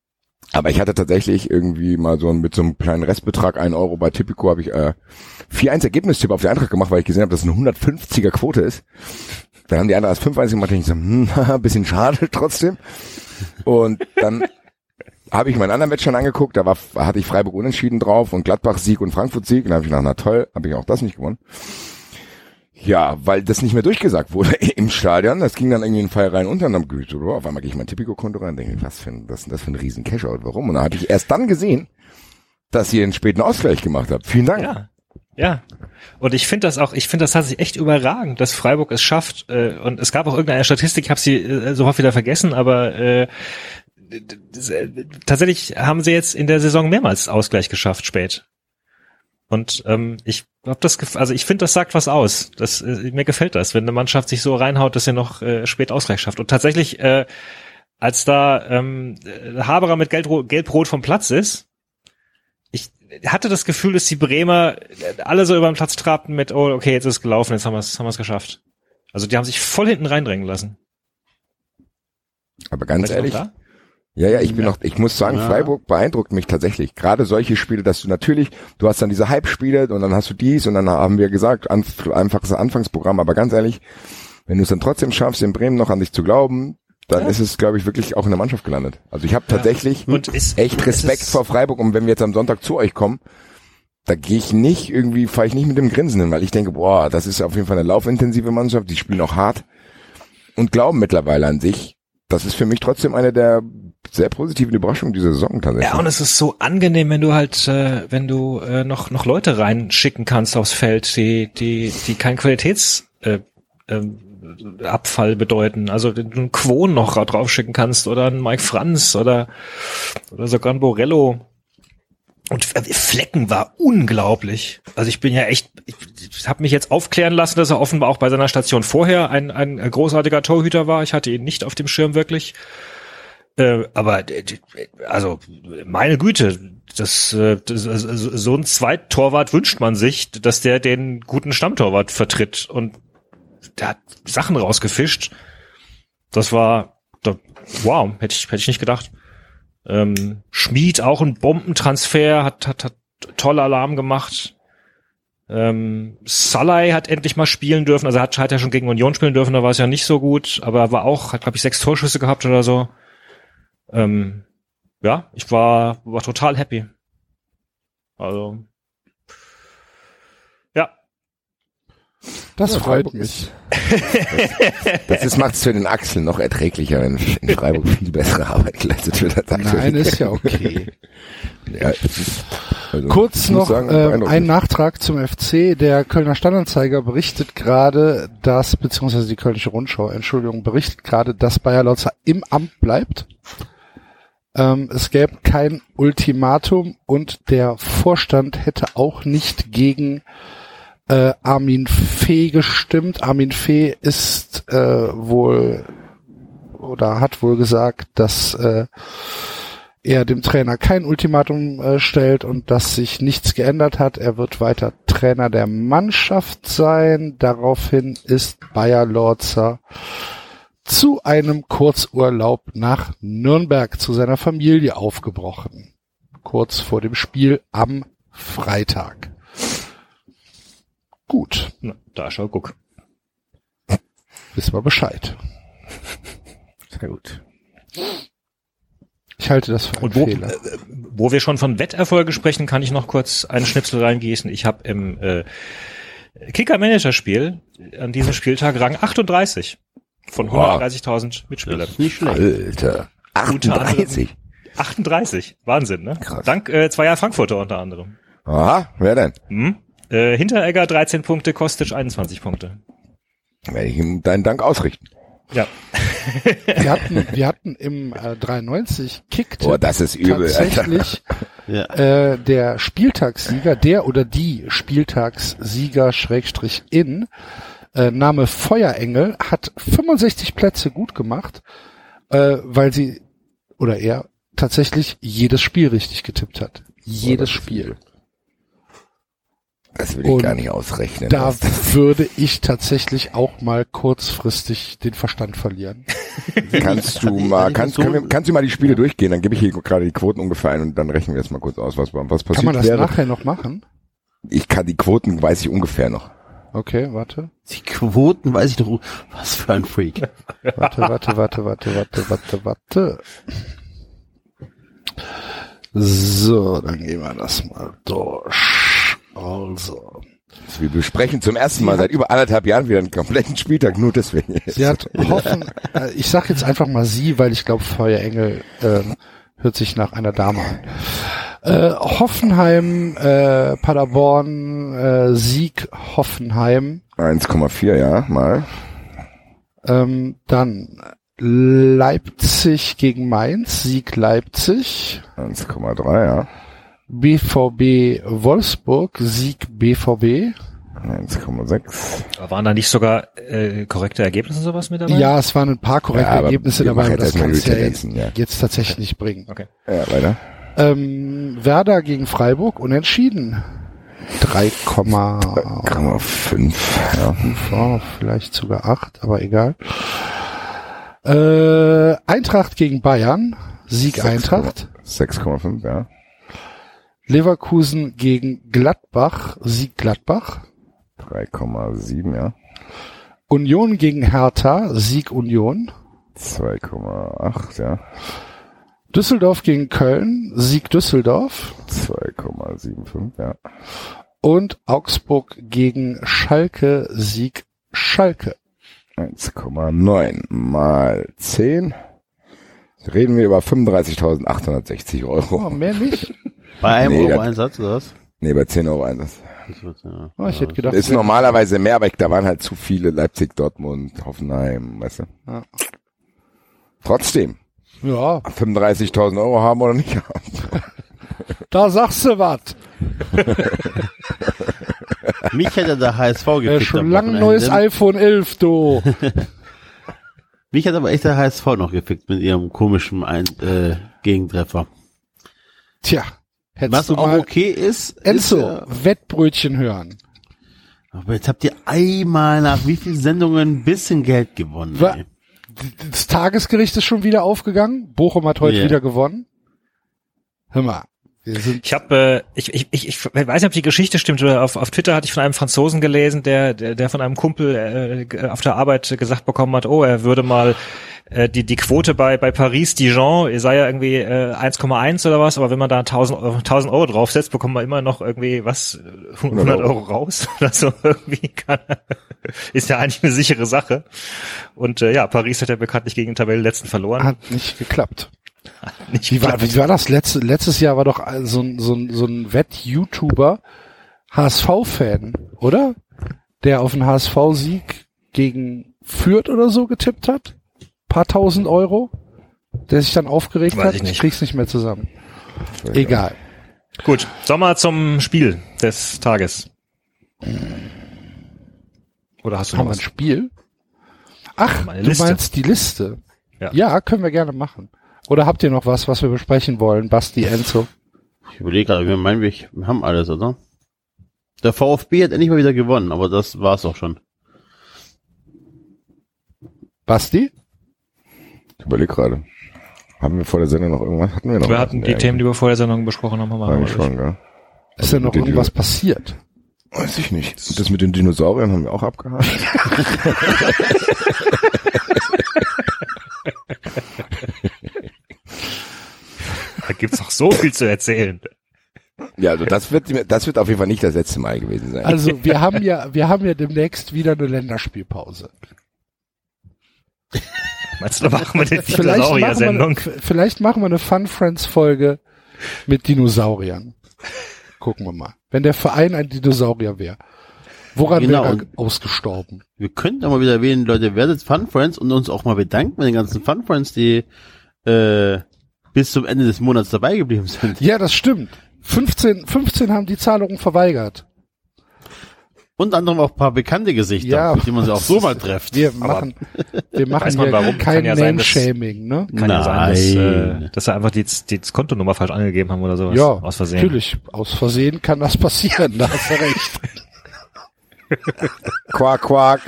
Aber ich hatte tatsächlich irgendwie mal so mit so einem kleinen Restbetrag, ein Euro bei Tipico, habe ich äh, vier eins Ergebnistipp auf die Eintracht gemacht, weil ich gesehen habe, dass es eine hundertfünfziger Quote ist. Dann haben die anderen als fünf eins gemacht und ich so, hm, ein bisschen schade trotzdem. Und dann habe ich meinen anderen Match schon angeguckt, da war, hatte ich Freiburg unentschieden drauf und Gladbach Sieg und Frankfurt Sieg. Und dann habe ich gedacht, na toll, habe ich auch das nicht gewonnen. Ja, weil das nicht mehr durchgesagt wurde im Stadion. Das ging dann irgendwie in Fall rein unter und dann güte, oder? Auf einmal gehe ich mein Tipico-Konto rein und denke, was für ein, was ist denn das für ein riesen Cashout? Warum? Und dann hatte ich erst dann gesehen, dass ihr einen späten Ausgleich gemacht habt. Vielen Dank. Ja. Ja, und ich finde das auch, ich finde das tatsächlich echt überragend, dass Freiburg es schafft, äh, und es gab auch irgendeine Statistik, ich habe sie äh, sofort wieder vergessen, aber äh, tatsächlich haben sie jetzt in der Saison mehrmals Ausgleich geschafft, spät. Und ähm, ich hab das, gef- also ich finde, das sagt was aus. Das, äh, mir gefällt das, wenn eine Mannschaft sich so reinhaut, dass sie noch äh, spät Ausgleich schafft. Und tatsächlich, äh, als da ähm, Haberer mit Gelb- Gelb-Rot vom Platz ist, ich hatte das Gefühl, dass die Bremer alle so über den Platz trabten mit, oh, okay, jetzt ist es gelaufen, jetzt haben wir es haben wir es geschafft. Also die haben sich voll hinten reindrängen lassen. Aber ganz Seid ihr ehrlich, noch da? ja, ja, ich bin Ja. noch, ich muss sagen, Ja. Freiburg beeindruckt mich tatsächlich. Gerade solche Spiele, dass du natürlich, du hast dann diese Hype-Spiele und dann hast du dies und dann haben wir gesagt, anf- einfaches Anfangsprogramm, aber ganz ehrlich, wenn du es dann trotzdem schaffst, in Bremen noch an dich zu glauben, dann Ja. ist es, glaube ich, wirklich auch in der Mannschaft gelandet. Also ich habe Ja. tatsächlich Und ist- echt Respekt ist- vor Freiburg und wenn wir jetzt am Sonntag zu euch kommen, da gehe ich nicht irgendwie, fahre ich nicht mit dem Grinsen hin, weil ich denke, boah, das ist auf jeden Fall eine laufintensive Mannschaft, die spielen auch hart und glauben mittlerweile an sich. Das ist für mich trotzdem eine der sehr positiven Überraschungen dieser Saison tatsächlich. Ja, und es ist so angenehm, wenn du halt, äh, wenn du äh, noch noch Leute reinschicken kannst aufs Feld, die die die kein Qualitäts äh, ähm, Abfall bedeuten. Also wenn du einen Quon noch ra- draufschicken kannst oder einen Mike Franz oder oder sogar einen Borello. Und äh, Flecken war unglaublich. Also ich bin ja echt, ich, ich habe mich jetzt aufklären lassen, dass er offenbar auch bei seiner Station vorher ein ein großartiger Torhüter war. Ich hatte ihn nicht auf dem Schirm wirklich. Äh, aber äh, also meine Güte, das, äh, das also, so ein Zweittorwart wünscht man sich, dass der den guten Stammtorwart vertritt und der hat Sachen rausgefischt. Das war da, wow, hätte ich hätte ich nicht gedacht. Ähm, Schmied auch ein Bombentransfer, hat hat hat toll Alarm gemacht. Ähm, Salai hat endlich mal spielen dürfen, also er hat, hat ja schon gegen Union spielen dürfen, da war es ja nicht so gut, aber er war auch, hat glaube ich sechs Torschüsse gehabt oder so. Ähm, ja, ich war war total happy. Also ja. Das Ja, freut Freiburg mich. Das ist, macht's für den Axel noch erträglicher, wenn in Freiburg viel bessere Arbeit geleistet wird. als aktuell. Nein, ist ja okay. Ja, es ist, also, Kurz ich muss noch sagen, äh, beeindruckend. ein Nachtrag zum F C. Der Kölner Stadtanzeiger berichtet gerade, dass, beziehungsweise die Kölnische Rundschau, Entschuldigung, berichtet gerade, dass Bayer Lotzer im Amt bleibt. Ähm, es gäbe kein Ultimatum und der Vorstand hätte auch nicht gegen äh, Armin Fee gestimmt. Armin Fee ist äh, wohl oder hat wohl gesagt, dass äh, er dem Trainer kein Ultimatum äh, stellt und dass sich nichts geändert hat. Er wird weiter Trainer der Mannschaft sein. Daraufhin ist Bayer Lorzer zu einem Kurzurlaub nach Nürnberg zu seiner Familie aufgebrochen. Kurz vor dem Spiel am Freitag. Gut. Na, da schau, guck. Wissen wir Bescheid. Sehr gut. Ich halte das für einen Und wo, Fehler. äh, wo wir schon von Wetterfolge sprechen, kann ich noch kurz einen Schnipsel reingießen. Ich habe im äh, Kicker-Manager-Spiel an diesem Spieltag Rang achtunddreißig von hundertdreißigtausend Mitspielern. Nicht schlecht. Alter. achtunddreißig. achtunddreißig. Wahnsinn, ne? Krass. Dank äh, zweier Frankfurter unter anderem. Aha, wer denn? Hm? Äh, Hinteregger dreizehn Punkte, Kostic einundzwanzig Punkte. Werde ich ihm deinen Dank ausrichten. Ja. Wir hatten, wir hatten im äh, dreiundneunzig Kicktipp Oh, das ist übel, tatsächlich Ja. äh, der Spieltagssieger, der oder die Spieltagssieger Schrägstrich in äh, Name Feuerengel hat fünfundsechzig Plätze gut gemacht, äh, weil sie oder er tatsächlich jedes Spiel richtig getippt hat. Jedes Oh, Spiel. Das will ich Und gar nicht ausrechnen. Da würde ich tatsächlich auch mal kurzfristig den Verstand verlieren. Kannst du mal, kannst, können wir, kannst du mal die Spiele durchgehen? Dann gebe ich hier gerade die Quoten ungefähr ein und dann rechnen wir das mal kurz aus, was, was passiert. Kann man das wäre. nachher noch machen? Ich kann die Quoten, weiß ich ungefähr noch. Okay, warte. Die Quoten weiß ich doch. Was für ein Freak. Warte, warte, warte, warte, warte, warte, warte. So, dann gehen wir das mal durch. Also. Wir besprechen zum ersten Mal seit über anderthalb Jahren wieder einen kompletten Spieltag, nur deswegen. Sie hat hoffen, äh, ich sag jetzt einfach mal sie, weil ich glaube, Feuerengel äh, hört sich nach einer Dame an. Äh, Hoffenheim, äh, Paderborn, äh, Sieg Hoffenheim. eins Komma vier, ja, mal. Ähm, dann Leipzig gegen Mainz, Sieg Leipzig. eins Komma drei, ja. B V B Wolfsburg, Sieg B V B. eins Komma sechs. Waren da nicht sogar äh, korrekte Ergebnisse sowas mit dabei? Ja, es waren ein paar korrekte ja, Ergebnisse dabei, aber das kann es ja, ja jetzt tatsächlich nicht bringen. Okay. Ja, weiter. Ähm, Werder gegen Freiburg, unentschieden. drei Komma fünf, ja. ja. Vielleicht sogar acht, aber egal. Äh, Eintracht gegen Bayern, Sieg sechs, Eintracht. sechs Komma fünf, ja. Leverkusen gegen Gladbach, Sieg Gladbach. drei Komma sieben, ja. Union gegen Hertha, Sieg Union. zwei Komma acht, ja. Düsseldorf gegen Köln, Sieg Düsseldorf. zwei Komma sieben fünf, ja. Und Augsburg gegen Schalke, Sieg Schalke. eins Komma neun mal zehn. Reden wir über fünfunddreißigtausendachthundertsechzig Euro. Oh, mehr nicht? Bei einem nee, Euro das, Einsatz, oder was? Nee, bei zehn Euro Einsatz. Oh, ich hätte gedacht, ist normalerweise mehr, aber da waren halt zu viele Leipzig, Dortmund, Hoffenheim, weißt du. Ja. Trotzdem. Ja. fünfunddreißigtausend Euro haben oder nicht haben. Da sagst du was. Mich hätte der H S V gefickt. Ja, schon lang neues iPhone elf, du. Mich hat aber echt der H S V noch gefickt mit ihrem komischen Ein äh, Gegentreffer. Tja. Was du auch mal okay ist, Enzo, ist äh, Wettbrötchen hören. Aber jetzt habt ihr einmal nach wie vielen Sendungen ein bisschen Geld gewonnen. Wa- Das Tagesgericht ist schon wieder aufgegangen. Bochum hat heute Yeah. wieder gewonnen. Hör mal. Wir sind Ich habe, äh, ich, ich, ich, ich weiß nicht, ob die Geschichte stimmt. Oder auf, auf Twitter hatte ich von einem Franzosen gelesen, der, der, der von einem Kumpel äh, auf der Arbeit gesagt bekommen hat, oh, er würde mal äh, die die Quote bei bei Paris Dijon sei ja irgendwie äh, eins Komma eins oder was, aber wenn man da tausend Euro draufsetzt, bekommt man immer noch irgendwie was hundert Euro raus oder so irgendwie. Kann, ist ja eigentlich eine sichere Sache. Und äh, ja, Paris hat ja bekanntlich gegen den Tabellenletzten verloren. Hat nicht geklappt. Nicht Wie war, geklappt. wie war das letzte, letztes Jahr war doch so ein, so ein, so ein Wett-YouTuber H S V-Fan, oder? Der auf einen H S V-Sieg gegen Fürth oder so getippt hat. Paar tausend Euro. Der sich dann aufgeregt Weiß hat. ich nicht. Ich krieg's nicht mehr zusammen. Egal. Gut, Sommer zum Spiel des Tages. Oder hast du noch Haben wir ein was? Spiel? Ach, Meine du Liste. meinst die Liste? Ja. Ja, können wir gerne machen. Oder habt ihr noch was, was wir besprechen wollen? Basti, Enzo? Ich überlege gerade, wir meinen, wir haben alles, oder? Der VfB hat endlich mal wieder gewonnen, aber das war's auch schon. Basti? Ich überlege gerade. Haben wir vor der Sendung noch irgendwas? Hatten wir noch Wir was? hatten die Nee, Themen, die wir vor der Sendung besprochen haben, haben wir eigentlich aber schon, gell? Ist Also ja noch mit den irgendwas Dino- passiert? Weiß ich nicht. Und das mit den Dinosauriern haben wir auch abgehakt. Da gibt's noch so viel zu erzählen. Ja, also das wird, das wird auf jeden Fall nicht das letzte Mal gewesen sein. Also wir haben ja, wir haben ja demnächst wieder eine Länderspielpause. Meinst du, da machen wir die Vielleicht machen wir, Dinosaurier-Sendung? eine- vielleicht machen wir eine Fun Friends Folge mit Dinosauriern. Gucken wir mal. Wenn der Verein ein Dinosaurier wäre. Woran Genau. wäre er ausgestorben? Wir könnten auch mal wieder erwähnen, Leute, werdet Fun Friends und uns auch mal bedanken bei den ganzen Fun Friends, die äh, bis zum Ende des Monats dabei geblieben sind. Ja, das stimmt. fünfzehn, fünfzehn haben die Zahlungen verweigert. Unter anderem auch ein paar bekannte Gesichter, Ja. mit denen man sie auch so mal trifft. Wir Aber machen, wir machen weiß man hier warum? kein Kann ja sein, dass- Name-Shaming, ne? Kann ja sein, dass, Nein. äh, dass sie einfach die, die Kontonummer falsch angegeben haben oder sowas. Ja, aus Versehen. natürlich. Aus Versehen kann das passieren, da hast du recht. Quack, quack.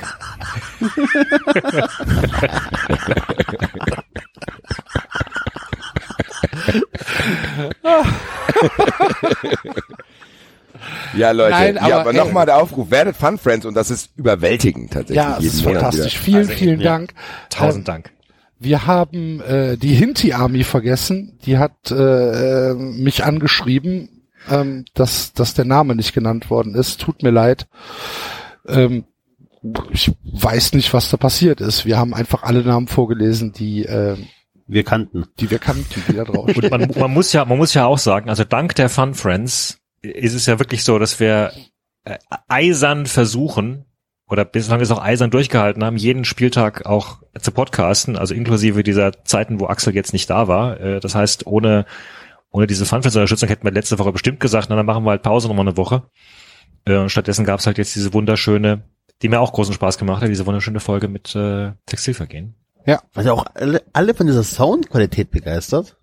Ja, Leute, Nein, ja, aber, aber ey. nochmal der Aufruf, werdet Fun Friends und das ist überwältigend tatsächlich. Ja, es jeden ist Monat fantastisch. wieder. Vielen, Also, vielen ja. Dank. Tausend Ähm, Dank. Wir haben äh, die Hinti Army vergessen. Die hat äh, äh, mich angeschrieben, ähm, dass, dass der Name nicht genannt worden ist. Tut mir leid. Ähm, ich weiß nicht, was da passiert ist. Wir haben einfach alle Namen vorgelesen, die äh, Wir kannten. die wir kannten, die da drauf Und stehen. man, man muss ja, man muss ja auch sagen, also dank der Fun Friends ist es ja wirklich so, dass wir äh, eisern versuchen, oder bislang es auch eisern durchgehalten haben, jeden Spieltag auch zu podcasten, also inklusive dieser Zeiten, wo Axel jetzt nicht da war. Äh, das heißt, ohne ohne diese Fun Friends Unterstützung hätten wir letzte Woche bestimmt gesagt, na, dann machen wir halt Pause nochmal eine Woche. Äh, und stattdessen gab es halt jetzt diese wunderschöne, die mir auch großen Spaß gemacht hat, diese wunderschöne Folge mit äh, Textilvergehen. Ja. War ja auch alle, alle von dieser Soundqualität begeistert.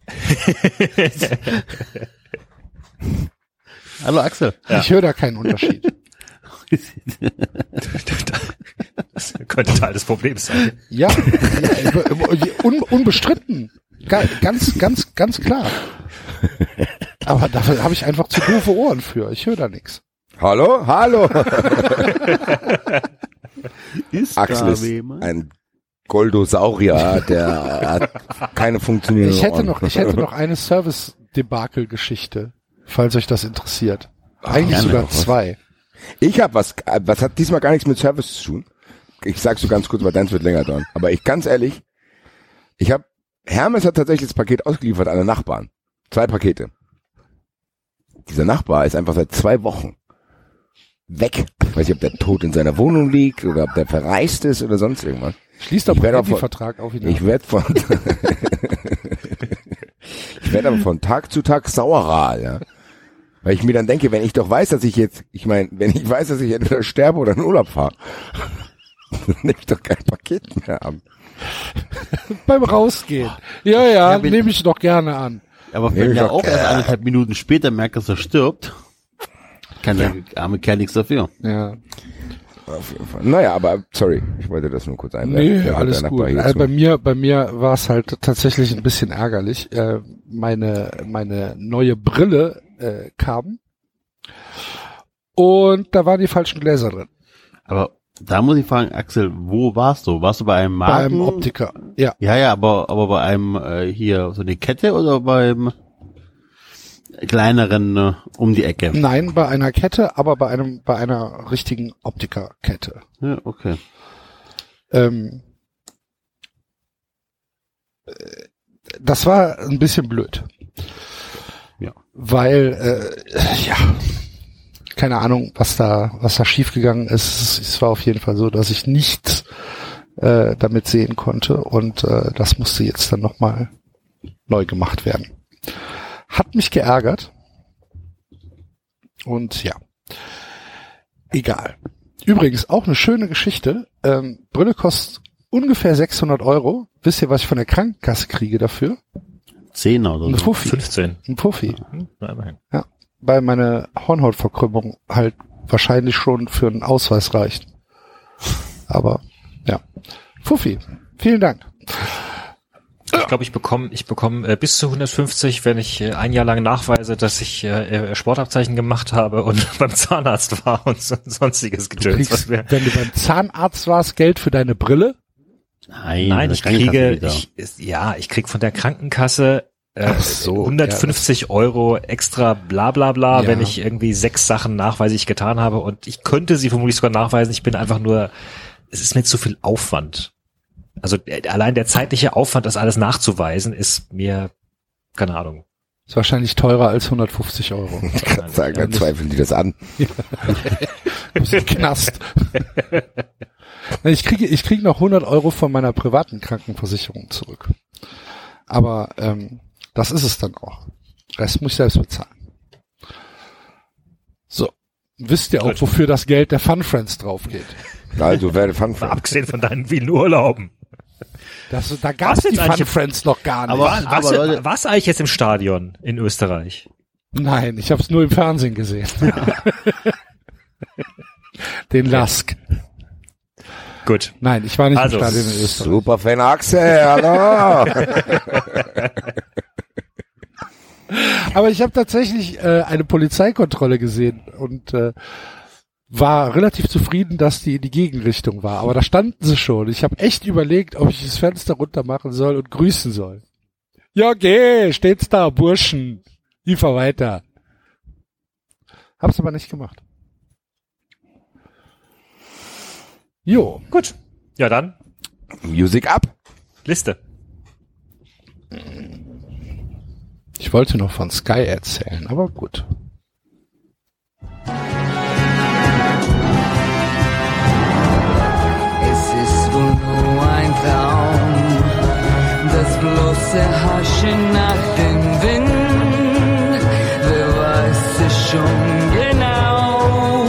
Hallo Axel. Ich höre da keinen Unterschied. Das könnte Teil des Problems sein. Ja, ja un, unbestritten. Ga- Ganz, ganz, ganz klar. Aber dafür habe ich einfach zu doofe Ohren für. Ich höre da nichts. Hallo, hallo. Ist Axel da ist jemand? ein Goldosaurier, der hat keine funktionierende Ich hätte Ohren. noch, ich hätte noch eine Service-Debakel-Geschichte, falls euch das interessiert. Eigentlich gerne. sogar zwei. Ich habe was, was hat diesmal gar nichts mit Service zu tun. Ich sag's so ganz kurz, weil deins wird länger dauern. Aber ich, ganz ehrlich, ich habe, Hermes hat tatsächlich das Paket ausgeliefert an einen Nachbarn. Zwei Pakete. Dieser Nachbar ist einfach seit zwei Wochen weg. Ich weiß nicht, ob der tot in seiner Wohnung liegt oder ob der verreist ist oder sonst irgendwas. Schließt doch Ich werd mal auch den von- Vertrag auf ihn Ich ab. werde von, ich werde aber von Tag zu Tag sauerer, ja. Weil ich mir dann denke, wenn ich doch weiß, dass ich jetzt, ich meine, wenn ich weiß, dass ich entweder sterbe oder in Urlaub fahre, dann nehme ich doch kein Paket mehr an. Beim Rausgehen. Ja, ja, Ja, wenn- nehme ich doch gerne an. Aber Nee, wenn ich er doch- auch erst anderthalb Minuten später merkt, dass er stirbt, kann der arme Kerl nichts dafür. Ja. Auf jeden Fall. Naja, aber sorry, ich wollte das nur kurz einwerfen. Nee, Der alles hat der gut. Nachbar hier Also zu. bei mir, bei mir war es halt tatsächlich ein bisschen ärgerlich. Äh, meine, meine neue Brille äh, kam und da waren die falschen Gläser drin. Aber da muss ich fragen, Axel, wo warst du? Warst du bei einem Bei Marken? einem Optiker. Ja. Ja, ja, aber, aber bei einem äh, hier so eine Kette oder beim kleineren äh, um die Ecke? Nein, bei einer Kette, aber bei einem, bei einer richtigen Optikerkette. Ja, okay. Ähm, äh, das war ein bisschen blöd. Ja. Weil, äh, ja, keine Ahnung, was da, was da schiefgegangen ist. Es war auf jeden Fall so, dass ich nichts äh, damit sehen konnte und äh, das musste jetzt dann nochmal neu gemacht werden. Hat mich geärgert. Und ja, egal. Übrigens auch eine schöne Geschichte. Ähm, Brille kostet ungefähr sechshundert Euro. Wisst ihr, was ich von der Krankenkasse kriege dafür? Zehner oder Ein so. Fuffi. fünfzehn. Ein Fuffi. Na, immerhin. Ja. Weil meine Hornhautverkrümmung halt wahrscheinlich schon für einen Ausweis reicht. Aber ja. Fuffi. Vielen Dank. Ich glaube, ich bekomme ich bekomme äh, bis zu hundertfünfzig, wenn ich äh, ein Jahr lang nachweise, dass ich äh, Sportabzeichen gemacht habe und beim Zahnarzt war und so, sonstiges Du Gedöns. Was kriegst, wir, wenn du beim Zahnarzt warst, Geld für deine Brille? Nein, nein, das ich kann die Kasse kriege, wieder. ich, ist, ja, ich krieg von der Krankenkasse äh, Ach so, hundertfünfzig Euro extra bla bla bla, Ja. wenn ich irgendwie sechs Sachen nachweise, die ich getan habe und ich könnte sie vermutlich sogar nachweisen. Ich bin einfach nur, es ist mir zu viel Aufwand. Also äh, allein der zeitliche Aufwand, das alles nachzuweisen, ist mir, keine Ahnung. Ist wahrscheinlich teurer als hundertfünfzig Euro. Ich kann sagen, dann zweifeln die das an. Du bist im Knast. Ich kriege, ich kriege noch hundert Euro von meiner privaten Krankenversicherung zurück. Aber ähm, das ist es dann auch. Rest muss ich selbst bezahlen. So, wisst ihr auch, Gut. wofür das Geld der Fun Friends drauf geht. Also wer Fun Friends. Abgesehen von deinen vielen Urlauben. Das, da gab es die Fun Friends noch gar nicht. Aber, was, aber Leute, warst du eigentlich jetzt im Stadion in Österreich? Nein, ich habe es nur im Fernsehen gesehen. Ja. Den Lask. Gut. Nein, ich war nicht also, im Stadion in Österreich. Super Fan Axel, hallo. Aber ich habe tatsächlich äh, eine Polizeikontrolle gesehen und äh, war relativ zufrieden, dass die in die Gegenrichtung war. Aber da standen sie schon. Ich habe echt überlegt, ob ich das Fenster runter machen soll und grüßen soll. Ja, geh, steht's da, Burschen. Ich fahr weiter. Hab's aber nicht gemacht. Jo. Gut. Ja, dann. Music up. Liste. Ich wollte noch von Sky erzählen, aber gut. Es ist wohl nur ein Traum, das bloße Haschen nach dem Wind. Wer weiß es schon genau?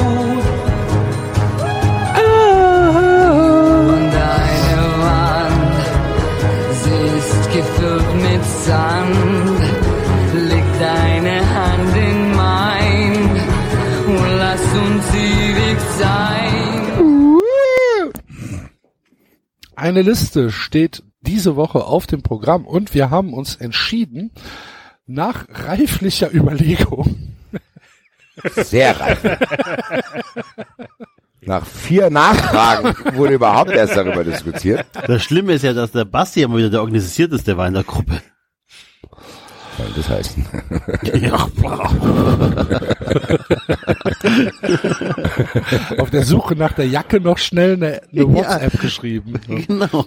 Und eine Wand, sie ist gefüllt mit Sand. Leg deine Hand in mein und lass uns ewig sein. Eine Liste steht diese Woche auf dem Programm und wir haben uns entschieden, nach reiflicher Überlegung. Sehr reif. Nach vier Nachfragen wurde überhaupt erst darüber diskutiert. Das Schlimme ist ja, dass der Basti immer wieder der Organisierteste war in der Gruppe. Was soll das heißen? Ja. Auf der Suche nach der Jacke noch schnell eine, eine WhatsApp ja, geschrieben. Genau.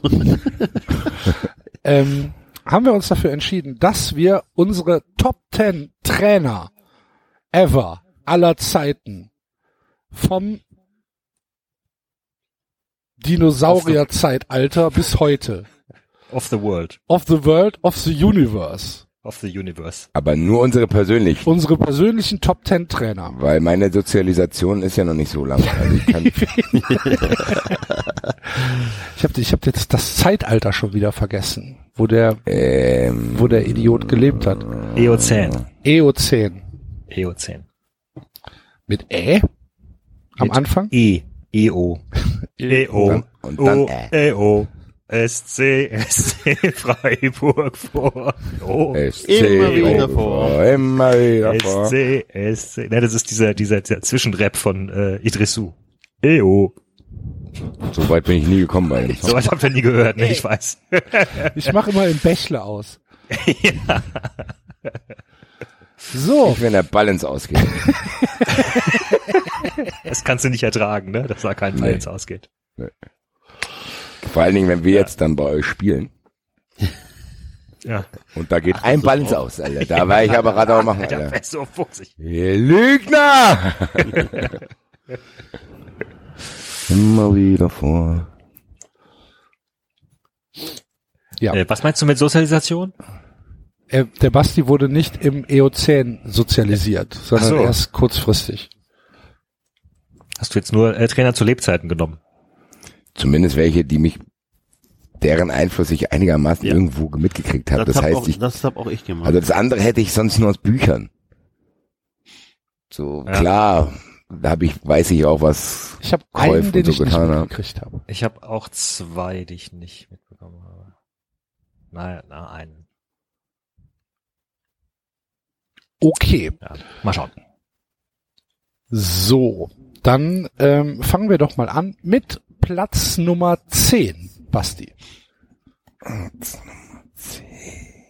ähm, haben wir uns dafür entschieden, dass wir unsere Top Ten Trainer ever aller Zeiten vom Dinosaurierzeitalter bis heute. Of the world. Of the world, of the universe. Of the universe. Aber nur unsere persönlichen. Unsere persönlichen Top Ten Trainer. Weil meine Sozialisation ist ja noch nicht so lang. Also ich kann ich habe ich hab jetzt das Zeitalter schon wieder vergessen, wo der, ähm, wo der Idiot gelebt hat. Eozän. Eozän. Eozän. Mit Ä? Am Mit Anfang? E. E O. E O. Und dann O. E O. S C, S C Freiburg vor. Oh. S C Immer wieder vor. Immer wieder vor. S C, S C. Ne, das ist dieser, dieser, dieser Zwischenrap von äh, Idrissou. E O. So weit bin ich nie gekommen bei ihm. So weit habt ihr nie gehört, ne, ich weiß. Ich mache immer im Bächle aus. Ja. So. Nicht, wenn der Ball ins Ausgeht. Das kannst du nicht ertragen, ne, dass da kein Ball Nee. ins Ausgeht. Nee. Vor allen Dingen, wenn wir jetzt dann bei euch spielen. Ja. Und da geht ein Ball ins Aus, Alter. Da war ich aber Radau machen, Alter. Alter. Der so fuchsig. Ihr Lügner! Immer wieder vor. Ja. Äh, was meinst du mit Sozialisation? Äh, der Basti wurde nicht im Eozän sozialisiert, sondern Ach so. erst kurzfristig. Hast du jetzt nur äh, Trainer zu Lebzeiten genommen? Zumindest welche, die mich, deren Einfluss ich einigermaßen Ja. irgendwo mitgekriegt habe. Das, Das, hab heißt, auch, ich, das hab auch ich gemacht. also das andere hätte ich sonst nur aus Büchern. So, Ja. klar, da habe ich, weiß ich auch, was Ich habe Käufe einen, den und so ich nicht getan habe. mitgekriegt habe. Ich habe auch zwei, die ich nicht mitbekommen habe. Naja, na, einen. Okay. Ja, mal schauen. So, dann ähm, fangen wir doch mal an mit Platz Nummer zehn, Basti. Platz Nummer zehn.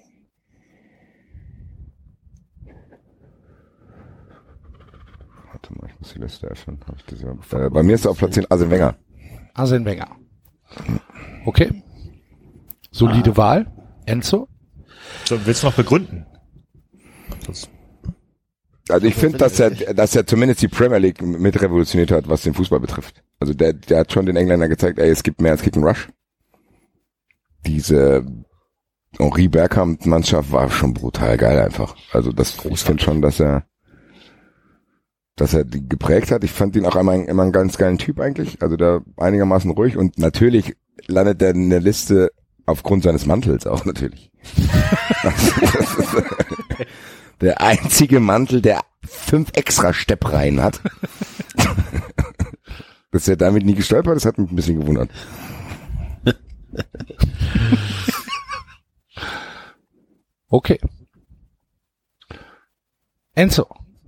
Warte mal, ich muss die Liste öffnen. Hab ich gesehen. Äh, bei mir ist auf Platz zehn Arsene Wenger. Arsene Wenger. Okay. Solide Ah. Wahl. Enzo? So, willst du noch begründen? Sonst Also ich finde, dass er, dass er zumindest die Premier League mit revolutioniert hat, was den Fußball betrifft. Also der, der hat schon den Engländern gezeigt, ey, es gibt mehr als Kick and Rush. Diese Henri Bergkamp Mannschaft war schon brutal geil einfach. Also das, ich finde schon, dass er, dass er die geprägt hat. Ich fand ihn auch immer, immer einen ganz geilen Typ eigentlich. Also da einigermaßen ruhig und natürlich landet er in der Liste aufgrund seines Mantels auch natürlich. Der einzige Mantel, der fünf extra Steppreihen hat. Dass er damit nie gestolpert ist, hat mich ein bisschen gewundert. Okay. Enzo.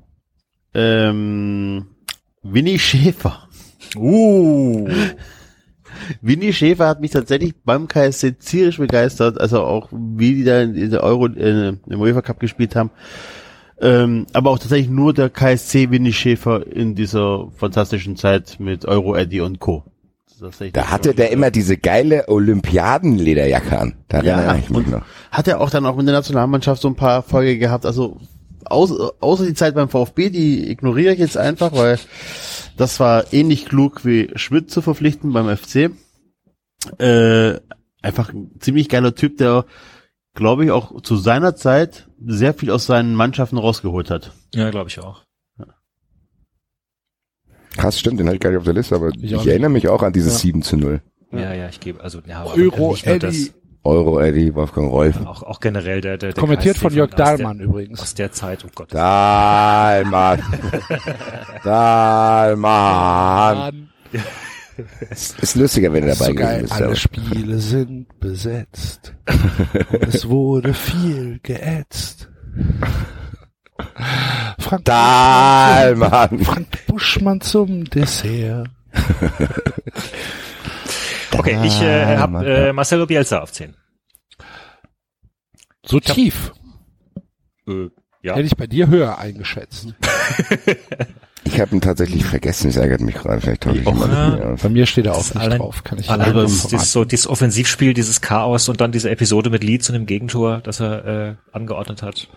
Ähm, Winnie Schäfer. Uh. Winnie Schäfer hat mich tatsächlich beim K S C tierisch begeistert, also auch wie die da in der Euro, äh, im UEFA Cup gespielt haben. Ähm, aber auch tatsächlich nur der K S C Winnie Schäfer in dieser fantastischen Zeit mit Euro Eddie und Co. Da hatte der immer diese geile Olympiadenlederjacke an. Da ja, erinnere ich mich und noch. hat er auch dann auch mit der Nationalmannschaft so ein paar Erfolge gehabt. Also außer, außer die Zeit beim VfB, die ignoriere ich jetzt einfach, weil das war ähnlich klug wie Schmidt zu verpflichten beim F C. Äh, einfach ein ziemlich geiler Typ, der, glaube ich, auch zu seiner Zeit sehr viel aus seinen Mannschaften rausgeholt hat. Ja, glaube ich auch. Krass, stimmt, den hatte ich gar nicht auf der Liste, aber Ich ich, auch erinnere mich auch an dieses Ja. sieben zu null. Ja, ja, ich gebe, also, ja, aber Euro nicht nur Eddie. Euro Eddie, Wolfgang Rolf. das, auch, auch generell der, der, der Kommentiert K S C von Jörg aus der- Dahlmann übrigens. Aus der Zeit, oh Gott. Dahlmann. Dahlmann. Ist, ist lustiger, wenn er Das ist dabei so geil. gewesen ist. Alle aber- Spiele sind besetzt. Und es wurde viel geätzt. Frank Dahlmann. Frank Buschmann zum Dessert. Okay, ich äh, habe äh, Marcelo Bielsa auf zehn. So tief. Äh, ja. Hätte ich bei dir höher eingeschätzt. Ich habe ihn tatsächlich vergessen, es ärgert mich gerade, vielleicht täusche ich Och, mal ja. nicht mehr aus. Bei mir steht er auch nicht Allein, drauf. Kann ich allein nicht das, verraten. das, so dieses Offensivspiel, dieses Chaos und dann diese Episode mit Leeds und dem Gegentor, das er äh, angeordnet hat.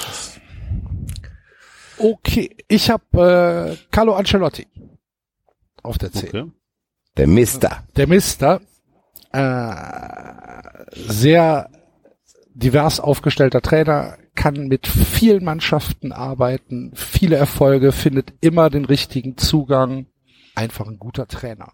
Okay, ich habe äh, Carlo Ancelotti auf der zehn. Okay. Der Mister. Der Mister, äh, sehr divers aufgestellter Trainer, kann mit vielen Mannschaften arbeiten, viele Erfolge, findet immer den richtigen Zugang, einfach ein guter Trainer.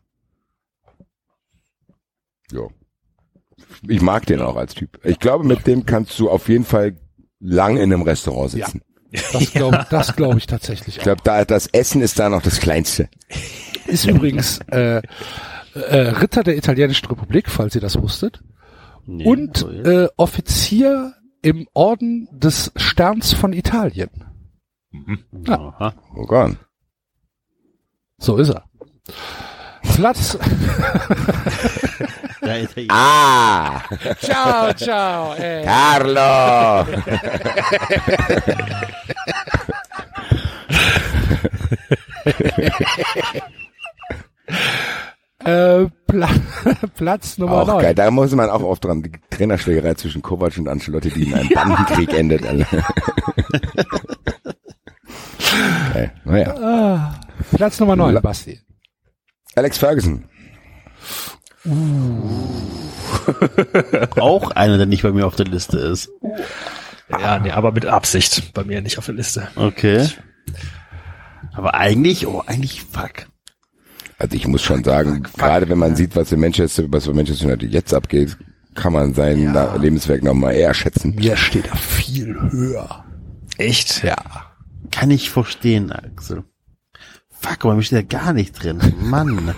Ja. Ich mag den auch als Typ. Ich glaube, mit dem kannst du auf jeden Fall lang in einem Restaurant sitzen. Das glaube das glaub ich tatsächlich Ich glaube, da das Essen ist da noch das Kleinste. auch. Ist übrigens äh, äh, Ritter der Italienischen Republik, falls ihr das wusstet, Nee, und so jetzt. äh, Offizier im Orden des Sterns von Italien. Ja. Aha. Oh Gott. So ist er. Platz. Ja, Italiener. Ah! Ciao, ciao. Ey. Carlo! äh, Pla Platz Nummer Auch neun. geil, da muss man auch oft dran. Die Trainerschlägerei zwischen Kovac und Ancelotti, die in einem Bandenkrieg endet. Alter. Okay, naja. Ah, Platz Nummer neun, Basti. Alex Ferguson. Auch einer, der nicht bei mir auf der Liste ist. Ja, nee, aber mit Absicht bei mir nicht auf der Liste. Okay. Aber eigentlich, oh, eigentlich fuck. Also ich muss schon sagen, gerade wenn man sieht, was in Manchester, was in Manchester United jetzt abgeht, kann man sein Ja. Lebenswerk noch mal eher schätzen. Mir steht er viel höher. Echt? Ja. Kann ich verstehen, Axel. Fuck, aber mir steht ja gar nicht drin. Mann.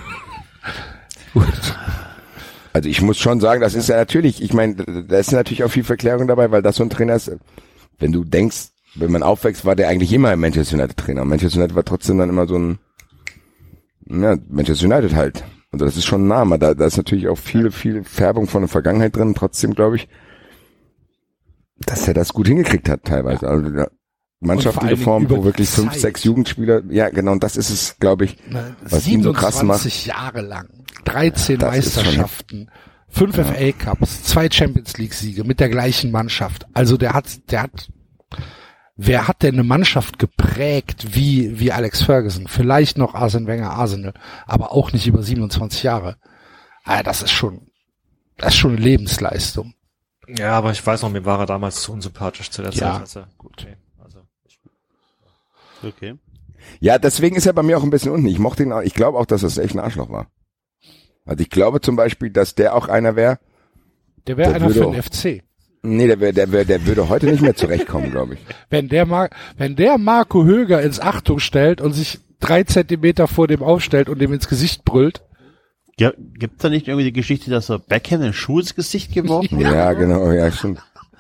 Also ich muss schon sagen, das ist ja natürlich, ich meine, da ist natürlich auch viel Verklärung dabei, weil das so ein Trainer ist, wenn du denkst, wenn man aufwächst, war der eigentlich immer ein Manchester United Trainer. Manchester United war trotzdem dann immer so ein, ja, Manchester United halt. Also das ist schon ein Name. Da, da ist natürlich auch viel, viel Färbung von der Vergangenheit drin. Trotzdem glaube ich, dass er das gut hingekriegt hat teilweise. Also ja, Mannschaften allen Dingen geformt, über wo wirklich fünf, Zeit. sechs Jugendspieler, ja genau, und das ist es, glaube ich, was ihn so krass macht. siebenundzwanzig Jahre lang, dreizehn Ja, das ist schon- Meisterschaften, fünf Ja. F A Cups, zwei Champions League Siege mit der gleichen Mannschaft. Also der hat, der hat, wer hat denn eine Mannschaft geprägt wie, wie Alex Ferguson? Vielleicht noch Arsene Wenger, Arsenal, aber auch nicht über siebenundzwanzig Jahre. Ah, das ist schon, das ist schon eine Lebensleistung. Ja, aber ich weiß noch, mir war er damals zu unsympathisch zu der Ja, Zeit. Als er, gut. Okay, also ich, Okay. Ja, deswegen ist er bei mir auch ein bisschen unten. Ich mochte ihn auch, ich glaube auch, dass das echt ein Arschloch war. Also ich glaube zum Beispiel, dass der auch einer wäre. Der wäre einer für den F C. Nee, der wäre, der wäre, der würde heute nicht mehr zurechtkommen, glaube ich. Wenn der Mar- wenn der Marco Höger ins Achtung stellt und sich drei Zentimeter vor dem aufstellt und dem ins Gesicht brüllt. Ja, gibt's da nicht irgendwie die Geschichte, dass er Beckham den Schuh ins Gesicht geworfen hat? Ja, genau, ja, stimmt.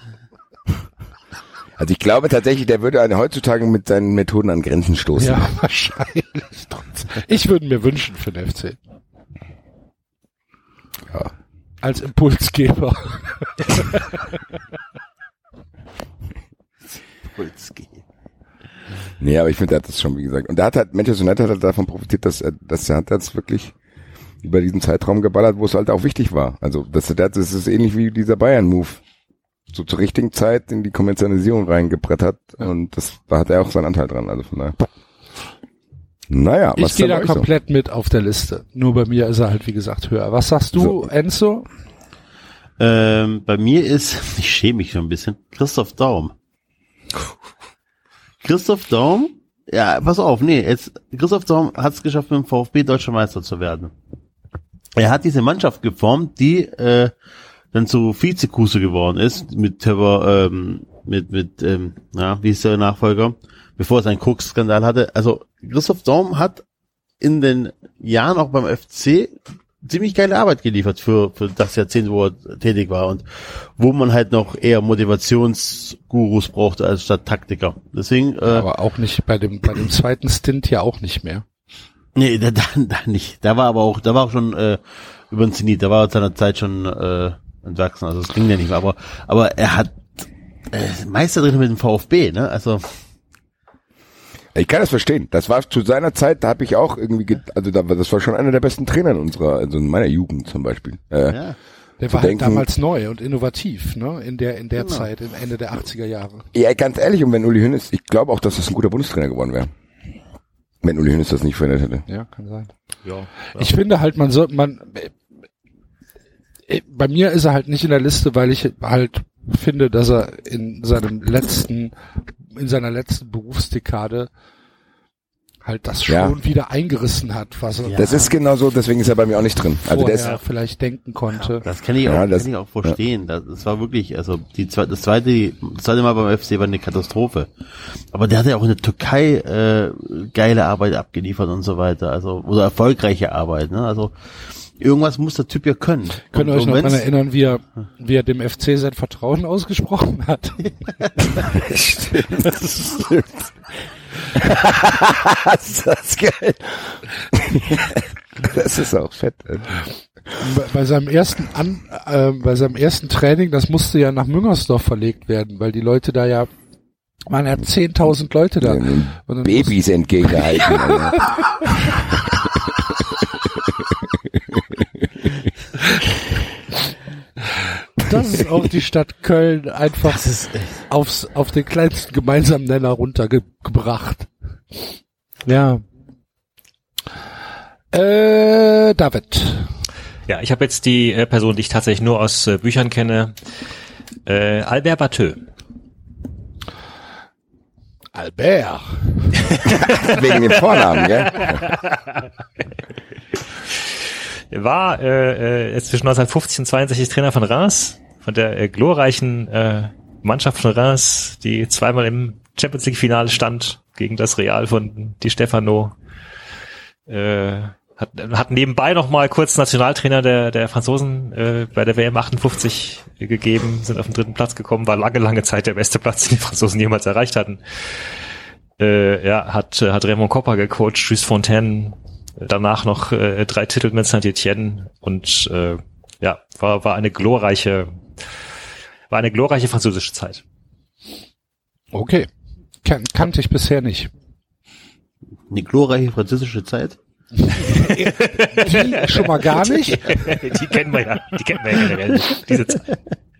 Also ich glaube tatsächlich, der würde eine heutzutage mit seinen Methoden an Grenzen stoßen. Ja, wahrscheinlich. Ich würde mir wünschen für den F C. Ja. Als Impulsgeber. Impulsgeber. Nee, aber ich finde, er hat das schon, wie gesagt. Und da hat halt, Manchester United hat davon profitiert, dass er, dass er hat jetzt wirklich über diesen Zeitraum geballert, wo es halt auch wichtig war. Also, das, das ist ähnlich wie dieser Bayern-Move. So zur richtigen Zeit in die Kommerzialisierung reingebrettert und das, da hat er auch seinen Anteil dran. Also von daher. Naja, was ich gehe da euch komplett so? mit auf der Liste. Nur bei mir ist er halt, wie gesagt, höher. Was sagst du, So. Enzo? Ähm, bei mir ist, ich schäme mich schon ein bisschen, Christoph Daum. Christoph Daum, ja, pass auf, nee, jetzt, Christoph Daum hat es geschafft, mit dem VfB Deutscher Meister zu werden. Er hat diese Mannschaft geformt, die äh, dann zu Vizekuse geworden ist, mit ähm, mit, mit, ähm, ja, wie ist der Nachfolger, bevor es einen Koks-Skandal hatte. Also, Christoph Daum hat in den Jahren auch beim F C ziemlich geile Arbeit geliefert für, für das Jahrzehnt, wo er tätig war und wo man halt noch eher Motivationsgurus brauchte als statt Taktiker. Deswegen, äh, aber auch nicht bei dem, bei dem zweiten Stint ja auch nicht mehr. Nee, da, da, da nicht. Da war aber auch, da war auch schon, äh, über den Zenit, da war er zu seiner Zeit schon, äh, entwachsen, also das ging ja nicht mehr, aber, aber er hat, äh, Meister drin mit dem VfB, ne, also. Ich kann das verstehen. Das war zu seiner Zeit, da habe ich auch irgendwie, ge- also da, das war schon einer der besten Trainer in unserer, also in meiner Jugend zum Beispiel. Äh, ja. Der war halt damals neu und innovativ, ne, in der, in der genau. Zeit, im Ende der achtziger Jahre. Ja, ganz ehrlich, und wenn Uli Hoeneß, ich glaube auch, dass das ein guter Bundestrainer geworden wäre. Wenn Uli Hoeneß das nicht verändert hätte. Ja, kann sein. Ja, ja. Ich finde halt, man soll, man, bei mir ist er halt nicht in der Liste, weil ich halt finde, dass er in seinem letzten, in seiner letzten Berufsdekade halt das schon ja. wieder eingerissen hat, was er. Ja. Das ist genau so, deswegen ist er bei mir auch nicht drin. Also vorher der ist vielleicht denken konnte. Ja, das kann ich auch, ja, das, kann ich auch verstehen. Ja. Das, das war wirklich, also die zweite, das zweite, das zweite Mal beim F C war eine Katastrophe. Aber der hat ja auch in der Türkei äh, geile Arbeit abgeliefert und so weiter. Also oder erfolgreiche Arbeit. Ne? Also irgendwas muss der Typ ja können. Könnt ihr euch noch daran erinnern, wie er, wie er dem F C sein Vertrauen ausgesprochen hat? Stimmt, das stimmt. Das ist geil. Das ist auch fett. Bei, bei seinem ersten An, äh, bei seinem ersten Training, das musste ja nach Müngersdorf verlegt werden, weil die Leute da ja, man hat zehntausend Leute da. Ja, und Babys entgegengehalten. Ja. Das ist auch die Stadt Köln einfach aufs, auf den kleinsten gemeinsamen Nenner runtergebracht. Ja. Äh, David. Ja, ich habe jetzt die äh, Person, die ich tatsächlich nur aus äh, Büchern kenne. Äh, Albert Bateux. Albert. Wegen dem Vornamen, gell? Er war äh, äh, zwischen neunzehnhundertfünfzig und zweiundsechzig Trainer von Reims, von der äh, glorreichen äh, Mannschaft von Reims, die zweimal im Champions League Finale stand gegen das Real von Di Stefano. Äh, hat, hat nebenbei noch mal kurz Nationaltrainer der der Franzosen äh, bei der W M achtundfünfzig gegeben, sind auf den dritten Platz gekommen, war lange lange Zeit der beste Platz, den die Franzosen jemals erreicht hatten. Äh, ja, hat hat Raymond Kopa gecoacht, Jules Fontaine. Danach noch äh, drei Titel mit Saint-Etienne und äh, ja, war war eine glorreiche war eine glorreiche französische Zeit. Okay. Kan- kannte ich bisher nicht. Eine glorreiche französische Zeit? Die schon mal gar nicht? Die kennen wir ja, die kennen wir ja generell nicht, diese Zeit.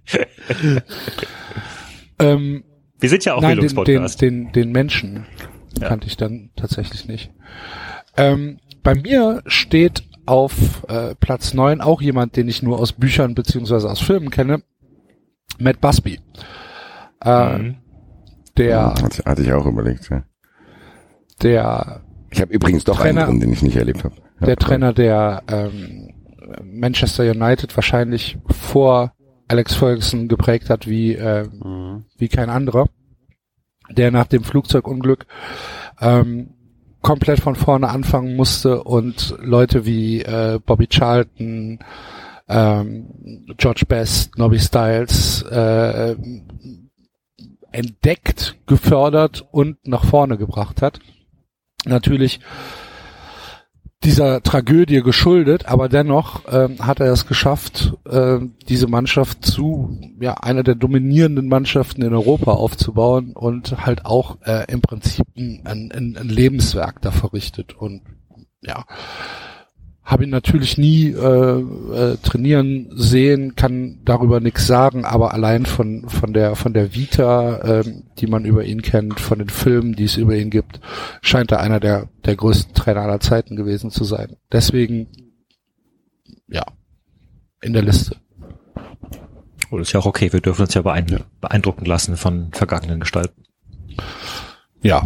ähm, wir sind ja auch nein, den, den, Bildungspodcast. den, den Menschen ja. kannte ich dann tatsächlich nicht. Ähm, Bei mir steht auf äh, Platz neun auch jemand, den ich nur aus Büchern beziehungsweise aus Filmen kenne, Matt Busby. Äh, mhm. Der hatte, hatte ich auch überlegt, ja. der Ich habe übrigens doch Trainer, einen drin, den ich nicht erlebt habe. Ja, der Trainer der ähm, Manchester United wahrscheinlich vor Alex Ferguson geprägt hat wie äh, mhm. wie kein anderer, der nach dem Flugzeugunglück ähm, komplett von vorne anfangen musste und Leute wie äh, Bobby Charlton, ähm, George Best, Nobby Stiles äh, entdeckt, gefördert und nach vorne gebracht hat. Natürlich dieser Tragödie geschuldet, aber dennoch ähm, hat er es geschafft, äh, diese Mannschaft zu ja einer der dominierenden Mannschaften in Europa aufzubauen und halt auch äh, im Prinzip ein, ein, ein Lebenswerk da verrichtet. Und ja, habe ihn natürlich nie äh, äh, trainieren sehen, kann darüber nichts sagen, aber allein von von der von der Vita, äh, die man über ihn kennt, von den Filmen, die es über ihn gibt, scheint er einer der der größten Trainer aller Zeiten gewesen zu sein. Deswegen, ja, in der Liste. Oh, das ist ja auch okay. Wir dürfen uns ja beein- beeindrucken lassen von vergangenen Gestalten. Ja.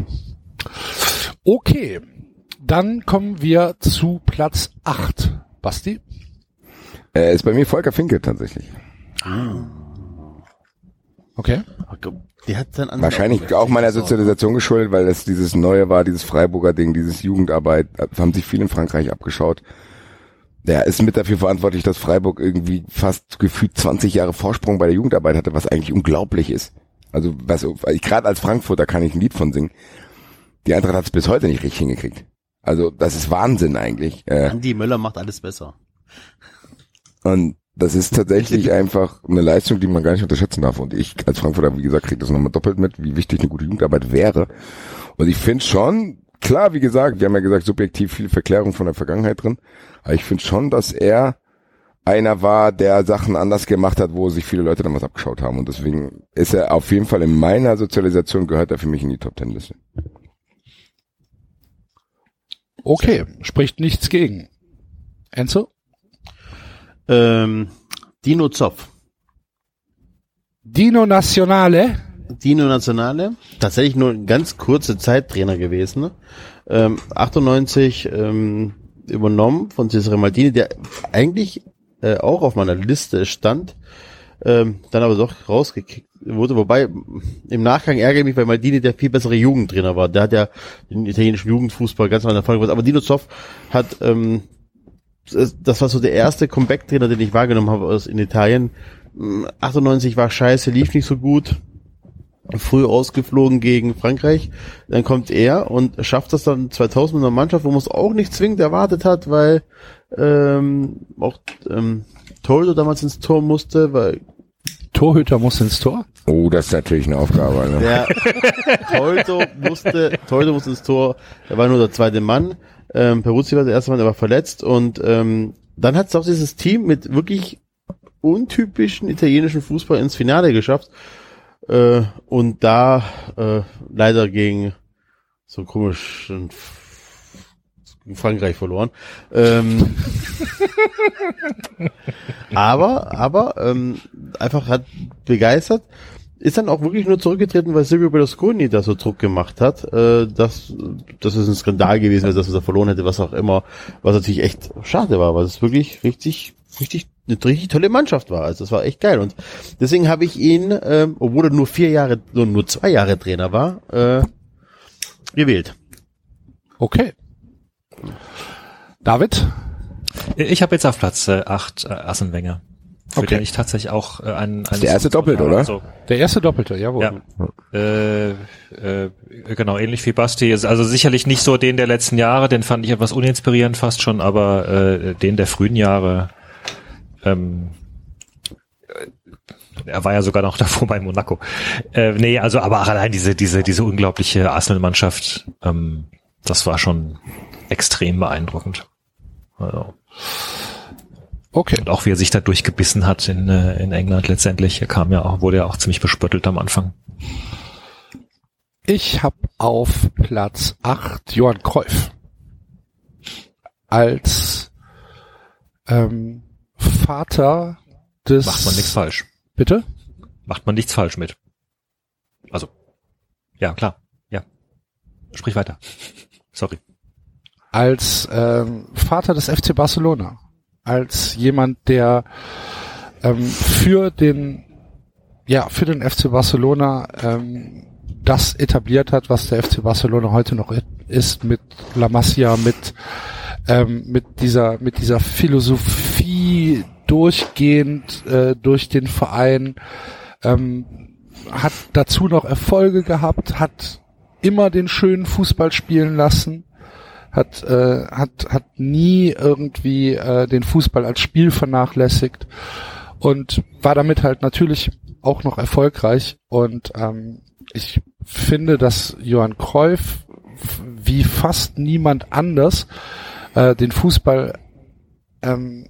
Okay. Dann kommen wir zu Platz acht. Basti? Äh, ist bei mir Volker Finke tatsächlich. Okay. Die hat dann Wahrscheinlich auch meiner Sozialisation geschuldet, weil das dieses Neue war, dieses Freiburger Ding, dieses Jugendarbeit, haben sich viele in Frankreich abgeschaut. Der ist mit dafür verantwortlich, dass Freiburg irgendwie fast gefühlt zwanzig Jahre Vorsprung bei der Jugendarbeit hatte, was eigentlich unglaublich ist. Also was, gerade als Frankfurter kann ich ein Lied von singen. Die Eintracht hat es bis heute nicht richtig hingekriegt. Also das ist Wahnsinn eigentlich. Äh, Andi Möller macht alles besser. Und das ist tatsächlich einfach eine Leistung, die man gar nicht unterschätzen darf. Und ich als Frankfurter, wie gesagt, kriege das nochmal doppelt mit, wie wichtig eine gute Jugendarbeit wäre. Und ich finde schon, klar, wie gesagt, wir haben ja gesagt, subjektiv viele Verklärungen von der Vergangenheit drin. Aber ich finde schon, dass er einer war, der Sachen anders gemacht hat, wo sich viele Leute dann was abgeschaut haben. Und deswegen ist er auf jeden Fall in meiner Sozialisation, gehört er für mich in die Top-Ten-Liste. Okay, spricht nichts gegen. Enzo? Ähm, Dino Zoff. Dino Nazionale? Dino Nazionale. Tatsächlich nur eine ganz kurze Zeit Trainer gewesen. Ne? Ähm, achtundneunzig ähm, übernommen von Cesare Maldini, der eigentlich äh, auch auf meiner Liste stand, ähm, dann aber doch rausgekickt wurde, wobei im Nachgang ärgere ich mich, weil Maldini der viel bessere Jugendtrainer war. Der hat ja den italienischen Jugendfußball ganz an der Folge. Aber Dino Zoff hat, ähm, das war so der erste Comeback-Trainer, den ich wahrgenommen habe aus in Italien. achtundneunzig war scheiße, lief nicht so gut. Früh ausgeflogen gegen Frankreich. Dann kommt er und schafft das dann zweitausend mit einer Mannschaft, wo man es auch nicht zwingend erwartet hat, weil ähm, auch ähm, Toldo damals ins Tor musste, weil Torhüter muss ins Tor? Oh, das ist natürlich eine Aufgabe. Ne? Der Toldo musste, Toldo musste ins Tor, er war nur der zweite Mann, ähm, Peruzzi war der erste Mann, der war verletzt und ähm, dann hat es auch dieses Team mit wirklich untypischen italienischen Fußball ins Finale geschafft äh, und da äh, leider gegen so komisch Frankreich verloren. Ähm, aber, aber ähm, einfach hat begeistert, ist dann auch wirklich nur zurückgetreten, weil Silvio Berlusconi da so Druck gemacht hat. Äh, das, das ist ein Skandal gewesen, dass er verloren hätte, was auch immer, was natürlich echt schade war, weil es wirklich richtig, richtig eine richtig tolle Mannschaft war. Also das war echt geil. Und deswegen habe ich ihn, ähm, obwohl er nur vier Jahre, nur, nur zwei Jahre Trainer war, äh, gewählt. Okay. David? Ich habe jetzt auf Platz äh, acht äh, Arsene Wenger, für Okay. den ich tatsächlich auch äh, einen... Das ist der erste Doppelte, oder? Also, Der erste Doppelte, jawohl. ja. Äh, äh, genau, ähnlich wie Basti. Also sicherlich nicht so den der letzten Jahre, den fand ich etwas uninspirierend fast schon, aber äh, den der frühen Jahre... Ähm, er war ja sogar noch davor bei Monaco. Äh, nee, also aber auch allein diese diese diese unglaubliche Arsenal-Mannschaft, ähm, das war schon extrem beeindruckend. Also. Okay. Und auch wie er sich da durchgebissen hat in äh, in England letztendlich, er kam ja auch, wurde ja auch ziemlich bespöttelt am Anfang. Ich habe auf Platz acht Johann Cruyff als ähm, Vater des... Macht man nichts falsch. Bitte? Macht man nichts falsch mit. Also, ja, klar, ja. Sprich weiter. Sorry. Als ähm, Vater des F C Barcelona, als jemand, der ähm, für den ja für den F C Barcelona ähm, das etabliert hat, was der F C Barcelona heute noch ist, mit La Masia, mit ähm, mit dieser mit dieser Philosophie durchgehend äh, durch den Verein, ähm, hat dazu noch Erfolge gehabt, hat immer den schönen Fußball spielen lassen, hat äh, hat hat nie irgendwie äh, den Fußball als Spiel vernachlässigt und war damit halt natürlich auch noch erfolgreich. Und ähm, ich finde, dass Johann Cruyff wie fast niemand anders äh, den Fußball ähm,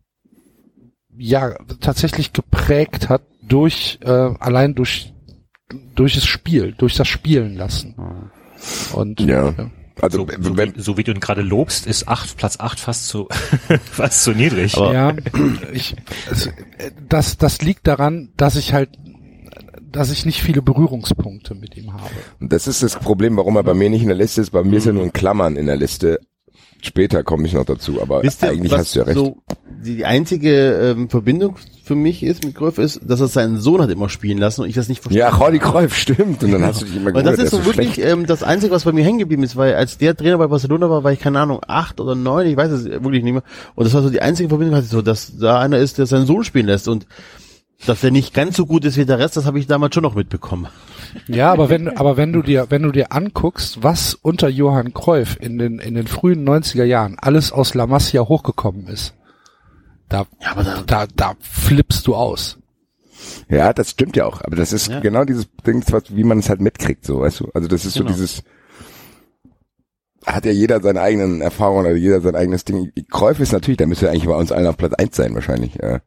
ja tatsächlich geprägt hat durch äh, allein durch durch das Spiel, durch das Spielen lassen. Und ja. ja. Also, so, so, wie, so wie du ihn gerade lobst, ist acht, Platz acht fast zu, fast zu niedrig. Aber ja, ich, das, das liegt daran, dass ich halt, dass ich nicht viele Berührungspunkte mit ihm habe. Das ist das Problem, warum er bei mir nicht in der Liste ist. Bei mir ist er nur in Klammern in der Liste. Später komme ich noch dazu, aber Wisst ihr, eigentlich was hast du ja recht. So die einzige ähm, Verbindung für mich ist mit Cruyff ist, dass er seinen Sohn hat immer spielen lassen und ich das nicht verstehe. Ja, Jordi Cruyff, stimmt. Und dann hast du dich immer gewundert, und das ist so wirklich ähm, das Einzige, was bei mir hängen geblieben ist, weil als der Trainer bei Barcelona war, war ich, keine Ahnung, acht oder neun, ich weiß es wirklich nicht mehr. Und das war so die einzige Verbindung, hatte ich so, dass da einer ist, der seinen Sohn spielen lässt und dass der nicht ganz so gut ist wie der Rest, das habe ich damals schon noch mitbekommen. Ja, aber wenn, aber wenn du dir, wenn du dir anguckst, was unter Johann Cruyff in den, in den frühen neunziger Jahren alles aus La Masia hochgekommen ist, da, ja, aber da, da, da flippst du aus. Ja, das stimmt ja auch. Aber das ist ja genau dieses Ding, was, wie man es halt mitkriegt, so, weißt du? Also das ist genau so dieses, hat ja jeder seine eigenen Erfahrungen oder jeder sein eigenes Ding. Cruyff ist natürlich, da müsste eigentlich bei uns allen auf Platz eins sein, wahrscheinlich, ja.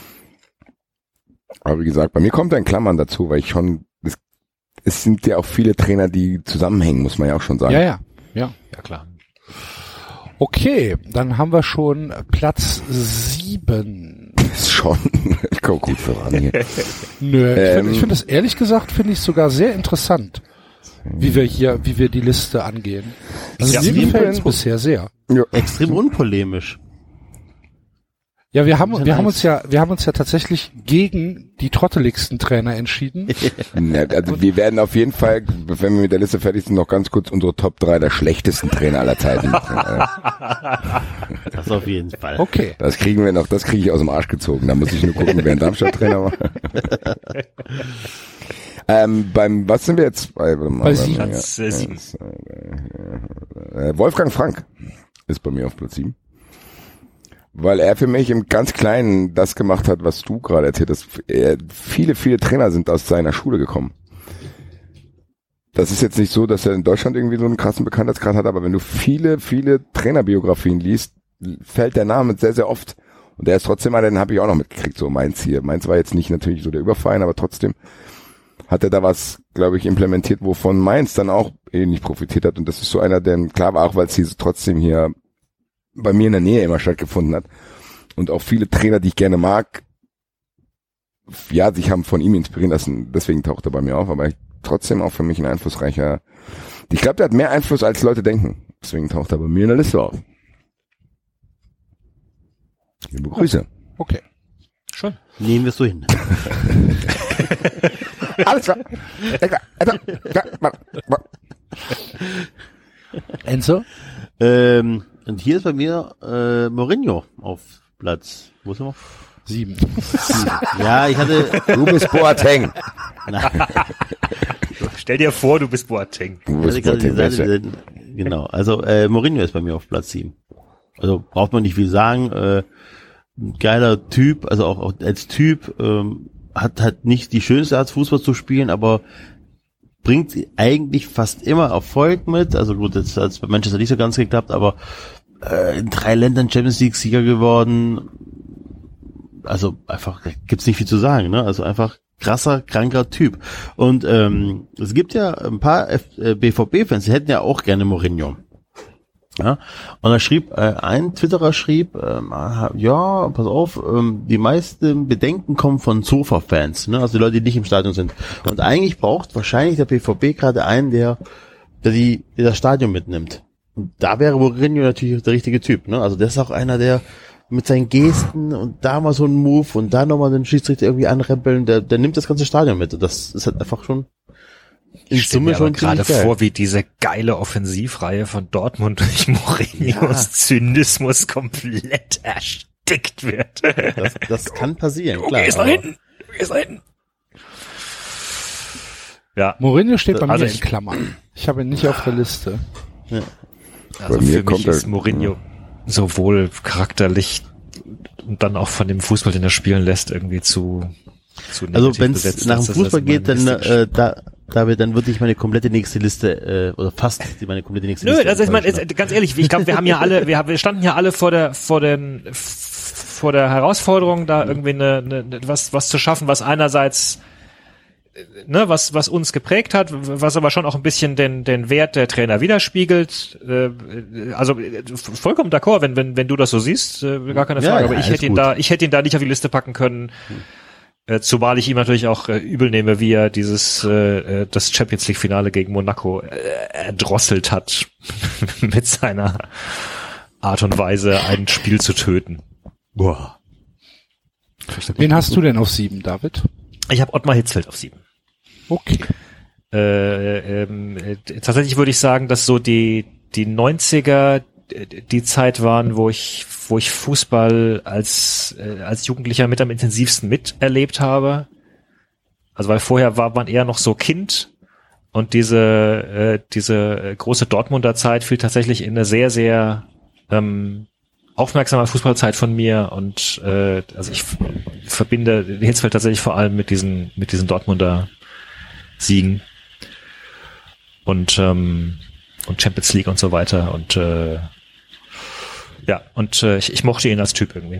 Aber wie gesagt, bei mir kommt ein Klammern dazu, weil ich schon, es, es sind ja auch viele Trainer, die zusammenhängen, muss man ja auch schon sagen. Ja, ja, ja. Ja, klar. Okay, dann haben wir schon Platz sieben. Ist schon, ich komme gut voran hier. Nö, ich ähm, finde ich find das ehrlich gesagt, finde ich sogar sehr interessant, wie wir hier, wie wir die Liste angehen. Also ja, mir gefällt es bisher sehr. Ja. Extrem unpolemisch. Ja, wir haben, wir haben uns ja, wir haben uns ja tatsächlich gegen die trotteligsten Trainer entschieden. Ja, also wir werden auf jeden Fall, wenn wir mit der Liste fertig sind, noch ganz kurz unsere Top drei der schlechtesten Trainer aller Zeiten. Das auf jeden Fall. Okay. Das kriegen wir noch, das kriege ich aus dem Arsch gezogen. Da muss ich nur gucken, wer ein Darmstadt-Trainer war. ähm, beim, was sind wir jetzt? Bei, bei sieben. Ja, Platz äh, sieben. Äh, Wolfgang Frank ist bei mir auf Platz sieben. Weil er für mich im ganz Kleinen das gemacht hat, was du gerade erzählt hast. Er, viele, viele Trainer sind aus seiner Schule gekommen. Das ist jetzt nicht so, dass er in Deutschland irgendwie so einen krassen Bekanntheitsgrad hat, aber wenn du viele, viele Trainerbiografien liest, fällt der Name sehr, sehr oft. Und er ist trotzdem einer, den habe ich auch noch mitgekriegt, so Mainz hier. Mainz war jetzt nicht natürlich so der Überverein, aber trotzdem hat er da was, glaube ich, implementiert, wovon Mainz dann auch ähnlich profitiert hat. Und das ist so einer, der klar war, auch weil es hier trotzdem hier bei mir in der Nähe immer stattgefunden hat. Und auch viele Trainer, die ich gerne mag, ja, sich haben von ihm inspirieren lassen. Deswegen taucht er bei mir auf, aber trotzdem auch für mich ein einflussreicher. Ich glaube, der hat mehr Einfluss, als Leute denken. Deswegen taucht er bei mir in der Liste auf. Liebe Grüße. Okay. Schon. Nehmen wir es so hin. Alles klar. Enzo? Ähm, und hier ist bei mir äh, Mourinho auf Platz, wo ist er noch? Sieben. Sieben. Ja, ich hatte... Du bist Boateng. Stell dir vor, du bist Boateng. Du bist Boateng, Seite, genau, also äh, Mourinho ist bei mir auf Platz sieben. Also braucht man nicht viel sagen. Äh, geiler Typ, also auch, auch als Typ, ähm, hat hat nicht die schönste Art Fußball zu spielen, aber bringt eigentlich fast immer Erfolg mit. Also gut, jetzt hat es bei Manchester nicht so ganz geklappt, aber äh, in drei Ländern Champions League Sieger geworden. Also einfach, gibt's nicht viel zu sagen, ne? Also einfach krasser, kranker Typ. Und ähm, es gibt ja ein paar F- äh, B V B-Fans, die hätten ja auch gerne Mourinho. Ja, und da schrieb, äh, ein Twitterer schrieb, ähm, ja, pass auf, ähm, die meisten Bedenken kommen von Sofa-Fans, ne, also die Leute, die nicht im Stadion sind. Und eigentlich braucht wahrscheinlich der B V B gerade einen, der der die, der das Stadion mitnimmt. Und da wäre Mourinho natürlich der richtige Typ, ne? Also der ist auch einer, der mit seinen Gesten und da mal so einen Move und da nochmal den Schiedsrichter irgendwie anrempeln, der, der nimmt das ganze Stadion mit. Und das ist halt einfach schon in Ich stelle Summe mir aber schon gerade ziemlich geil. vor, wie diese geile Offensivreihe von Dortmund durch Mourinhos Ja. Zynismus komplett erstickt wird. Das, das kann passieren, Du klar. gehst da aber- hinten, du gehst da hinten. Ja. Mourinho steht bei Also mir in ich- Klammern. Ich habe ihn nicht auf der Liste. Ja. Also Bei mir für mich kommt ist er- Mourinho sowohl charakterlich und dann auch von dem Fußball, den er spielen lässt, irgendwie zu, zu Also negativ wenn besetzt, es nach dem dass das Fußball in geht, meine dann Liste äh, da, David, dann würde ich meine komplette nächste Liste äh, oder fast die meine komplette nächste Nö, Liste. also ich meine, anfangen. es- ganz ehrlich, ich glaube, wir haben ja alle, wir, haben, wir standen ja alle vor der, vor den, vor der Herausforderung, da irgendwie eine, eine, was, was zu schaffen, was einerseits, ne, was, was uns geprägt hat, was aber schon auch ein bisschen den, den Wert der Trainer widerspiegelt. Äh, Also äh, vollkommen d'accord, wenn, wenn, wenn du das so siehst, äh, gar keine Ja, Frage. ja, aber ich alles hätte ihn gut. da, ich hätte ihn da nicht auf die Liste packen können. Äh, Zumal ich ihm natürlich auch äh, übel nehme, wie er dieses äh, äh, das Champions League Finale gegen Monaco äh, erdrosselt hat mit seiner Art und Weise, ein Spiel zu töten. Boah. Wen hast du denn auf sieben, David? Ich habe Ottmar Hitzfeld auf sieben. Okay. Äh, ähm, äh, tatsächlich würde ich sagen, dass so die die neunziger äh, die Zeit waren, wo ich wo ich Fußball als äh, als Jugendlicher mit am intensivsten miterlebt habe. Also weil vorher war man eher noch so Kind und diese äh, diese äh, große Dortmunder Zeit fiel tatsächlich in eine sehr sehr ähm, aufmerksame Fußballzeit von mir und äh, also ich f- verbinde Hitzfeld tatsächlich vor allem mit diesen mit diesen Dortmunder Siegen und ähm, und Champions League und so weiter und äh, ja und äh, ich, ich mochte ihn als Typ irgendwie.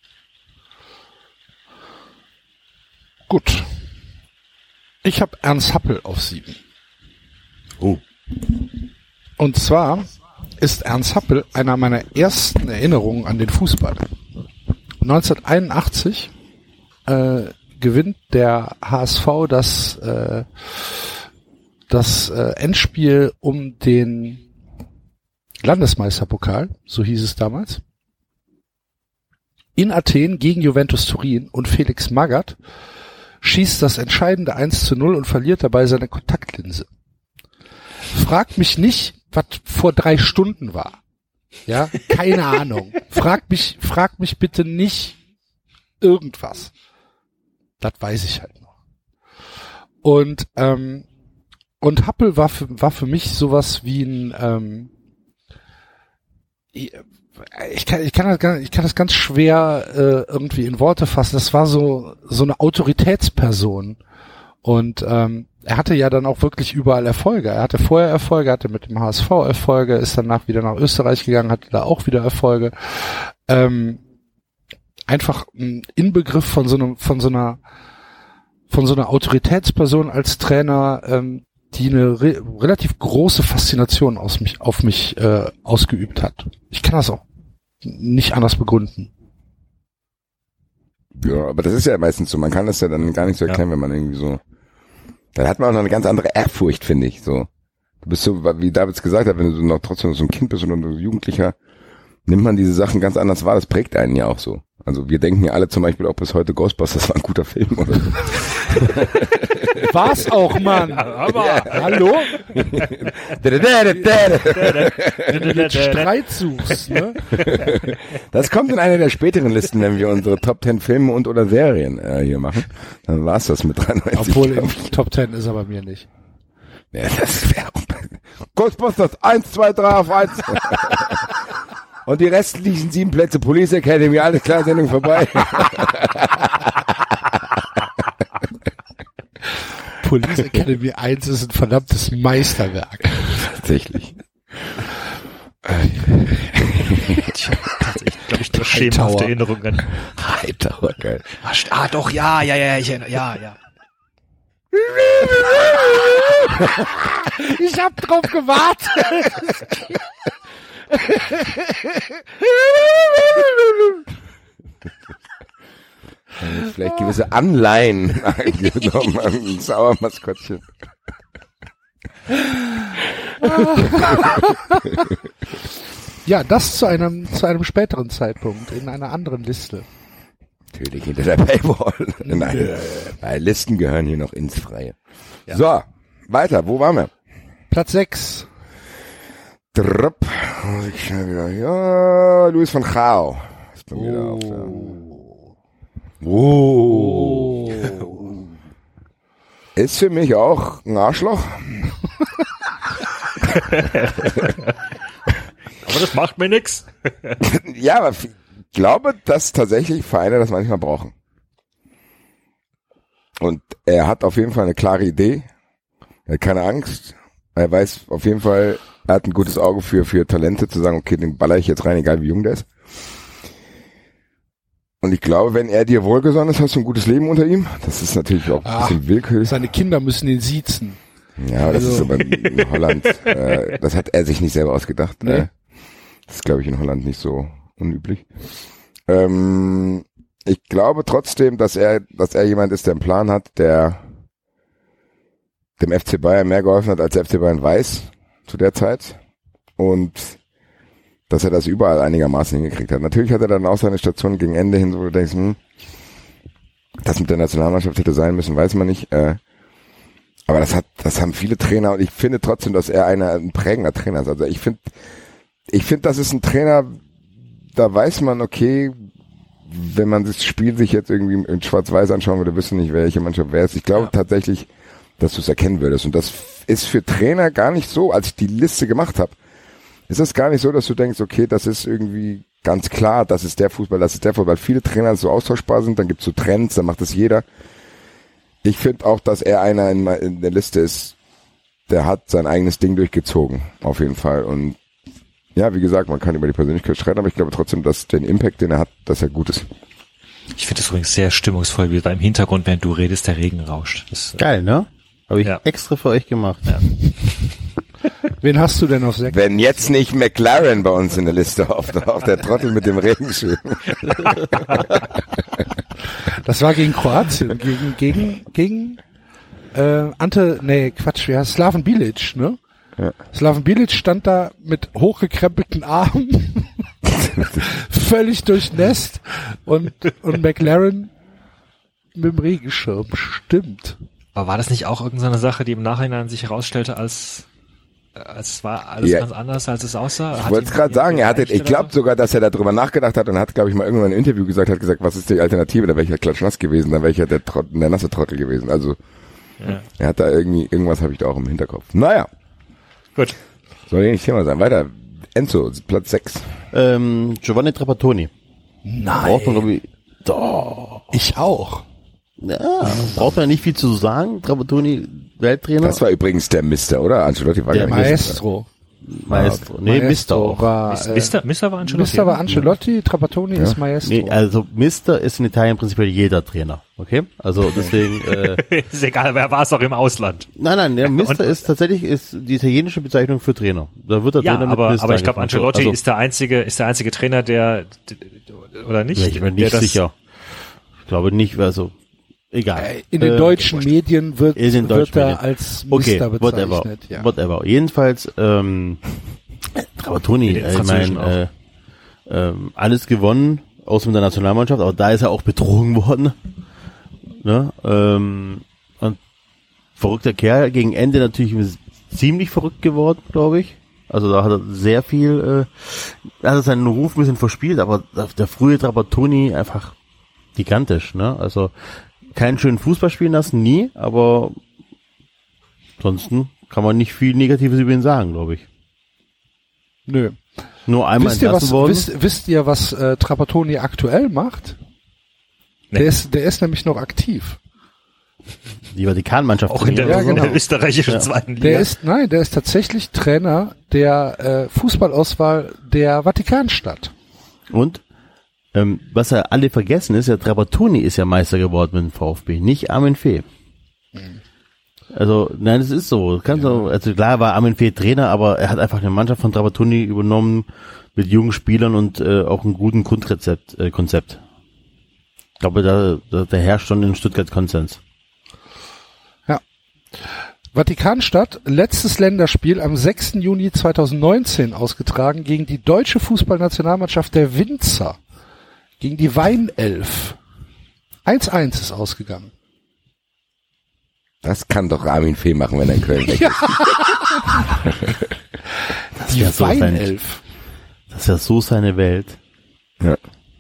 Gut. Ich habe Ernst Happel auf sieben. Oh. Und zwar ist Ernst Happel einer meiner ersten Erinnerungen an den Fußball. neunzehnhunderteinundachtzig äh, gewinnt der H S V das äh, das äh, Endspiel um den Landesmeisterpokal, so hieß es damals, in Athen gegen Juventus Turin und Felix Magath schießt das entscheidende eins zu null und verliert dabei seine Kontaktlinse. Fragt mich nicht, was vor drei Stunden war. Ja, keine Ahnung. Fragt mich, fragt mich bitte nicht irgendwas. Das weiß ich halt noch. Und ähm, und Happel war für, war für mich sowas wie ein ähm, ich kann ich kann das ganz, ich kann das ganz schwer äh, irgendwie in Worte fassen. Das war so so eine Autoritätsperson. Und ähm, er hatte ja dann auch wirklich überall Erfolge. Er hatte vorher Erfolge, hatte mit dem H S V Erfolge, ist danach wieder nach Österreich gegangen, hatte da auch wieder Erfolge. Ähm, einfach ein Inbegriff von so einem, von so einer, von so einer Autoritätsperson als Trainer, ähm, die eine re- relativ große Faszination aus mich, auf mich äh, ausgeübt hat. Ich kann das auch nicht anders begründen. Ja, aber das ist ja meistens so. Man kann das ja dann gar nicht so erklären, wenn man irgendwie so. Da hat man auch noch eine ganz andere Ehrfurcht, finde ich. So, du bist so, wie Davids gesagt hat, wenn du so noch trotzdem so ein Kind bist oder ein Jugendlicher, nimmt man diese Sachen ganz anders wahr. Das prägt einen ja auch so. Also wir denken ja alle zum Beispiel auch bis heute, Ghostbusters war ein guter Film oder so. War's auch, Mann. Aber Ja. Hallo? Mit Streitsuchs, ne? Das kommt in einer der späteren Listen, wenn wir unsere Top Ten Filme und oder Serien äh, hier machen. Dann war's das mit dreiundneunzig. Obwohl in Top Ten ist er bei mir nicht. Ja, das wäre auch Ghostbusters eins, zwei, drei auf eins. Und die restlichen sieben Plätze Police Academy, alles klar, Sendung vorbei. Police Academy eins ist ein verdammtes Meisterwerk. Tatsächlich. Ich glaube, ich nur schemenhafte Erinnerungen. Hightower, geil. Ah, doch, ja, ja, ja, ich erinnere, ja, ja. Ich hab drauf gewartet. Vielleicht gewisse Anleihen angenommen an ein Sauermaskottchen. Ja, das zu einem zu einem späteren Zeitpunkt in einer anderen Liste. Natürlich hinter der Paywall. Nein, weil Listen gehören hier noch ins Freie. Ja. So, weiter. Wo waren wir? Platz sechs. Drupp. Ich schnell wieder. Ja, Luis van Gaal. Ist bei mir oh. da auf, ja. oh. Ist für mich auch ein Arschloch. Aber das macht mir nix. Ja, aber ich glaube, dass tatsächlich Vereine das manchmal brauchen. Und er hat auf jeden Fall eine klare Idee. Er hat keine Angst. Er weiß auf jeden Fall, er hat ein gutes Auge für, für Talente, zu sagen, okay, den baller ich jetzt rein, egal wie jung der ist. Und ich glaube, wenn er dir wohlgesonnen ist, hast du ein gutes Leben unter ihm. Das ist natürlich auch ein Ach, bisschen willkürlich. Seine Kinder müssen ihn siezen. Ja, das also. ist aber in Holland, äh, das hat er sich nicht selber ausgedacht. Nee. Äh, das ist, glaube ich, in Holland nicht so unüblich. Ähm, ich glaube trotzdem, dass er, dass er jemand ist, der einen Plan hat, der dem F C Bayern mehr geholfen hat, als der F C Bayern weiß zu der Zeit. Und dass er das überall einigermaßen hingekriegt hat. Natürlich hat er dann auch seine Station gegen Ende hin, wo du denkst, hm, das mit der Nationalmannschaft hätte sein müssen, weiß man nicht. Äh, aber das hat, das haben viele Trainer und ich finde trotzdem, dass er einer, ein prägender Trainer ist. Also ich finde, ich finde, das ist ein Trainer, da weiß man, okay, wenn man das Spiel sich jetzt irgendwie in Schwarz-Weiß anschauen würde, wüsste nicht, welche Mannschaft wer ist. Ich glaube ja. tatsächlich, dass du es erkennen würdest. Und das ist für Trainer gar nicht so, als ich die Liste gemacht habe, ist es gar nicht so, dass du denkst, okay, das ist irgendwie ganz klar, das ist der Fußball, das ist der Fußball. Weil viele Trainer so austauschbar sind, dann gibt's so Trends, dann macht das jeder. Ich finde auch, dass er einer in, in der Liste ist, der hat sein eigenes Ding durchgezogen, auf jeden Fall. Und ja, wie gesagt, man kann über die Persönlichkeit streiten, aber ich glaube trotzdem, dass den Impact, den er hat, dass er gut ist. Ich finde es übrigens sehr stimmungsvoll, wie da im Hintergrund, während du redest, der Regen rauscht. Das, geil, ne? Habe ich ja. extra für euch gemacht. Ja. Wen hast du denn auf sechs? Wenn jetzt nicht McLaren bei uns in der Liste auf, auf der Trottel mit dem Regenschirm. Das war gegen Kroatien, gegen, gegen, gegen, äh, Ante, nee, Quatsch, wie heißt Slaven Bilic, ne? Ja. Slaven Bilic stand da mit hochgekrempelten Armen, völlig durchnässt und, und McLaren mit dem Regenschirm, stimmt. Aber war das nicht auch irgendeine Sache, die im Nachhinein sich herausstellte als, als war alles ja. ganz anders, als es aussah? Ich wollte es gerade sagen, er hatte, ich glaube sogar, dass er darüber nachgedacht hat und hat, glaube ich, mal irgendwann ein Interview gesagt, hat gesagt, was ist die Alternative, da wäre ich halt klatschnass gewesen, dann wäre ich halt der, Trott, der nasse Trottel gewesen. Also, ja. er hat da irgendwie, irgendwas habe ich da auch im Hinterkopf. Naja. Gut. Soll ja nicht Thema sein. Weiter. Enzo, Platz sechs. Ähm, Giovanni Trapattoni. Nein. Braucht man, ich, doch. Ich auch. Ja, braucht man nicht viel zu sagen. Trapattoni, Welttrainer. Das war übrigens der Mister, oder? Ancelotti war der gar nicht Maestro. Maestro. Nee, Maestro Mister auch. War, äh, Mister, Mister war Ancelotti. Mister war Ancelotti, Trapattoni ja. ist Maestro. Nee, also Mister ist in Italien prinzipiell jeder Trainer. Okay? Also deswegen... Äh, ist egal, wer war es auch im Ausland. Nein, nein, der Mister ist tatsächlich ist die italienische Bezeichnung für Trainer. Da wird der ja, Trainer aber, mit Mister aber ich glaube, Ancelotti also, ist der einzige ist der einzige Trainer, der... Oder nicht? Ja, ich bin nicht der sicher. Ich glaube nicht, also... Egal. In den äh, deutschen okay, Medien wird, in den wird er Medien. als Mister okay, bezeichnet. Whatever. Ja. Whatever. Jedenfalls, ähm, Trapattoni, äh, ich meine, äh, ähm, alles gewonnen, außer mit der Nationalmannschaft, aber da ist er auch betrogen worden. Ne? Ähm, und verrückter Kerl, gegen Ende natürlich ziemlich verrückt geworden, glaube ich. Also da hat er sehr viel, äh, hat er seinen Ruf ein bisschen verspielt, aber der frühe Trapattoni einfach gigantisch, ne? Also keinen schönen Fußball spielen lassen, nie, aber ansonsten kann man nicht viel Negatives über ihn sagen, glaube ich. Nö. Nur einmal wisst ihr, entlassen was, worden. Wisst, wisst ihr, was äh, Trapattoni aktuell macht? Nee. Der ist, der ist nämlich noch aktiv. Die Vatikanmannschaft. Auch in der, ja, genau. der österreichischen ja. zweiten Liga. Der ist, nein, der ist tatsächlich Trainer der äh, Fußballauswahl der Vatikanstadt. Und? Ähm, was ja alle vergessen ist, ja, Trapattoni ist ja Meister geworden mit dem VfB, nicht Armin Fee. Mhm. Also, nein, es ist so. Kannst ja. du, also klar war Armin Fee Trainer, aber er hat einfach eine Mannschaft von Trapattoni übernommen mit jungen Spielern und äh, auch einem guten Grundrezept, äh, Konzept. Ich glaube, da, da, da herrscht schon in Stuttgart Konsens. Ja. Vatikanstadt, letztes Länderspiel am sechsten Juni zweitausendneunzehn ausgetragen gegen die deutsche Fußballnationalmannschaft der Winzer. Gegen die Weinelf. eins eins ist ausgegangen. Das kann doch Armin Fee machen, wenn er in Köln weg ist. Das wäre so sein, das wäre so seine Welt. Ja.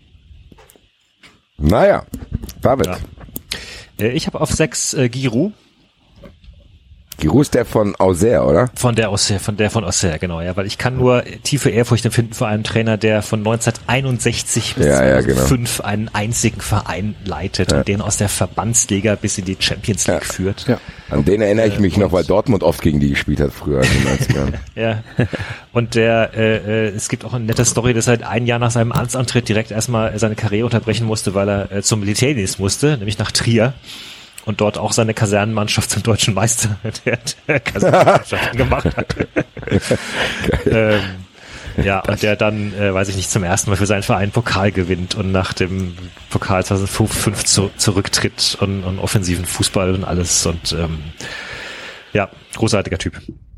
Naja, David. Ja. Äh, ich habe auf sechs äh, Giroud. Giroud ist der von Auxerre, oder? Von der Auxerre, von der von Auxerre, genau, ja, weil ich kann nur tiefe Ehrfurcht empfinden vor einem Trainer, der von neunzehnhunderteinundsechzig bis ja, ja, zweitausendfünf genau. einen einzigen Verein leitet Ja. und den aus der Verbandsliga bis in die Champions League Ja. führt. Ja. An den erinnere ich mich Äh, noch, weil Dortmund oft gegen die gespielt hat früher in den neunziger Jahren. Ja. Und der, äh, äh, es gibt auch eine nette Story, dass er halt ein Jahr nach seinem Amtsantritt direkt erstmal seine Karriere unterbrechen musste, weil er äh, zum Militärdienst musste, nämlich nach Trier. Und dort auch seine Kasernenmannschaft zum deutschen Meister der, der Kasernenmannschaften gemacht hat. ähm, ja, und der dann, äh, weiß ich nicht, zum ersten Mal für seinen Verein Pokal gewinnt und nach dem Pokal zweitausendfünf zu, zurücktritt und, und offensiven Fußball und alles. Und ähm, ja, großartiger Typ.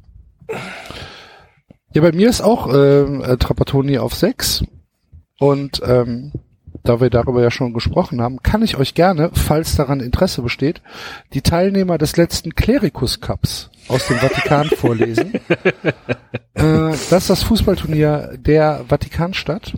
Ja, bei mir ist auch ähm, äh, Trapattoni auf sechs. Und ähm, da wir darüber ja schon gesprochen haben, kann ich euch gerne, falls daran Interesse besteht, die Teilnehmer des letzten Clericus Cups aus dem Vatikan vorlesen. Äh, das ist das Fußballturnier der Vatikanstadt.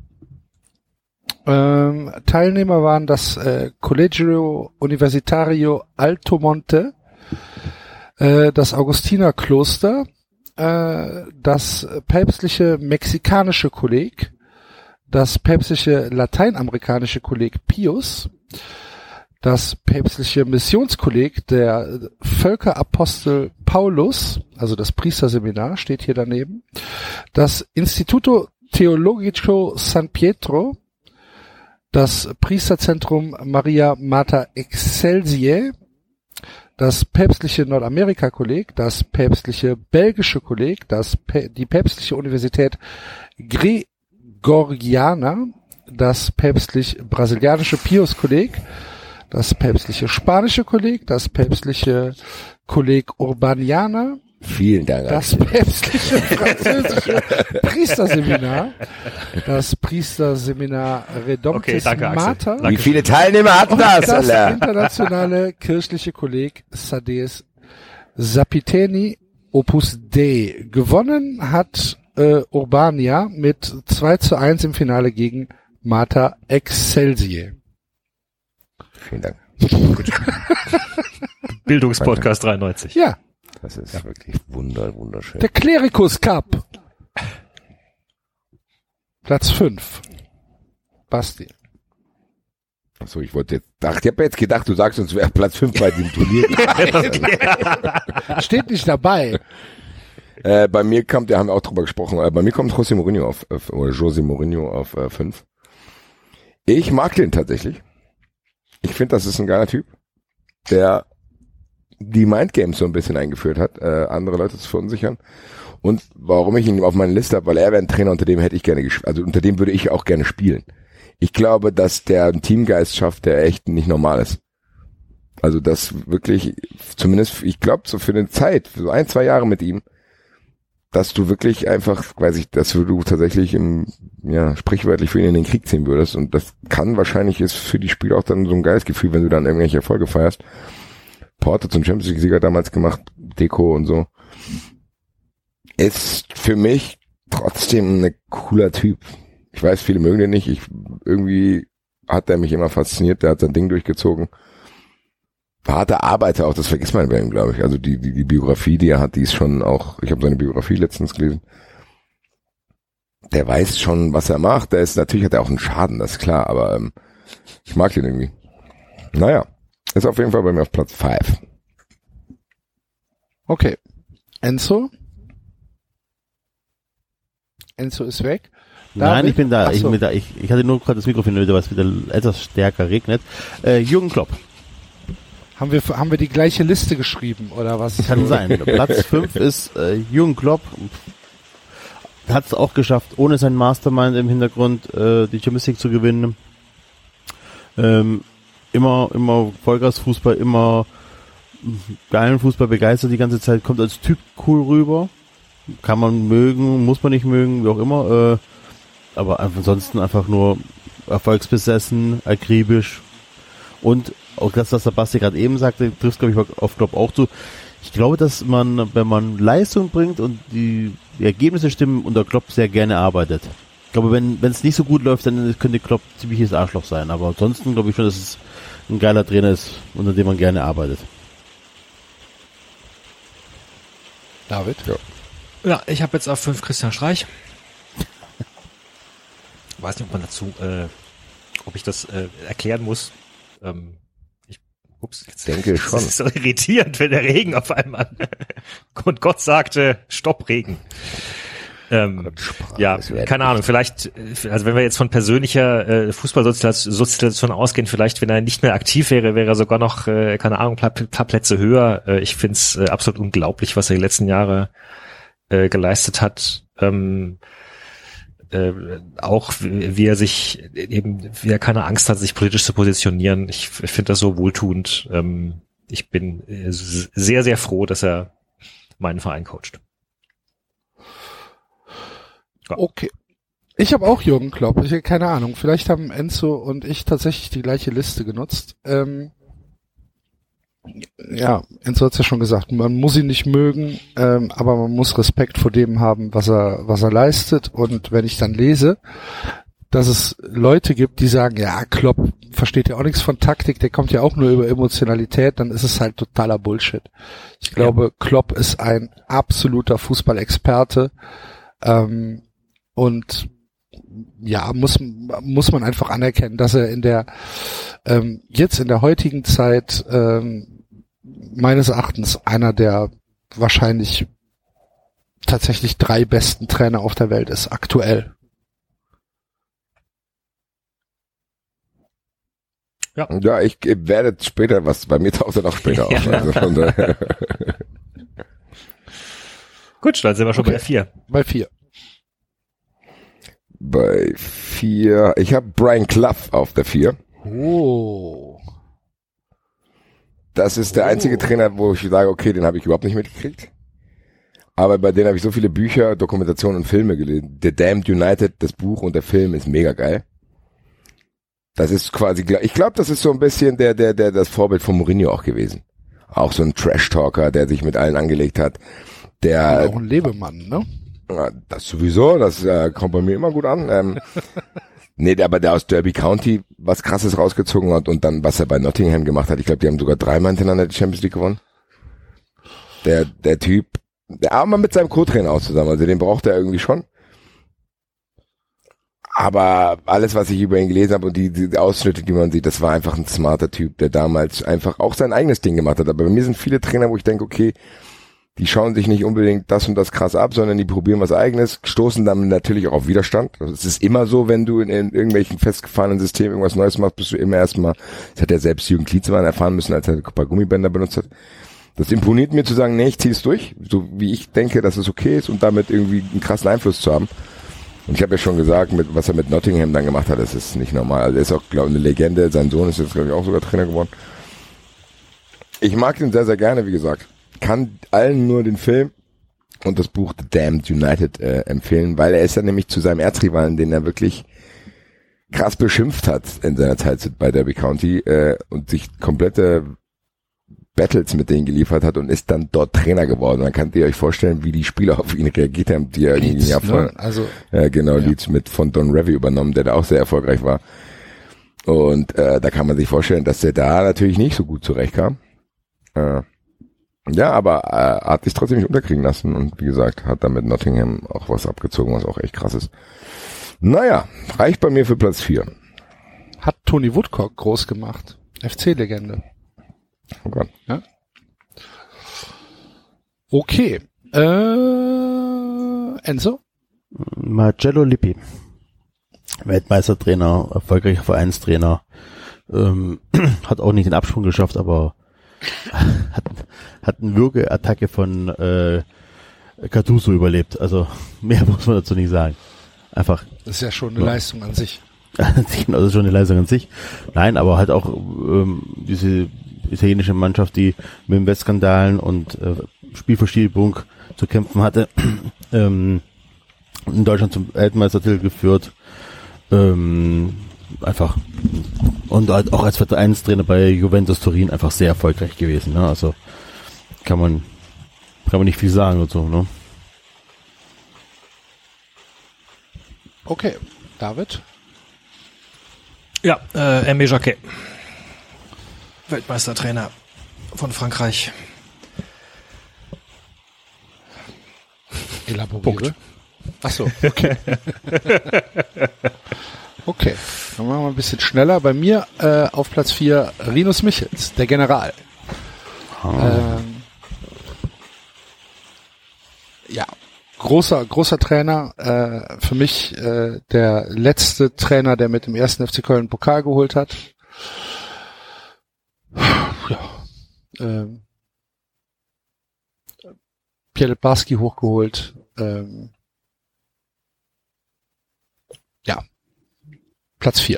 Ähm, Teilnehmer waren das äh, Collegio Universitario Altomonte, äh, das Augustinerkloster, äh, das päpstliche mexikanische Kolleg, das päpstliche lateinamerikanische Kolleg Pius, das päpstliche Missionskolleg der Völkerapostel Paulus, also das Priesterseminar steht hier daneben, das Instituto Teologico San Pietro, das Priesterzentrum Maria Mater Excelsiae, das päpstliche Nordamerika-Kolleg, das päpstliche belgische Kolleg, das Pä- die päpstliche Universität Gre Gorgiana, das päpstlich-brasilianische Pius-Kolleg, das päpstliche spanische Kolleg, das päpstliche Kolleg Urbaniana, Vielen Dank. das päpstliche französische Priesterseminar, das Priesterseminar Redemptis Okay, danke, Axel. Mater, Danke. Wie viele Teilnehmer hatten und das, das Alter? internationale kirchliche Kolleg Sades Sapiteni Opus Dei. Gewonnen hat äh, Urbania mit zwei zu eins im Finale gegen Mater Excelsiae. Vielen Dank. Bildungspodcast dreiundneunzig. Ja, Das ist ja wirklich wunder, wunderschön. der Clericus Cup. Platz fünf. Basti. Achso, ich wollte jetzt, dachte, ich habe jetzt gedacht, du sagst uns, wer Platz fünf bei dem Turnier. Steht nicht dabei. äh, bei mir kommt, wir haben auch drüber gesprochen, äh, bei mir kommt José Mourinho auf, auf oder José Mourinho auf äh, fünf. Ich mag den tatsächlich. Ich finde, das ist ein geiler Typ, der die Mindgames so ein bisschen eingeführt hat, äh, andere Leute zu verunsichern. Und warum ich ihn auf meiner Liste habe, weil er wäre ein Trainer, unter dem hätte ich gerne gespielt, also unter dem würde ich auch gerne spielen. Ich glaube, dass der einen Teamgeist schafft, der echt nicht normal ist. Also das wirklich, zumindest, ich glaube, so für eine Zeit, für so ein, zwei Jahre mit ihm, dass du wirklich einfach, weiß ich, dass du tatsächlich im, ja, sprichwörtlich für ihn in den Krieg ziehen würdest. Und das kann wahrscheinlich, ist für die Spieler auch dann so ein geiles Gefühl, wenn du dann irgendwelche Erfolge feierst. Porto zum Champions League Sieger damals gemacht, Deco und so. Ist für mich trotzdem ein cooler Typ. Ich weiß, viele mögen den nicht. Ich, irgendwie hat er mich immer fasziniert. Der hat sein Ding durchgezogen. Harter Arbeiter auch, das vergisst man bei ihm, glaube ich. Also die, die, die Biografie, die er hat, die ist schon auch, ich habe seine Biografie letztens gelesen. Der weiß schon, was er macht. Der ist, natürlich hat er auch einen Schaden, das ist klar, aber ähm, ich mag den irgendwie. Naja, ist auf jeden Fall bei mir auf Platz fünf. Okay. Enzo? Enzo ist weg. Nein, David? ich bin da. Ach Ich, so. bin da. Ich, ich hatte nur gerade das Mikrofon wieder, was wieder etwas stärker regnet. Äh, Jürgen Klopp. Haben wir, haben wir die gleiche Liste geschrieben, oder was? Kann sein. Platz fünf ist äh, Jürgen Klopp. Hat es auch geschafft, ohne sein Mastermind im Hintergrund äh, die Champions League zu gewinnen. Ähm, immer, immer Vollgasfußball, immer geilen Fußball begeistert die ganze Zeit, kommt als Typ cool rüber. Kann man mögen, muss man nicht mögen, wie auch immer. Äh, aber ansonsten einfach nur erfolgsbesessen, akribisch. Und auch das, was der Basti gerade eben sagte, trifft, glaube ich, auf Klopp auch zu. Ich glaube, dass man, wenn man Leistung bringt und die, die Ergebnisse stimmen, unter Klopp sehr gerne arbeitet. Ich glaube, wenn wenn es nicht so gut läuft, dann könnte Klopp ziemliches Arschloch sein. Aber ansonsten glaube ich schon, dass es ein geiler Trainer ist, unter dem man gerne arbeitet. David? Ja. Ja, ich habe jetzt auf fünf Christian Streich. Weiß nicht, ob man dazu, äh, ob ich das äh, erklären muss. Ähm, ich ups, jetzt denke schon. Das ist so irritierend, wenn der Regen auf einmal und Gott sagte, Stopp Regen. Ähm, ja, keine Ahnung, vielleicht, also wenn wir jetzt von persönlicher äh, Fußballsozialisation ausgehen, vielleicht, wenn er nicht mehr aktiv wäre, wäre er sogar noch, äh, keine Ahnung, paar, paar Plätze höher. Äh, ich finde es äh, absolut unglaublich, was er die letzten Jahre äh, geleistet hat. Ähm, äh, auch wie, wie er sich eben, wie er keine Angst hat, sich politisch zu positionieren. Ich, ich finde das so wohltuend. Ähm, ich bin äh, sehr, sehr froh, dass er meinen Verein coacht. Ja. Okay. Ich habe auch Jürgen Klopp. Ich habe keine Ahnung. Vielleicht haben Enzo und ich tatsächlich die gleiche Liste genutzt. Ähm, ja, Enzo hat's ja schon gesagt. Man muss ihn nicht mögen, ähm, aber man muss Respekt vor dem haben, was er, was er leistet. Und wenn ich dann lese, dass es Leute gibt, die sagen, ja, Klopp versteht ja auch nichts von Taktik, der kommt ja auch nur über Emotionalität, dann ist es halt totaler Bullshit. Ich glaube, ja. Klopp ist ein absoluter Fußballexperte. Ähm, Und ja, muss muss man einfach anerkennen, dass er in der ähm, jetzt in der heutigen Zeit ähm, meines Erachtens einer der wahrscheinlich tatsächlich drei besten Trainer auf der Welt ist, aktuell. Ja, ja, ich werde später was, bei mir taucht er noch später auf. Ja. Also, gut, dann sind wir schon Okay. bei vier. Bei vier. Bei vier, ich habe Brian Clough auf der vier. Oh. Das ist der Oh. einzige Trainer, wo ich sage, okay, den habe ich überhaupt nicht mitgekriegt. Aber bei denen habe ich so viele Bücher, Dokumentationen und Filme gelesen. The Damned United, das Buch und der Film ist mega geil. Das ist quasi, ich glaube, das ist so ein bisschen der, der, der, das Vorbild von Mourinho auch gewesen. Auch so ein Trash-Talker, der sich mit allen angelegt hat. Der, auch ein Lebemann, ne? Ja, das sowieso, das äh, kommt bei mir immer gut an. Ähm, nee, aber der aus Derby County was Krasses rausgezogen hat und dann, was er bei Nottingham gemacht hat. Ich glaube, die haben sogar dreimal hintereinander die Champions League gewonnen. Der, der Typ, der aber mit seinem Co-Trainer auch zusammen, also den braucht er irgendwie schon. Aber alles, was ich über ihn gelesen habe und die, die Ausschnitte, die man sieht, das war einfach ein smarter Typ, der damals einfach auch sein eigenes Ding gemacht hat. Aber bei mir sind viele Trainer, wo ich denke, okay, die schauen sich nicht unbedingt das und das krass ab, sondern die probieren was Eigenes, stoßen dann natürlich auch auf Widerstand. Es ist immer so, wenn du in, in irgendwelchen festgefahrenen Systemen irgendwas Neues machst, bist du immer erstmal, das hat ja selbst Jürgen Klinsmann erfahren müssen, als er ein paar Gummibänder benutzt hat. Das imponiert mir zu sagen, nee, ich zieh's durch, so wie ich denke, dass es okay ist und damit irgendwie einen krassen Einfluss zu haben. Und ich habe ja schon gesagt, mit, was er mit Nottingham dann gemacht hat, das ist nicht normal. Also er ist auch, glaube ich, eine Legende. Sein Sohn ist jetzt, glaube ich, auch sogar Trainer geworden. Ich mag den sehr, sehr gerne, wie gesagt. Kann allen nur den Film und das Buch The Damned United äh, empfehlen, weil er ist ja nämlich zu seinem Erzrivalen, den er wirklich krass beschimpft hat in seiner Zeit bei Derby County äh, und sich komplette Battles mit denen geliefert hat und ist dann dort Trainer geworden. Dann könnt ihr euch vorstellen, wie die Spieler auf ihn reagiert haben, die er irgendwie ein Jahr vorher, ne? Also, äh, genau, ja. Leeds mit von Don Revie übernommen, der da auch sehr erfolgreich war. Und äh, da kann man sich vorstellen, dass der da natürlich nicht so gut zurechtkam. Äh, Ja, aber äh, hat sich trotzdem nicht unterkriegen lassen und wie gesagt, hat dann mit Nottingham auch was abgezogen, was auch echt krass ist. Naja, reicht bei mir für Platz vier. Hat Tony Woodcock groß gemacht. F C-Legende. Oh Gott. Ja? Okay. Äh, Enzo? Marcello Lippi. Weltmeistertrainer, erfolgreicher Vereinstrainer. Ähm, hat auch nicht den Absprung geschafft, aber hat, hat eine Würgeattacke von äh, Gattuso überlebt. Also mehr muss man dazu nicht sagen. Einfach. Das ist ja schon eine ja. Leistung an sich. Genau, das ist schon eine Leistung an sich. Nein, aber halt auch ähm, diese italienische Mannschaft, die mit dem Westskandalen und äh, Spielverschiebung zu kämpfen hatte, ähm, in Deutschland zum Weltmeistertitel geführt. Ähm, einfach und auch als Vereinstrainer bei Juventus Turin einfach sehr erfolgreich gewesen. Ne? Also kann man kann man nicht viel sagen und so. Ne? Okay, David? Ja, äh, Aimé Jacquet. Weltmeistertrainer von Frankreich. Elaboriere. Punkt. Ach so, okay. Okay, dann machen wir ein bisschen schneller. Bei mir äh, auf Platz vier Rinus Michels, der General. Oh. Ähm, ja, großer, großer Trainer. Äh, für mich äh, der letzte Trainer, der mit dem ersten F C Köln einen Pokal geholt hat. Ja. Ähm, Pierre Littbarski hochgeholt. Ähm, ja. Platz vier.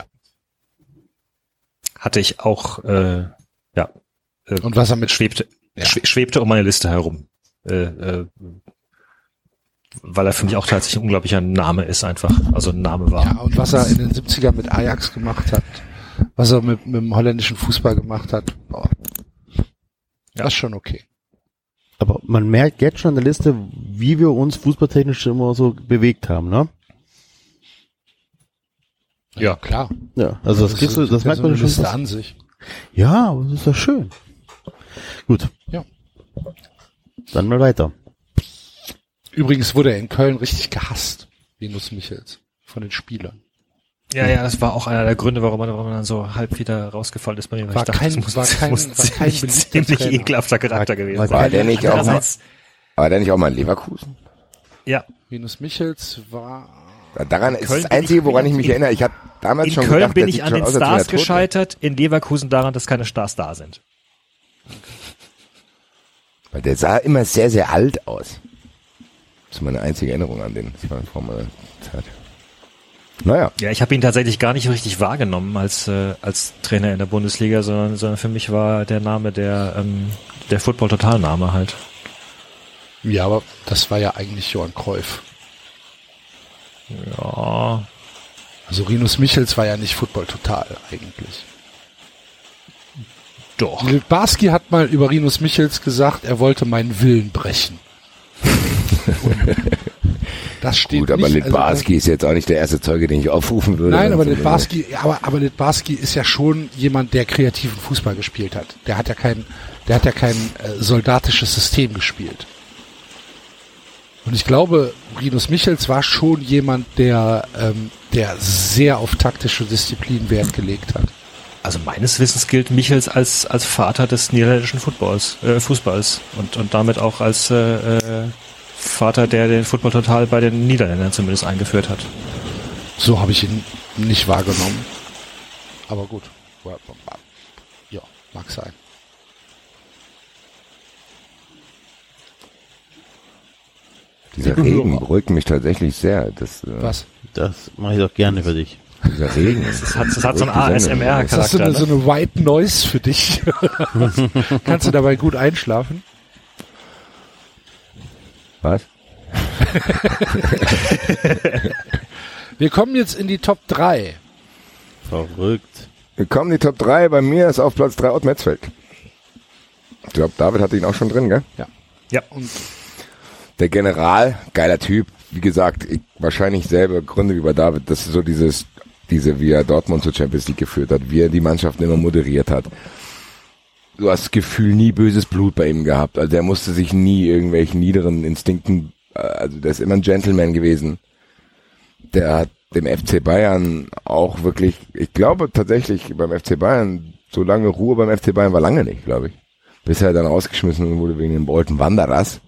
Hatte ich auch, äh, ja. Äh, Und was er mit schwebte, ja. schwebte um meine Liste herum. Äh, äh, weil er für mich auch tatsächlich ein unglaublicher Name ist einfach. Also ein Name war. Ja, und was er in den siebzigern mit Ajax gemacht hat, was er mit, mit dem holländischen Fußball gemacht hat, boah. Ja. Das ist schon okay. Aber man merkt jetzt schon an der Liste, wie wir uns fußballtechnisch immer so bewegt haben, ne? Ja, klar. Ja, also das, das kriegst du, das merkt man schon. Liste an sich. Ja, aber das ist doch schön. Gut. Ja. Dann mal weiter. Übrigens wurde er in Köln richtig gehasst, Rinus Michels, von den Spielern. Ja, ja, das war auch einer der Gründe, warum man, warum man dann so halb wieder rausgefallen ist bei mir. War ich dachte, kein, das muss, war kein, muss war kein ziemlich, ziemlich ekelhafter Charakter gewesen war, sein. War der nicht auch mal, war der nicht auch mal in Leverkusen? Ja. Rinus Michels war... Daran ist das Einzige, woran ich mich erinnere. Ich habe damals in schon Köln gedacht, bin der ich sieht an schon den aus, als wenn er Stars tot ist. gescheitert, in Leverkusen daran, dass keine Stars da sind. Weil der sah immer sehr, sehr alt aus. Das ist meine einzige Erinnerung an den. Das war vor meiner Zeit. Naja. Ja, ich habe ihn tatsächlich gar nicht richtig wahrgenommen als äh, als Trainer in der Bundesliga, sondern, sondern für mich war der Name der ähm, der Football-Total-Name halt. Ja, aber das war ja eigentlich Johann Cruyff. Ja. Also Rinus Michels war ja nicht Football Total eigentlich. Doch. Littbarski hat mal über Rinus Michels gesagt, er wollte meinen Willen brechen. Das steht Gut, aber nicht, Littbarski also, ist jetzt auch nicht der erste Zeuge, den ich aufrufen würde. Nein, aber Littbarski, aber, aber Littbarski ist ja schon jemand, der kreativen Fußball gespielt hat. Der hat ja kein, der hat ja kein äh, soldatisches System gespielt. Und ich glaube, Rinus Michels war schon jemand, der, ähm, der sehr auf taktische Disziplin Wert gelegt hat. Also meines Wissens gilt Michels als als Vater des niederländischen Footballs, äh, Fußballs und und damit auch als äh, äh, Vater, der den Football Total bei den Niederländern zumindest eingeführt hat. So habe ich ihn nicht wahrgenommen. Aber gut. Ja, mag sein. Dieser Regen beruhigt mich tatsächlich sehr. Das, äh, Was? Das mache ich doch gerne für dich. Dieser Regen. Das hat, das hat so einen A S M R-Charakter. Das ist so eine, ne? so eine White Noise für dich. Kannst du dabei gut einschlafen? Was? Wir kommen jetzt in die Top drei. Verrückt. Wir kommen in die Top drei. Bei mir ist auf Platz drei Ott Metzfeld. Ich glaube, David hatte ihn auch schon drin, gell? Ja. Ja. Und der General, geiler Typ. Wie gesagt, ich, wahrscheinlich selbe Gründe wie bei David. Das ist so dieses, diese, wie er Dortmund zur Champions League geführt hat, wie er die Mannschaften immer moderiert hat. Du hast das Gefühl, nie böses Blut bei ihm gehabt. Also er musste sich nie irgendwelchen niederen Instinkten, also der ist immer ein Gentleman gewesen. Der hat dem F C Bayern auch wirklich, ich glaube tatsächlich beim F C Bayern, so lange Ruhe beim F C Bayern war lange nicht, glaube ich. Bis er dann rausgeschmissen wurde wegen den Bolton Wanderers.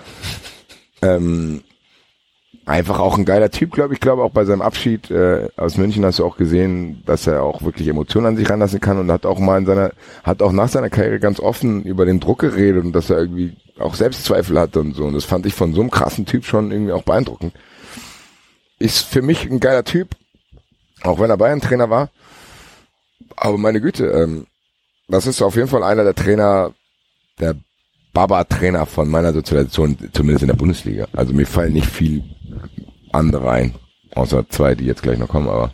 Ähm, einfach auch ein geiler Typ, glaube ich. Ich glaube auch bei seinem Abschied äh, aus München hast du auch gesehen, dass er auch wirklich Emotionen an sich ranlassen kann und hat auch mal in seiner, hat auch nach seiner Karriere ganz offen über den Druck geredet und dass er irgendwie auch Selbstzweifel hatte und so. Und das fand ich von so einem krassen Typ schon irgendwie auch beeindruckend. Ist für mich ein geiler Typ, auch wenn er Bayern-Trainer war. Aber meine Güte, ähm, das ist auf jeden Fall einer der Trainer, der Baba-Trainer von meiner Sozialisation, zumindest in der Bundesliga. Also mir fallen nicht viel andere ein, außer zwei, die jetzt gleich noch kommen, aber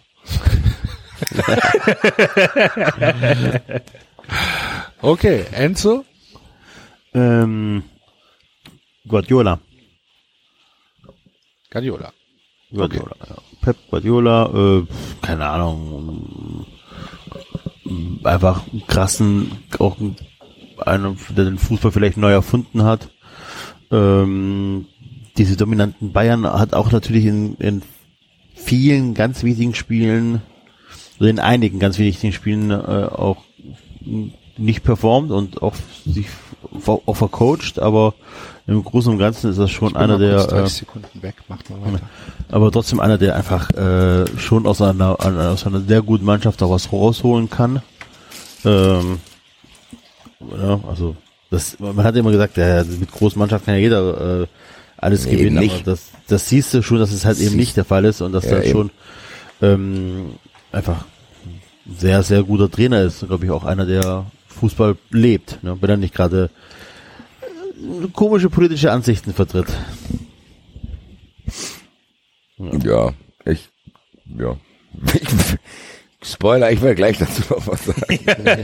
okay, Enzo? Ähm, Guardiola. Guardiola. Guardiola, okay. Ja. Pep Guardiola, äh, keine Ahnung, einfach einen krassen, auch einer, der den Fußball vielleicht neu erfunden hat. Ähm, diese dominanten Bayern hat auch natürlich in, in vielen ganz wichtigen Spielen, oder in einigen ganz wichtigen Spielen äh, auch nicht performt und auch sich auch vercoacht, aber im Großen und Ganzen ist das schon ich einer der dreißig Sekunden weg, macht mal weiter. Aber trotzdem einer, der einfach äh, schon aus einer, aus einer sehr guten Mannschaft auch was rausholen kann. Ähm, ja, also das, man hat immer gesagt, ja, mit großen Mannschaften kann ja jeder äh, alles nee, gewinnen, aber das, das siehst du schon, dass es halt eben nicht der Fall ist und dass ja, da schon ähm, einfach ein sehr, sehr guter Trainer ist, glaube ich, auch einer, der Fußball lebt, ne? Wenn er nicht gerade komische politische Ansichten vertritt. Ja, ja ich, ja. Spoiler, ich will gleich dazu noch was sagen.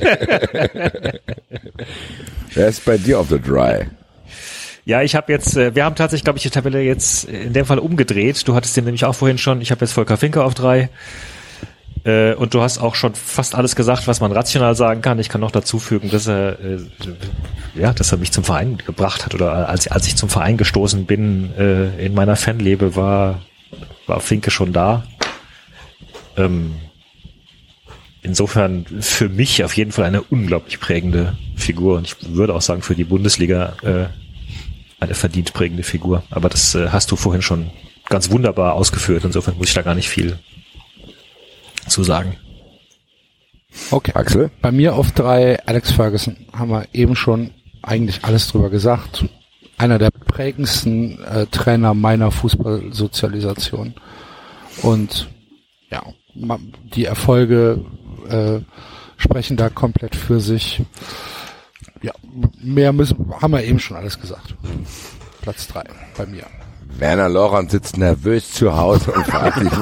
Wer ist bei dir auf the dry? Ja, ich habe jetzt, wir haben tatsächlich, glaube ich, die Tabelle jetzt in dem Fall umgedreht. Du hattest den nämlich auch vorhin schon. Ich habe jetzt Volker Finke auf drei. Äh, und du hast auch schon fast alles gesagt, was man rational sagen kann. Ich kann noch dazu fügen, dass er, äh, ja, dass er mich zum Verein gebracht hat oder als, als ich zum Verein gestoßen bin äh, in meiner Fanlebe, war, war Finke schon da. Ähm, insofern für mich auf jeden Fall eine unglaublich prägende Figur und ich würde auch sagen für die Bundesliga äh, eine verdient prägende Figur. Aber das äh, hast du vorhin schon ganz wunderbar ausgeführt. Insofern muss ich da gar nicht viel zu sagen. Okay. Axel? Bei mir auf drei Alex Ferguson, haben wir eben schon eigentlich alles drüber gesagt. Einer der prägendsten äh, Trainer meiner Fußballsozialisation. Und ja, die Erfolge äh, sprechen da komplett für sich. Ja, mehr müssen, haben wir eben schon alles gesagt. Platz drei bei mir. Werner Lorand sitzt nervös zu Hause und fragt sich.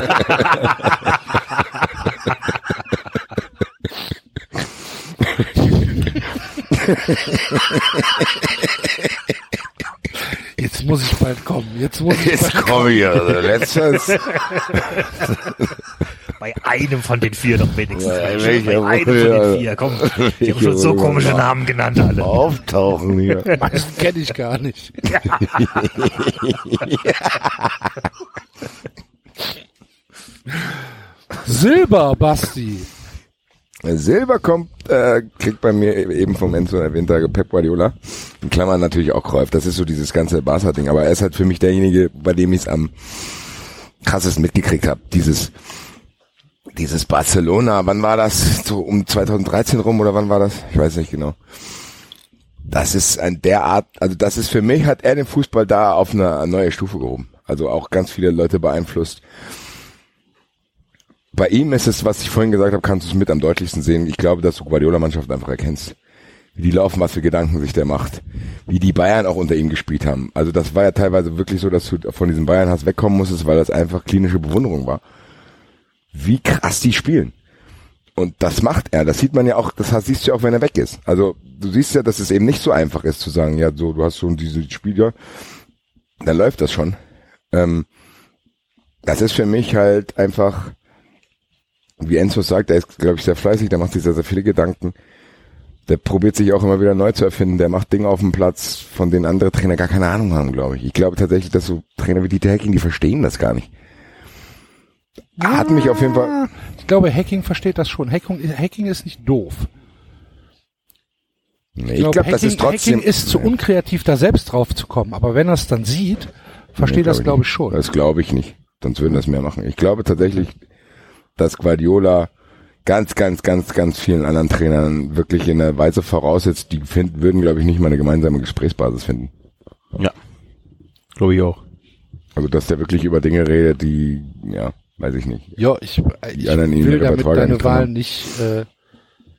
Jetzt muss ich bald kommen. Jetzt muss ich Jetzt bald komme ich. Also letztes. Bei einem von den vier doch wenigstens. Ja, bei welcher, einem von den vier. Komm, die haben schon so komische Namen genannt alle. Auftauchen hier. Die meisten kenne ich gar nicht. Silber, Basti. Silber kommt, äh, kriegt bei mir eben vom Enzo erwähnter Pep Guardiola. In Klammern natürlich auch Cruyff. Das ist so dieses ganze Barca-Ding. Aber er ist halt für mich derjenige, bei dem ich es am krassesten mitgekriegt habe. Dieses, dieses Barcelona, wann war das? So um zwanzig dreizehn rum oder wann war das? Ich weiß nicht genau. Das ist ein derart, also das ist für mich, hat er den Fußball da auf eine neue Stufe gehoben. Also auch ganz viele Leute beeinflusst. Bei ihm ist es, was ich vorhin gesagt habe, kannst du es mit am deutlichsten sehen. Ich glaube, dass du Guardiola-Mannschaft einfach erkennst. Wie die laufen, was für Gedanken sich der macht. Wie die Bayern auch unter ihm gespielt haben. Also das war ja teilweise wirklich so, dass du von diesem Bayern hast wegkommen musstest, weil das einfach klinische Bewunderung war. Wie krass die spielen. Und das macht er. Das sieht man ja auch, das siehst du ja auch, wenn er weg ist. Also du siehst ja, dass es eben nicht so einfach ist zu sagen, ja, so, du hast so diese Spieler, dann läuft das schon. Ähm, das ist für mich halt einfach, wie Enzo sagt, der ist, glaube ich, sehr fleißig, der macht sich sehr, sehr viele Gedanken. Der probiert sich auch immer wieder neu zu erfinden. Der macht Dinge auf dem Platz, von denen andere Trainer gar keine Ahnung haben, glaube ich. Ich glaube tatsächlich, dass so Trainer wie Dieter Hecking, die verstehen das gar nicht. Hat mich auf jeden Fall... Ich glaube, Hecking versteht das schon. Hecking, Hecking ist nicht doof. Nee, ich glaube, glaub, das ist trotzdem... Hecking ist zu unkreativ, da selbst drauf zu kommen. Aber wenn er es dann sieht, versteht nee, das, glaube ich, schon. Das glaube ich nicht. Sonst würden das mehr machen. Ich glaube tatsächlich, dass Guardiola ganz, ganz, ganz, ganz vielen anderen Trainern wirklich in der Weise voraussetzt, die finden, würden, glaube ich, nicht mal eine gemeinsame Gesprächsbasis finden. Ja, glaube ich auch. Also, dass der wirklich über Dinge redet, die, ja, weiß ich nicht. Ja, ich, ich will damit deine Wahl nicht äh,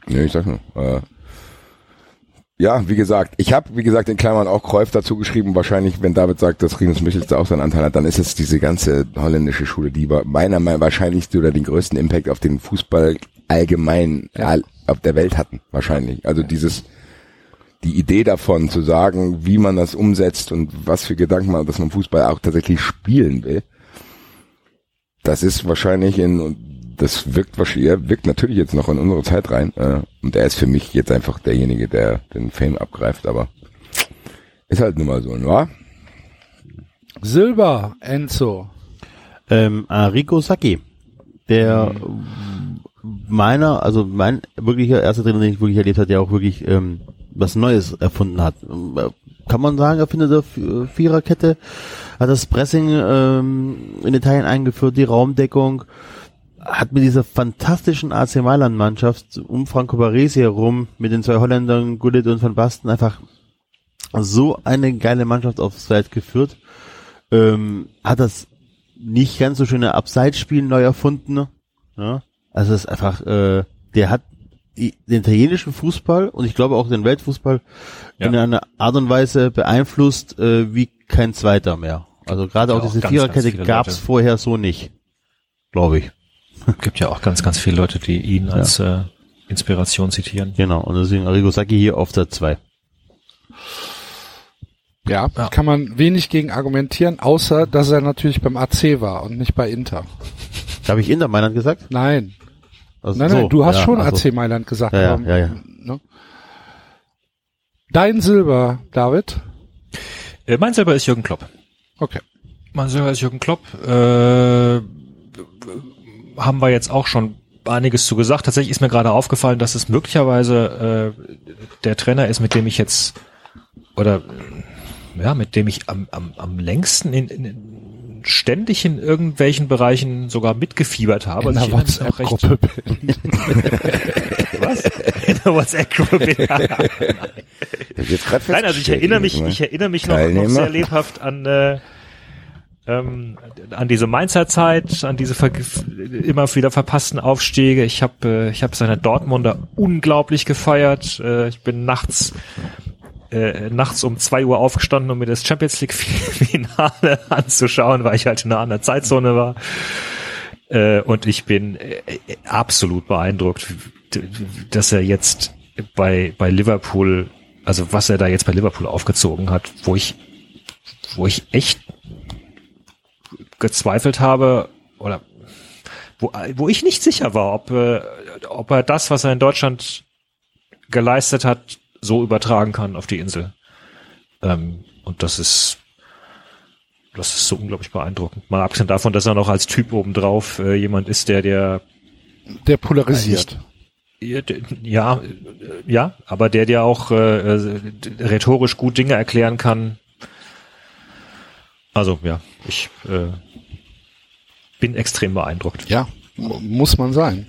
Nee, ich sag nur. Äh, ja, wie gesagt, ich habe, wie gesagt, in Klammern auch Cruyff dazu geschrieben. Wahrscheinlich, wenn David sagt, dass Rinus Michels da auch seinen Anteil hat, dann ist es diese ganze holländische Schule, die meiner Meinung nach wahrscheinlich oder den größten Impact auf den Fußball allgemein ja. all, auf der Welt hatten. Wahrscheinlich. Also dieses, die Idee davon zu sagen, wie man das umsetzt und was für Gedanken man, dass man Fußball auch tatsächlich spielen will. Das ist wahrscheinlich in, das wirkt wahrscheinlich, er wirkt natürlich jetzt noch in unsere Zeit rein, äh, und er ist für mich jetzt einfach derjenige, der den Fame abgreift, aber ist halt nun mal so, wa? Silber, Enzo. Ähm, Arrigo Sacchi, der mhm. meiner, also mein wirklicher erster Trainer, den ich wirklich erlebt habe, der auch wirklich ähm, was Neues erfunden hat. Kann man sagen, Erfinder der Viererkette, hat das Pressing ähm, in Italien eingeführt, die Raumdeckung, hat mit dieser fantastischen A C Mailand-Mannschaft um Franco Baresi herum, mit den zwei Holländern, Gullit und Van Basten, einfach so eine geile Mannschaft aufs Feld geführt. Ähm, hat das nicht ganz so schöne Abseitsspiel neu erfunden. Ja? Also es ist einfach, äh, der hat die, den italienischen Fußball und ich glaube auch den Weltfußball ja. in einer Art und Weise beeinflusst äh, wie kein zweiter mehr. Also gerade ja, auch diese Viererkette gab es vorher so nicht, glaube ich. Gibt ja auch ganz, ganz viele Leute, die ihn ja. als äh, Inspiration zitieren. Genau, und deswegen Arrigo Sacchi hier auf der zwei. Ja, ja, kann man wenig gegen argumentieren, außer dass er natürlich beim A C war und nicht bei Inter. Habe ich Inter Mailand gesagt? Nein. Also nein, nein, so, du hast ja, schon also. A C Mailand gesagt. Ja, aber, ja, ja. Ne? Dein Silber, David? Äh, mein Silber ist Jürgen Klopp. Okay. Mein Silber ist Jürgen Klopp. Äh, haben wir jetzt auch schon einiges zu gesagt. Tatsächlich ist mir gerade aufgefallen, dass es möglicherweise äh, der Trainer ist, mit dem ich jetzt oder ja, mit dem ich am, am, am längsten in, in, ständig in irgendwelchen Bereichen sogar mitgefiebert habe. In der WhatsApp-Gruppe bin. Was? In der WhatsApp-Gruppe bin. Nein, also ich erinnere mich, ich erinnere mich noch, noch sehr lebhaft an äh, ähm, an diese Mainzer Zeit, an diese ver- immer wieder verpassten Aufstiege. Ich habe äh, ich habe seine Dortmunder unglaublich gefeiert. Äh, ich bin nachts Äh, nachts um zwei Uhr aufgestanden, um mir das Champions League Finale anzuschauen, weil ich halt in einer anderen Zeitzone war. Äh, und ich bin äh, absolut beeindruckt, dass er jetzt bei bei Liverpool, also was er da jetzt bei Liverpool aufgezogen hat, wo ich wo ich echt gezweifelt habe oder wo wo ich nicht sicher war, ob äh, ob er das, was er in Deutschland geleistet hat, so übertragen kann auf die Insel. Ähm, und das ist das ist so unglaublich beeindruckend. Mal abgesehen davon, dass er noch als Typ obendrauf äh, jemand ist, der der der polarisiert. Äh, ja, ja, aber der der auch äh, rhetorisch gut Dinge erklären kann. Also ja, ich äh, bin extrem beeindruckt. Ja, muss man sein.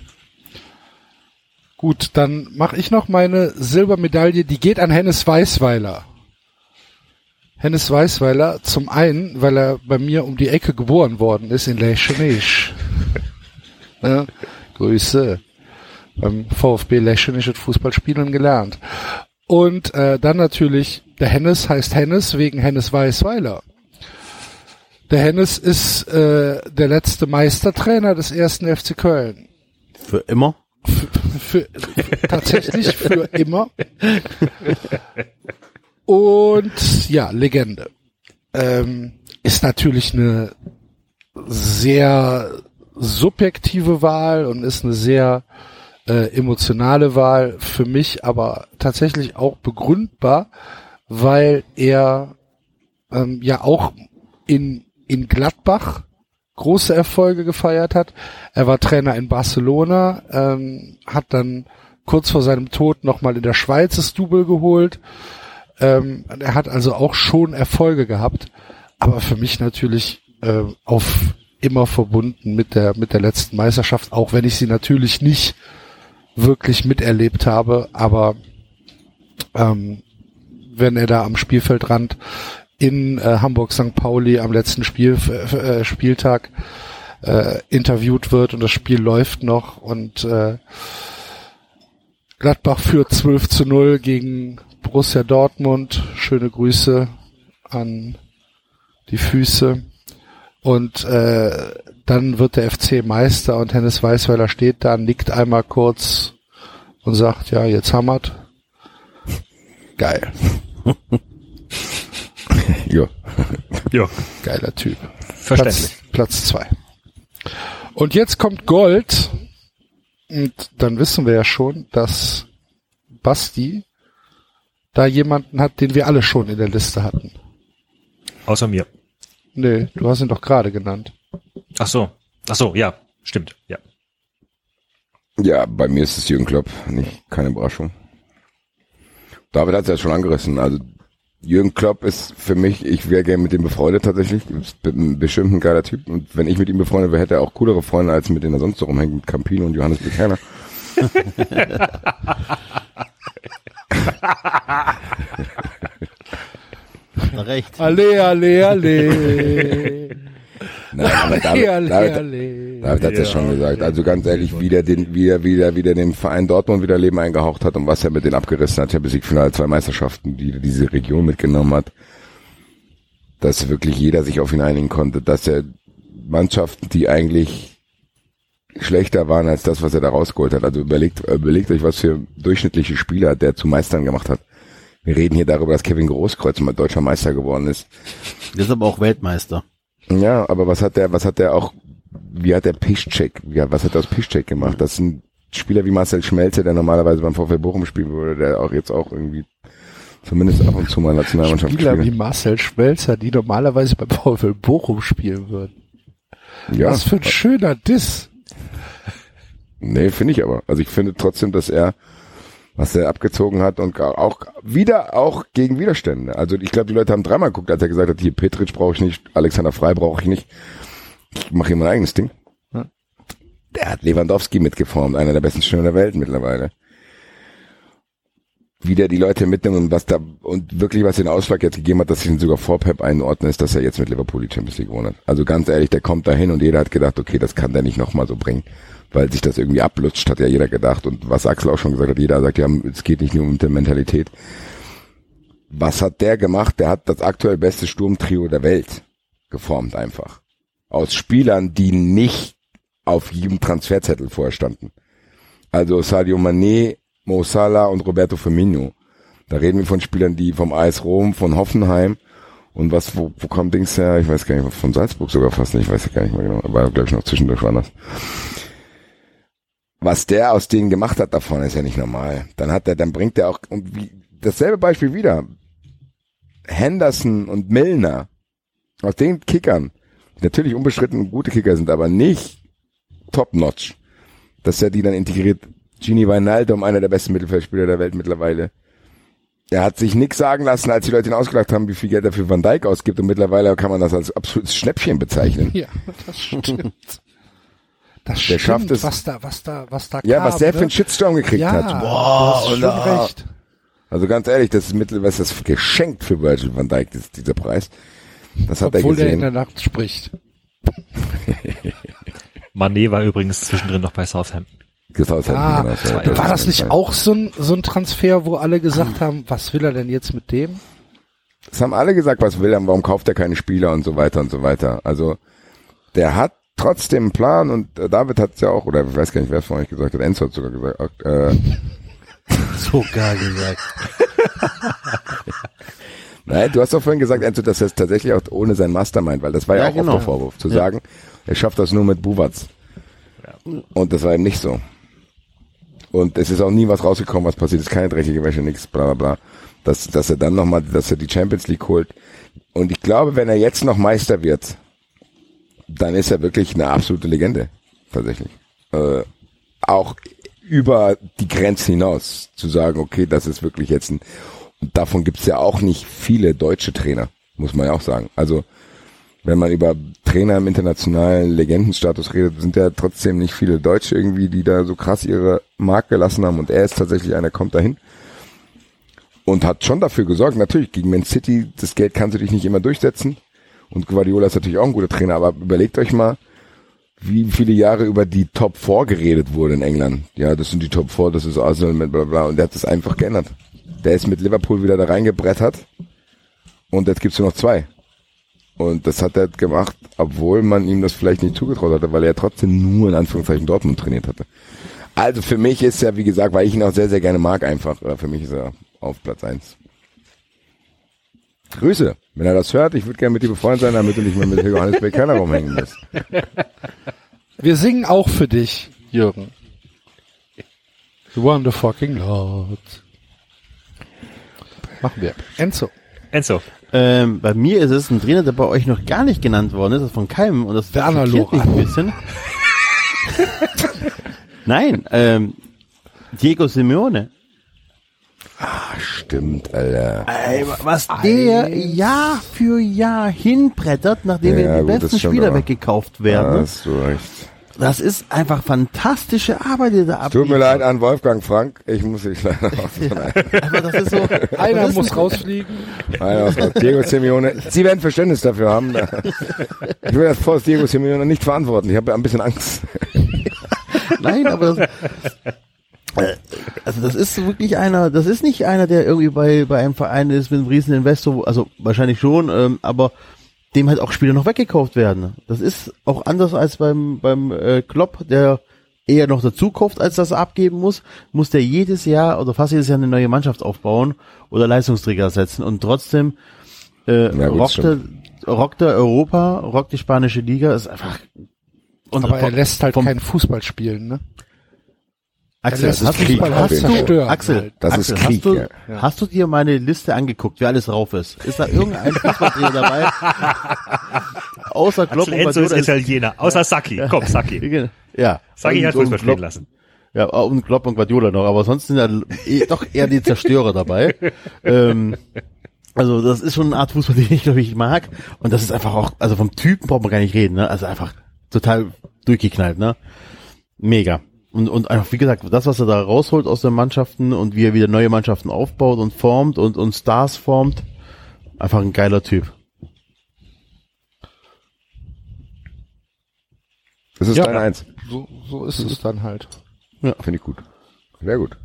Gut, dann mache ich noch meine Silbermedaille, die geht an Hennes Weisweiler. Hennes Weisweiler, zum einen, weil er bei mir um die Ecke geboren worden ist in Leschenich. Ja, Grüße. Beim VfB Leschenich hat Fußballspielen gelernt. Und äh, dann natürlich, der Hennes heißt Hennes wegen Hennes Weisweiler. Der Hennes ist äh, der letzte Meistertrainer des ersten F C Köln. Für immer? Für, für, tatsächlich für immer. Und ja, Legende. Ähm, ist natürlich eine sehr subjektive Wahl und ist eine sehr äh, emotionale Wahl für mich, aber tatsächlich auch begründbar, weil er ähm, ja auch in in Gladbach große Erfolge gefeiert hat. Er war Trainer in Barcelona, ähm, hat dann kurz vor seinem Tod nochmal in der Schweiz das Double geholt. Ähm, er hat also auch schon Erfolge gehabt, aber für mich natürlich äh, auf immer verbunden mit der mit der letzten Meisterschaft, auch wenn ich sie natürlich nicht wirklich miterlebt habe, aber ähm, wenn er da am Spielfeldrand in äh, Hamburg Sankt Pauli am letzten Spiel, äh, Spieltag äh, interviewt wird und das Spiel läuft noch und äh, Gladbach führt zwölf zu null gegen Borussia Dortmund. Schöne Grüße an die Füße. Und äh, dann wird der F C Meister und Hennes Weißweiler steht da, nickt einmal kurz und sagt, ja, jetzt haben wir's. Geil. Jo. Jo. Geiler Typ. Verständlich. Platz, Platz zwei. Und jetzt kommt Gold. Und dann wissen wir ja schon, dass Basti da jemanden hat, den wir alle schon in der Liste hatten. Außer mir. Nee, du hast ihn doch gerade genannt. Ach so. Ach so, ja. Stimmt, ja. Ja, bei mir ist es Jürgen Klopp. Nicht, keine Überraschung. David hat es ja schon angerissen. Also Jürgen Klopp ist für mich, ich wäre gerne mit ihm befreundet tatsächlich. Ist bestimmt ein geiler Typ. Und wenn ich mit ihm befreundet wäre, hätte er auch coolere Freunde, als mit denen er sonst so rumhängt, mit Campino und Johannes Buchanan. Recht. Alle, alle, alle. Nein, aber David, alle, David, alle. David hat es ja schon gesagt. Also ganz ehrlich, wie der den, wie er wieder, wieder den Verein Dortmund wieder Leben eingehaucht hat und was er mit denen abgerissen hat. Champions League Finale, zwei Meisterschaften, die diese Region mitgenommen hat. Dass wirklich jeder sich auf ihn einigen konnte, dass er Mannschaften, die eigentlich schlechter waren als das, was er da rausgeholt hat. Also überlegt, überlegt euch, was für durchschnittliche Spieler der zu Meistern gemacht hat. Wir reden hier darüber, dass Kevin Großkreuz mal deutscher Meister geworden ist. Der ist aber auch Weltmeister. Ja, aber was hat der, was hat der auch, wie hat der Piszczek, ja, was hat der aus Piszczek gemacht? Das sind Spieler wie Marcel Schmelzer, der normalerweise beim VfL Bochum spielen würde, der auch jetzt auch irgendwie zumindest ab und zu mal Nationalmannschaft Spieler spielt. wie Marcel Schmelzer, die normalerweise beim VfL Bochum spielen würden. Ja. Was für ein schöner Diss. Nee, finde ich aber. Also ich finde trotzdem, dass er, was er abgezogen hat und auch wieder auch gegen Widerstände. Also ich glaube, die Leute haben dreimal geguckt, als er gesagt hat, hier Petric brauche ich nicht, Alexander Frey brauche ich nicht. Ich mache hier mein eigenes Ding. Ja. Der hat Lewandowski mitgeformt, einer der besten Stürmer der Welt mittlerweile. Wieder die Leute mitnehmen und was da und wirklich was den Ausschlag jetzt gegeben hat, dass ich ihn sogar vor Pep einordnen, ist, dass er jetzt mit Liverpool die Champions League gewonnen hat. Also ganz ehrlich, der kommt dahin und jeder hat gedacht, okay, das kann der nicht nochmal so bringen, weil sich das irgendwie ablutscht, hat ja jeder gedacht. Und was Axel auch schon gesagt hat, jeder sagt, ja, es geht nicht nur um die Mentalität. Was hat der gemacht? Der hat das aktuell beste Sturmtrio der Welt geformt einfach. Aus Spielern, die nicht auf jedem Transferzettel vorher standen. Also Sadio Mané, Mo Salah und Roberto Firmino. Da reden wir von Spielern, die vom A S Rom, von Hoffenheim und was, wo, wo kommt Dings her? Ich weiß gar nicht, von Salzburg sogar fast nicht, ich weiß gar nicht mehr genau, aber glaube ich noch zwischendurch war das. Was der aus denen gemacht hat davon, ist ja nicht normal. Dann hat er, dann bringt er auch, und wie, dasselbe Beispiel wieder. Henderson und Milner. Aus den Kickern, die natürlich unbestritten gute Kicker sind, aber nicht top-notch. Dass er die dann integriert. Gini Wijnaldum, einer der besten Mittelfeldspieler der Welt mittlerweile. Er hat sich nix sagen lassen, als die Leute ihn ausgelacht haben, wie viel Geld er für Van Dijk ausgibt, und mittlerweile kann man das als absolutes Schnäppchen bezeichnen. Ja, das stimmt. Das der stimmt, schafft es, was da, was da, was da ja, kam, was der ne? für einen Shitstorm gekriegt ja, hat. Boah, du hast schon recht. Also ganz ehrlich, das ist mittlerweile das geschenkt für Virgil van Dijk, das, dieser Preis. Das hat Obwohl er gesehen. der in der Nacht spricht. Mané war übrigens zwischendrin noch bei Southampton. Southampton Ah, genau, so, war das, das nicht auch so ein, so ein Transfer, wo alle gesagt haben, was will er denn jetzt mit dem? Das haben alle gesagt, was will er, warum kauft er keine Spieler und so weiter und so weiter. Also der hat trotzdem einen Plan, und äh, David hat es ja auch, oder ich weiß gar nicht, wer es von euch gesagt hat, Enzo hat sogar gesagt, äh, sogar gesagt. Nein, du hast doch vorhin gesagt, Enzo, dass er es tatsächlich auch ohne sein Mastermind, weil das war ja, ja auch genau. oft der Vorwurf, zu ja. sagen, er schafft das nur mit Buwatz. Ja. Und das war eben nicht so. Und es ist auch nie was rausgekommen, was passiert ist, keine dreckige Wäsche, nichts, bla bla bla. Dass, dass er dann nochmal, dass er die Champions League holt. Und ich glaube, wenn er jetzt noch Meister wird, dann ist er wirklich eine absolute Legende, tatsächlich. Äh, auch über die Grenzen hinaus zu sagen, okay, das ist wirklich jetzt ein, und davon gibt's ja auch nicht viele deutsche Trainer, muss man ja auch sagen. Also, wenn man über Trainer im internationalen Legendenstatus redet, sind ja trotzdem nicht viele Deutsche irgendwie, die da so krass ihre Mark gelassen haben, und er ist tatsächlich einer, kommt dahin und hat schon dafür gesorgt, natürlich gegen Man City, das Geld kannst du dich nicht immer durchsetzen, und Guardiola ist natürlich auch ein guter Trainer, aber überlegt euch mal, wie viele Jahre über die Top vier geredet wurde in England. Ja, das sind die Top vier, das ist Arsenal mit bla bla. Und der hat das einfach geändert. Der ist mit Liverpool wieder da reingebrettert. Und jetzt gibt's nur noch zwei. Und das hat er gemacht, obwohl man ihm das vielleicht nicht zugetraut hatte, weil er trotzdem nur in Anführungszeichen Dortmund trainiert hatte. Also für mich ist er, wie gesagt, weil ich ihn auch sehr, sehr gerne mag einfach, oder für mich ist er auf Platz eins. Grüße, wenn er das hört, ich würde gerne mit dir befreundet sein, damit du nicht mehr mit Johannes Bekerner rumhängen musst. Wir singen auch für dich, Jürgen. The Wonder fucking Lord. Machen wir. Enzo. Enzo. Ähm, bei mir ist es ein Trainer, der bei euch noch gar nicht genannt worden ist, das ist von keinem, und das Werner schockiert mich ein bisschen. Nein, ähm, Diego Simeone. Ah, stimmt, Alter. Ey, was der Jahr für Jahr hinbrettert, nachdem ja, die gut, besten stimmt, Spieler aber weggekauft werden. Ja, hast du recht. Das ist einfach fantastische Arbeit, die da ab. Tut mir leid an Wolfgang Frank, ich muss dich leider raus. Aber das ist so, einer ist muss ein, rausfliegen. Einer muss raus. Diego Simeone. Sie werden Verständnis dafür haben. Ich will das vor Diego Simeone nicht verantworten. Ich habe ein bisschen Angst. Nein, aber das, also das ist wirklich einer, das ist nicht einer, der irgendwie bei, bei einem Verein ist mit einem riesen Investor, also wahrscheinlich schon, ähm, aber dem halt auch Spieler noch weggekauft werden. Das ist auch anders als beim beim äh, Klopp, der eher noch dazu kauft, als das er abgeben muss, muss der jedes Jahr oder fast jedes Jahr eine neue Mannschaft aufbauen oder Leistungsträger setzen und trotzdem äh, ja, gut, rockt, er, rockt er Europa, rockt die spanische Liga, ist einfach. Und aber er lässt halt keinen Fußball spielen, ne? Axel, das hast, ist Krieg, du, hast du, Axel, das Axel, ist Krieg, hast, du, ja. hast du dir meine Liste angeguckt, wer alles drauf ist? Ist da irgendein Fußballtrainer dabei? Außer Klopp Axel Enzo ist Italiener, außer Sacchi. Komm, Sacchi. Ja. Sacchi hat Fußball spielen lassen. Ja, und Klopp und Guardiola noch, aber sonst sind ja eh, doch eher die Zerstörer dabei. ähm, also das ist schon eine Art Fußball, den ich glaube ich mag. Und das ist einfach auch, also vom Typen braucht man gar nicht reden, ne? Also einfach total durchgeknallt, ne? Mega. Und, und einfach, wie gesagt, das, was er da rausholt aus den Mannschaften und wie er wieder neue Mannschaften aufbaut und formt und, und Stars formt, einfach ein geiler Typ. Das ist ja, dein Eins. So, so ist es dann halt. Ja, finde ich gut. Sehr gut.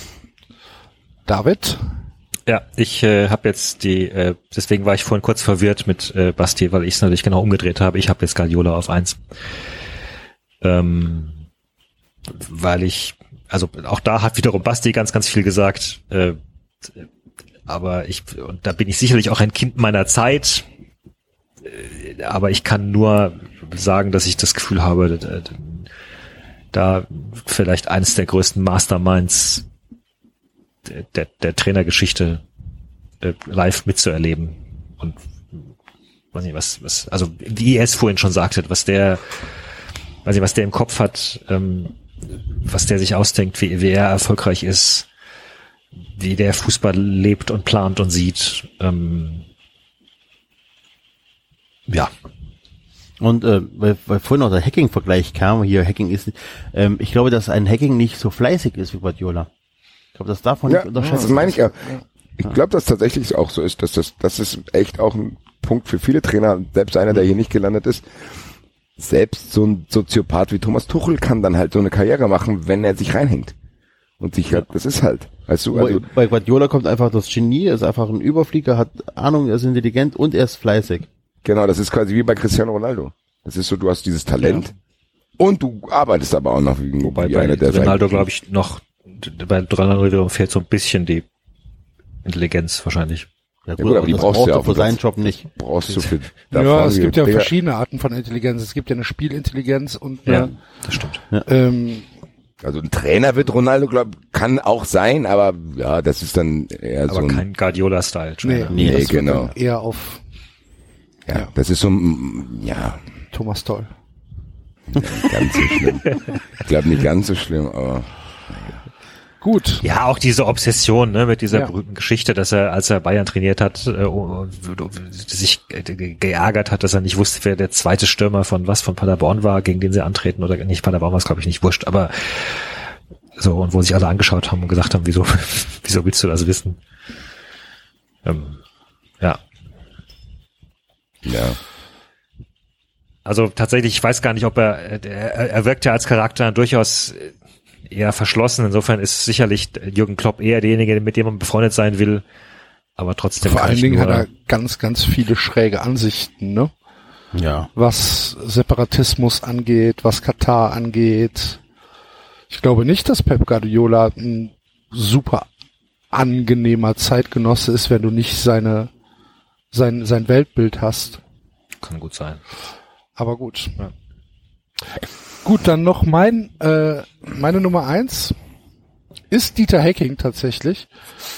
David? Ja, ich äh, habe jetzt die, äh, deswegen war ich vorhin kurz verwirrt mit äh, Basti, weil ich es natürlich genau umgedreht habe. Ich habe jetzt Guardiola auf eins. Ähm, weil ich, also auch da hat wiederum Basti ganz, ganz viel gesagt, äh, aber ich, und da bin ich sicherlich auch ein Kind meiner Zeit, äh, aber ich kann nur sagen, dass ich das Gefühl habe, da, da vielleicht eines der größten Masterminds der, der, der Trainergeschichte äh, live mitzuerleben und weiß nicht, was, was, also wie er es vorhin schon sagte, was der, weiß nicht, was der im Kopf hat, ähm, was der sich ausdenkt, wie, wie er erfolgreich ist, wie der Fußball lebt und plant und sieht. Ähm, ja. Und äh, weil, weil vorhin noch der Hacking-Vergleich kam, hier Hacking ist, ähm, ich glaube, dass ein Hacking nicht so fleißig ist wie Guardiola. Ich glaube, das darf man ja, nicht unterschätzen. Das meine ich ja. Ich glaube, dass tatsächlich auch so ist, dass das, das ist echt auch ein Punkt für viele Trainer, selbst einer, der hier nicht gelandet ist. Selbst so ein Soziopath wie Thomas Tuchel kann dann halt so eine Karriere machen, wenn er sich reinhängt. Und sich halt, das ist halt, weißt du, also. Bei Guardiola kommt einfach das Genie, er ist einfach ein Überflieger, hat Ahnung, er ist intelligent und er ist fleißig. Genau, das ist quasi wie bei Cristiano Ronaldo. Das ist so, du hast dieses Talent ja. und du arbeitest aber auch noch wie, Wobei wie bei einer, der Ronaldo, glaube ich, noch, bei Ronaldo fehlt so ein bisschen die Intelligenz wahrscheinlich. Ja gut, ja, gut aber die brauchst du ja auch für seinen Job nicht. Brauchst du für ja, es gibt ja Digga. verschiedene Arten von Intelligenz. Es gibt ja eine Spielintelligenz und eine, ja, das stimmt. Ja. Ähm, also ein Trainer wird Ronaldo, glaub, kann auch sein, aber ja, das ist dann eher aber so ein kein Guardiola-Style. Nee, nee, nee genau. Eher auf ja, ja, das ist so ja. Thomas Toll. Nicht ganz so schlimm. Ich glaube nicht ganz so schlimm, aber gut. Ja, auch diese Obsession, ne, mit dieser ja. berühmten Geschichte, dass er, als er Bayern trainiert hat, äh, sich geärgert hat, dass er nicht wusste, wer der zweite Stürmer von was, von Paderborn war, gegen den sie antreten, oder nicht, Paderborn war es, glaube ich, nicht, wurscht, aber so, und wo sich alle angeschaut haben und gesagt haben, wieso, wieso willst du das wissen? Ähm, ja. Ja. Also tatsächlich, ich weiß gar nicht, ob er, er, er wirkt ja als Charakter durchaus eher verschlossen. Insofern ist sicherlich Jürgen Klopp eher derjenige, mit dem man befreundet sein will. Aber trotzdem. Vor allen Dingen hat er ganz, ganz viele schräge Ansichten, ne? Ja. Was Separatismus angeht, was Katar angeht. Ich glaube nicht, dass Pep Guardiola ein super angenehmer Zeitgenosse ist, wenn du nicht seine sein sein Weltbild hast. Kann gut sein. Aber gut. Ja. Gut, dann noch mein äh, meine Nummer eins ist Dieter Hecking tatsächlich.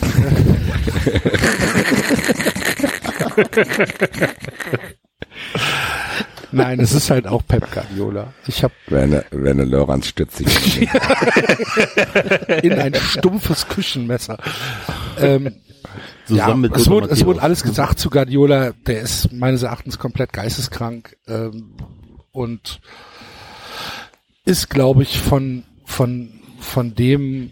Nein, es ist halt auch Pep Guardiola. Ich habe Werner, Werner Lorans stützt sich in ein stumpfes Küchenmesser. Ähm, Zusammen ja, mit es, wurde, es Matthäus. wurde alles gesagt zu Guardiola. Der ist meines Erachtens komplett geisteskrank ähm, und ist, glaube ich, von von von dem.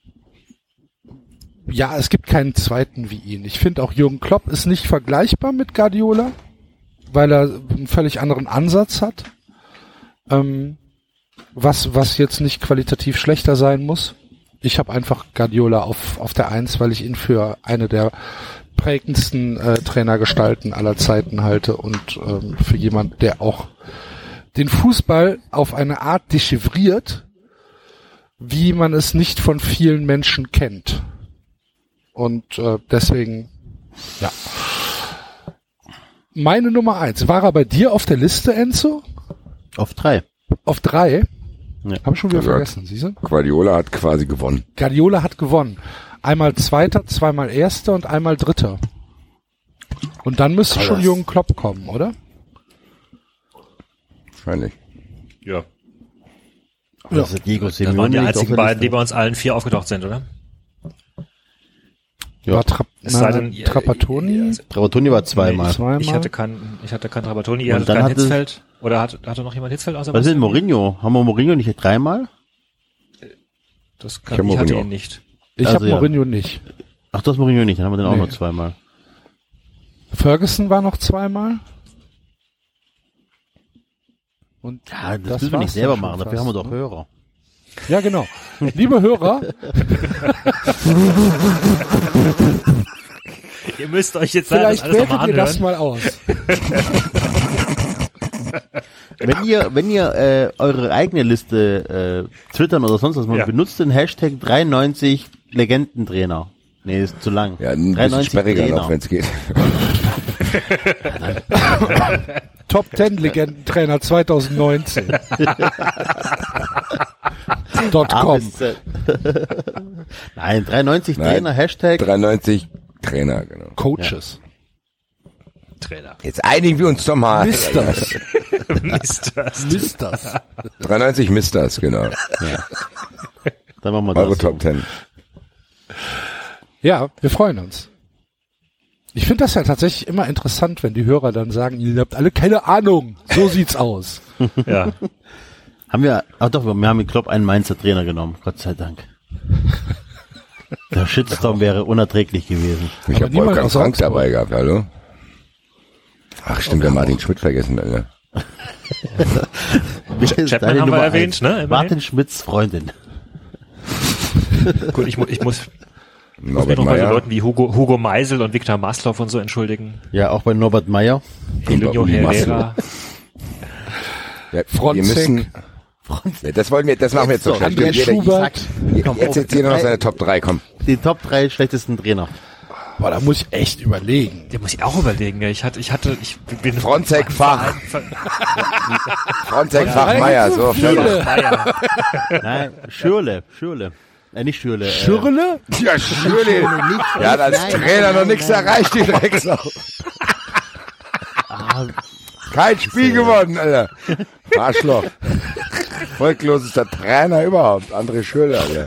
Ja, es gibt keinen zweiten wie ihn. Ich finde auch Jürgen Klopp ist nicht vergleichbar mit Guardiola, weil er einen völlig anderen Ansatz hat, ähm, was was jetzt nicht qualitativ schlechter sein muss. Ich habe einfach Guardiola auf auf der Eins, weil ich ihn für eine der prägendsten äh, Trainergestalten aller Zeiten halte und ähm, für jemand, der auch den Fußball auf eine Art dechiffriert, wie man es nicht von vielen Menschen kennt. Und äh, deswegen, ja. Meine Nummer eins. War er bei dir auf der Liste, Enzo? Auf drei. Auf drei? Ja. Hab ich schon wieder Also, vergessen, siehst du? Guardiola hat quasi gewonnen. Guardiola hat gewonnen. Einmal Zweiter, zweimal Erster und einmal Dritter. Und dann müsste Aber schon das- Jürgen Klopp kommen, oder? Wahrscheinlich. Ja. Ja. Also Diego Das waren Simeone die liegt einzigen auf der beiden, die Liste. bei uns allen vier aufgetaucht sind, oder? Ja. War Tra Es sei na, denn, ihr- Trapattoni? Trapattoni war zweimal. Zweimal? Ich hatte keinen, ich hatte keinen Trapattoni, ihr Und hattet dann keinen hatte- Hitzfeld. Oder hat, hatte noch jemand Hitzfeld außer Was ist denn Marcel? Mourinho? Haben wir Mourinho nicht dreimal? Das Ich kann, hab ich, hatte Mourinho. ihn nicht. Ich Also habe ja. Mourinho nicht. Ach, das Mourinho nicht, dann haben wir den auch Nee. noch zweimal. Ferguson war noch zweimal. Und Ja, das, das müssen wir nicht war's selber dann schon machen, dafür fast, haben wir doch ne? Hörer. Ja, genau. Liebe Hörer, Ihr müsst euch jetzt leider das vielleicht alles wertet nochmal ihr anhören. das mal aus. Wenn ihr, wenn ihr äh, eure eigene Liste äh, twittern oder sonst was mal, Ja. benutzt den Hashtag dreiundneunzig Legendentrainer. Nee, ist zu lang. Ja, ein bisschen dreiundneunzig sperriger Trainer. noch, wenn es geht. Top Ten Legendentrainer zwanzig neunzehn. Dot A com. bis Z. Nein, dreiundneunzig Nein. Trainer, Hashtag. dreiundneunzig Trainer, genau. Coaches. Trainer. Jetzt einigen wir uns doch mal. Misters. Misters. Misters. dreiundneunzig Misters, genau. Dann machen wir Euro das. Top Ten. Ja, wir freuen uns. Ich finde das ja tatsächlich immer interessant, wenn die Hörer dann sagen, ihr habt alle keine Ahnung. So sieht's aus. Ja. Haben wir, ach doch, wir haben mit Klopp einen Mainzer Trainer genommen. Gott sei Dank. Der Shitstorm wäre unerträglich gewesen. Ich Aber habe niemand Wolfgang aus Frank Augsburg. dabei gehabt, hallo? Ach stimmt, wir haben Martin Schmidt vergessen, Alter. Wer ist Chapman deine haben wir Nummer erwähnt, eins? ne, immerhin. Martin Schmidts Freundin. Gut, ich, mu ich muss, muss mich Norbert noch bei so Meyer. Leuten wie Hugo, Hugo Meisel und Viktor Maslow und so entschuldigen. Ja, auch bei Norbert Meyer. Elinho Uli Herrera. Ja, wir Fronzek. müssen, ja, das wollen wir, das machen wir jetzt So, so schnell. André Jeder- Schubert. jeder- Jetzt erzähl noch seine Top drei, komm. Die Top drei schlechtesten Trainer. Boah, da muss ich echt überlegen. Der muss ich auch überlegen. Ja. Ich hatte, ich hatte, ich bin Fronzek Fach. Ver- Fronzek Fach Meier, so. Viele. Meier. Nein, Schürle, Schürle. Äh, nicht Schürle. Äh, Schürle? Ja, Schürle. Der hat als Nein, Trainer nein, noch nein, nichts nein. erreicht, die Drecksau. ah, Kein Spiel gewonnen, Alter. Arschloch. Volklosester Trainer überhaupt. André Schürle, Alter.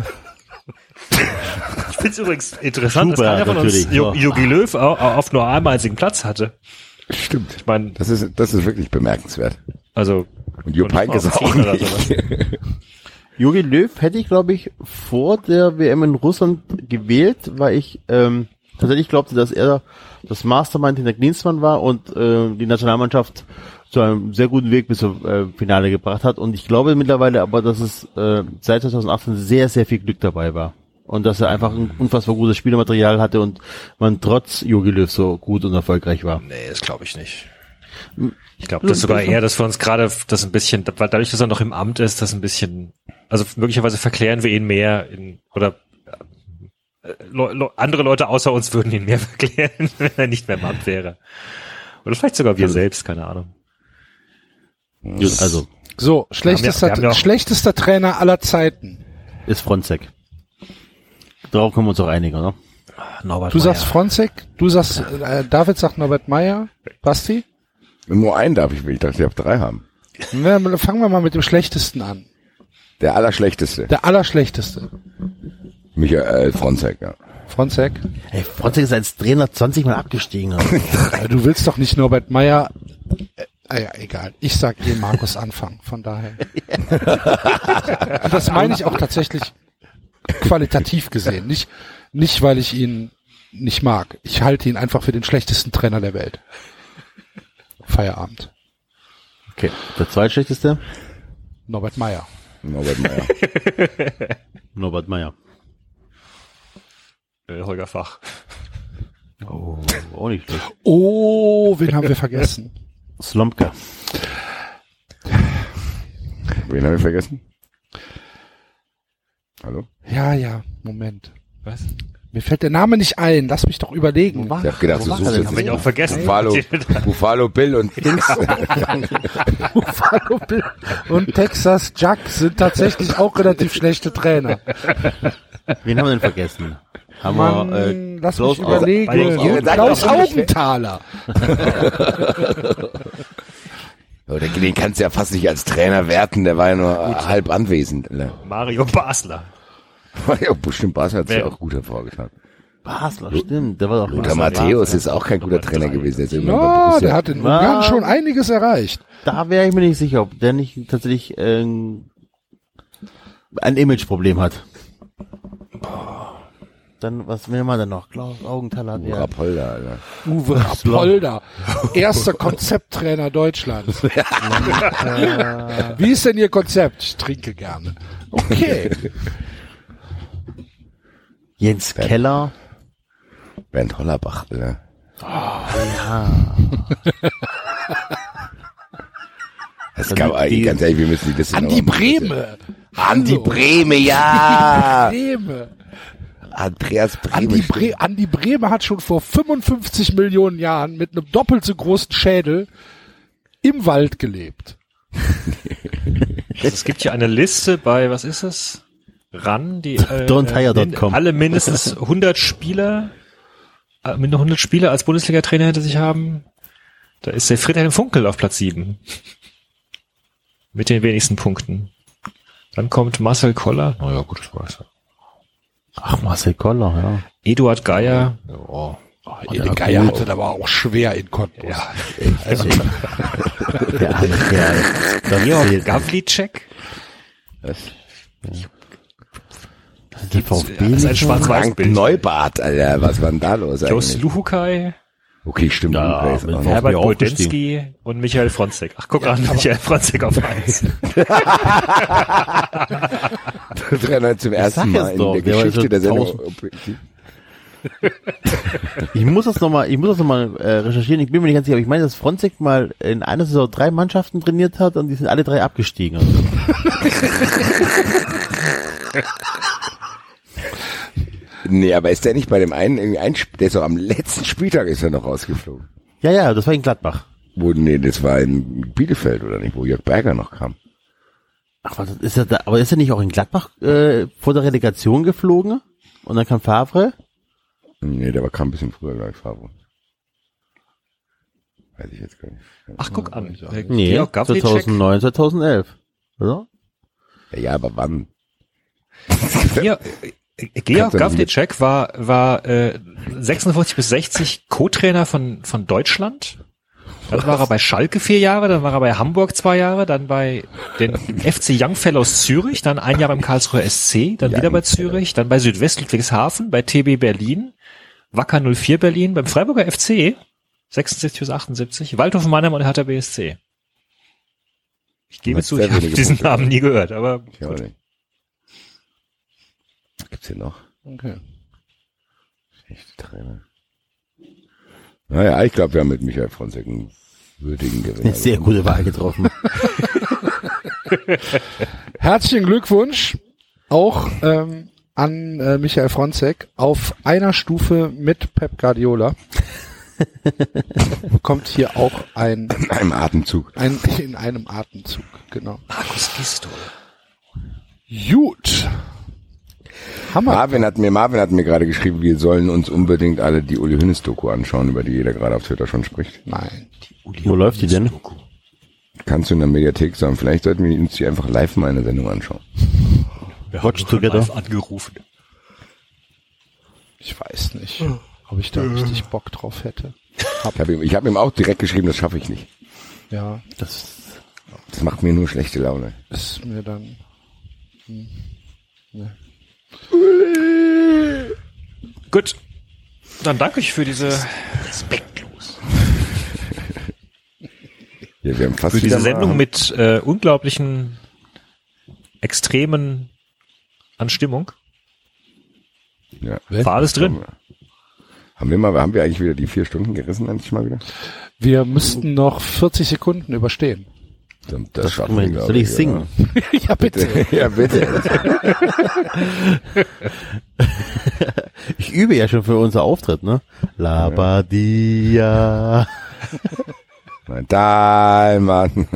Ich finde es übrigens interessant, dass Schubert keiner von uns natürlich, Jo- so. Jogi Löw au- au- auf nur einem einzigen Platz hatte. Stimmt. Ich meine, Das ist, das ist wirklich bemerkenswert. also Und Jupp Und nicht Heynckes mal auf auch zehn oder nicht. Jogi Löw hätte ich, glaube ich, vor der W M in Russland gewählt, weil ich ähm, tatsächlich glaubte, dass er das Mastermind hinter Klinsmann war und äh, die Nationalmannschaft zu einem sehr guten Weg bis zum äh, Finale gebracht hat. Und ich glaube mittlerweile aber, dass es äh, seit zwanzig achtzehn sehr, sehr viel Glück dabei war. Und dass er einfach ein unfassbar gutes Spielermaterial hatte und man trotz Jogi Löw so gut und erfolgreich war. Nee, das glaube ich nicht. Ich glaube, das ist sogar eher, dass wir uns gerade das ein bisschen, weil dadurch, dass er noch im Amt ist, das ein bisschen, also möglicherweise verklären wir ihn mehr in, oder äh, le, andere Leute außer uns würden ihn mehr verklären, wenn er nicht mehr im Amt wäre. Oder vielleicht sogar wir also, selbst, keine Ahnung. Also. So, schlechtester, wir haben ja, wir haben ja schlechtester Trainer aller Zeiten. Ist Fronzek. Darauf können wir uns auch einigen, oder? Norbert du Meyer. sagst Fronzek, du sagst, äh, David sagt Norbert Meyer, Basti? Nur einen darf ich, ich dachte, ich darf drei haben. Na, fangen wir mal mit dem schlechtesten an. Der Allerschlechteste. Der Allerschlechteste. Michael Fronzek, ja. Fronzek? Hey, Fronzek ist als Trainer zwanzig Mal abgestiegen. Du willst doch nicht Norbert Meyer... Äh, Ah ja, egal. Ich sag eh Markus Anfang, von daher. Und das meine ich auch tatsächlich qualitativ gesehen. Nicht, nicht, weil ich ihn nicht mag. Ich halte ihn einfach für den schlechtesten Trainer der Welt. Feierabend. Okay. Der zweitschlechteste? Norbert Meyer. Norbert Meyer. Norbert Meyer. Äh, Holger Fach. Oh, auch nicht schlecht. Oh, wen haben wir vergessen? Slomka. Wen habe ich vergessen? Hallo? Ja, ja, Moment. Was? Mir fällt der Name nicht ein. Lass mich doch überlegen. Ich habe gedacht, du suchst jetzt. Haben wir auch vergessen. Buffalo, Buffalo Bill und Dings. Buffalo Bill und Texas Jack sind tatsächlich auch relativ schlechte Trainer. Wen haben wir denn vergessen? Haben Mann, wir, äh, lass Klaus mich überlegen. Au- Klaus Augenthaler. Oder den kannst du ja fast nicht als Trainer werten, der war ja nur Gut. halb anwesend. Ne? Mario Basler. Ja, bestimmt Basler hat sich auch gut hervorgetan. Basler, stimmt. Der war doch Lothar Matthäus ist auch kein guter Trainer gewesen. Der, ist immer Ja, bei der hat in Ungarn schon einiges erreicht. Da wäre ich mir nicht sicher, ob der nicht tatsächlich ähm, ein Imageproblem hat. Dann, was will man denn noch? Klaus Augenthaler. Uwe Rapolda, Alter. Uwe Rapolda. Erster Konzepttrainer Deutschlands. Wie ist denn Ihr Konzept? Ich trinke gerne. Okay. Jens Bernd, Keller. Bernd Hollerbach, Alter. Oh, ja. Das gab eigentlich, ganz ehrlich, wir müssen die Liste Andi Brehme. Andi Brehme, ja. Andi Brehme. Andreas Brehme. Andi, Bre Andi Brehme hat schon vor fünfundfünfzig Millionen Jahren mit einem doppelt so großen Schädel im Wald gelebt. Es gibt hier eine Liste bei, was ist es? Ran, die äh, don't hire dot com. alle mindestens hundert Spieler, äh, mindestens hundert Spieler als Bundesliga-Trainer hinter sich haben. Da ist der Friedhelm Funkel auf Platz sieben. Mit den wenigsten Punkten. Dann kommt Marcel Koller. Naja, gut, das war's. Ach, Marcel Koller, ja. Eduard Geier. Ja. Oh, der Geier hatte da aber auch schwer in Cottbus. Ja. Also, der arme Kerl. Georg Gavlicek. Was? Das ist die VfB. Das ist ein Schwarz-Weiß-Bild. Neubart, Alter. Was war denn da los eigentlich? Jos Luhukai. Okay, stimmt. Ja, Luhukai ist mit auch VfB Herbert auch Bodensky und Michael Fronzek. Ach, guck ja, an, Michael Fronzek auf eins. Trainer zum ersten Mal in doch, der der Geschichte der Sendung. Ich muss das nochmal, ich muss das nochmal äh, recherchieren. Ich bin mir nicht ganz sicher, aber ich meine, dass Fronzek mal in einer Saison drei Mannschaften trainiert hat und die sind alle drei abgestiegen. Nee, aber ist der nicht bei dem einen irgendwie ein, der ist doch am letzten Spieltag ist er noch rausgeflogen. Ja, ja, das war in Gladbach. Wo, nee, das war in Bielefeld oder nicht, wo Jörg Berger noch kam. Ach, was ist er da, aber ist er nicht auch in Gladbach äh, vor der Relegation geflogen? Und dann kam Favre? Nee, der war kam ein bisschen früher, glaube ich, Favre. Weiß ich jetzt gar nicht. Ach, guck an. Äh, Nee, Georg Gavlicek. zweitausendneun, zweitausendelf. Oder? Ja, ja, aber wann? Georg, äh, Georg Gavlicek war, war äh, sechsundfünfzig bis sechzig Co-Trainer von, von Deutschland. Dann war er bei Schalke vier Jahre, dann war er bei Hamburg zwei Jahre, dann bei den F C Young Fellows Zürich, dann ein Jahr beim Karlsruher S C, dann wieder bei Zürich, dann bei Südwest Ludwigshafen, bei T B Berlin Wacker null vier Berlin, beim Freiburger F C sechsundsiebzig bis achtundsiebzig, Waldhof Mannheim und Hertha B S C. Ich gebe zu, ich habe diesen Namen nie gehört, aber ja, gut. Gibt's hier noch? Okay. Echte Trainer. Naja, ich glaube, wir haben mit Michael Fronzek einen würdigen Gewinner. Eine sehr gute Wahl getroffen. Herzlichen Glückwunsch auch ähm, an äh, Michael Fronzek auf einer Stufe mit Pep Guardiola. Kommt hier auch ein in einem Atemzug. Ein, in einem Atemzug, genau. Markus Gisto. Gut. Hammer. Marvin hat mir, Marvin hat mir gerade geschrieben, wir sollen uns unbedingt alle die Uli Hoeneß Doku anschauen, über die jeder gerade auf Twitter schon spricht. Nein. Wo läuft die denn? Kannst du in der Mediathek sagen. Vielleicht sollten wir uns die einfach live mal in der Sendung anschauen. Wir Watch haben together. Live angerufen. Ich weiß nicht, ob ich da richtig Bock drauf hätte. Hab. Ich habe ihm, ich hab ihm auch direkt geschrieben, das schaffe ich nicht. Ja, das, das macht mir nur schlechte Laune. Ist mir dann... Hm, ne. Gut. Dann danke ich für diese respektlos. Ja, wir haben fast für diese Sendung mit äh, unglaublichen Extremen an Stimmung. Ja. War alles drin. Haben wir mal, haben wir eigentlich wieder die vier Stunden gerissen, endlich mal wieder? Wir müssten noch vierzig Sekunden überstehen. Das, das schaffen wir, soll ich singen? Ja, ja bitte. Ja, bitte. Ich übe ja schon für unser Auftritt, ne? Labadia. Mein Dalmann.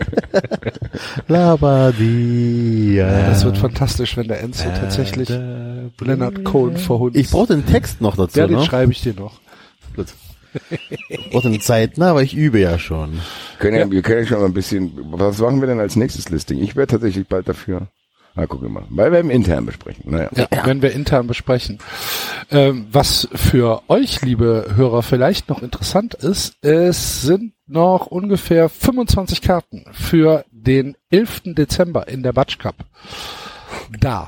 Labadia. Ja, das wird fantastisch, wenn der Enzo tatsächlich Leonard Cohen vor Hund. Ich brauche den Text noch dazu, ja, den ne? schreibe ich dir noch. Gut. Ich brauche eine Zeit, na, aber ich übe ja schon. Können ja, wir können ja schon mal ein bisschen, was machen wir denn als nächstes Listing? Ich wäre tatsächlich bald dafür. Ah, gucken wir mal. Weil wir im intern besprechen. Naja. Ja, ja, wenn wir intern besprechen. Ähm, was für euch, liebe Hörer, vielleicht noch interessant ist, es sind noch ungefähr fünfundzwanzig Karten für den elften Dezember in der Batsch Cup. Da.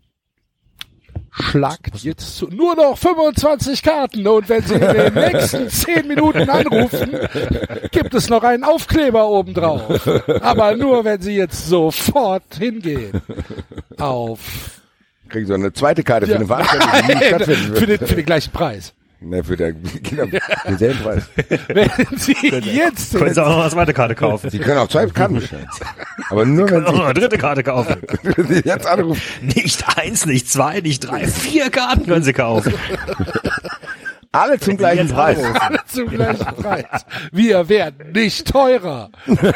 Schlagt jetzt zu. Nur noch fünfundzwanzig Karten und wenn Sie in den nächsten zehn Minuten anrufen, gibt es noch einen Aufkleber obendrauf. Aber nur, wenn Sie jetzt sofort hingehen. Auf. Kriegen Sie eine zweite Karte für ja. eine Veranstaltung, die nie stattfinden wird. Für den, für den gleichen Preis. Ne, für den, genau, denselben Preis. Wenn Sie jetzt... Können Sie auch noch eine zweite Karte kaufen. Sie können auch zwei Karten bestellen. Aber nur, wenn Sie... auch noch eine dritte Karte kaufen. Wenn Sie jetzt anrufen. Nicht eins, nicht zwei, nicht drei, vier Karten können Sie kaufen. Alle zum gleichen Preis. Anrufen. Alle zum gleichen Preis. Wir werden nicht teurer.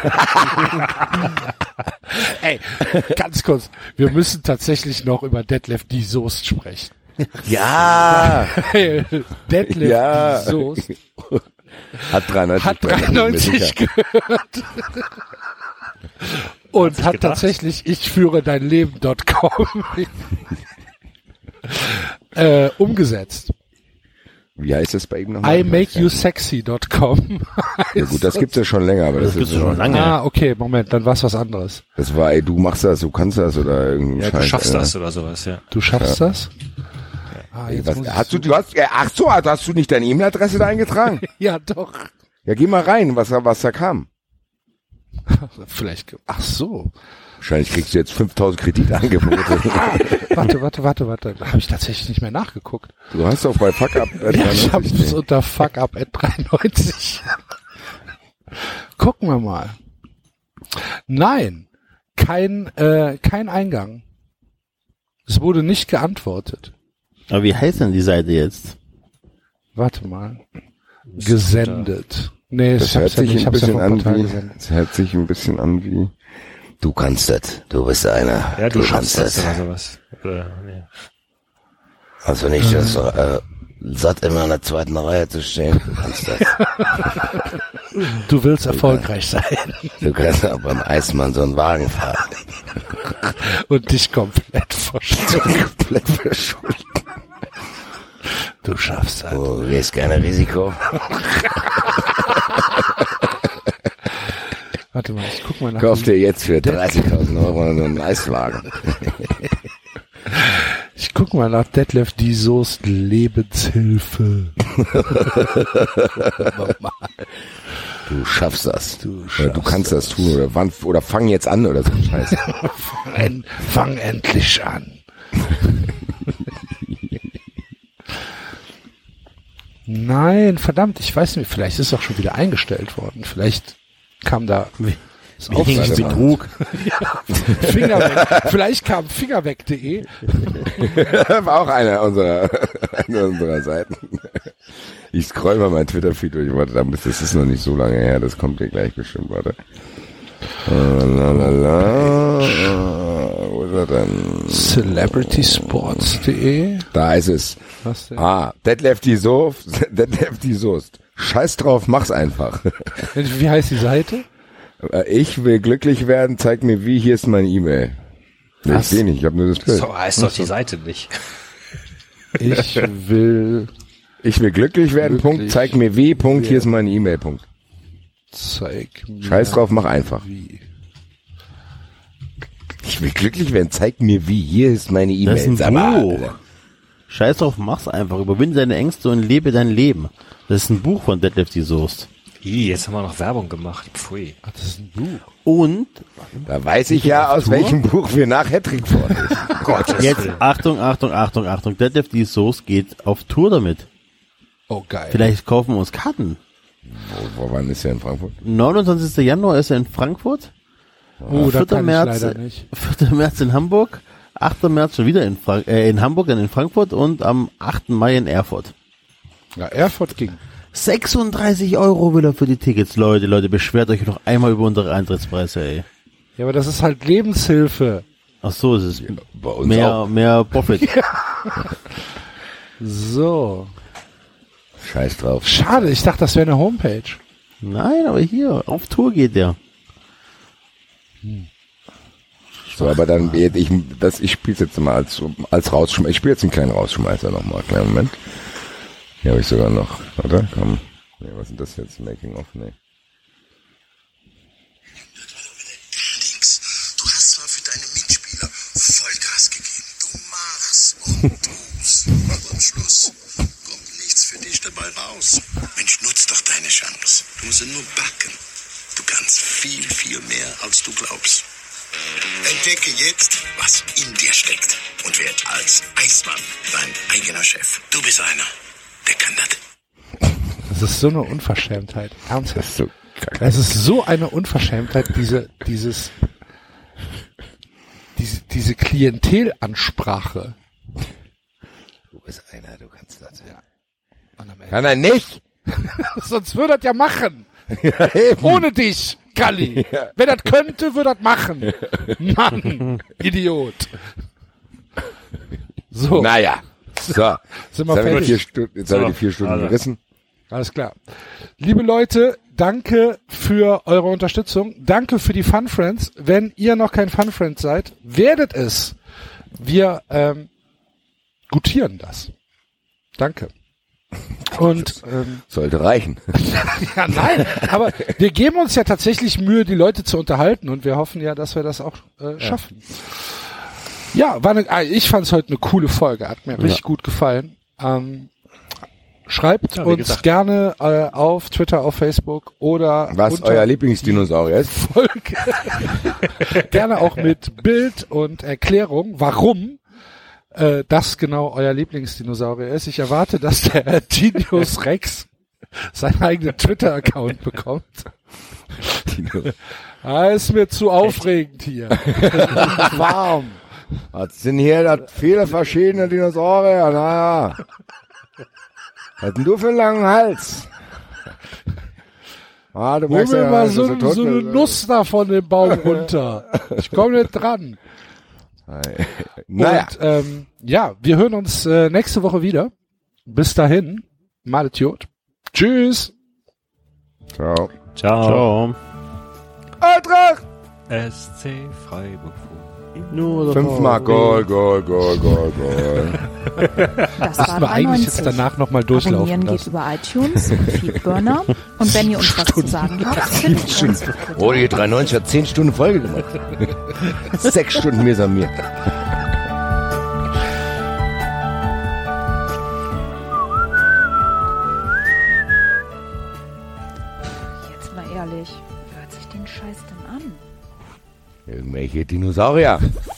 Ey, ganz kurz. Wir müssen tatsächlich noch über Detlef die Soest sprechen. Ja. Detlef ja. die Soest. Hat dreiundneunzig, hat dreiundneunzig gehört. Und hat gedacht? tatsächlich ich führe dein Leben Punkt com äh, umgesetzt. Wie heißt das bei ihm nochmal? I make you sexy Punkt com. Ja gut, das gibt's ja schon länger, aber das, das ist schon lange. Ah, okay, Moment, dann war's was anderes. Das war, ey, du machst das, du kannst das oder irgendein ja, Scheiß. Du schaffst äh, das oder sowas, ja. Du schaffst ja. das? Ah, ey, was, hast du, du hast, ja, ach so, hast du nicht deine E-Mail-Adresse da eingetragen? Ja, doch. Ja, geh mal rein, was, was da kam. Vielleicht, ach so. Wahrscheinlich kriegst du jetzt fünftausend Kreditangebote. warte, warte, warte, warte. Da habe ich tatsächlich nicht mehr nachgeguckt. Du hast doch bei Fuck Up at ja, ich habe es unter Fuck Up at dreiundneunzig. Gucken wir mal. Nein, kein, äh, kein Eingang. Es wurde nicht geantwortet. Aber wie heißt denn die Seite jetzt? Warte mal. Gesendet. Nee, das hört sich ja, ein bisschen ja an wie, das hört sich ein bisschen an wie, du kannst das, du bist einer. Ja, du, du kannst das. Oder sowas. Oder, nee. Also nicht, dass du, äh, satt immer in der zweiten Reihe zu stehen, du kannst das. Du willst du erfolgreich kann, sein. Du kannst auch beim Eismann so einen Wagen fahren. Und dich komplett verschulden. komplett verschulden. Du schaffst das. Du gehst gerne Risiko. Warte mal, ich guck mal nach. Kauf dir jetzt für dreißigtausend Euro einen Eiswagen. Ich guck mal nach Detlef die Soest Lebenshilfe. Du schaffst das. Du, oder du kannst das. das tun oder wann oder fang jetzt an oder so ein Scheiß. fang, fang endlich an. Nein, verdammt, ich weiß nicht, vielleicht ist es auch schon wieder eingestellt worden. Vielleicht kam da das Betrug. Ja, Finger weg. Vielleicht kam fingerweg punkt de. War auch eine unserer, eine unserer Seiten. Ich scroll mal mein Twitter-Feed durch. Warte, das ist noch nicht so lange her. Das kommt dir gleich bestimmt. Warte. Lalalala. Wo ist er denn? celebrity sports punkt de. Da ist es. Was denn? Ah, Detlef die Soest. Detlef die Soest. Scheiß drauf, mach's einfach. Wie heißt die Seite? Ich will glücklich werden, zeig mir wie, hier ist mein E-Mail. Nee, ich sehe nicht, ich habe nur das Bild. So heißt doch die Seite nicht. Ich will... Ich will glücklich werden, glücklich Punkt, zeig mir wie, Punkt, hier ist mein E-Mail, Punkt. Zeig mir Scheiß drauf, mach einfach. Wie. Ich will glücklich werden, zeig mir wie, hier ist meine E-Mail. Das ist ein Buch. Scheiß drauf, mach's einfach. Überwinde deine Ängste und lebe dein Leben. Das ist ein Buch von Detlef die Soest. Ih, jetzt haben wir noch Werbung gemacht. Pfui. Ach, das ist ein Buch. Und? Da weiß ich ja, aus welchem Buch wir nach Hattrick vorlesen. Gott, jetzt Achtung, Achtung, Achtung, Achtung. Detlef die Soest geht auf Tour damit. Oh, geil. Vielleicht kaufen wir uns Karten. Wo, wo wann ist er in Frankfurt? neunundzwanzigster Januar ist er in Frankfurt. Oh, da kann März, ich leider nicht. vierter März in Hamburg. achter März schon wieder in, Frank äh, in Hamburg, dann in Frankfurt und am achten Mai in Erfurt. Ja, Erfurt ging. sechsunddreißig Euro will er für die Tickets. Leute, Leute, beschwert euch noch einmal über unsere Eintrittspreise, ey. Ja, aber das ist halt Lebenshilfe. Ach so, es ist ja, bei uns mehr, auch. mehr Profit. Ja. So. Scheiß drauf. Schade, ich dachte, das wäre eine Homepage. Nein, aber hier, auf Tour geht der. Hm. So, aber dann, ich, das, ich spiel's jetzt mal als, als Rausschmeißer. Ich spiele jetzt einen kleinen Rausschmeißer nochmal. Kleinen Moment. Hier habe ich sogar noch. Warte, komm. Nee, was sind das jetzt? Making of? Nee. Du hast zwar für deine Mitspieler Vollgas gegeben. Du machst und tust. Aber am Schluss kommt nichts für dich dabei raus. Mensch, nutz doch deine Chance. Du musst nur backen. Du kannst viel, viel mehr, als du glaubst. Entdecke jetzt, was in dir steckt. Und werd als Eismann dein eigener Chef. Du bist einer. Der kann das. Das ist so eine Unverschämtheit. Ernsthaft. Das ist so, das ist so eine Unverschämtheit, diese, dieses, diese, diese Klientelansprache. Du bist einer, du kannst das. Ja. Kann er nicht? Sonst würde er ja machen. Ja, eben. Ohne dich, Kalli. Ja. Wenn das könnte, würde das machen. Mann, Idiot. So. Naja. So. Sind wir jetzt haben wir fertig? vier Stunden, jetzt So. haben wir die vier Stunden Also. gerissen. Alles klar. Liebe Leute, danke für eure Unterstützung. Danke für die Fun Friends. Wenn ihr noch kein Fun Friend seid, werdet es. Wir ähm, gutieren das. Danke. Und ähm, sollte reichen. ja, nein, aber wir geben uns ja tatsächlich Mühe, die Leute zu unterhalten und wir hoffen ja, dass wir das auch äh, schaffen. Ja, war eine, ich fand es heute eine coole Folge, hat mir richtig Ja. gut gefallen. Ähm, schreibt Ja, wie uns gesagt. gerne äh, auf Twitter, auf Facebook oder Was unter euer Lieblingsdinosaurier ist? Folge. Gerne auch mit Bild und Erklärung, warum äh, das genau euer Lieblingsdinosaurier ist. Ich erwarte, dass der Dinius Rex seinen eigenen Twitter-Account bekommt. Ah, ist mir zu aufregend hier. Warm. Was sind hier das viele verschiedene Dinosaurier? Naja. Was denn du für einen langen Hals? Ah, du Hol merkst mir ja, mal dass so, du tot so eine bist. Nuss da von dem Baum runter. Ich komme nicht dran. Naja. Und ähm, ja, wir hören uns äh, nächste Woche wieder. Bis dahin, malet Jod. Tschüss. Ciao. Ciao. Ciao. Eintracht! S C Freiburg. Nur Fünfmal Goal, Goal, Goal, Goal, Goal. Das Müssen war wir eigentlich jetzt dreiundneunzig. danach nochmal durchlaufen Abonnieren geht lassen. über iTunes und Feedburner. Und wenn ihr uns was zu sagen habt, findet ihr uns. Oh, die drei neunzig hat zehn Stunden Folge gemacht. Sechs Stunden mir samiert. Irgendwelche Dinosaurier.